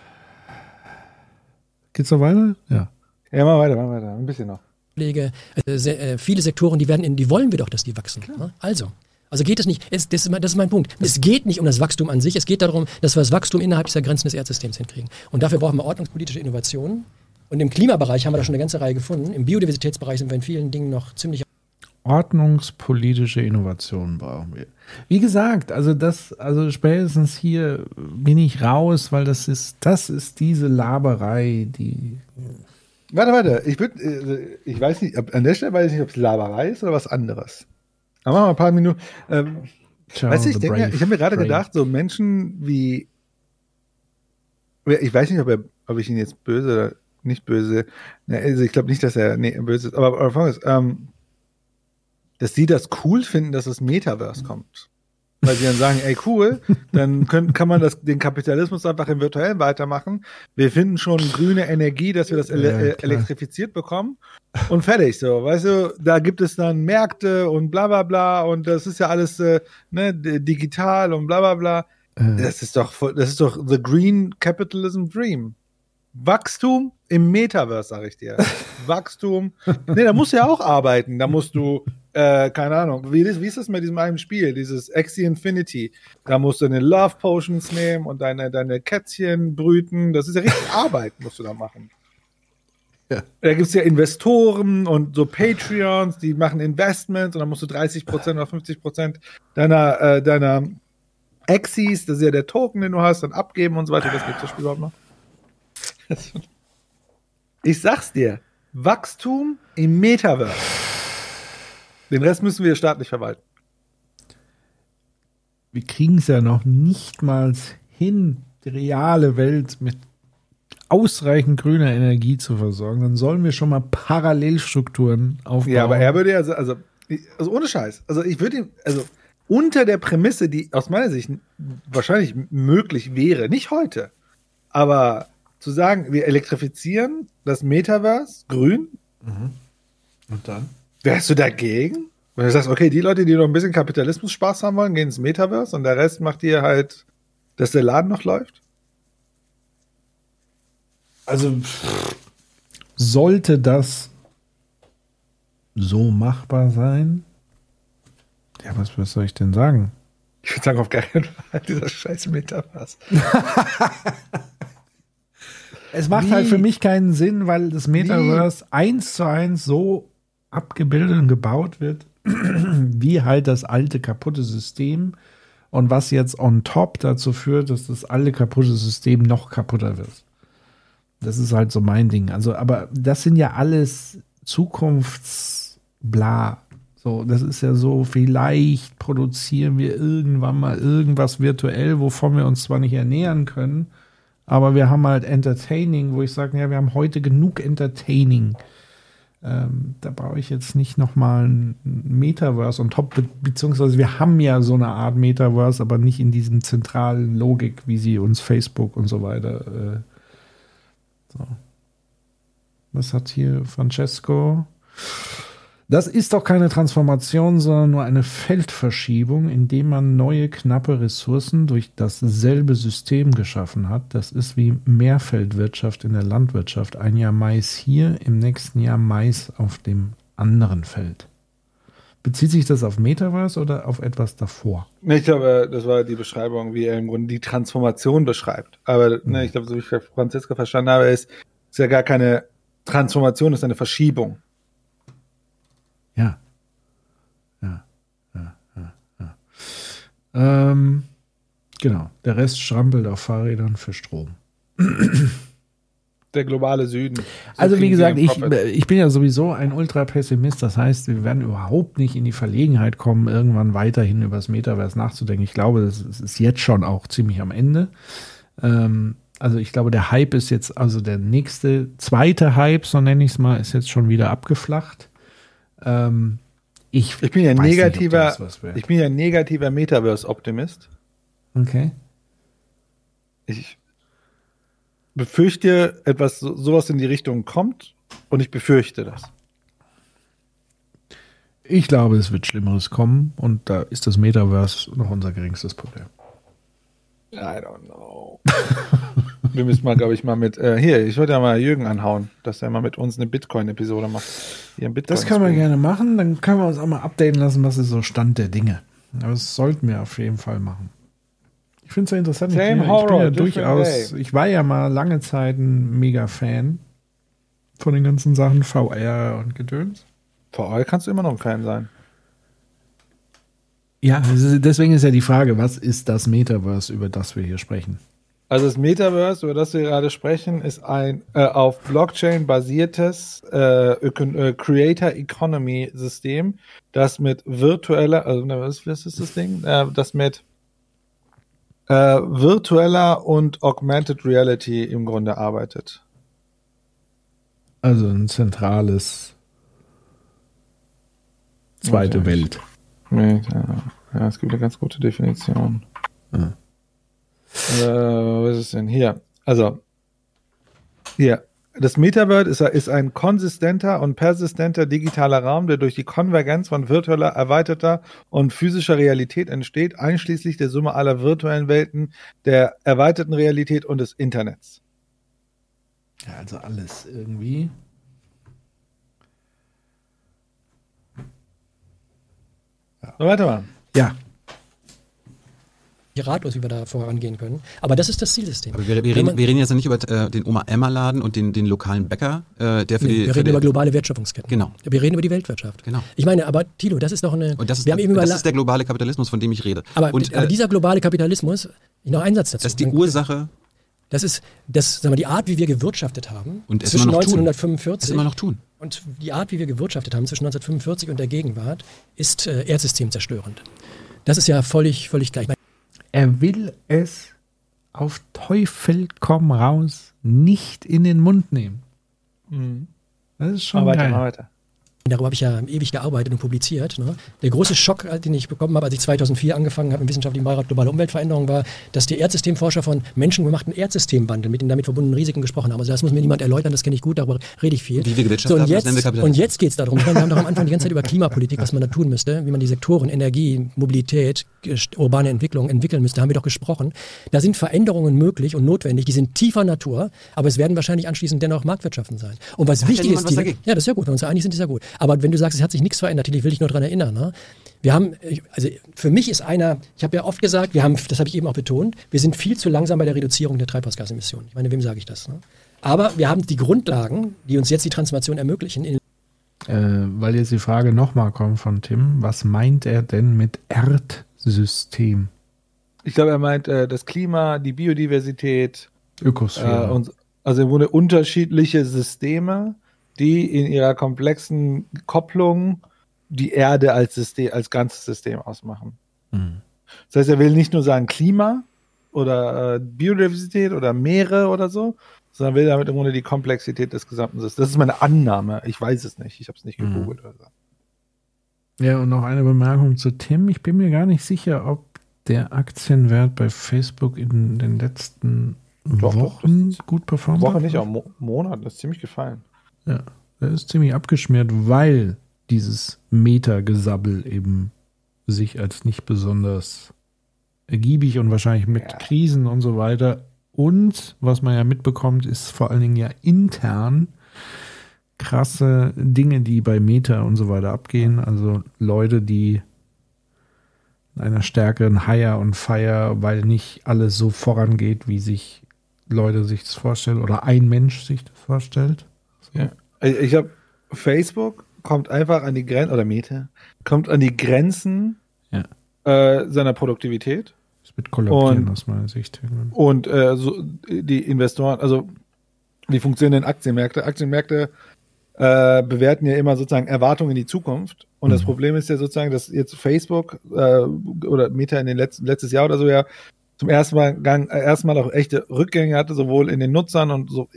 Geht's noch weiter? Ja. Ja, mal weiter, ein bisschen noch. Viele Sektoren, die wollen wir doch, dass die wachsen. Klar. Also geht es nicht, das ist mein Punkt. Es geht nicht um das Wachstum an sich, es geht darum, dass wir das Wachstum innerhalb dieser Grenzen des Erdsystems hinkriegen. Und dafür brauchen wir ordnungspolitische Innovationen. Und im Klimabereich haben wir da schon eine ganze Reihe gefunden. Im Biodiversitätsbereich sind wir in vielen Dingen noch ziemlich... Ordnungspolitische Innovationen brauchen wir. Wie gesagt, also spätestens hier bin ich raus, weil das ist diese Laberei, die... Warte, ich weiß nicht, an der Stelle weiß ich nicht, ob es Laberei ist oder was anderes. Aber machen wir ein paar Minuten. Weißt du, ich habe mir gerade gedacht, so Menschen wie, ich weiß nicht, ob ich ihn jetzt böse oder nicht böse, also ich glaube nicht, dass er böse ist, aber folgendes, dass die das cool finden, dass das Metaverse kommt. Weil sie dann sagen, ey cool, dann kann man den Kapitalismus einfach im Virtuellen weitermachen. Wir finden schon grüne Energie, dass wir das elektrifiziert bekommen und fertig. So, weißt du, da gibt es dann Märkte und bla bla bla und das ist ja alles digital und bla bla bla. Das ist doch the Green Capitalism Dream. Wachstum im Metaverse, sag ich dir. Wachstum. Da musst du ja auch arbeiten. Da musst du keine Ahnung, wie ist das mit diesem einen Spiel, dieses Axie Infinity? Da musst du deine Love Potions nehmen und deine Kätzchen brüten. Das ist ja richtig Arbeit, musst du da machen. Ja. Da gibt es ja Investoren und so Patreons, die machen Investments und dann musst du 30% oder 50% deiner Axies, das ist ja der Token, den du hast, dann abgeben und so weiter. Das gibt das Spiel überhaupt noch. Ich sag's dir, Wachstum im Metaverse. Den Rest müssen wir staatlich verwalten. Wir kriegen es ja noch nicht mal hin, die reale Welt mit ausreichend grüner Energie zu versorgen. Dann sollen wir schon mal Parallelstrukturen aufbauen. Ja, aber er würde ja, also ohne Scheiß. Also ich würde ihm, unter der Prämisse, die aus meiner Sicht wahrscheinlich möglich wäre, nicht heute, aber zu sagen, wir elektrifizieren das Metaverse grün. Mhm. Und dann? Wärst du dagegen? Wenn du sagst, okay, die Leute, die noch ein bisschen Kapitalismus-Spaß haben wollen, gehen ins Metaverse und der Rest macht dir halt, dass der Laden noch läuft? Also sollte das so machbar sein? Ja, was soll ich denn sagen? Ich würde sagen, auf gar keinen Fall dieser scheiß Metaverse. Es macht halt für mich keinen Sinn, weil das Metaverse 1:1 so abgebildet und gebaut wird, wie halt das alte kaputte System und was jetzt on top dazu führt, dass das alte kaputte System noch kaputter wird. Das ist halt so mein Ding. Also, aber das sind ja alles Zukunftsbla. So, das ist ja so, vielleicht produzieren wir irgendwann mal irgendwas virtuell, wovon wir uns zwar nicht ernähren können, aber wir haben halt Entertaining, wo ich sage, ja, wir haben heute genug Entertaining. Da brauche ich jetzt nicht nochmal ein Metaverse on top, beziehungsweise wir haben ja so eine Art Metaverse, aber nicht in diesem zentralen Logik, wie sie uns Facebook und so weiter. So. Was hat hier Francesco? Das ist doch keine Transformation, sondern nur eine Feldverschiebung, indem man neue, knappe Ressourcen durch dasselbe System geschaffen hat. Das ist wie Mehrfeldwirtschaft in der Landwirtschaft. Ein Jahr Mais hier, im nächsten Jahr Mais auf dem anderen Feld. Bezieht sich das auf Metaverse oder auf etwas davor? Ich glaube, das war die Beschreibung, wie er im Grunde die Transformation beschreibt. Aber ich glaube, so wie ich Franziska verstanden habe, ist ja gar keine Transformation, ist eine Verschiebung. Ja. Genau. Der Rest strampelt auf Fahrrädern für Strom. Der globale Süden. So also wie gesagt, ich bin ja sowieso ein Ultra-Pessimist. Das heißt, wir werden überhaupt nicht in die Verlegenheit kommen, irgendwann weiterhin über das Metaverse nachzudenken. Ich glaube, das ist jetzt schon auch ziemlich am Ende. Also ich glaube, der Hype ist jetzt, also der nächste, zweite Hype, so nenne ich es mal, ist jetzt schon wieder abgeflacht. Ich bin ja negativer Metaverse-Optimist. Okay. Ich befürchte, sowas in die Richtung kommt und ich befürchte das. Ich glaube, es wird Schlimmeres kommen und da ist das Metaverse noch unser geringstes Problem. I don't know. Wir müssen mal, glaube ich, ich würde ja mal Jürgen anhauen, dass er mal mit uns eine Bitcoin-Episode macht. Das können wir gerne machen, dann können wir uns auch mal updaten lassen, was ist so Stand der Dinge. Aber das sollten wir auf jeden Fall machen. Ich finde es ja interessant. Ich war ja mal lange Zeit ein Mega-Fan von den ganzen Sachen VR und Gedöns. VR kannst du immer noch ein Fan sein. Ja, deswegen ist ja die Frage, was ist das Metaverse, über das wir hier sprechen? Also das Metaverse, über das wir gerade sprechen, ist ein auf Blockchain basiertes Creator-Economy-System, das mit virtueller, was ist das Ding? Das mit virtueller und Augmented Reality im Grunde arbeitet. Also ein zweite Welt. Ja, es gibt eine ganz gute Definition. Ja. Was ist denn hier? Also, hier. Das Metaverse ist ein konsistenter und persistenter digitaler Raum, der durch die Konvergenz von virtueller, erweiterter und physischer Realität entsteht, einschließlich der Summe aller virtuellen Welten, der erweiterten Realität und des Internets. Ja, also alles irgendwie. Ja. So, weiter mal. Ja. Ratlos, wie wir da vorangehen können. Aber das ist das Zielsystem. Aber wir reden jetzt nicht über den Oma-Emma-Laden und den lokalen Bäcker. Wir reden über globale Wertschöpfungsketten. Genau. Wir reden über die Weltwirtschaft. Genau. Ich meine, aber Thilo, das ist noch eine... Und das ist der globale Kapitalismus, von dem ich rede. Aber dieser globale Kapitalismus, noch ein Satz dazu. Das ist die Ursache... Das ist die Art, wie wir gewirtschaftet haben und zwischen 1945 immer noch tun. Und die Art, wie wir gewirtschaftet haben zwischen 1945 und der Gegenwart, ist erdsystemzerstörend. Das ist ja völlig gleich. Er will es auf Teufel komm raus nicht in den Mund nehmen. Mhm. Das ist schon geil. Weiter. Darüber habe ich ja ewig gearbeitet und publiziert. Ne? Der große Schock, den ich bekommen habe, als ich 2004 angefangen habe im Wissenschaftlichen Beirat Globale Umweltveränderung, war, dass die Erdsystemforscher von menschengemachten Erdsystemwandel mit den damit verbundenen Risiken gesprochen haben. Also das muss mir niemand erläutern, das kenne ich gut, darüber rede ich viel. Wie wir gewirtschaftet so, haben, und jetzt geht es darum, wir haben doch am Anfang die ganze Zeit über Klimapolitik, was man da tun müsste, wie man die Sektoren Energie, Mobilität, urbane Entwicklung entwickeln müsste, haben wir doch gesprochen. Da sind Veränderungen möglich und notwendig, die sind tiefer Natur, aber es werden wahrscheinlich anschließend dennoch Marktwirtschaften sein. Und was wichtig ist, ja, das ist ja gut, wenn wir uns einig sind, ist ja gut. Aber wenn du sagst, es hat sich nichts verändert, will ich nur daran erinnern. Ne? Wir haben, also für mich ist ich habe ja oft gesagt, das habe ich eben auch betont, wir sind viel zu langsam bei der Reduzierung der Treibhausgasemissionen. Ich meine, wem sage ich das? Ne? Aber wir haben die Grundlagen, die uns jetzt die Transformation ermöglichen. Weil jetzt die Frage nochmal kommt von Tim, was meint er denn mit Erdsystem? Ich glaube, er meint das Klima, die Biodiversität, Ökosphäre. Also im Grunde unterschiedliche Systeme, die in ihrer komplexen Kopplung die Erde als ganzes System ausmachen. Mhm. Das heißt, er will nicht nur sagen Klima oder Biodiversität oder Meere oder so, sondern will damit im Grunde die Komplexität des gesamten Systems. Das ist meine Annahme. Ich weiß es nicht. Ich habe es nicht gegoogelt. Oder so. Ja, und noch eine Bemerkung zu Tim. Ich bin mir gar nicht sicher, ob der Aktienwert bei Facebook in den letzten Wochen gut performt hat. Woche nicht, aber Monat. Das ist ziemlich gefallen. Ja. Er ist ziemlich abgeschmiert, weil dieses Meta-Gesabbel eben sich als nicht besonders ergiebig und wahrscheinlich mit Krisen und so weiter. Und was man ja mitbekommt, ist vor allen Dingen ja intern krasse Dinge, die bei Meta und so weiter abgehen. Also Leute, die in einer stärkeren Hire und Fire, weil nicht alles so vorangeht, wie sich Leute sich das vorstellen oder ein Mensch sich das vorstellt. So. Ja. Ich glaube, Facebook kommt einfach an die Grenzen, oder Meta, kommt an die Grenzen seiner Produktivität. Es wird kollabieren aus meiner Sicht. Und so die Investoren, also wie funktionieren Aktienmärkte? Aktienmärkte bewerten ja immer sozusagen Erwartungen in die Zukunft. Und das Problem ist ja sozusagen, dass jetzt Facebook oder Meta in den letztes Jahr oder so ja zum ersten Mal auch echte Rückgänge hatte, sowohl in den Nutzern und so,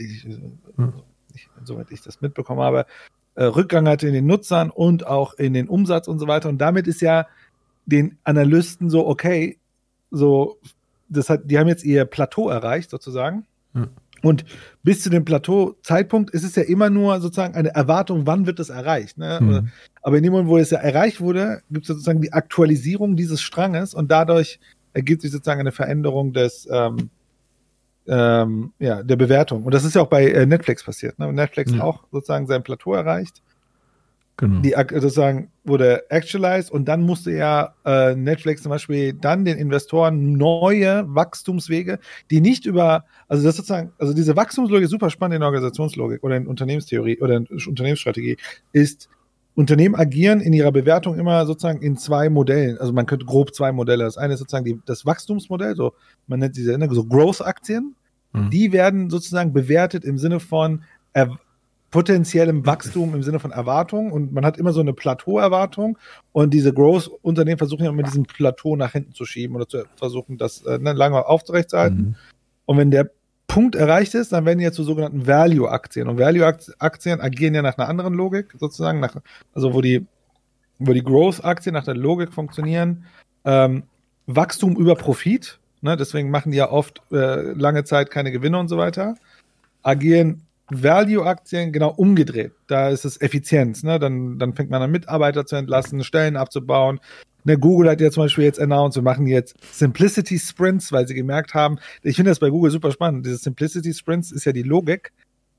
soweit ich das mitbekommen habe, Rückgang hatte in den Nutzern und auch in den Umsatz und so weiter. Und damit ist ja den Analysten so, okay, so, die haben jetzt ihr Plateau erreicht, sozusagen. Ja. Und bis zu dem Plateau-Zeitpunkt ist es ja immer nur sozusagen eine Erwartung, wann wird es erreicht. Ne? Aber in dem Moment, wo es ja erreicht wurde, gibt es sozusagen die Aktualisierung dieses Stranges und dadurch ergibt sich sozusagen eine Veränderung der Bewertung. Und das ist ja auch bei Netflix passiert. Ne? Netflix hat auch sozusagen sein Plateau erreicht. Genau. Die sozusagen wurde actualized und dann musste ja Netflix zum Beispiel dann den Investoren neue Wachstumswege, die nicht also das sozusagen, also diese Wachstumslogik ist super spannend in der Organisationslogik oder in Unternehmenstheorie oder in Unternehmensstrategie, ist, Unternehmen agieren in ihrer Bewertung immer sozusagen in zwei Modellen. Also man könnte grob zwei Modelle. Das eine ist sozusagen das Wachstumsmodell, so man nennt diese so Growth-Aktien. Die werden sozusagen bewertet im Sinne von potenziellem Wachstum, im Sinne von Erwartung. Und man hat immer so eine Plateau-Erwartung. Und diese Growth-Unternehmen versuchen ja immer diesen Plateau nach hinten zu schieben oder zu versuchen, das lange aufrechtzuerhalten. Und wenn der Punkt erreicht ist, dann werden die jetzt zu sogenannten Value-Aktien. Und Value-Aktien agieren ja nach einer anderen Logik, sozusagen, also wo die Growth-Aktien nach der Logik funktionieren, Wachstum über Profit, ne, deswegen machen die ja oft lange Zeit keine Gewinne und so weiter, agieren Value-Aktien genau umgedreht. Da ist es Effizienz, ne? Dann fängt man an, Mitarbeiter zu entlassen, Stellen abzubauen. Ne, Google hat ja zum Beispiel jetzt announced, wir machen jetzt Simplicity Sprints, weil sie gemerkt haben, ich finde das bei Google super spannend, diese Simplicity Sprints ist ja die Logik,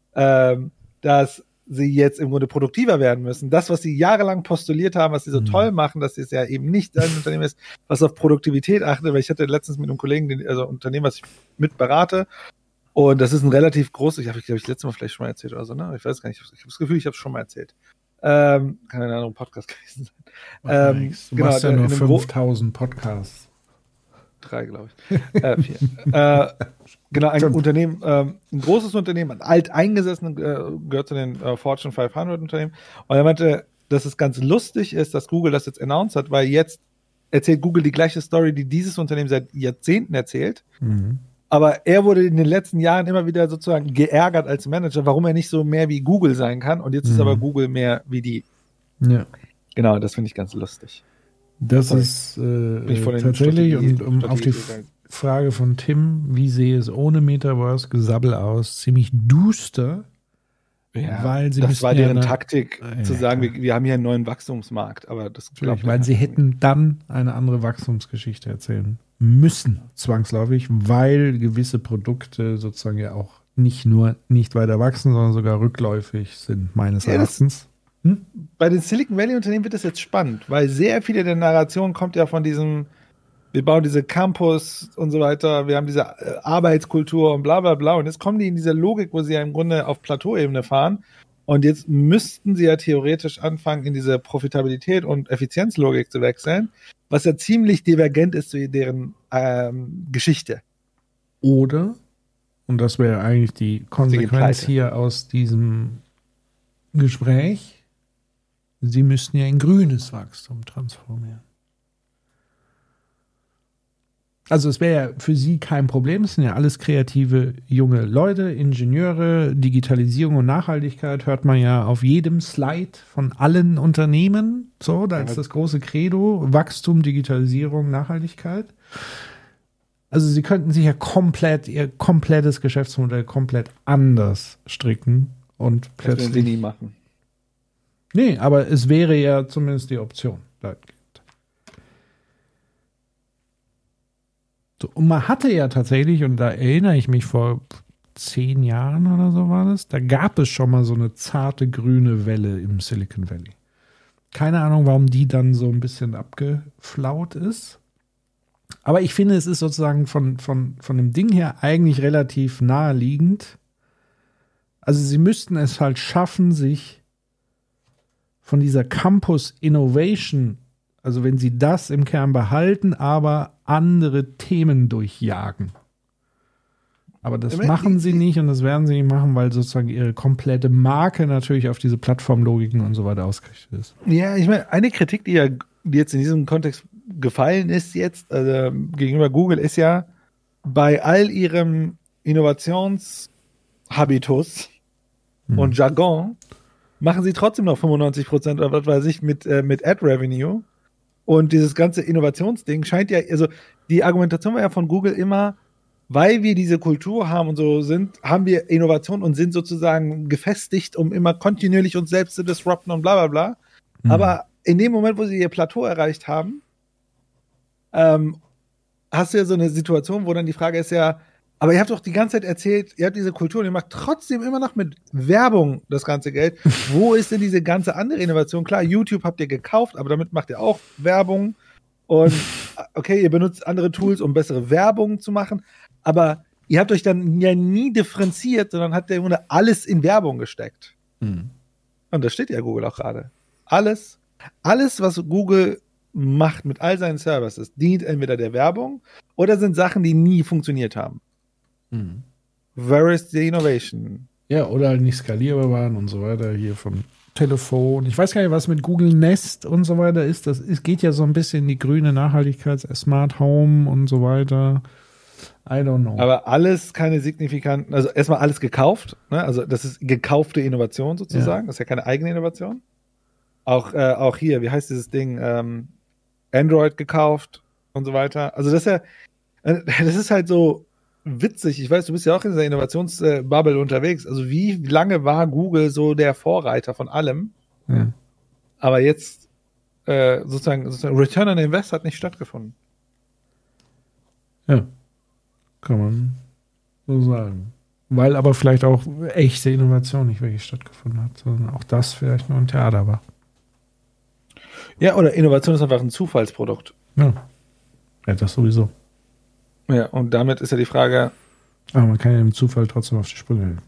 dass sie jetzt im Grunde produktiver werden müssen. Das, was sie jahrelang postuliert haben, was sie so toll machen, dass es ja eben nicht ein Unternehmen ist, was auf Produktivität achtet, weil ich hatte letztens mit einem Kollegen, also ein Unternehmen, was ich mit berate, und das ist ein relativ großes, ich glaube, ich letztes Mal vielleicht schon mal erzählt oder so, ne? Ich weiß gar nicht, ich habe das Gefühl, ich habe es schon mal erzählt. Kann ein anderer Podcast gewesen sein. Du machst ja nur 5000 Podcasts. 3, glaube ich. 4. Genau, ein Unternehmen, ein großes Unternehmen, ein alteingesessenes, gehört zu den Fortune 500 Unternehmen. Und er meinte, dass es ganz lustig ist, dass Google das jetzt announced hat, weil jetzt erzählt Google die gleiche Story, die dieses Unternehmen seit Jahrzehnten erzählt. Aber er wurde in den letzten Jahren immer wieder sozusagen geärgert als Manager, warum er nicht so mehr wie Google sein kann. Und jetzt ist aber Google mehr wie die. Ja. Genau, das finde ich ganz lustig. Das ist tatsächlich, und um auf die Frage von Tim, wie sehe es ohne Metaverse-Gesabbel aus, ziemlich duster. Ja, weil sie das war deren Taktik, zu sagen, wir haben hier einen neuen Wachstumsmarkt. Aber das natürlich, weil sie hätten dann eine andere Wachstumsgeschichte erzählen müssen, zwangsläufig, weil gewisse Produkte sozusagen ja auch nicht nur nicht weiter wachsen, sondern sogar rückläufig sind, meines Erachtens. Bei den Silicon Valley Unternehmen wird das jetzt spannend, weil sehr viele der Narration kommt ja von diesem, wir bauen diese Campus und so weiter, wir haben diese Arbeitskultur und bla bla bla, und jetzt kommen die in diese Logik, wo sie ja im Grunde auf Plateauebene fahren, und jetzt müssten sie ja theoretisch anfangen, in diese Profitabilität und Effizienzlogik zu wechseln, was ja ziemlich divergent ist zu deren Geschichte. Oder, und das wäre eigentlich die Konsequenz hier aus diesem Gespräch, sie müssten ja in grünes Wachstum transformieren. Also es wäre ja für sie kein Problem, es sind ja alles kreative junge Leute, Ingenieure, Digitalisierung und Nachhaltigkeit hört man ja auf jedem Slide von allen Unternehmen, so, da ist das große Credo, Wachstum, Digitalisierung, Nachhaltigkeit. Also sie könnten sich ja ihr komplettes Geschäftsmodell komplett anders stricken und plötzlich... Das werden sie nie machen. Nee, aber es wäre ja zumindest die Option. So, und man hatte ja tatsächlich, und da erinnere ich mich, vor 10 Jahren oder so war das, da gab es schon mal so eine zarte grüne Welle im Silicon Valley. Keine Ahnung, warum die dann so ein bisschen abgeflaut ist. Aber ich finde, es ist sozusagen von dem Ding her eigentlich relativ naheliegend. Also sie müssten es halt schaffen, sich von dieser Campus Innovation, also wenn sie das im Kern behalten, aber andere Themen durchjagen. Aber das machen sie nicht, und das werden sie nicht machen, weil sozusagen ihre komplette Marke natürlich auf diese Plattformlogiken und so weiter ausgerichtet ist. Ja, ich meine, eine Kritik, die jetzt in diesem Kontext gefallen ist jetzt, also gegenüber Google, ist ja, bei all ihrem Innovationshabitus und Jargon machen sie trotzdem noch 95% oder was weiß ich mit Ad-Revenue. Und dieses ganze Innovationsding scheint ja, also die Argumentation war ja von Google immer, weil wir diese Kultur haben und so sind, haben wir Innovation und sind sozusagen gefestigt, um immer kontinuierlich uns selbst zu disrupten und bla bla bla. Aber in dem Moment, wo sie ihr Plateau erreicht haben, hast du ja so eine Situation, wo dann die Frage ist ja, aber ihr habt doch die ganze Zeit erzählt, ihr habt diese Kultur und ihr macht trotzdem immer noch mit Werbung das ganze Geld. Wo ist denn diese ganze andere Innovation? Klar, YouTube habt ihr gekauft, aber damit macht ihr auch Werbung. Und okay, ihr benutzt andere Tools, um bessere Werbung zu machen. Aber ihr habt euch dann ja nie differenziert, sondern habt ja im Grunde alles in Werbung gesteckt. Und da steht ja Google auch gerade. Alles, was Google macht mit all seinen Services, dient entweder der Werbung oder sind Sachen, die nie funktioniert haben. Where is the innovation? Ja, oder nicht skalierbar waren und so weiter, hier vom Telefon. Ich weiß gar nicht, was mit Google Nest und so weiter ist. Es geht ja so ein bisschen in die grüne Nachhaltigkeit, Smart Home und so weiter. I don't know. Aber alles keine signifikanten, also erstmal alles gekauft, ne? Also das ist gekaufte Innovation sozusagen, das ist ja keine eigene Innovation. Auch hier, wie heißt dieses Ding, Android gekauft und so weiter. Also das ist halt so witzig. Ich weiß, du bist ja auch in dieser Innovationsbubble unterwegs. Also wie lange war Google so der Vorreiter von allem? Ja. Aber jetzt sozusagen Return on Invest hat nicht stattgefunden. Ja, kann man so sagen. Weil aber vielleicht auch echte Innovation nicht wirklich stattgefunden hat, sondern auch das vielleicht nur ein Theater war. Ja, oder Innovation ist einfach ein Zufallsprodukt. Ja, das sowieso. Ja, und damit ist ja die Frage... Aber man kann ja dem Zufall trotzdem auf die Sprünge helfen.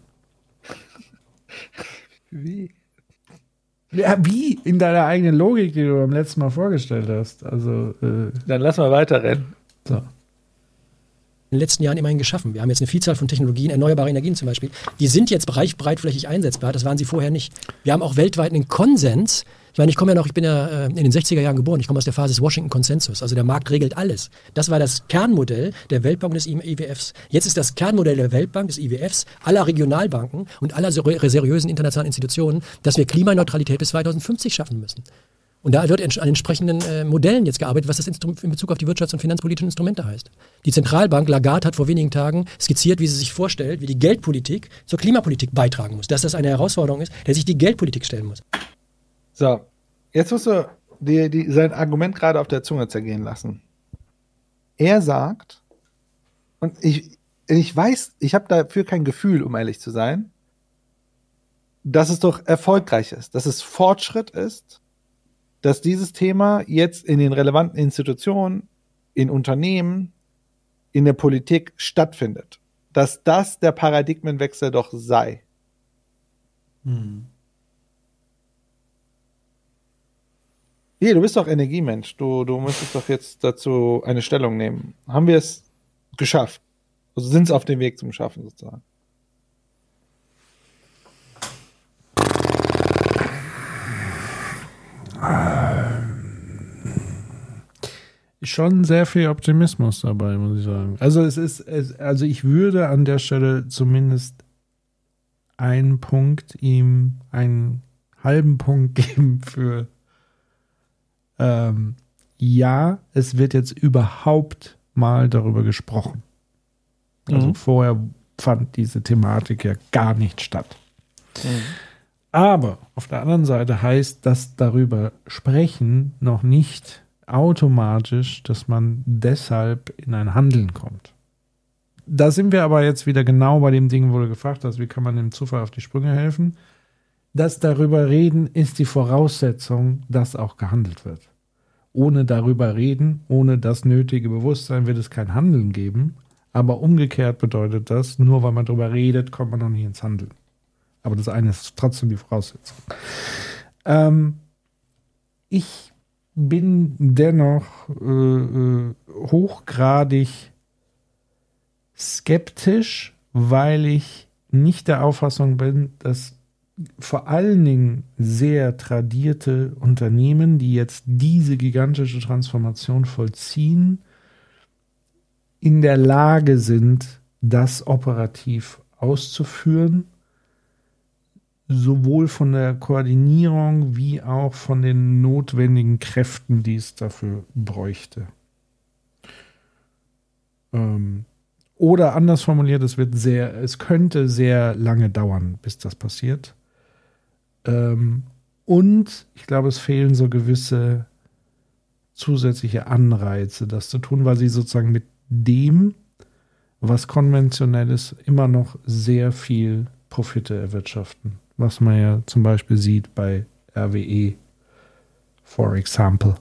Wie? Ja, wie? In deiner eigenen Logik, die du beim letzten Mal vorgestellt hast. Also, dann lass mal weiterrennen. So. In den letzten Jahren immerhin geschaffen. Wir haben jetzt eine Vielzahl von Technologien, erneuerbare Energien zum Beispiel, die sind jetzt breitflächig einsetzbar, das waren sie vorher nicht. Wir haben auch weltweit einen Konsens, Ich meine, ich bin ja in den 60er Jahren geboren, ich komme aus der Phase des Washington-Konsensus, also der Markt regelt alles. Das war das Kernmodell der Weltbank und des IWFs. Jetzt ist das Kernmodell der Weltbank, des IWFs, aller Regionalbanken und aller seriösen internationalen Institutionen, dass wir Klimaneutralität bis 2050 schaffen müssen. Und da wird an entsprechenden Modellen jetzt gearbeitet, was das in Bezug auf die wirtschafts- und finanzpolitischen Instrumente heißt. Die Zentralbank Lagarde hat vor wenigen Tagen skizziert, wie sie sich vorstellt, wie die Geldpolitik zur Klimapolitik beitragen muss. Dass das eine Herausforderung ist, der sich die Geldpolitik stellen muss. So, jetzt musst du dir sein Argument gerade auf der Zunge zergehen lassen. Er sagt, und ich weiß, ich habe dafür kein Gefühl, um ehrlich zu sein, dass es doch erfolgreich ist, dass es Fortschritt ist, dass dieses Thema jetzt in den relevanten Institutionen, in Unternehmen, in der Politik stattfindet. Dass das der Paradigmenwechsel doch sei. Hier, du bist doch Energiemensch. Du müsstest doch jetzt dazu eine Stellung nehmen. Haben wir es geschafft? Also sind es auf dem Weg zum Schaffen sozusagen? Schon sehr viel Optimismus dabei, muss ich sagen. Also also ich würde an der Stelle zumindest einen halben Punkt geben für ja, es wird jetzt überhaupt mal darüber gesprochen. Also vorher fand diese Thematik ja gar nicht statt. Aber auf der anderen Seite heißt das darüber sprechen noch nicht automatisch, dass man deshalb in ein Handeln kommt. Da sind wir aber jetzt wieder genau bei dem Ding, wo du gefragt hast, wie kann man dem Zufall auf die Sprünge helfen? Das darüber reden ist die Voraussetzung, dass auch gehandelt wird. Ohne darüber reden, ohne das nötige Bewusstsein wird es kein Handeln geben. Aber umgekehrt bedeutet das, nur weil man darüber redet, kommt man noch nicht ins Handeln. Aber das eine ist trotzdem die Voraussetzung. Ich bin dennoch hochgradig skeptisch, weil ich nicht der Auffassung bin, dass vor allen Dingen sehr tradierte Unternehmen, die jetzt diese gigantische Transformation vollziehen, in der Lage sind, das operativ auszuführen, sowohl von der Koordinierung wie auch von den notwendigen Kräften, die es dafür bräuchte. Oder anders formuliert, es könnte sehr lange dauern, bis das passiert. Und ich glaube, es fehlen so gewisse zusätzliche Anreize, das zu tun, weil sie sozusagen mit dem, was konventionell ist, immer noch sehr viel Profite erwirtschaften. Was man ja zum Beispiel sieht bei RWE, for example.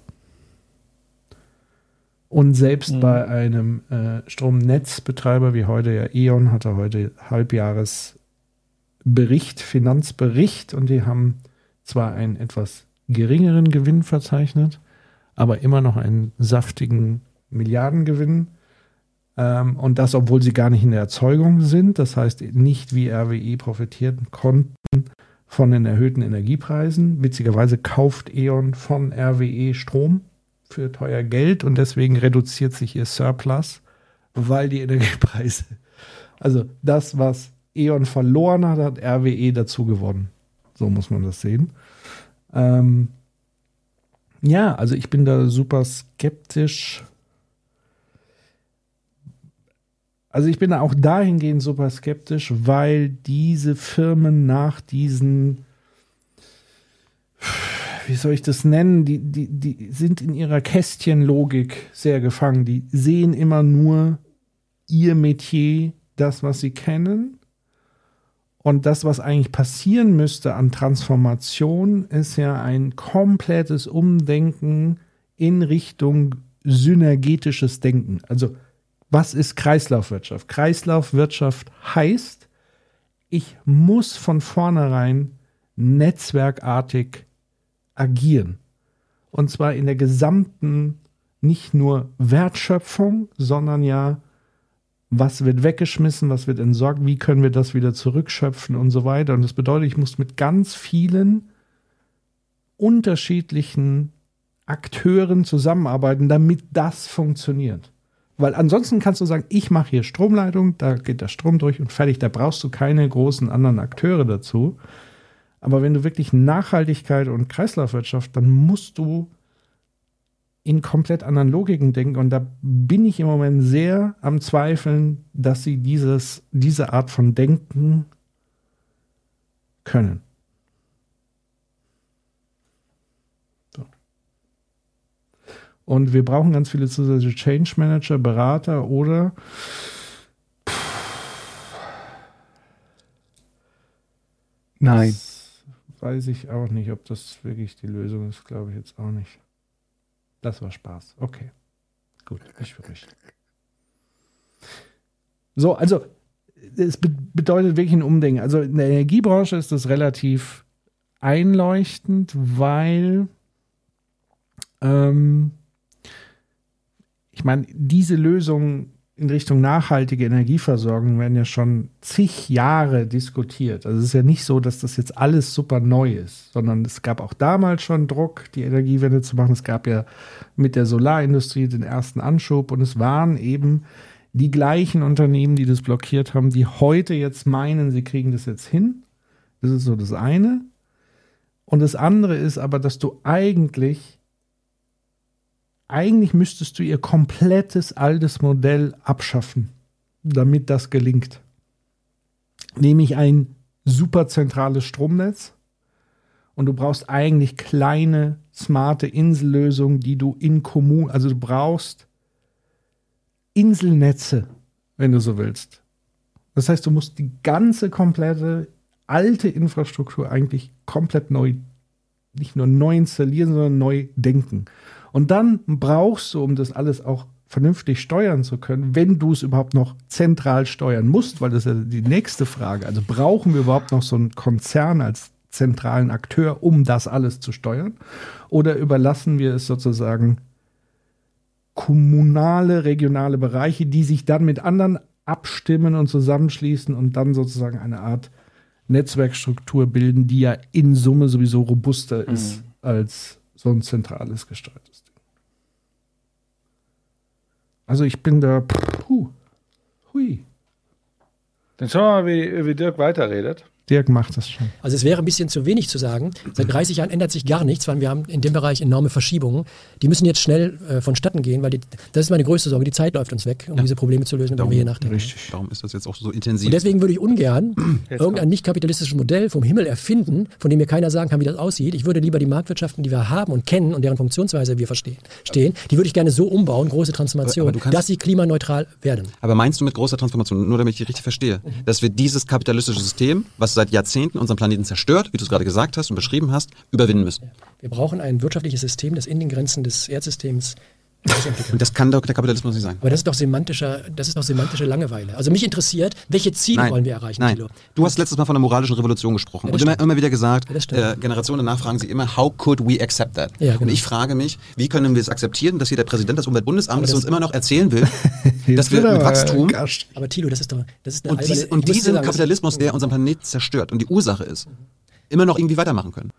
Und selbst bei einem Stromnetzbetreiber wie heute ja E.ON hatte heute Finanzbericht, und die haben zwar einen etwas geringeren Gewinn verzeichnet, aber immer noch einen saftigen Milliardengewinn. Und das, obwohl sie gar nicht in der Erzeugung sind. Das heißt, nicht wie RWE profitieren konnten von den erhöhten Energiepreisen. Witzigerweise kauft E.ON von RWE Strom für teuer Geld und deswegen reduziert sich ihr Surplus, weil die Energiepreise, also das, was E.ON verloren hat, hat RWE dazu gewonnen. So muss man das sehen. Ja, also ich bin da super skeptisch. Also ich bin auch dahingehend super skeptisch, weil diese Firmen nach diesen, wie soll ich das nennen, die sind in ihrer Kästchenlogik sehr gefangen. Die sehen immer nur ihr Metier, das, was sie kennen. Und das, was eigentlich passieren müsste an Transformation, ist ja ein komplettes Umdenken in Richtung synergetisches Denken. Also was ist Kreislaufwirtschaft? Kreislaufwirtschaft heißt, ich muss von vornherein netzwerkartig agieren. Und zwar in der gesamten, nicht nur Wertschöpfung, sondern ja, was wird weggeschmissen, was wird entsorgt, wie können wir das wieder zurückschöpfen und so weiter. Und das bedeutet, ich muss mit ganz vielen unterschiedlichen Akteuren zusammenarbeiten, damit das funktioniert. Weil ansonsten kannst du sagen, ich mache hier Stromleitung, da geht der Strom durch und fertig, da brauchst du keine großen anderen Akteure dazu. Aber wenn du wirklich Nachhaltigkeit und Kreislaufwirtschaft, dann musst du in komplett anderen Logiken denken. Und da bin ich im Moment sehr am Zweifeln, dass sie diese Art von Denken können. So. Und wir brauchen ganz viele zusätzliche Change Manager, Berater oder nein. Weiß ich auch nicht, ob das wirklich die Lösung ist, glaube ich jetzt auch nicht. Das war Spaß. Okay. Gut, ich für euch. So, also es bedeutet wirklich ein Umdenken. Also in der Energiebranche ist das relativ einleuchtend, weil ich meine, diese Lösungen in Richtung nachhaltige Energieversorgung werden ja schon zig Jahre diskutiert. Also es ist ja nicht so, dass das jetzt alles super neu ist, sondern es gab auch damals schon Druck, die Energiewende zu machen. Es gab ja mit der Solarindustrie den ersten Anschub und es waren eben die gleichen Unternehmen, die das blockiert haben, die heute jetzt meinen, sie kriegen das jetzt hin. Das ist so das eine. Und das andere ist aber, dass du eigentlich müsstest du ihr komplettes altes Modell abschaffen, damit das gelingt. Nämlich ein super zentrales Stromnetz und du brauchst eigentlich kleine, smarte Insellösungen, die du in Kommunen, also du brauchst Inselnetze, wenn du so willst. Das heißt, du musst die ganze komplette alte Infrastruktur eigentlich komplett neu, nicht nur neu installieren, sondern neu denken. Und dann brauchst du, um das alles auch vernünftig steuern zu können, wenn du es überhaupt noch zentral steuern musst, weil das ist ja die nächste Frage. Also brauchen wir überhaupt noch so einen Konzern als zentralen Akteur, um das alles zu steuern? Oder überlassen wir es sozusagen kommunale, regionale Bereiche, die sich dann mit anderen abstimmen und zusammenschließen und dann sozusagen eine Art Netzwerkstruktur bilden, die ja in Summe sowieso robuster ist als so ein zentrales gesteuertes Ding. Also ich bin da, hui. Dann schauen wir mal, wie Dirk weiterredet. Dirk macht das schon. Also es wäre ein bisschen zu wenig zu sagen. Seit 30 Jahren ändert sich gar nichts, weil wir haben in dem Bereich enorme Verschiebungen. Die müssen jetzt schnell vonstatten gehen, weil das ist meine größte Sorge. Die Zeit läuft uns weg, um diese Probleme zu lösen, wenn wir hier nachdenken. Richtig. Darum ist das jetzt auch so intensiv. Und deswegen würde ich ungern irgendein nicht kapitalistisches Modell vom Himmel erfinden, von dem mir keiner sagen kann, wie das aussieht. Ich würde lieber die Marktwirtschaften, die wir haben und kennen und deren Funktionsweise wir verstehen, die würde ich gerne so umbauen, große Transformation, dass sie klimaneutral werden. Aber meinst du mit großer Transformation, nur damit ich richtig verstehe, dass wir dieses kapitalistische System, was seit Jahrzehnten unseren Planeten zerstört, wie du es gerade gesagt hast und beschrieben hast, überwinden müssen? Wir brauchen ein wirtschaftliches System, das in den Grenzen des Erdsystems und das kann doch der Kapitalismus nicht sein. Aber das ist doch semantische Langeweile. Also mich interessiert, welche Ziele wollen wir erreichen, Nein. Thilo? Du hast letztes Mal von der moralischen Revolution gesprochen und immer wieder gesagt, Generationen danach fragen sich immer, how could we accept that? Ja, genau. Und ich frage mich, wie können wir es akzeptieren, dass hier der Präsident des Umweltbundesamtes uns immer noch erzählen will, dass wir mit Wachstum... Aber Thilo, das ist eine und diesen Kapitalismus, der unseren Planeten zerstört und die Ursache ist, immer noch irgendwie weitermachen können.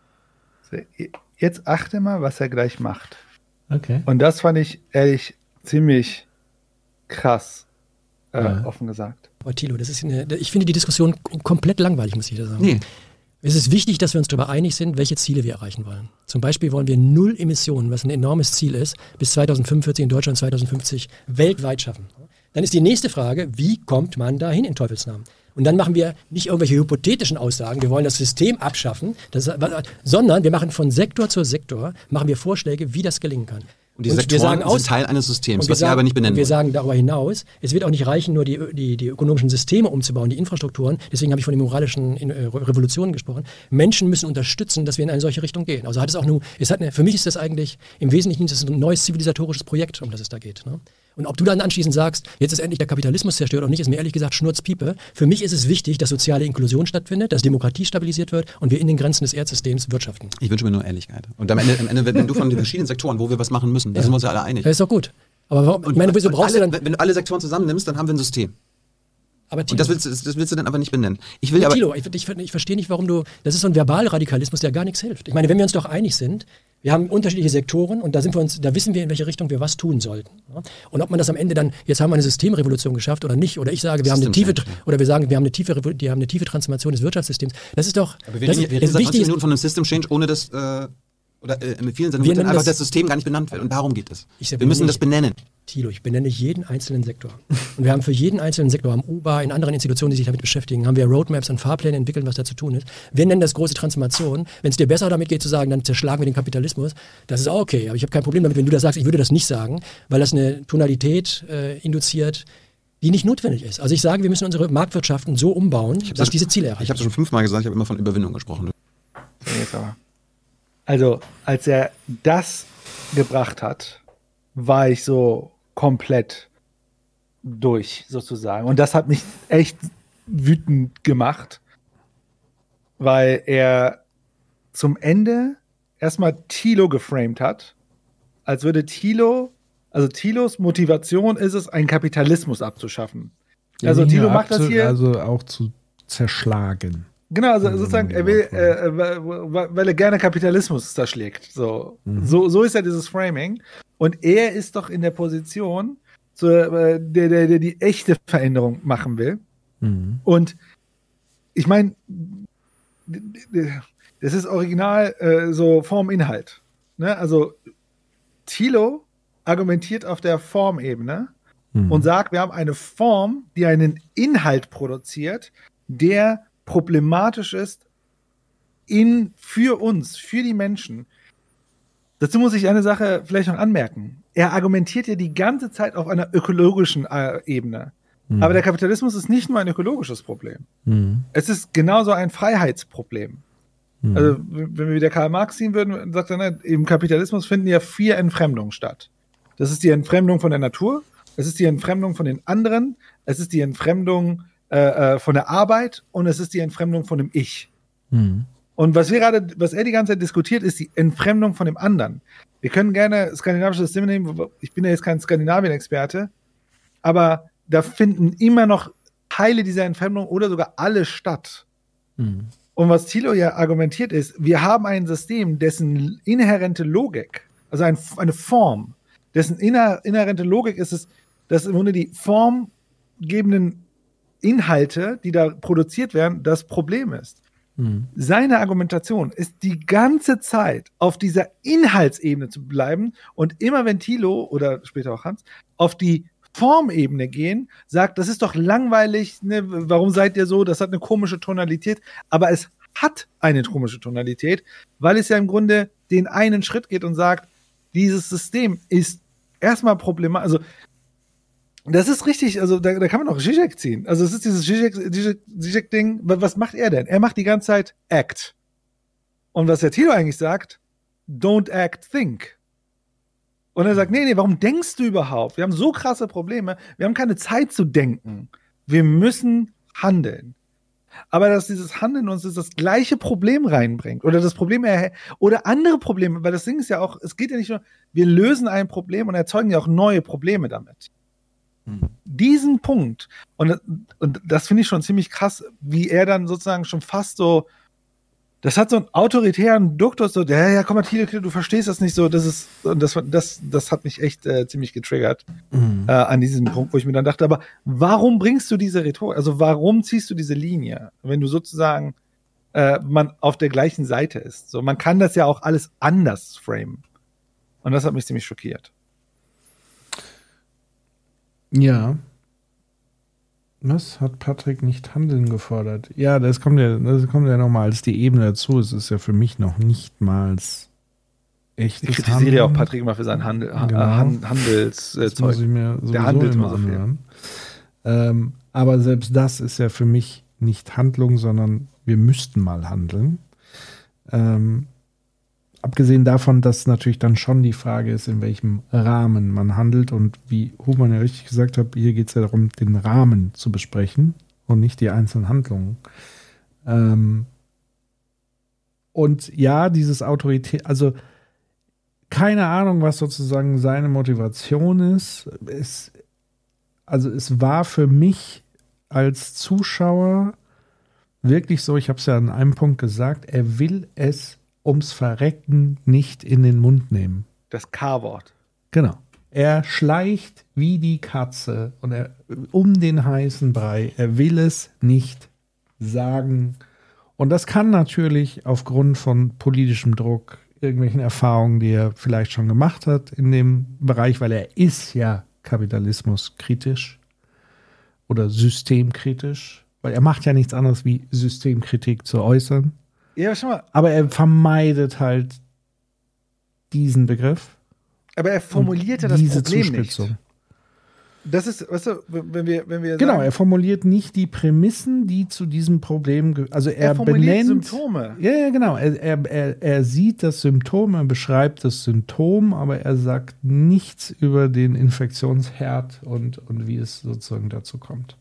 Jetzt achte mal, was er gleich macht. Okay. Und das fand ich ehrlich ziemlich krass, offen gesagt. Aber Thilo, ich finde die Diskussion komplett langweilig, muss ich da sagen. Nee. Es ist wichtig, dass wir uns darüber einig sind, welche Ziele wir erreichen wollen. Zum Beispiel wollen wir 0 Emissionen, was ein enormes Ziel ist, bis 2045 in Deutschland, 2050 weltweit schaffen. Dann ist die nächste Frage, wie kommt man dahin in Teufelsnamen? Und dann machen wir nicht irgendwelche hypothetischen Aussagen, wir wollen das System abschaffen, sondern wir machen von Sektor zu Sektor, machen wir Vorschläge, wie das gelingen kann. Und die Sektoren sind Teil eines Systems, was wir aber nicht benennen. Und wir sagen darüber hinaus, es wird auch nicht reichen, nur die ökonomischen Systeme umzubauen, die Infrastrukturen. Deswegen habe ich von den moralischen Revolutionen gesprochen. Menschen müssen unterstützen, dass wir in eine solche Richtung gehen. Also für mich ist das eigentlich im Wesentlichen ein neues zivilisatorisches Projekt, um das es da geht. Ne? Und ob du dann anschließend sagst, jetzt ist endlich der Kapitalismus zerstört oder nicht, ist mir ehrlich gesagt Schnurzpiepe. Für mich ist es wichtig, dass soziale Inklusion stattfindet, dass Demokratie stabilisiert wird und wir in den Grenzen des Erdsystems wirtschaften. Ich wünsche mir nur Ehrlichkeit. Und am Ende wenn du von den verschiedenen Sektoren, wo wir was machen müssen, da sind wir uns ja alle einig. Das ist doch gut. Aber wieso brauchst du dann... Wenn du alle Sektoren zusammennimmst, dann haben wir ein System. Aber und das willst du dann aber nicht benennen. Thilo, ich verstehe nicht, warum das ist so ein Verbalradikalismus, der gar nichts hilft. Ich meine, wenn wir uns doch einig sind, wir haben unterschiedliche Sektoren und da wissen wir, in welche Richtung wir was tun sollten. Ja? Und ob man das am Ende dann, jetzt haben wir eine Systemrevolution geschafft oder nicht, oder ich sage, wir haben eine tiefe Transformation des Wirtschaftssystems. Das ist doch, aber wir reden seit 20 Minuten von einem System Change, ohne dass, mit vielen Sendungen einfach das System gar nicht benannt wird. Und darum geht es. Wir müssen das benennen. Thilo, ich benenne jeden einzelnen Sektor. Und wir haben für jeden einzelnen Sektor, am UBA, in anderen Institutionen, die sich damit beschäftigen, haben wir Roadmaps und Fahrpläne entwickelt, was da zu tun ist. Wir nennen das große Transformation. Wenn es dir besser damit geht zu sagen, dann zerschlagen wir den Kapitalismus, das ist auch okay. Aber ich habe kein Problem damit, wenn du das sagst, ich würde das nicht sagen, weil das eine Tonalität induziert, die nicht notwendig ist. Also ich sage, wir müssen unsere Marktwirtschaften so umbauen, dass diese Ziele erreichen. Ich habe es schon 5-mal gesagt, ich habe immer von Überwindung gesprochen. Also, als er das gebracht hat, war ich so komplett durch, sozusagen. Und das hat mich echt wütend gemacht, weil er zum Ende erstmal Thilo geframed hat, als würde Thilos Motivation ist es, einen Kapitalismus abzuschaffen. Also Thilo macht das hier. Also auch zu zerschlagen. Genau, also sozusagen, er will, weil er gerne Kapitalismus zerschlägt. So ist ja dieses Framing. Und er ist doch in der Position, der die echte Veränderung machen will. Mhm. Und ich meine, das ist original so Form-Inhalt. Ne? Also Thilo argumentiert auf der Formebene und sagt, wir haben eine Form, die einen Inhalt produziert, der problematisch ist für uns, für die Menschen. Dazu muss ich eine Sache vielleicht noch anmerken. Er argumentiert ja die ganze Zeit auf einer ökologischen Ebene. Aber der Kapitalismus ist nicht nur ein ökologisches Problem. Es ist genauso ein Freiheitsproblem. Also wenn wir wieder Karl Marx ziehen würden, sagt er, im Kapitalismus finden ja 4 Entfremdungen statt. Das ist die Entfremdung von der Natur, es ist die Entfremdung von den anderen, es ist die Entfremdung von der Arbeit und es ist die Entfremdung von dem Ich. Und was er die ganze Zeit diskutiert, ist die Entfremdung von dem anderen. Wir können gerne skandinavische Systeme nehmen, ich bin ja jetzt kein Skandinavien-Experte, aber da finden immer noch Teile dieser Entfremdung oder sogar alle statt. Und was Thilo ja argumentiert ist, wir haben ein System, dessen inhärente Logik, also eine Form, dessen inhärente Logik ist es, dass im Grunde die formgebenden Inhalte, die da produziert werden, das Problem ist. Seine Argumentation ist die ganze Zeit auf dieser Inhaltsebene zu bleiben und immer wenn Thilo oder später auch Hans auf die Formebene gehen, sagt, das ist doch langweilig, ne? Warum seid ihr so, das hat eine komische Tonalität, aber es hat eine komische Tonalität, weil es ja im Grunde den einen Schritt geht und sagt, dieses System ist erstmal problematisch, also das ist richtig, also da kann man auch Zizek ziehen. Also es ist dieses Zizek-Ding, was macht er denn? Er macht die ganze Zeit Act. Und was der Thilo eigentlich sagt, don't act, think. Und er sagt, nee, warum denkst du überhaupt? Wir haben so krasse Probleme, wir haben keine Zeit zu denken. Wir müssen handeln. Aber dass dieses Handeln uns das gleiche Problem reinbringt oder das Problem oder andere Probleme, weil das Ding ist ja auch, es geht ja nicht nur, wir lösen ein Problem und erzeugen ja auch neue Probleme damit. Diesen Punkt, und das finde ich schon ziemlich krass, wie er dann sozusagen schon fast so, das hat so einen autoritären Duktus, so, ja, komm mal, Thilo, du verstehst das nicht so, das hat mich echt ziemlich getriggert an diesem Punkt, wo ich mir dann dachte, aber warum bringst du diese Rhetorik, also warum ziehst du diese Linie, wenn du sozusagen man auf der gleichen Seite ist? So, man kann das ja auch alles anders framen. Und das hat mich ziemlich schockiert. Ja. Was hat Patrick nicht Handeln gefordert? Ja, das kommt ja nochmal als die Ebene dazu. Es ist ja für mich noch nicht mal echtes Ich kritisiere ja auch Patrick immer für sein Handelszeug. Muss ich mir der handelt immer so viel. Aber selbst das ist ja für mich nicht Handlung, sondern wir müssten mal handeln. Abgesehen davon, dass natürlich dann schon die Frage ist, in welchem Rahmen man handelt und wie Humann ja richtig gesagt hat, hier geht es ja darum, den Rahmen zu besprechen und nicht die einzelnen Handlungen. Und ja, dieses Autorität, also keine Ahnung, was sozusagen seine Motivation ist. Es war für mich als Zuschauer wirklich so, ich habe es ja an einem Punkt gesagt, er will es ums Verrecken nicht in den Mund nehmen. Das K-Wort. Genau. Er schleicht wie die Katze und um den heißen Brei. Er will es nicht sagen. Und das kann natürlich aufgrund von politischem Druck, irgendwelchen Erfahrungen, die er vielleicht schon gemacht hat in dem Bereich, weil er ist ja kapitalismuskritisch oder systemkritisch, weil er macht ja nichts anderes wie Systemkritik zu äußern. Ja, schau mal. Aber er vermeidet halt diesen Begriff. Aber er formuliert ja das diese Problem Zuspitzung nicht. Das ist, weißt du, wenn wir genau, sagen, er formuliert nicht die Prämissen, die zu diesem Problem, also er formuliert benennt Symptome. Ja, genau. Er sieht das Symptom, er beschreibt das Symptom, aber er sagt nichts über den Infektionsherd und wie es sozusagen dazu kommt.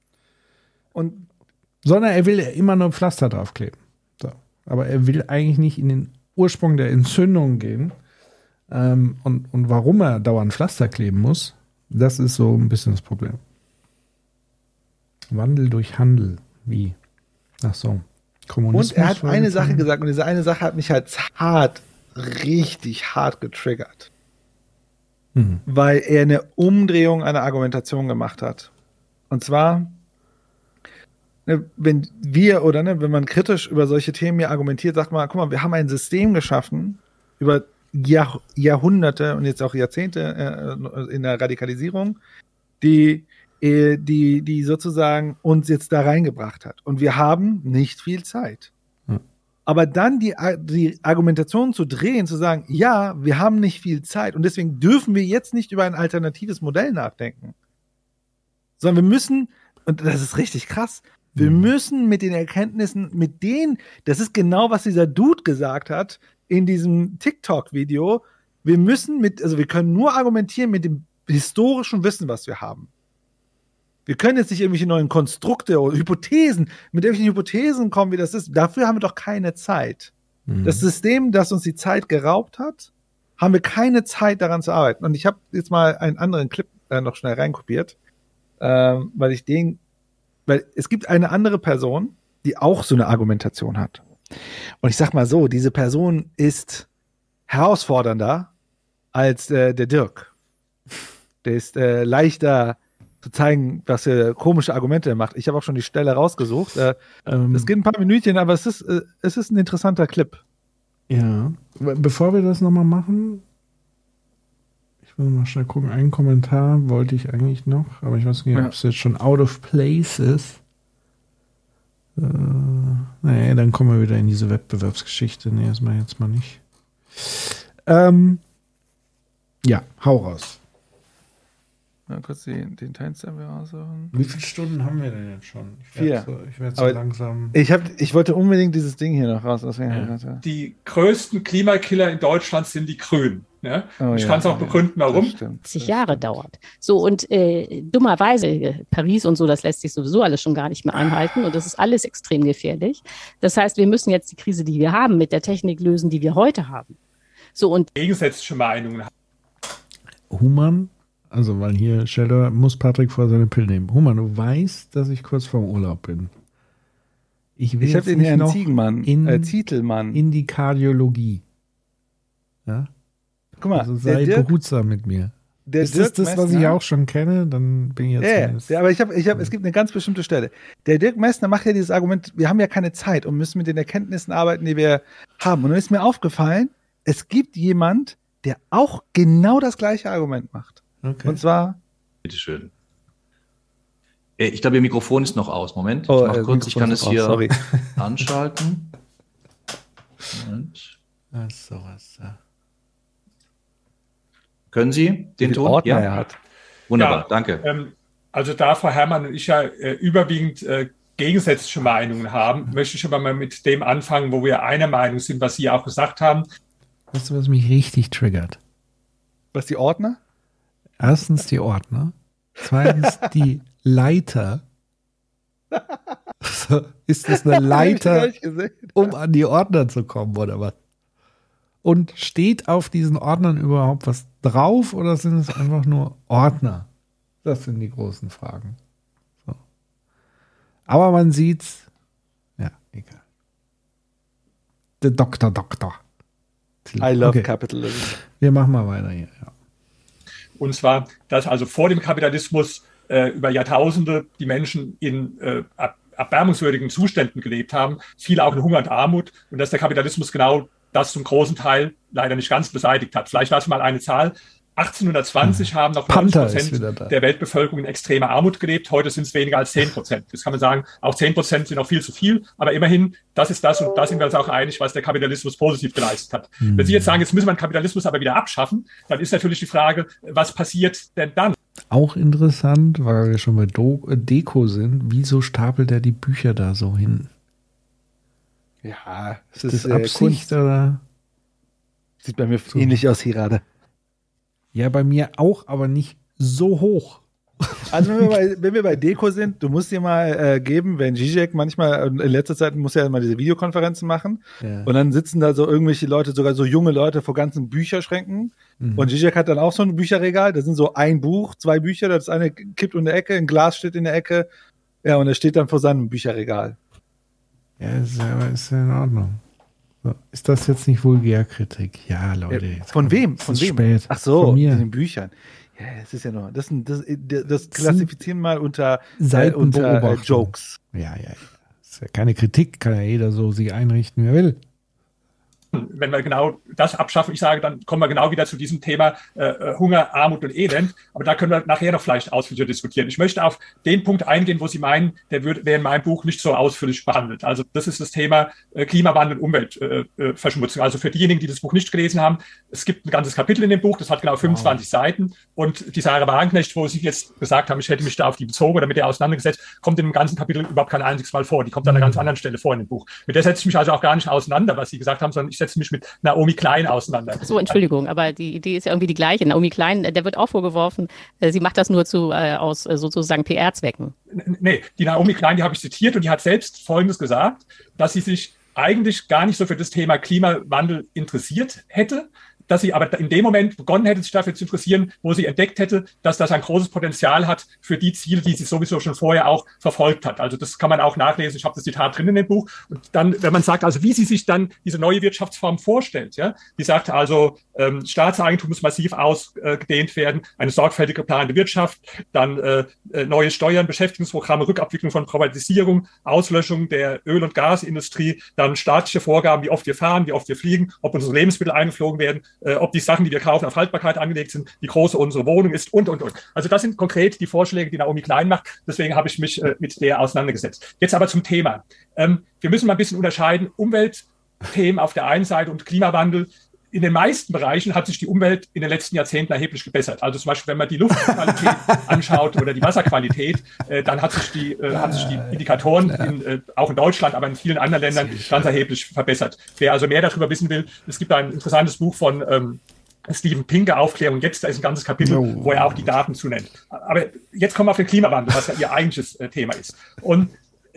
Sondern er will immer nur Pflaster draufkleben. So. Aber er will eigentlich nicht in den Ursprung der Entzündung gehen. Und warum er dauernd Pflaster kleben muss, das ist so ein bisschen das Problem. Wandel durch Handel. Wie? Ach so. Kommunismus. Und er hat eine Sache gesagt und diese eine Sache hat mich halt richtig hart getriggert. Weil er eine Umdrehung einer Argumentation gemacht hat. Und zwar, wenn wenn man kritisch über solche Themen hier argumentiert, sagt man, guck mal, wir haben ein System geschaffen über Jahrhunderte und jetzt auch Jahrzehnte in der Radikalisierung, die sozusagen uns jetzt da reingebracht hat. Und wir haben nicht viel Zeit. Aber dann die Argumentation zu drehen, zu sagen, ja, wir haben nicht viel Zeit und deswegen dürfen wir jetzt nicht über ein alternatives Modell nachdenken. Sondern wir müssen, und das ist richtig krass, wir müssen mit den Erkenntnissen, das ist genau, was dieser Dude gesagt hat, in diesem TikTok-Video, wir können nur argumentieren mit dem historischen Wissen, was wir haben. Wir können jetzt nicht irgendwelche neuen Konstrukte oder Hypothesen, mit irgendwelchen Hypothesen kommen, wie das ist. Dafür haben wir doch keine Zeit. Das System, das uns die Zeit geraubt hat, haben wir keine Zeit, daran zu arbeiten. Und ich habe jetzt mal einen anderen Clip noch schnell reinkopiert, weil es gibt eine andere Person, die auch so eine Argumentation hat. Und ich sag mal so, diese Person ist herausfordernder als der Dirk. Der ist leichter zu zeigen, was für komische Argumente er macht. Ich habe auch schon die Stelle rausgesucht. Es geht ein paar Minütchen, aber es ist ein interessanter Clip. Ja, bevor wir das nochmal machen, ich will mal schnell gucken, einen Kommentar wollte ich eigentlich noch, aber ich weiß nicht, ob es jetzt schon out of place ist. Nee, dann kommen wir wieder in diese Wettbewerbsgeschichte. Nee, das mache ich jetzt mal nicht. Ja, hau raus. Mal kurz den Timestamp raussuchen. Wie viele Stunden haben wir denn jetzt schon? Ich werde so langsam. Ich wollte unbedingt dieses Ding hier noch raus. Die größten Klimakiller in Deutschland sind die Grünen. Ne? Ich kann es auch begründen, warum. 50 Jahre dauert. So, und dummerweise, Paris und so, das lässt sich sowieso alles schon gar nicht mehr einhalten und das ist alles extrem gefährlich. Das heißt, wir müssen jetzt die Krise, die wir haben, mit der Technik lösen, die wir heute haben. So, und gegensätzliche Meinungen. Human, also weil hier Scheller muss Patrick vor seine Pille nehmen. Human, du weißt, dass ich kurz vorm Urlaub bin. Ich habe den Herrn Zietelmann in die Kardiologie. Ja? Guck mal, also sei behutsam mit mir. Ist das das, was ich auch schon kenne? Dann bin ich jetzt. Ja, aber es gibt eine ganz bestimmte Stelle. Der Dirk Messner macht ja dieses Argument, wir haben ja keine Zeit und müssen mit den Erkenntnissen arbeiten, die wir haben. Und dann ist mir aufgefallen, es gibt jemand, der auch genau das gleiche Argument macht. Okay. Und zwar. Bitteschön. Ich glaube, Ihr Mikrofon ist noch aus. Moment, ich mach kurz, ich kann es hier anschalten. Moment. Sowas, ja. Können Sie den Ton? Ordner er hat. Wunderbar, danke. Also da Frau Herrmann und ich ja überwiegend gegensätzliche Meinungen haben, möchte ich aber mal mit dem anfangen, wo wir einer Meinung sind, was Sie auch gesagt haben. Weißt du, was mich richtig triggert? Was, die Ordner? Erstens die Ordner. Zweitens die Leiter. So, ist das eine Leiter, um an die Ordner zu kommen, oder was? Und steht auf diesen Ordnern überhaupt was drauf oder sind es einfach nur Ordner? Das sind die großen Fragen. So. Aber man sieht's. Ja, egal. Der Doktor. I love capitalism. Wir machen mal weiter hier. Ja. Und zwar, dass also vor dem Kapitalismus über Jahrtausende die Menschen in erbarmungswürdigen Zuständen gelebt haben, viele auch in Hunger und Armut, und dass der Kapitalismus genau das zum großen Teil leider nicht ganz beseitigt hat. Vielleicht lasse ich mal eine Zahl. 1820 haben noch 90% der Weltbevölkerung in extremer Armut gelebt. Heute sind es weniger als 10%. Das kann man sagen, auch 10% sind noch viel zu viel. Aber immerhin, das ist das, und da sind wir uns auch einig, was der Kapitalismus positiv geleistet hat. Wenn Sie jetzt sagen, jetzt müssen wir den Kapitalismus aber wieder abschaffen, dann ist natürlich die Frage, was passiert denn dann? Auch interessant, weil wir schon bei Deko sind, wieso stapelt er die Bücher da so hin? Ja, ist das Absicht Kunst, oder? Sieht bei mir so ähnlich aus hier gerade. Ja, bei mir auch, aber nicht so hoch. Also wenn wir bei Deko sind, du musst dir mal geben, wenn Zizek manchmal, in letzter Zeit muss er ja immer diese Videokonferenzen machen, und dann sitzen da so irgendwelche Leute, sogar so junge Leute vor ganzen Bücherschränken, und Zizek hat dann auch so ein Bücherregal, da sind so ein Buch, 2 Bücher, das eine kippt in der Ecke, ein Glas steht in der Ecke, ja, und er steht dann vor seinem Bücherregal. Ja, ist ja in Ordnung. So, ist das jetzt nicht Vulgärkritik? Ja, Leute. Von wem? Von wem? Spät. Ach so, von mir. In den Büchern. Ja, es ist ja noch. Das klassifizieren mal unter Jokes. Ja. Ist ja keine Kritik, kann ja jeder so sich einrichten, wie er will. Wenn wir genau das abschaffen, ich sage, dann kommen wir genau wieder zu diesem Thema Hunger, Armut und Elend. Aber da können wir nachher noch vielleicht ausführlicher diskutieren. Ich möchte auf den Punkt eingehen, wo Sie meinen, wäre in meinem Buch nicht so ausführlich behandelt. Also das ist das Thema Klimawandel und Umweltverschmutzung. Also für diejenigen, die das Buch nicht gelesen haben, es gibt ein ganzes Kapitel in dem Buch, das hat genau 25 Seiten. Und die Sarah Wagenknecht, wo Sie jetzt gesagt haben, ich hätte mich da auf die bezogen oder mit der auseinandergesetzt, kommt in dem ganzen Kapitel überhaupt kein einziges Mal vor. Die kommt an einer ganz anderen Stelle vor in dem Buch. Mit der setze ich mich also auch gar nicht auseinander, was Sie gesagt haben, sondern ich setze mich mit Naomi Klein auseinander. So, Entschuldigung, aber die Idee ist ja irgendwie die gleiche. Naomi Klein, der wird auch vorgeworfen, sie macht das nur aus sozusagen PR-Zwecken. Nee, die Naomi Klein, die habe ich zitiert, und die hat selbst Folgendes gesagt, dass sie sich eigentlich gar nicht so für das Thema Klimawandel interessiert hätte, dass sie aber in dem Moment begonnen hätte, sich dafür zu interessieren, wo sie entdeckt hätte, dass das ein großes Potenzial hat für die Ziele, die sie sowieso schon vorher auch verfolgt hat. Also das kann man auch nachlesen. Ich habe das Zitat drin in dem Buch. Und dann, wenn man sagt, also wie sie sich dann diese neue Wirtschaftsform vorstellt, ja, die sagt also, Staatseigentum muss massiv ausgedehnt werden, eine sorgfältig geplante Wirtschaft, dann neue Steuern, Beschäftigungsprogramme, Rückabwicklung von Privatisierung, Auslöschung der Öl- und Gasindustrie, dann staatliche Vorgaben, wie oft wir fahren, wie oft wir fliegen, ob unsere Lebensmittel eingeflogen werden, ob die Sachen, die wir kaufen, auf Haltbarkeit angelegt sind, wie groß unsere Wohnung ist und. Also das sind konkret die Vorschläge, die Naomi Klein macht. Deswegen habe ich mich mit der auseinandergesetzt. Jetzt aber zum Thema. Wir müssen mal ein bisschen unterscheiden. Umweltthemen auf der einen Seite und Klimawandel. In den meisten Bereichen hat sich die Umwelt in den letzten Jahrzehnten erheblich gebessert. Also zum Beispiel, wenn man die Luftqualität anschaut oder die Wasserqualität, dann hat sich die Indikatoren auch in Deutschland, aber in vielen anderen Ländern ganz erheblich verbessert. Wer also mehr darüber wissen will, es gibt ein interessantes Buch von Steven Pinker, Aufklärung jetzt, da ist ein ganzes Kapitel, wo er auch die Daten zunennt. Aber jetzt kommen wir auf den Klimawandel, was ja ihr eigentliches Thema ist. Und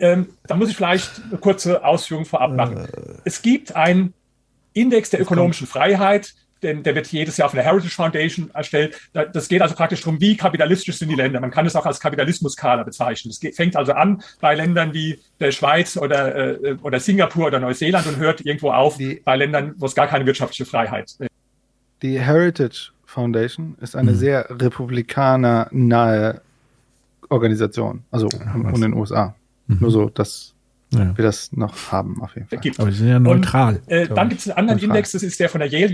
da muss ich vielleicht eine kurze Ausführung vorab machen. Es gibt einen Index der ökonomischen Freiheit, denn der wird jedes Jahr von der Heritage Foundation erstellt. Das geht also praktisch darum, wie kapitalistisch sind die Länder. Man kann es auch als Kapitalismus-Skala bezeichnen. Es fängt also an bei Ländern wie der Schweiz oder Singapur oder Neuseeland und hört irgendwo auf bei Ländern, wo es gar keine wirtschaftliche Freiheit gibt. Die Heritage Foundation ist eine sehr republikanernahe Organisation, also in den USA. Nur so, dass wir das noch haben, auf jeden Fall. Aber die sind ja neutral. Und, dann gibt es einen anderen Index, das ist der von der Yale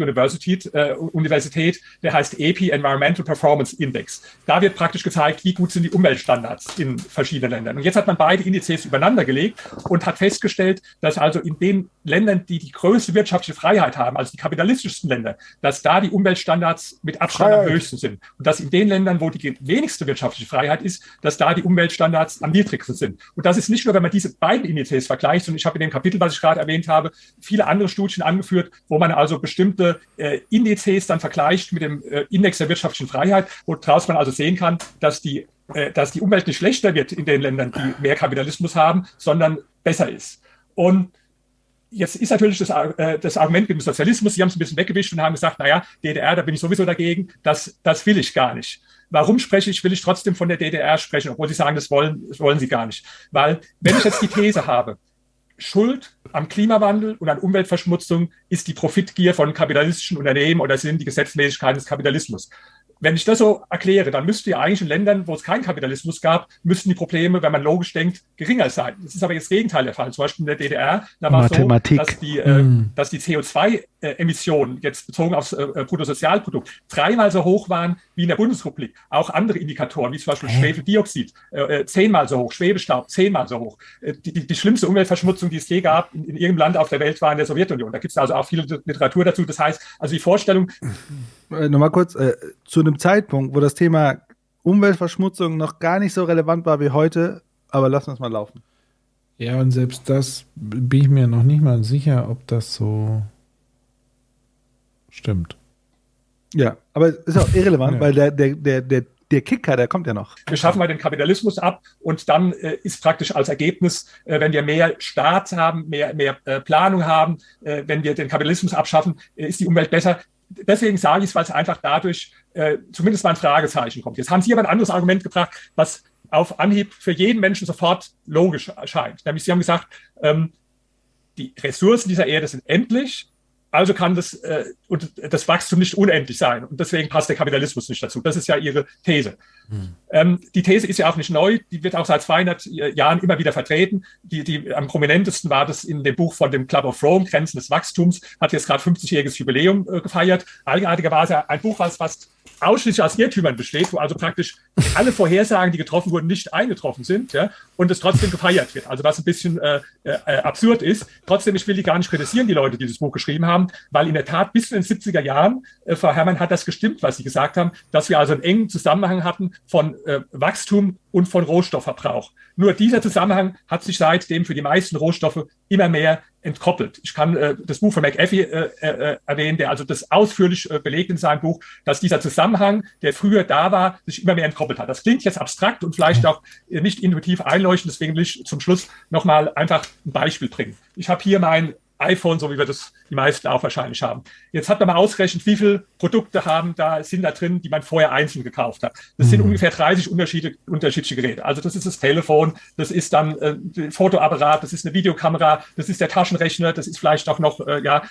Universität, der heißt EPI, Environmental Performance Index. Da wird praktisch gezeigt, wie gut sind die Umweltstandards in verschiedenen Ländern. Und jetzt hat man beide Indizes übereinander gelegt und hat festgestellt, dass also in den Ländern, die die größte wirtschaftliche Freiheit haben, also die kapitalistischsten Länder, dass da die Umweltstandards mit Abstand am höchsten sind. Und dass in den Ländern, wo die wenigste wirtschaftliche Freiheit ist, dass da die Umweltstandards am niedrigsten sind. Und das ist nicht nur, wenn man diese beiden Indizes vergleicht, und ich habe in dem Kapitel, was ich gerade erwähnt habe, viele andere Studien angeführt, wo man also bestimmte Indizes dann vergleicht mit dem Index der wirtschaftlichen Freiheit, woraus man also sehen kann, dass die Umwelt nicht schlechter wird in den Ländern, die mehr Kapitalismus haben, sondern besser ist. Und jetzt ist natürlich das Argument mit dem Sozialismus, Sie haben es ein bisschen weggewischt und haben gesagt, naja, DDR, da bin ich sowieso dagegen, das will ich gar nicht. warum will ich trotzdem von der DDR sprechen, obwohl Sie sagen, das wollen Sie gar nicht. Weil, wenn ich jetzt die These habe, Schuld am Klimawandel und an Umweltverschmutzung ist die Profitgier von kapitalistischen Unternehmen oder sind die Gesetzmäßigkeiten des Kapitalismus. Wenn ich das so erkläre, dann müsste ja eigentlich in Ländern, wo es keinen Kapitalismus gab, müssten die Probleme, wenn man logisch denkt, geringer sein. Das ist aber jetzt das Gegenteil der Fall. Zum Beispiel in der DDR, da war es so, dass die CO2-Emissionen jetzt bezogen aufs Bruttosozialprodukt 3-mal so hoch waren wie in der Bundesrepublik. Auch andere Indikatoren, wie zum Beispiel Schwefeldioxid, 10-mal so hoch, Schwebestaub 10-mal so hoch. Die schlimmste Umweltverschmutzung, die es je gab in irgendeinem Land auf der Welt, war in der Sowjetunion. Da gibt es also auch viel Literatur dazu. Das heißt, also die Vorstellung... Nochmal kurz, zu einem Zeitpunkt, wo das Thema Umweltverschmutzung noch gar nicht so relevant war wie heute, aber lassen wir es mal laufen. Ja, und selbst das bin ich mir noch nicht mal sicher, ob das so stimmt. Ja, aber es ist auch irrelevant, weil der Kicker, der kommt ja noch. Wir schaffen mal den Kapitalismus ab und dann ist praktisch als Ergebnis, wenn wir mehr Staat haben, mehr Planung haben, wenn wir den Kapitalismus abschaffen, ist die Umwelt besser. Deswegen sage ich es, weil es einfach dadurch zumindest mal ein Fragezeichen kommt. Jetzt haben Sie aber ein anderes Argument gebracht, was auf Anhieb für jeden Menschen sofort logisch erscheint. Nämlich Sie haben gesagt, die Ressourcen dieser Erde sind endlich, also kann das Wachstum nicht unendlich sein. Und deswegen passt der Kapitalismus nicht dazu. Das ist ja Ihre These. Die These ist ja auch nicht neu. Die wird auch seit 200 Jahren immer wieder vertreten. Die am prominentesten war das in dem Buch von dem Club of Rome, Grenzen des Wachstums, hat jetzt gerade 50-jähriges Jubiläum gefeiert. Eigenartigerweise ein Buch, was fast ausschließlich aus Irrtümern besteht, wo also praktisch alle Vorhersagen, die getroffen wurden, nicht eingetroffen sind, ja, und es trotzdem gefeiert wird. Also was ein bisschen absurd ist. Trotzdem, ich will die gar nicht kritisieren, die Leute, die dieses Buch geschrieben haben, weil in der Tat bis zu den 70er Jahren, Frau Herrmann, hat das gestimmt, was Sie gesagt haben, dass wir also einen engen Zusammenhang hatten von Wachstum und von Rohstoffverbrauch. Nur dieser Zusammenhang hat sich seitdem für die meisten Rohstoffe immer mehr entkoppelt. Ich kann das Buch von McAfee erwähnen, der also das ausführlich belegt in seinem Buch, dass dieser Zusammenhang, der früher da war, sich immer mehr entkoppelt hat. Das klingt jetzt abstrakt und vielleicht auch nicht intuitiv einleuchtend, deswegen will ich zum Schluss nochmal einfach ein Beispiel bringen. Ich habe hier mein iPhone, so wie wir das die meisten auch wahrscheinlich haben. Jetzt hat man mal ausgerechnet, wie viele Produkte sind da drin, die man vorher einzeln gekauft hat. Das sind ungefähr 30 unterschiedliche Geräte. Also das ist das Telefon, das ist dann ein Fotoapparat, das ist eine Videokamera, das ist der Taschenrechner, das ist vielleicht auch noch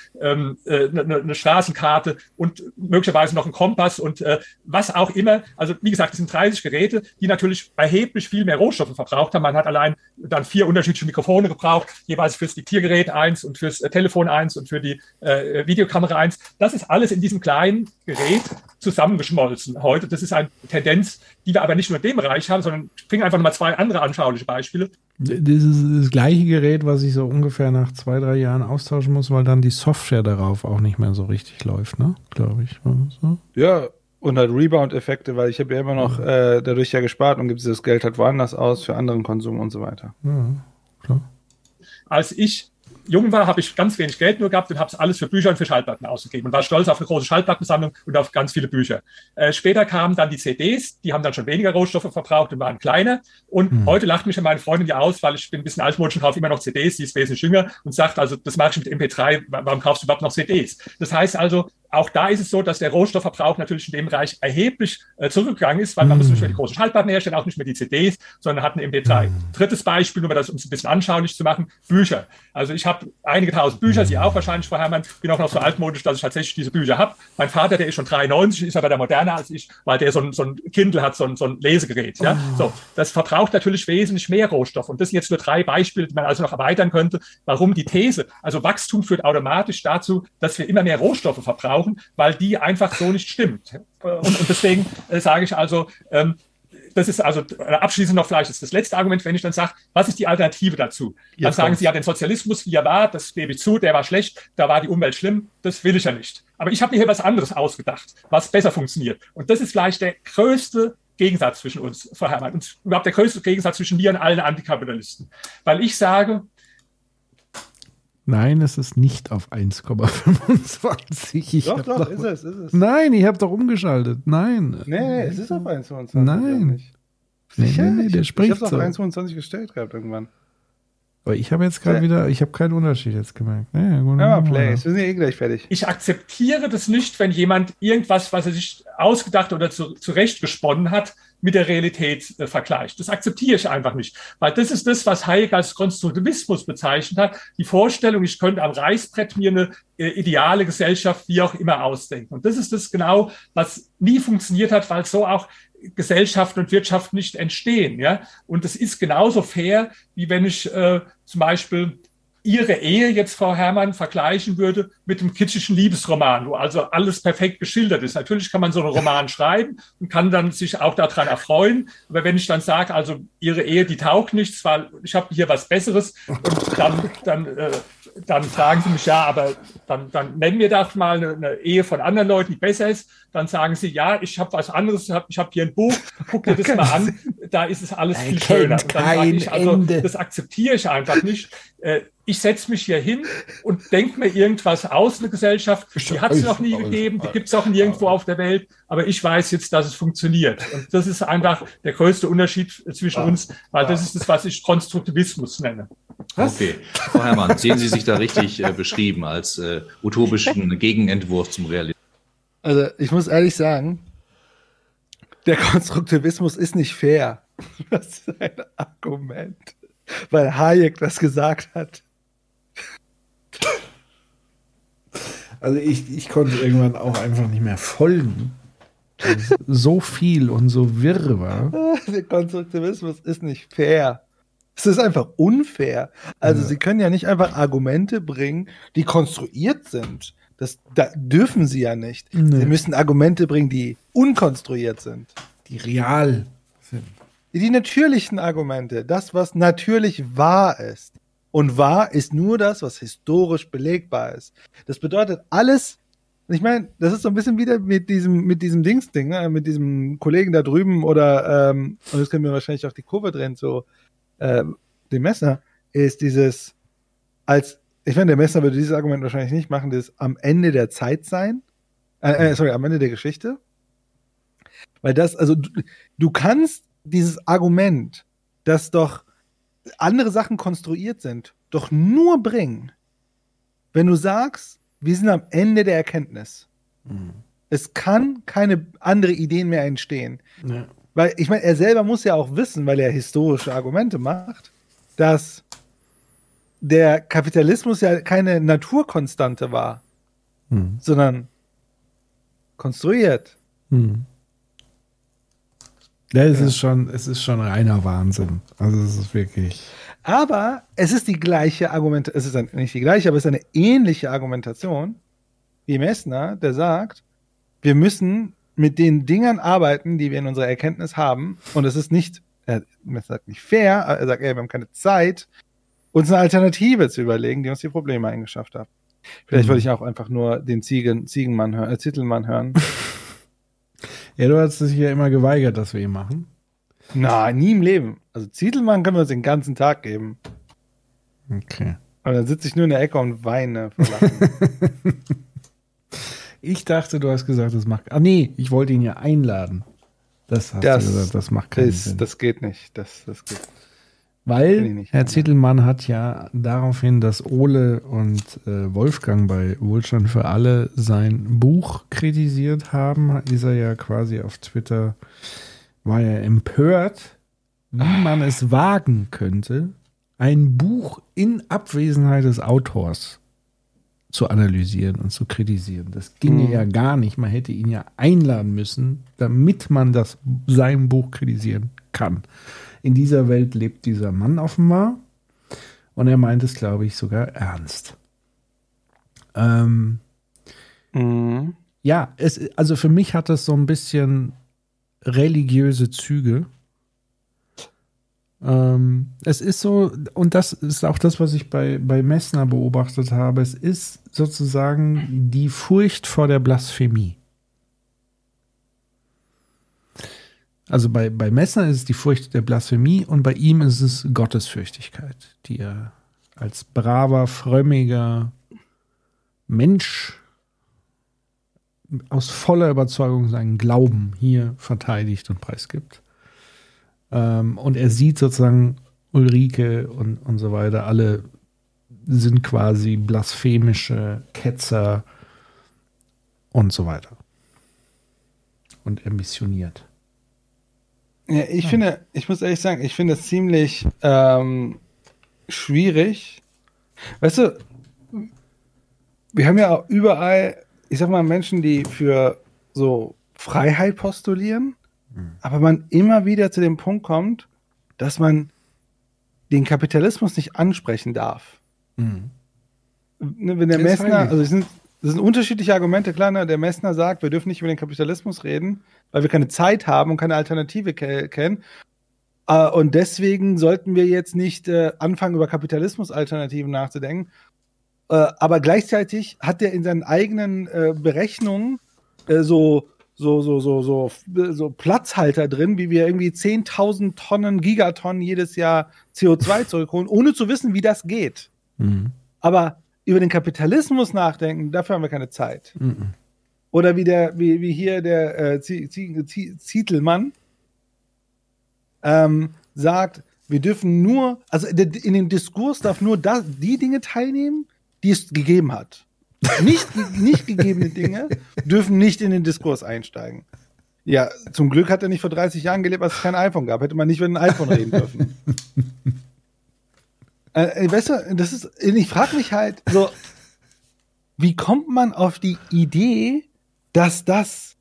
eine Straßenkarte und möglicherweise noch ein Kompass und was auch immer. Also wie gesagt, das sind 30 Geräte, die natürlich erheblich viel mehr Rohstoffe verbraucht haben. Man hat allein dann 4 unterschiedliche Mikrofone gebraucht, jeweils fürs Diktiergerät 1 und fürs Telefon 1 und für die Videokamera 1. Das ist alles in diesem kleinen Gerät zusammengeschmolzen heute. Das ist eine Tendenz, die wir aber nicht nur in dem Bereich haben, sondern ich bringe einfach nochmal 2 andere anschauliche Beispiele. Das ist das gleiche Gerät, was ich so ungefähr nach 2-3 Jahren austauschen muss, weil dann die Software darauf auch nicht mehr so richtig läuft, ne? Glaube ich. So. Ja, und halt Rebound-Effekte, weil ich habe ja immer noch dadurch ja gespart und gibt das Geld halt woanders aus für anderen Konsum und so weiter. Ja, klar. Als ich jung war, habe ich ganz wenig Geld nur gehabt und habe es alles für Bücher und für Schallplatten ausgegeben und war stolz auf eine große Schallplattensammlung und auf ganz viele Bücher. Später kamen dann die CDs, die haben dann schon weniger Rohstoffe verbraucht und waren kleiner. Und heute lacht mich ja meine Freundin ja aus, weil ich bin ein bisschen altmodisch und kaufe immer noch CDs, die ist wesentlich jünger und sagt, also das mache ich mit MP3, warum kaufst du überhaupt noch CDs? Das heißt also, auch da ist es so, dass der Rohstoffverbrauch natürlich in dem Bereich erheblich zurückgegangen ist, weil man muss nicht mehr die großen Schallplatten herstellen, auch nicht mehr die CDs, sondern hat eine MP3. Drittes Beispiel, um das uns ein bisschen anschaulich zu machen, Bücher. Also ich habe einige tausend Bücher, Sie auch wahrscheinlich, Frau Herrmann, bin auch noch so altmodisch, dass ich tatsächlich diese Bücher habe. Mein Vater, der ist schon 93, ist aber der moderner als ich, weil der so ein Kindle hat, so ein Lesegerät. Ja? So, das verbraucht natürlich wesentlich mehr Rohstoff. Und das sind jetzt nur 3 Beispiele, die man also noch erweitern könnte, warum die These, also Wachstum führt automatisch dazu, dass wir immer mehr Rohstoffe verbrauchen, weil die einfach so nicht stimmt. Und deswegen sage ich also, das ist also abschließend noch vielleicht das letzte Argument, wenn ich dann sage, was ist die Alternative dazu? Dann sagen Sie ja, den Sozialismus, wie er war, das gebe ich zu, der war schlecht, da war die Umwelt schlimm, das will ich ja nicht. Aber ich habe mir hier was anderes ausgedacht, was besser funktioniert. Und das ist vielleicht der größte Gegensatz zwischen uns, Frau Herrmann, und überhaupt der größte Gegensatz zwischen mir und allen Antikapitalisten. Weil ich sage, nein, es ist nicht auf 1,25. Doch, ist es. Nein, ich habe doch umgeschaltet. Nein. Nee, es ist auf 1,25. Nein. Sicher? Nee, der spricht so. Ich habe es auf 1,25 gestellt gehabt irgendwann. Aber ich habe jetzt gerade ich habe keinen Unterschied jetzt gemerkt. Wir sind ja gleich fertig. Ich akzeptiere das nicht, wenn jemand irgendwas, was er sich ausgedacht oder zurechtgesponnen hat, mit der Realität vergleicht. Das akzeptiere ich einfach nicht. Weil das ist das, was Hayek als Konstruktivismus bezeichnet hat. Die Vorstellung, ich könnte am Reißbrett mir eine ideale Gesellschaft wie auch immer ausdenken. Und das ist das genau, was nie funktioniert hat, weil so auch Gesellschaft und Wirtschaft nicht entstehen. Ja? Und es ist genauso fair, wie wenn ich zum Beispiel Ihre Ehe jetzt, Frau Herrmann, vergleichen würde mit einem kitschischen Liebesroman, wo also alles perfekt geschildert ist. Natürlich kann man so einen Roman schreiben und kann dann sich auch daran erfreuen. Aber wenn ich dann sage, also Ihre Ehe, die taugt nichts, weil ich habe hier was Besseres, und dann fragen Sie mich, ja, aber dann nennen wir doch mal eine Ehe von anderen Leuten, die besser ist. Dann sagen Sie, ja, ich habe was anderes, ich habe hier ein Buch, guck dir das mal an, da ist es alles viel schöner. Und dann sage ich, also das akzeptiere ich einfach nicht. Ich setze mich hier hin und denke mir irgendwas aus, eine Gesellschaft, die hat es noch nie gegeben, die gibt es auch nirgendwo auf der Welt, aber ich weiß jetzt, dass es funktioniert. Und das ist einfach der größte Unterschied zwischen uns, weil das ist das, was ich Konstruktivismus nenne. Was? Okay, Frau Herrmann, sehen Sie sich da richtig beschrieben als utopischen Gegenentwurf zum Realismus? Also ich muss ehrlich sagen, der Konstruktivismus ist nicht fair. Das ist ein Argument, weil Hayek das gesagt hat. Also ich konnte irgendwann auch einfach nicht mehr folgen. So viel und so wirr war. Der Konstruktivismus ist nicht fair. Es ist einfach unfair. Also Sie können ja nicht einfach Argumente bringen, die konstruiert sind. Da dürfen Sie ja nicht. Nee. Sie müssen Argumente bringen, die unkonstruiert sind. Die real sind. Die natürlichen Argumente. Das, was natürlich wahr ist. Und wahr ist nur das, was historisch belegbar ist. Das bedeutet alles, ich meine, das ist so ein bisschen wieder mit diesem Dingsding, ne? Mit diesem Kollegen da drüben oder, und das können wir wahrscheinlich auch die Kurve drehen, so, dem Messner, ist dieses, ich meine, der Messner würde dieses Argument wahrscheinlich nicht machen, das am Ende der Zeit sein, am Ende der Geschichte. Weil du kannst dieses Argument, dass doch andere Sachen konstruiert sind, doch nur bringen, wenn du sagst, wir sind am Ende der Erkenntnis. Mhm. Es kann keine andere Ideen mehr entstehen. Ja. Weil, ich meine, er selber muss ja auch wissen, weil er historische Argumente macht, dass der Kapitalismus ja keine Naturkonstante war, sondern konstruiert. Ja, es ist schon reiner Wahnsinn. Also es ist wirklich. Aber es ist die gleiche Argumentation, es ist nicht die gleiche, aber es ist eine ähnliche Argumentation wie Messner, der sagt, wir müssen mit den Dingern arbeiten, die wir in unserer Erkenntnis haben. Und es ist nicht, Messner sagt nicht fair, er sagt, wir haben keine Zeit, uns eine Alternative zu überlegen, die uns die Probleme eingeschafft hat. Vielleicht wollte ich auch einfach nur den Zietelmann hören. Ja, du hast dich ja immer geweigert, dass wir ihn machen. Nein, nie im Leben. Also Zietelmann können wir uns den ganzen Tag geben. Okay. Und dann sitze ich nur in der Ecke und weine vor Lachen. Ich dachte, du hast gesagt, das macht. Ah nee, ich wollte ihn ja einladen. Das hast du gesagt, das macht keinen Sinn. Das geht nicht. Das geht. Weil Herr Zietelmann hat ja daraufhin, dass Ole und Wolfgang bei Wohlstand für alle sein Buch kritisiert haben, ist er ja quasi auf Twitter, war er empört, wie man es wagen könnte, ein Buch in Abwesenheit des Autors zu analysieren und zu kritisieren. Das ginge ja gar nicht. Man hätte ihn ja einladen müssen, damit man sein Buch kritisieren kann. In dieser Welt lebt dieser Mann offenbar und er meint es, glaube ich, sogar ernst. Ja, also für mich hat das so ein bisschen religiöse Züge. Es ist so, und das ist auch das, was ich bei Messner beobachtet habe, es ist sozusagen die Furcht vor der Blasphemie. Also bei Messner ist es die Furcht der Blasphemie und bei ihm ist es Gottesfürchtigkeit, die er als braver, frömmiger Mensch aus voller Überzeugung seinen Glauben hier verteidigt und preisgibt. Und er sieht sozusagen Ulrike und so weiter, alle sind quasi blasphemische Ketzer und so weiter. Und er missioniert. Ja, ich muss ehrlich sagen, ich finde es ziemlich schwierig. Weißt du, wir haben ja auch überall, ich sag mal, Menschen, die für so Freiheit postulieren, aber man immer wieder zu dem Punkt kommt, dass man den Kapitalismus nicht ansprechen darf. Wenn der Messner, also das sind unterschiedliche Argumente, klar, ne? Der Messner sagt, wir dürfen nicht über den Kapitalismus reden, weil wir keine Zeit haben und keine Alternative kennen. Und deswegen sollten wir jetzt nicht anfangen, über Kapitalismus-Alternativen nachzudenken. Aber gleichzeitig hat er in seinen eigenen Berechnungen so Platzhalter drin, wie wir irgendwie 10.000 Tonnen, Gigatonnen jedes Jahr CO2 zurückholen, ohne zu wissen, wie das geht. Aber über den Kapitalismus nachdenken, dafür haben wir keine Zeit. Oder wie hier der Zietelmann sagt, wir dürfen nur, also in dem Diskurs darf nur die Dinge teilnehmen, die es gegeben hat. Nicht gegebene Dinge dürfen nicht in den Diskurs einsteigen. Ja, zum Glück hat er nicht vor 30 Jahren gelebt, als es kein iPhone gab. Hätte man nicht über ein iPhone reden dürfen. Weißt du, ich frage mich halt so, wie kommt man auf die Idee, dass das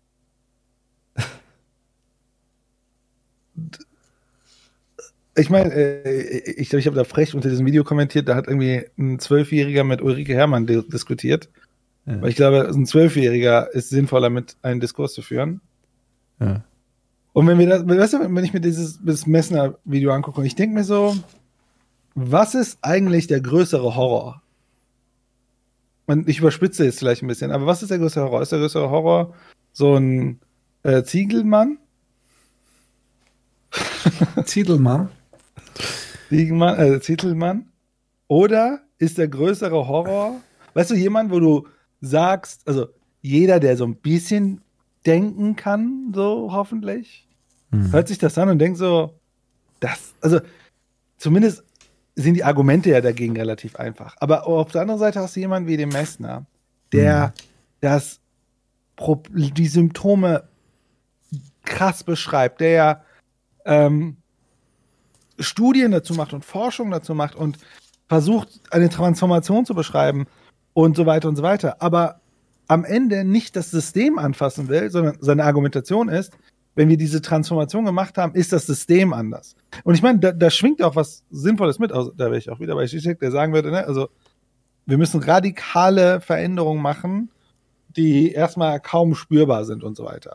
ich meine, ich glaube, ich habe da frech unter diesem Video kommentiert, da hat irgendwie ein 12-Jähriger mit Ulrike Herrmann diskutiert. Ja. Weil ich glaube, ein 12-Jähriger ist sinnvoller, mit einen Diskurs zu führen. Ja. Und wenn ich mir dieses Messner-Video angucke, ich denke mir so, was ist eigentlich der größere Horror? Ich überspitze jetzt vielleicht ein bisschen, aber was ist der größere Horror? Ist der größere Horror so ein Ziegelmann? Zietelmann? Zietelmann? Oder ist der größere Horror, weißt du, jemand, wo du sagst, also jeder, der so ein bisschen denken kann, so hoffentlich, hört sich das an und denkt so, also zumindest sind die Argumente ja dagegen relativ einfach. Aber auf der anderen Seite hast du jemanden wie den Messner, der die Symptome krass beschreibt, der Studien dazu macht und Forschung dazu macht und versucht, eine Transformation zu beschreiben und so weiter und so weiter. Aber am Ende nicht das System anfassen will, sondern seine Argumentation ist, wenn wir diese Transformation gemacht haben, ist das System anders. Und ich meine, da schwingt auch was Sinnvolles mit. Also, da wäre ich auch wieder bei Zizek, der sagen würde, ne, also wir müssen radikale Veränderungen machen, die erstmal kaum spürbar sind und so weiter.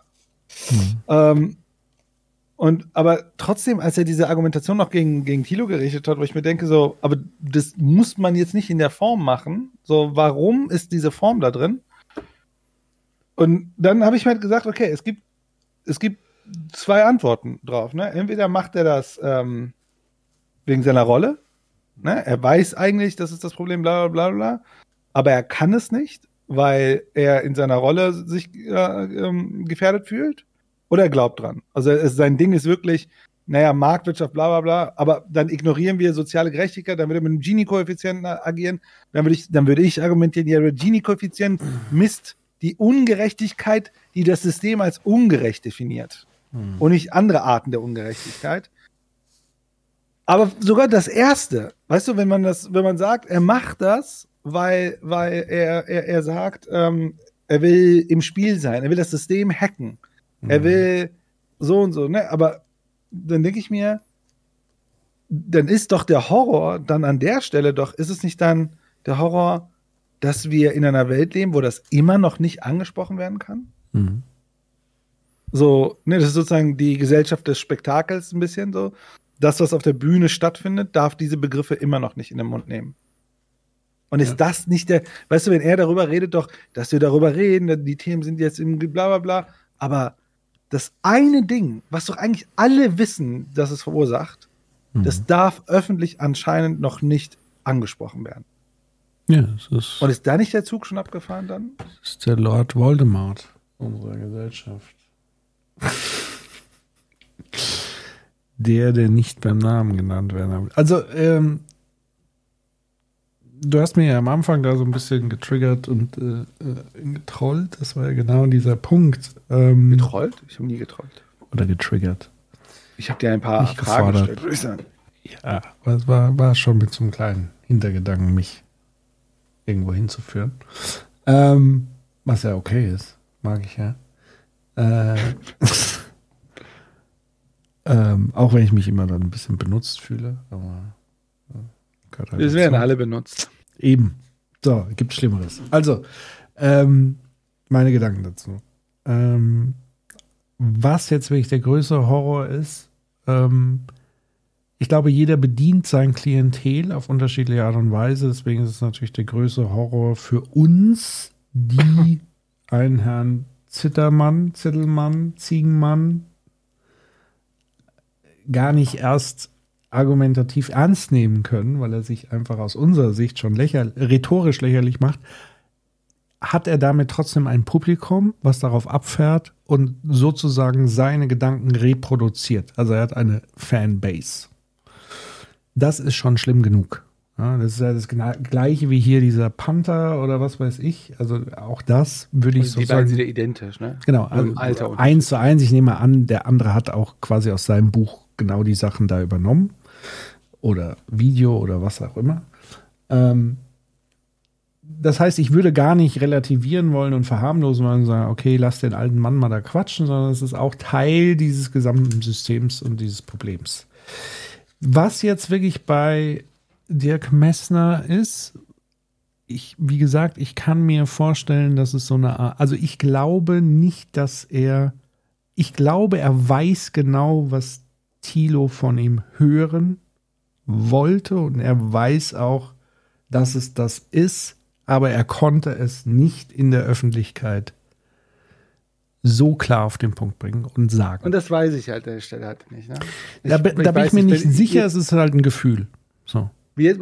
Aber trotzdem, als er diese Argumentation noch gegen Thilo gerichtet hat, wo ich mir denke, so, aber das muss man jetzt nicht in der Form machen. So, warum ist diese Form da drin? Und dann habe ich mir halt gesagt, okay, es gibt zwei Antworten drauf. Ne? Entweder macht er das wegen seiner Rolle. Ne? Er weiß eigentlich, das ist das Problem, bla bla bla bla. Aber er kann es nicht, weil er in seiner Rolle sich gefährdet fühlt. Oder er glaubt dran. Also sein Ding ist wirklich, naja, Marktwirtschaft, bla bla bla, aber dann ignorieren wir soziale Gerechtigkeit, dann würde er mit dem Gini-Koeffizienten agieren, dann würde ich argumentieren, ja, der Gini-Koeffizient misst die Ungerechtigkeit, die das System als ungerecht definiert. Und nicht andere Arten der Ungerechtigkeit. Aber sogar das Erste, weißt du, wenn man sagt, er macht das, weil er sagt, er will im Spiel sein, er will das System hacken, er will so und so, ne? Aber dann denke ich mir, dann ist doch der Horror dann an der Stelle ist es nicht dann der Horror, dass wir in einer Welt leben, wo das immer noch nicht angesprochen werden kann? So, ne, das ist sozusagen die Gesellschaft des Spektakels ein bisschen so. Das, was auf der Bühne stattfindet, darf diese Begriffe immer noch nicht in den Mund nehmen. Und ist das nicht weißt du, wenn er darüber redet, doch, dass wir darüber reden, die Themen sind jetzt im bla bla bla, aber das eine Ding, was doch eigentlich alle wissen, dass es verursacht, das darf öffentlich anscheinend noch nicht angesprochen werden. Ja, es ist. Und ist da nicht der Zug schon abgefahren dann? Das ist der Lord Voldemort unserer Gesellschaft. der nicht beim Namen genannt werden will. Also, du hast mir ja am Anfang da so ein bisschen getriggert und getrollt. Das war ja genau dieser Punkt. Getrollt? Ich habe nie getrollt. Oder getriggert. Ich habe dir ein paar Fragen gestellt, würde ich sagen. Ja, aber es war schon mit so einem kleinen Hintergedanken, mich irgendwo hinzuführen. Was ja okay ist. Mag ich ja. Auch wenn ich mich immer dann ein bisschen benutzt fühle. Aber halt wir werden alle benutzt. Eben. So, gibt Schlimmeres. Also, meine Gedanken dazu. Was jetzt wirklich der größere Horror ist, ich glaube, jeder bedient sein Klientel auf unterschiedliche Art und Weise. Deswegen ist es natürlich der größere Horror für uns, die einen Herrn Zittelmann, Ziegenmann gar nicht erst argumentativ ernst nehmen können, weil er sich einfach aus unserer Sicht schon rhetorisch lächerlich macht, hat er damit trotzdem ein Publikum, was darauf abfährt und sozusagen seine Gedanken reproduziert. Also er hat eine Fanbase. Das ist schon schlimm genug. Ja, das ist ja das Gleiche wie hier dieser Panther oder was weiß ich. Also auch das würde ich so sagen. Die beiden sind ja identisch, ne? Genau, also 1:1. Ich nehme an, der andere hat auch quasi aus seinem Buch genau die Sachen da übernommen. Oder Video oder was auch immer. Das heißt, ich würde gar nicht relativieren wollen und verharmlosen wollen und sagen, okay, lass den alten Mann mal da quatschen, sondern es ist auch Teil dieses gesamten Systems und dieses Problems. Was jetzt wirklich bei Dirk Messner ist, wie gesagt, ich kann mir vorstellen, dass es so eine Art, also ich glaube nicht, ich glaube, er weiß genau, was Thilo von ihm hören wollte und er weiß auch, dass es das ist, aber er konnte es nicht in der Öffentlichkeit so klar auf den Punkt bringen und sagen. Und das weiß ich halt an der Stelle halt nicht. Ne? Da bin ich mir nicht sicher, es ist halt ein Gefühl. So. Ich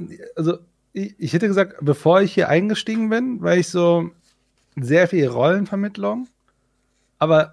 hätte gesagt, bevor ich hier eingestiegen bin, war ich so sehr viel Rollenvermittlung, aber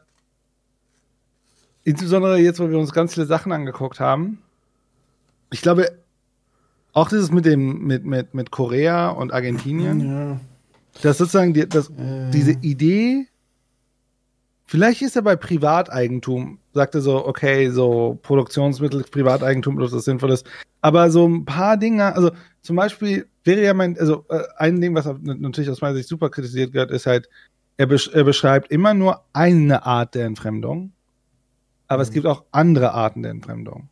insbesondere jetzt, wo wir uns ganz viele Sachen angeguckt haben, ich glaube, auch dieses mit Korea und Argentinien, dass sozusagen diese Idee, vielleicht ist er bei Privateigentum, sagt er so, okay, so Produktionsmittel, Privateigentum, ob das sinnvoll ist, aber so ein paar Dinge, also zum Beispiel wäre ja ein Ding, was natürlich aus meiner Sicht super kritisiert wird, ist halt, er beschreibt immer nur eine Art der Entfremdung, aber es gibt auch andere Arten der Entfremdung.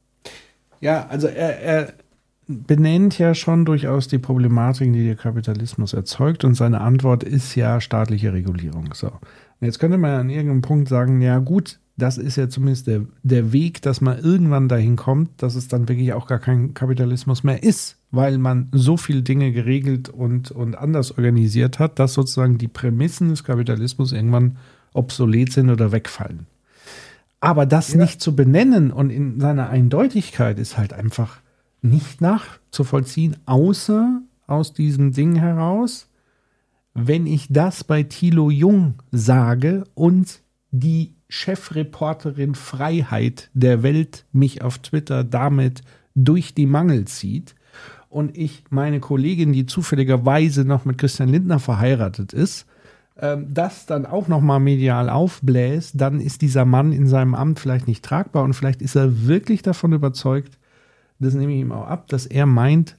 Ja, also er benennt ja schon durchaus die Problematiken, die der Kapitalismus erzeugt und seine Antwort ist ja staatliche Regulierung. So. Und jetzt könnte man ja an irgendeinem Punkt sagen, ja gut, das ist ja zumindest der Weg, dass man irgendwann dahin kommt, dass es dann wirklich auch gar kein Kapitalismus mehr ist, weil man so viele Dinge geregelt und anders organisiert hat, dass sozusagen die Prämissen des Kapitalismus irgendwann obsolet sind oder wegfallen. Aber das nicht zu benennen und in seiner Eindeutigkeit ist halt einfach nicht nachzuvollziehen, außer aus diesem Ding heraus, wenn ich das bei Thilo Jung sage und die Chefreporterin Freiheit der Welt mich auf Twitter damit durch die Mangel zieht und ich meine Kollegin, die zufälligerweise noch mit Christian Lindner verheiratet ist, das dann auch nochmal medial aufbläst, dann ist dieser Mann in seinem Amt vielleicht nicht tragbar und vielleicht ist er wirklich davon überzeugt, das nehme ich ihm auch ab, dass er meint,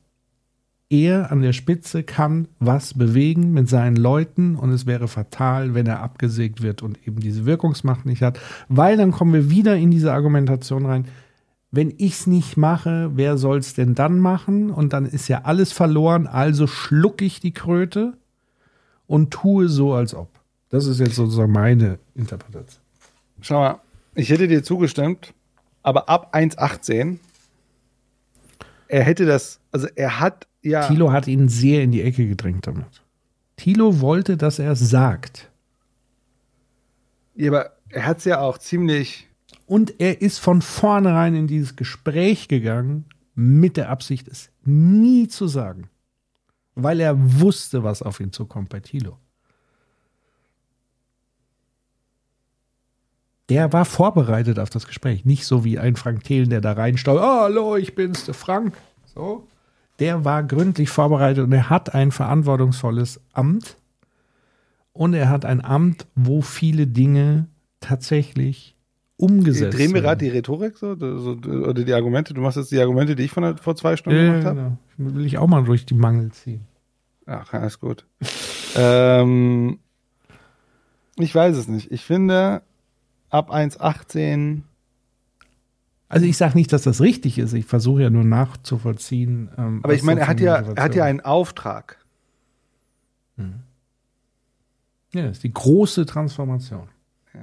er an der Spitze kann was bewegen mit seinen Leuten und es wäre fatal, wenn er abgesägt wird und eben diese Wirkungsmacht nicht hat, weil dann kommen wir wieder in diese Argumentation rein, wenn ich es nicht mache, wer soll es denn dann machen? Und dann ist ja alles verloren, also schlucke ich die Kröte und tue so, als ob. Das ist jetzt sozusagen meine Interpretation. Schau mal, ich hätte dir zugestimmt, aber ab 1,18 er hätte das, also er hat ja... Thilo hat ihn sehr in die Ecke gedrängt damit. Thilo wollte, dass er es sagt. Ja, aber er hat es ja auch ziemlich... Und er ist von vornherein in dieses Gespräch gegangen mit der Absicht, es nie zu sagen. Weil er wusste, was auf ihn zukommt bei Thilo. der war vorbereitet auf das Gespräch. Nicht so wie ein Frank Thelen, der da reinsteuert. Oh, hallo, ich bin's, der Frank. So. Der war gründlich vorbereitet und er hat ein verantwortungsvolles Amt. Und er hat ein Amt, wo viele Dinge tatsächlich umgesetzt werden. Drehen wir gerade die Rhetorik so, oder die Argumente? Du machst jetzt die Argumente, die ich vor 2 Stunden gemacht habe? Genau. Will ich auch mal durch die Mangel ziehen. Ach, alles gut. Ich weiß es nicht. Ich finde, ab 1,18. Also ich sage nicht, dass das richtig ist. Ich versuche ja nur nachzuvollziehen. Aber ich meine, er hat ja einen Auftrag. Ja, das ist die große Transformation. Ja.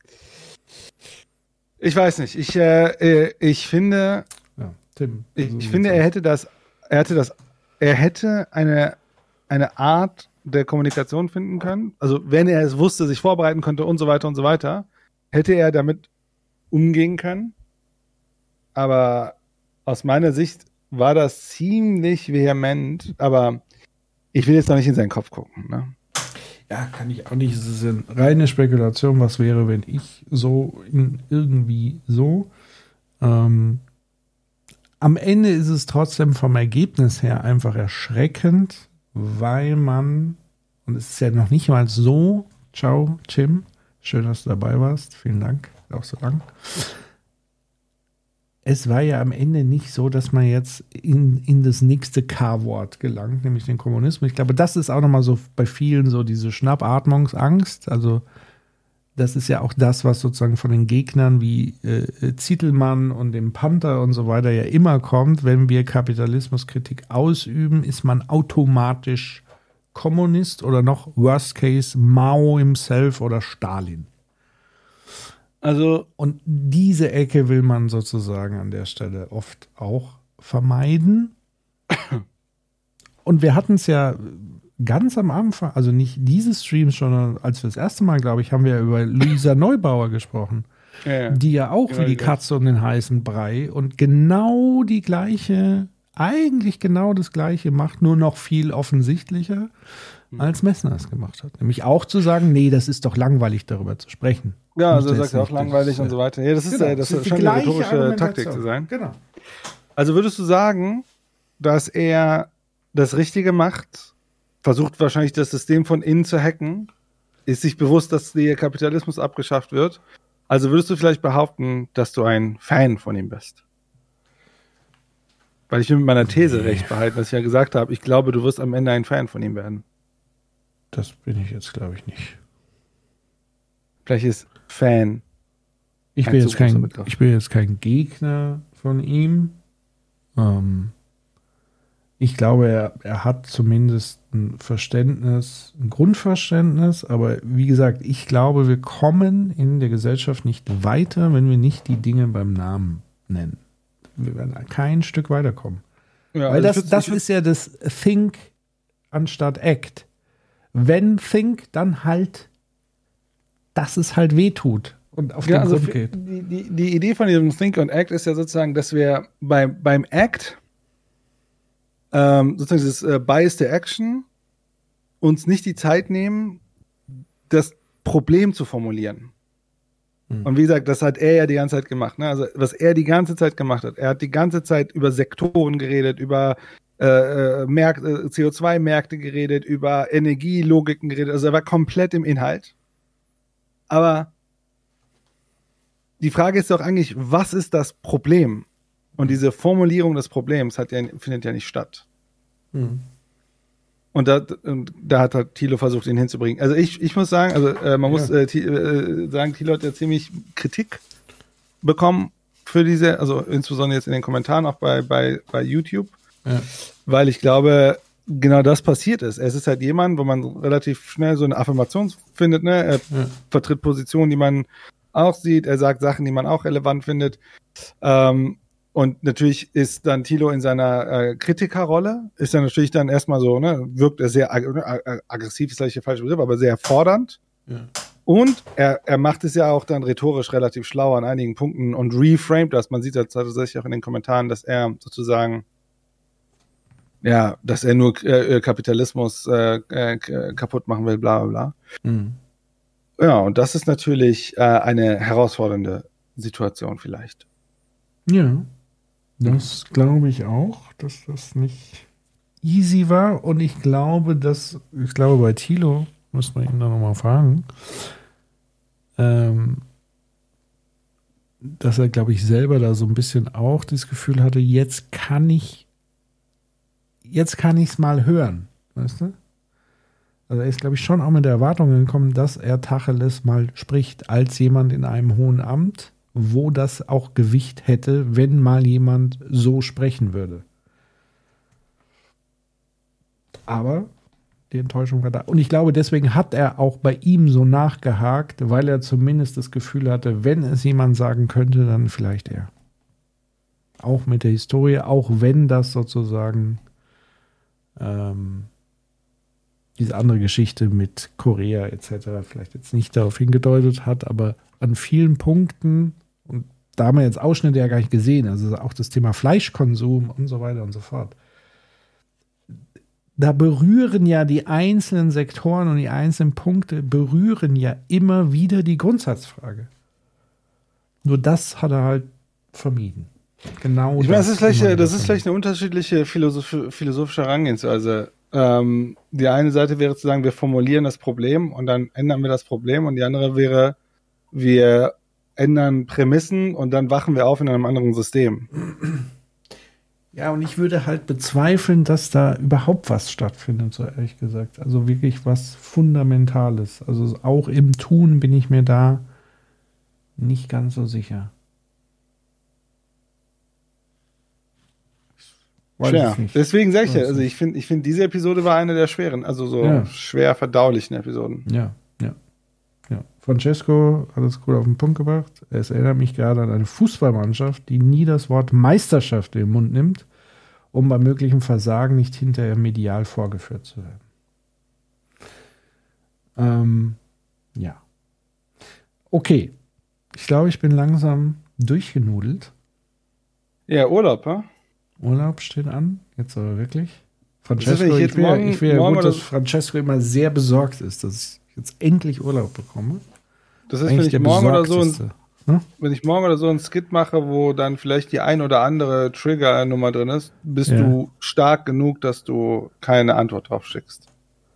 Ich weiß nicht. Ich finde, ja, Tim, ich finde, er hätte eine Art der Kommunikation finden können. Also wenn er es wusste, sich vorbereiten konnte und so weiter, hätte er damit umgehen können. Aber aus meiner Sicht war das ziemlich vehement. Aber ich will jetzt noch nicht in seinen Kopf gucken. Ne? Ja, kann ich auch nicht. Es ist eine reine Spekulation, was wäre, wenn ich so irgendwie so. Am Ende ist es trotzdem vom Ergebnis her einfach erschreckend, weil man, und es ist ja noch nicht mal so, ciao, Tim, schön, dass du dabei warst, vielen Dank, auch so lang. Es war ja am Ende nicht so, dass man jetzt in das nächste K-Wort gelangt, nämlich den Kommunismus. Ich glaube, das ist auch nochmal so bei vielen so diese Schnappatmungsangst. Also das ist ja auch das, was sozusagen von den Gegnern wie Zitelmann und dem Panther und so weiter ja immer kommt. Wenn wir Kapitalismuskritik ausüben, ist man automatisch Kommunist oder noch worst case Mao himself oder Stalin. Also, und diese Ecke will man sozusagen an der Stelle oft auch vermeiden. Und wir hatten es ja ganz am Anfang, also nicht diese Streams, sondern als wir das erste Mal, glaube ich, haben wir über Luisa Neubauer gesprochen. Ja. Die ja auch wie die Katze um den heißen Brei und genau die gleiche, eigentlich genau das Gleiche macht, nur noch viel offensichtlicher, als Messner es gemacht hat. Nämlich auch zu sagen, nee, das ist doch langweilig, darüber zu sprechen. Ja, also er sagt ja auch langweilig und so weiter. Ja, das ist scheint eine rhetorische Taktik zu sein. Genau. Also würdest du sagen, dass er das Richtige macht, versucht wahrscheinlich das System von innen zu hacken, ist sich bewusst, dass der Kapitalismus abgeschafft wird. Also würdest du vielleicht behaupten, dass du ein Fan von ihm bist? Weil ich will mit meiner These recht behalten, dass ich ja gesagt habe, ich glaube, du wirst am Ende ein Fan von ihm werden. Das bin ich jetzt, glaube ich, nicht. Vielleicht ist Fan. Ich bin jetzt kein Gegner von ihm. Ich glaube, er hat zumindest ein Verständnis, ein Grundverständnis, aber wie gesagt, ich glaube, wir kommen in der Gesellschaft nicht weiter, wenn wir nicht die Dinge beim Namen nennen. Wir werden kein Stück weiterkommen. Ja, weil das ist ja das Think anstatt Act. Wenn Think, dann halt, dass es halt wehtut und auf den Grund geht. Die Idee von diesem Think und Act ist ja sozusagen, dass wir beim Act sozusagen dieses Bias der Action uns nicht die Zeit nehmen, das Problem zu formulieren. Und wie gesagt, das hat er ja die ganze Zeit gemacht. Ne? Also was er die ganze Zeit gemacht hat, er hat die ganze Zeit über Sektoren geredet, über CO2-Märkte geredet, über Energielogiken geredet. Also er war komplett im Inhalt. Aber die Frage ist doch eigentlich, was ist das Problem? Und diese Formulierung des Problems findet ja nicht statt. Und da hat halt Thilo versucht, ihn hinzubringen. Also ich muss sagen, man muss sagen, Thilo hat ja ziemlich Kritik bekommen für diese, also insbesondere jetzt in den Kommentaren, auch bei YouTube. Ja. Weil ich glaube, genau das passiert ist. Es ist halt jemand, wo man relativ schnell so eine Affirmation findet, ne? Er vertritt Positionen, die man auch sieht, er sagt Sachen, die man auch relevant findet. Und natürlich ist dann Thilo in seiner Kritikerrolle, ist er natürlich dann erstmal so, ne, wirkt er sehr aggressiv, ist vielleicht der falsche Begriff, aber sehr fordernd. Ja. Und er macht es ja auch dann rhetorisch relativ schlau an einigen Punkten und reframed das. Man sieht das tatsächlich auch in den Kommentaren, dass er sozusagen, ja, dass er nur Kapitalismus kaputt machen will, bla bla bla. Ja, und das ist natürlich eine herausfordernde Situation vielleicht. Ja, das glaube ich auch, dass das nicht easy war. Und ich glaube, bei Thilo, muss man ihn da nochmal fragen, dass er, glaube ich, selber da so ein bisschen auch das Gefühl hatte, jetzt kann ich es mal hören, weißt du? Also er ist, glaube ich, schon auch mit der Erwartung gekommen, dass er Tacheles mal spricht, als jemand in einem hohen Amt, wo das auch Gewicht hätte, wenn mal jemand so sprechen würde. Aber die Enttäuschung war da. Und ich glaube, deswegen hat er auch bei ihm so nachgehakt, weil er zumindest das Gefühl hatte, wenn es jemand sagen könnte, dann vielleicht er. Auch mit der Historie, auch wenn das sozusagen diese andere Geschichte mit Korea etc. vielleicht jetzt nicht darauf hingedeutet hat, aber an vielen Punkten, und da haben wir jetzt Ausschnitte ja gar nicht gesehen, also auch das Thema Fleischkonsum und so weiter und so fort. Da berühren ja die einzelnen Sektoren und die einzelnen Punkte berühren ja immer wieder die Grundsatzfrage. Nur das hat er halt vermieden. Genau. Ich meine, das ist vielleicht eine unterschiedliche philosophische Herangehensweise. Die eine Seite wäre zu sagen, wir formulieren das Problem und dann ändern wir das Problem, und die andere wäre, wir ändern Prämissen und dann wachen wir auf in einem anderen System. Ja, und ich würde halt bezweifeln, dass da überhaupt was stattfindet, so ehrlich gesagt. Also wirklich was Fundamentales. Also auch im Tun bin ich mir da nicht ganz so sicher. Schwer. Deswegen sage ich ja, also ich finde, diese Episode war eine der schweren, also schwer verdaulichen Episoden. Ja. Francesco hat es gut auf den Punkt gebracht. Es erinnert mich gerade an eine Fußballmannschaft, die nie das Wort Meisterschaft in den Mund nimmt, um bei möglichem Versagen nicht hinterher medial vorgeführt zu werden. Ja. Okay. Ich glaube, ich bin langsam durchgenudelt. Ja, Urlaub, ja? Urlaub steht an, jetzt aber wirklich. Francesco, ich will ja gut, dass Francesco immer sehr besorgt ist, dass ich jetzt endlich Urlaub bekomme. Das ist, wenn ich morgen oder so ein Skit mache, wo dann vielleicht die ein oder andere Trigger-Nummer drin ist, bist du stark genug, dass du keine Antwort drauf schickst.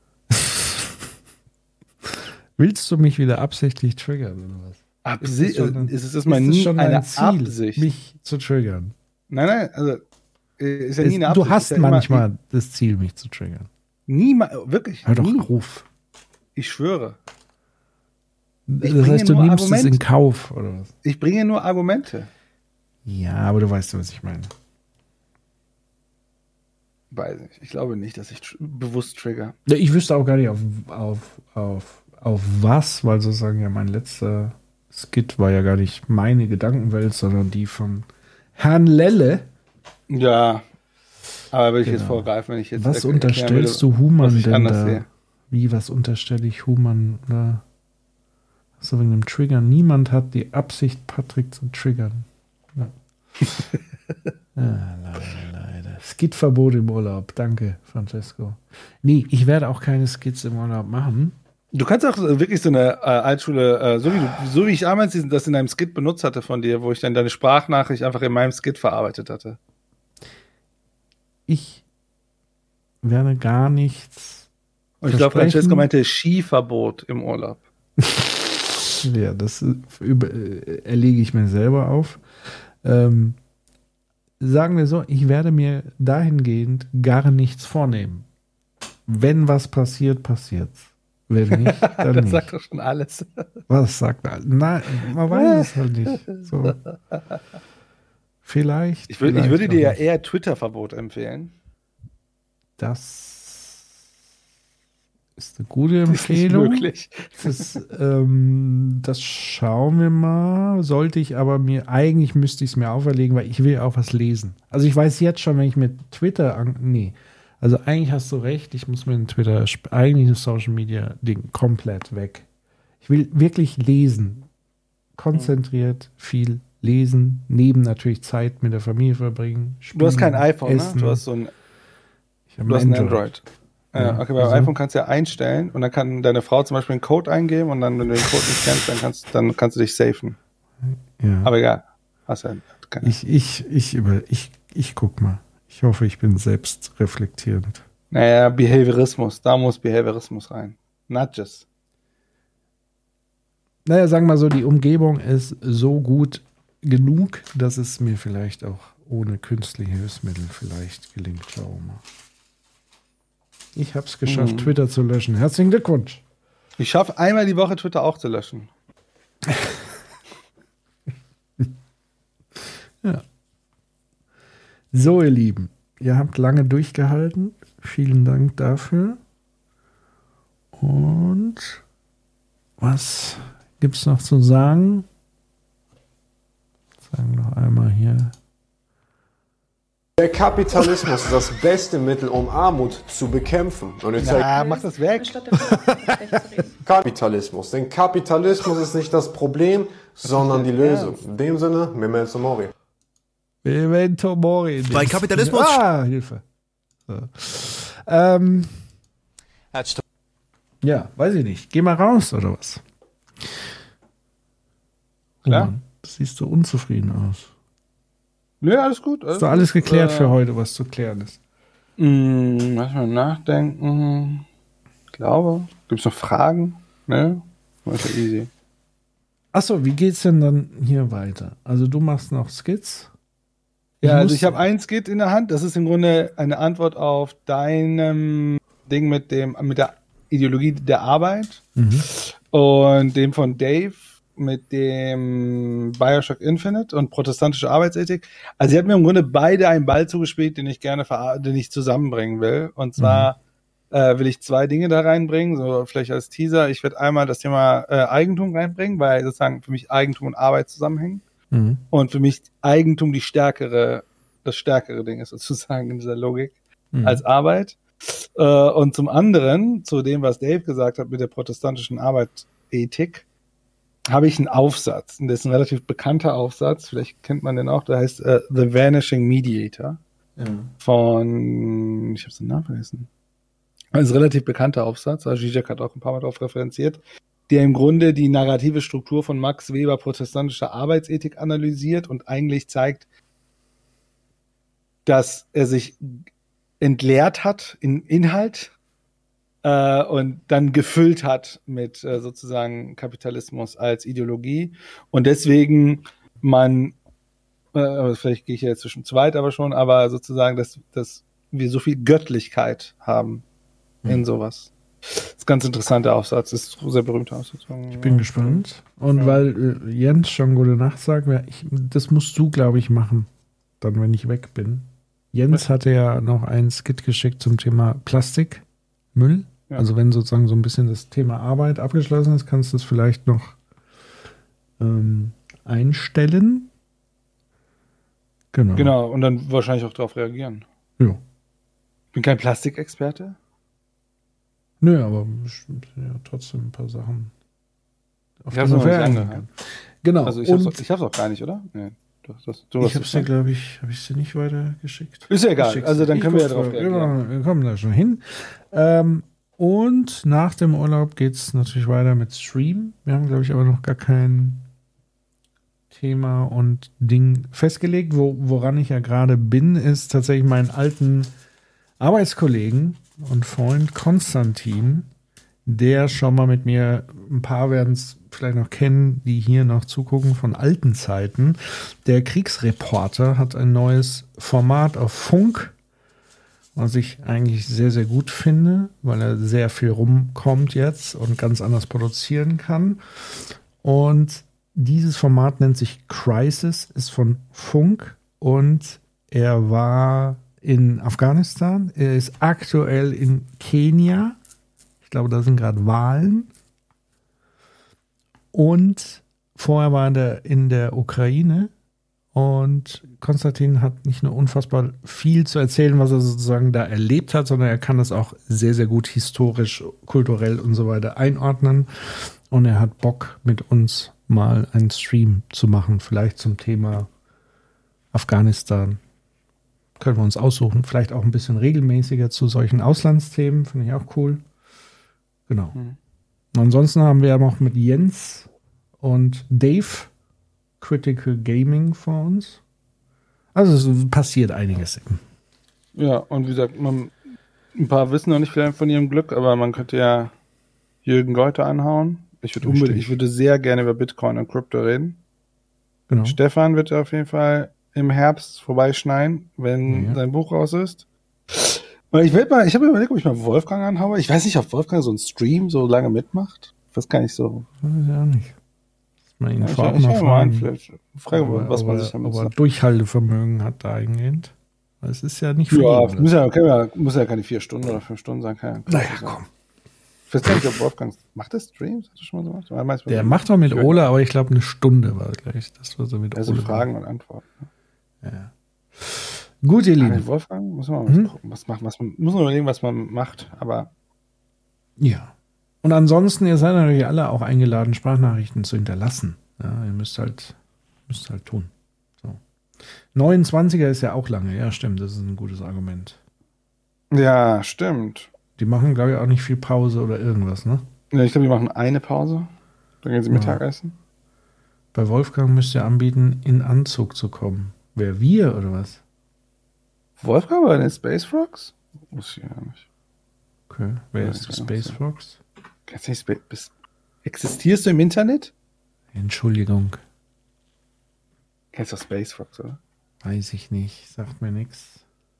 Willst du mich wieder absichtlich triggern oder was? Ist es nie eine Absicht, mich zu triggern? Nein, also ist ja nie eine Absicht. Du hast manchmal das Ziel, mich zu triggern. Niemals, wirklich. Hör doch auf. Ich schwöre. Das heißt, du nimmst es in Kauf, oder was? Ich bringe nur Argumente. Ja, aber du weißt, was ich meine. Weiß nicht. Ich glaube nicht, dass ich bewusst trigger. Ich wüsste auch gar nicht auf was, weil sozusagen ja mein letzter Skit war ja gar nicht meine Gedankenwelt, sondern die von Herrn Lelle. Ja, aber will ich jetzt vorgreifen, wenn ich jetzt. Was unterstellst du Humann denn da? Sehe. Wie, was unterstelle ich Humann da? So wegen dem Triggern. Niemand hat die Absicht, Patrick zu triggern. Ja. Leider. Skitverbot im Urlaub. Danke, Francesco. Nee, ich werde auch keine Skits im Urlaub machen. Du kannst auch wirklich so eine Altschule, so wie ich damals das in einem Skit benutzt hatte von dir, wo ich dann deine Sprachnachricht einfach in meinem Skit verarbeitet hatte. Ich werde gar nichts. Und ich glaube, Francesco meinte Skiverbot im Urlaub. Ja, das erlege ich mir selber auf. Sagen wir so, ich werde mir dahingehend gar nichts vornehmen. Wenn was passiert, passiert's. Wenn nicht, dann das nicht. sagt doch schon alles. Was sagt alles? Nein, man weiß es halt nicht. So. Vielleicht. Ich würde dir ja eher Twitter-Verbot empfehlen. Das ist eine gute Empfehlung. Ist Das schauen wir mal. Sollte ich aber eigentlich müsste ich es mir auferlegen, weil ich will auch was lesen. Also ich weiß jetzt schon, wenn ich mit Twitter also eigentlich hast du recht, ich muss mit dem Twitter, eigentlich ein Social Media Ding komplett weg. Ich will wirklich lesen. Konzentriert viel lesen, neben natürlich Zeit mit der Familie verbringen. Spielen, du hast kein iPhone, essen. Ne? Du hast so ein Android. Ja, okay, beim iPhone kannst du ja einstellen und dann kann deine Frau zum Beispiel einen Code eingeben und dann, wenn du den Code nicht kennst, dann kannst du dich safen. Ja. Aber egal. Hast ja keine. Ich guck mal. Ich hoffe, ich bin selbst reflektierend. Naja, Behaviorismus. Da muss Behaviorismus rein. Nudges. Naja, sagen wir mal so, die Umgebung ist so gut genug, dass es mir vielleicht auch ohne künstliche Hilfsmittel vielleicht gelingt. Schauen wir mal. Ich habe es geschafft, Twitter zu löschen. Herzlichen Glückwunsch. Ich schaffe einmal die Woche Twitter auch zu löschen. Ja. So, ihr Lieben, ihr habt lange durchgehalten. Vielen Dank dafür. Und was gibt es noch zu sagen? Sagen wir noch einmal hier. Der Kapitalismus ist das beste Mittel, um Armut zu bekämpfen. Und jetzt mach das weg. Kapitalismus. Denn Kapitalismus ist nicht das Problem, sondern die Lösung. In dem Sinne, Memento Mori. Memento Mori. Bei Kapitalismus? Hilfe. So. Ja, weiß ich nicht. Geh mal raus, oder was? Klar. Oh, das siehst du unzufrieden aus. Nö, alles gut. Ist doch alles geklärt für heute, was zu klären ist. Lass mal nachdenken. Ich glaube. Gibt es noch Fragen? Ne? Das ist ja easy. Achso, wie geht's denn dann hier weiter? Also du machst noch Skits? Ja, also ich habe einen Skit in der Hand. Das ist im Grunde eine Antwort auf deinem Ding mit der Ideologie der Arbeit und dem von Dave mit dem Bioshock Infinite und protestantische Arbeitsethik. Also sie hat mir im Grunde beide einen Ball zugespielt, den ich gerne zusammenbringen will. Und zwar will ich zwei Dinge da reinbringen, so vielleicht als Teaser. Ich werde einmal das Thema Eigentum reinbringen, weil sozusagen für mich Eigentum und Arbeit zusammenhängen. Und für mich Eigentum das stärkere Ding ist sozusagen in dieser Logik als Arbeit. Und zum anderen, zu dem, was Dave gesagt hat mit der protestantischen Arbeitsethik, habe ich einen Aufsatz. Und das ist ein relativ bekannter Aufsatz. Vielleicht kennt man den auch. Der heißt The Vanishing Mediator. Von, ich habe den Namen vergessen. Das ist ein relativ bekannter Aufsatz. Also Zizek hat auch ein paar Mal darauf referenziert, der im Grunde die narrative Struktur von Max Weber protestantischer Arbeitsethik analysiert und eigentlich zeigt, dass er sich entleert hat in Inhalt und dann gefüllt hat mit sozusagen Kapitalismus als Ideologie und deswegen vielleicht gehe ich jetzt zwischen zweit aber schon, aber sozusagen, dass wir so viel Göttlichkeit haben in sowas. Das ist ein ganz interessanter Aufsatz, ist ein sehr berühmter Aufsatz. Ich bin gespannt. Und weil Jens schon gute Nacht sagt, das musst du, glaube ich, machen, dann, wenn ich weg bin. Jens hatte ja noch einen Skit geschickt zum Thema Plastikmüll. Ja. Also wenn sozusagen so ein bisschen das Thema Arbeit abgeschlossen ist, kannst du es vielleicht noch einstellen. Genau, und dann wahrscheinlich auch darauf reagieren. Ja. Ich bin kein Plastikexperte. Nö, aber ja, trotzdem ein paar Sachen. Ich habe es noch nicht angehört. Genau. Also ich habe es auch gar nicht, oder? Nee. Ich habe es dir, glaube ich, habe ich es dir nicht weitergeschickt. Ist ja egal, also dann können wir ja drauf reagieren. Wir kommen da schon hin. Und nach dem Urlaub geht es natürlich weiter mit Stream. Wir haben, glaube ich, aber noch gar kein Thema und Ding festgelegt. Woran ich ja gerade bin, ist tatsächlich meinen alten Arbeitskollegen und Freund Konstantin, der schon mal mit mir, ein paar werden es vielleicht noch kennen, die hier noch zugucken von alten Zeiten. Der Kriegsreporter hat ein neues Format auf Funk, was ich eigentlich sehr, sehr gut finde, weil er sehr viel rumkommt jetzt und ganz anders produzieren kann. Und dieses Format nennt sich Crisis, ist von Funk und er war in Afghanistan, er ist aktuell in Kenia. Ich glaube, da sind gerade Wahlen. Und vorher war er in der Ukraine. Und Konstantin hat nicht nur unfassbar viel zu erzählen, was er sozusagen da erlebt hat, sondern er kann das auch sehr, sehr gut historisch, kulturell und so weiter einordnen. Und er hat Bock, mit uns mal einen Stream zu machen, vielleicht zum Thema Afghanistan. Können wir uns aussuchen. Vielleicht auch ein bisschen regelmäßiger zu solchen Auslandsthemen. Finde ich auch cool. Genau. Und ansonsten haben wir ja noch mit Jens und Dave Critical Gaming vor uns. Also es passiert einiges eben. Ja, und wie gesagt, ein paar wissen noch nicht vielleicht von ihrem Glück, aber man könnte ja Jürgen Geuter anhauen. Ich würde sehr gerne über Bitcoin und Krypto reden. Genau. Stefan wird auf jeden Fall im Herbst vorbeischneien, wenn sein Buch raus ist. Und ich habe überlegt, ob ich mal Wolfgang anhaue. Ich weiß nicht, ob Wolfgang so einen Stream so lange mitmacht. Ich weiß gar nicht so. Weiß ich auch nicht. Man ihn Ja, vorher auch noch fragen, Frage, was man sich damit aber sagt. Durchhaltevermögen hat dahingehend. Es ist ja nicht viel. Ja, muss ja keine 4 Stunden oder 5 Stunden sein. Naja, komm. Ich weiß gar nicht, ob Wolfgang macht das Streams? Hat das schon mal so gemacht? Der macht doch mit Ole, aber ich glaube 1 Stunde war gleich. Das war so mit also Ole. Fragen und Antworten. Ja. Gut, ihr Lieben. Wolfgang, muss man mal gucken, was machen. Muss man überlegen, was man macht, aber. Ja. Und ansonsten, ihr seid natürlich alle auch eingeladen, Sprachnachrichten zu hinterlassen. Ja, ihr müsst halt tun. So. 29er ist ja auch lange. Ja, stimmt. Das ist ein gutes Argument. Ja, stimmt. Die machen, glaube ich, auch nicht viel Pause oder irgendwas, ne? Ja, ich glaube, die machen eine Pause. Dann gehen sie Mittagessen. Bei Wolfgang müsst ihr anbieten, in Anzug zu kommen. Wer, wir oder was? Wolfgang bei den Space Frogs? Muss ich ja nicht. Okay, wer ist der Space Frogs? Kennst du nicht existierst du im Internet? Entschuldigung. Kennst du Space Frogs, oder? Weiß ich nicht, sagt mir nichts.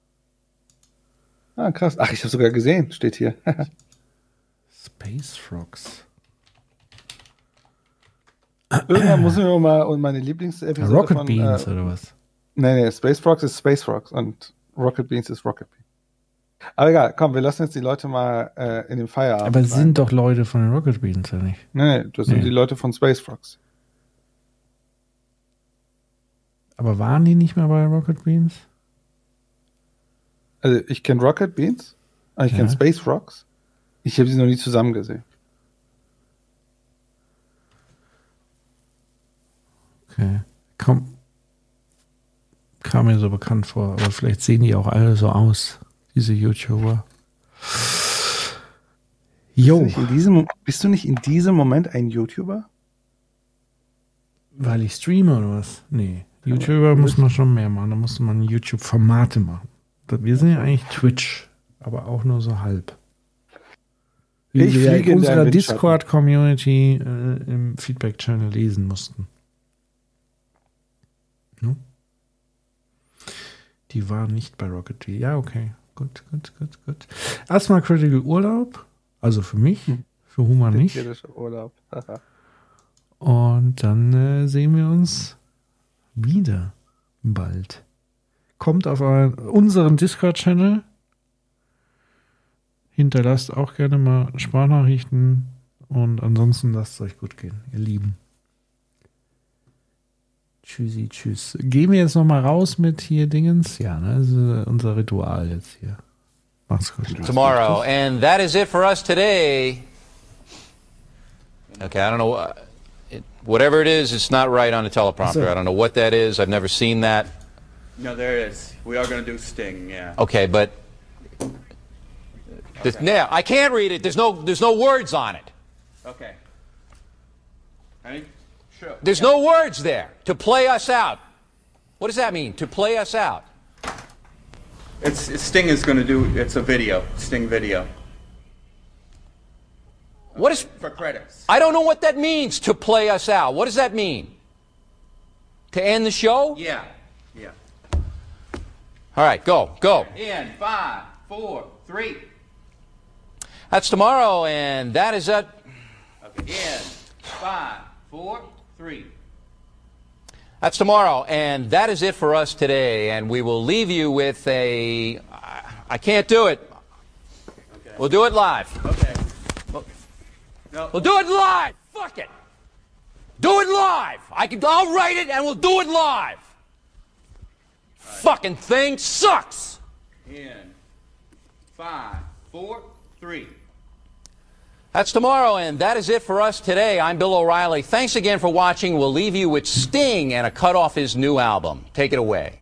Ah, krass. Ach, ich habe sogar gesehen, steht hier. Space Frogs. Irgendwann muss ich mir mal meine Lieblingsepisode Rocket von, Beans oder was? Nee, Space Frogs ist Space Frogs und Rocket Beans ist Rocket Beans. Aber egal, komm, wir lassen jetzt die Leute mal in den Feierabend. Aber es sind doch Leute von den Rocket Beans, oder nicht? Nee, das sind die Leute von Space Frogs. Aber waren die nicht mehr bei Rocket Beans? Also ich kenne Rocket Beans, aber ich kenne Space Frogs. Ich habe sie noch nie zusammen gesehen. Okay. Kam mir so bekannt vor, aber vielleicht sehen die auch alle so aus, diese YouTuber. Jo. Bist du nicht in diesem Moment ein YouTuber? Weil ich streame oder was? Nee. YouTuber muss man schon mehr machen. Da muss man YouTube-Formate machen. Wir sind ja eigentlich Twitch, aber auch nur so halb. Wie wir in unserer Discord-Community im Feedback-Channel lesen mussten. No? Die waren nicht bei Rocket League. Ja, okay. Gut. Erstmal Critical Urlaub. Also für mich. Für Human nicht. Urlaub. Und dann sehen wir uns wieder bald. Kommt auf unseren Discord-Channel. Hinterlasst auch gerne mal Sprachnachrichten. Und ansonsten lasst es euch gut gehen, ihr Lieben. Tschüssi, tschüss. Gehen wir jetzt noch mal raus mit hier Dingens? Ja, ne? Das ist unser Ritual jetzt hier. Macht's gut. Tomorrow. And that is it for us today. Okay, I don't know. Whatever it is, it's not right on the teleprompter. I don't know what that is. I've never seen that. No, there it is. We are going to do Sting, yeah. Okay, but yeah, I can't read it. There's no words on it. Okay. Ready? Sure. There's no words there. To play us out. What does that mean? To play us out. Sting is going to do. It's a video. Sting video. What is for credits? I don't know what that means. To play us out. What does that mean? To end the show? Yeah. All right, go. In 5, 4, 3. That's tomorrow, and that is it. Okay. In 5, 4, 3. That's tomorrow, and that is it for us today. And we will leave you with I can't do it. Okay. We'll do it live. Okay. We'll do it live. Fuck it. Do it live. I'll write it, and we'll do it live. Fucking thing sucks. In 5, 4, 3. That's tomorrow, and that is it for us today. I'm Bill O'Reilly. Thanks again for watching. We'll leave you with Sting and a cut off his new album. Take it away.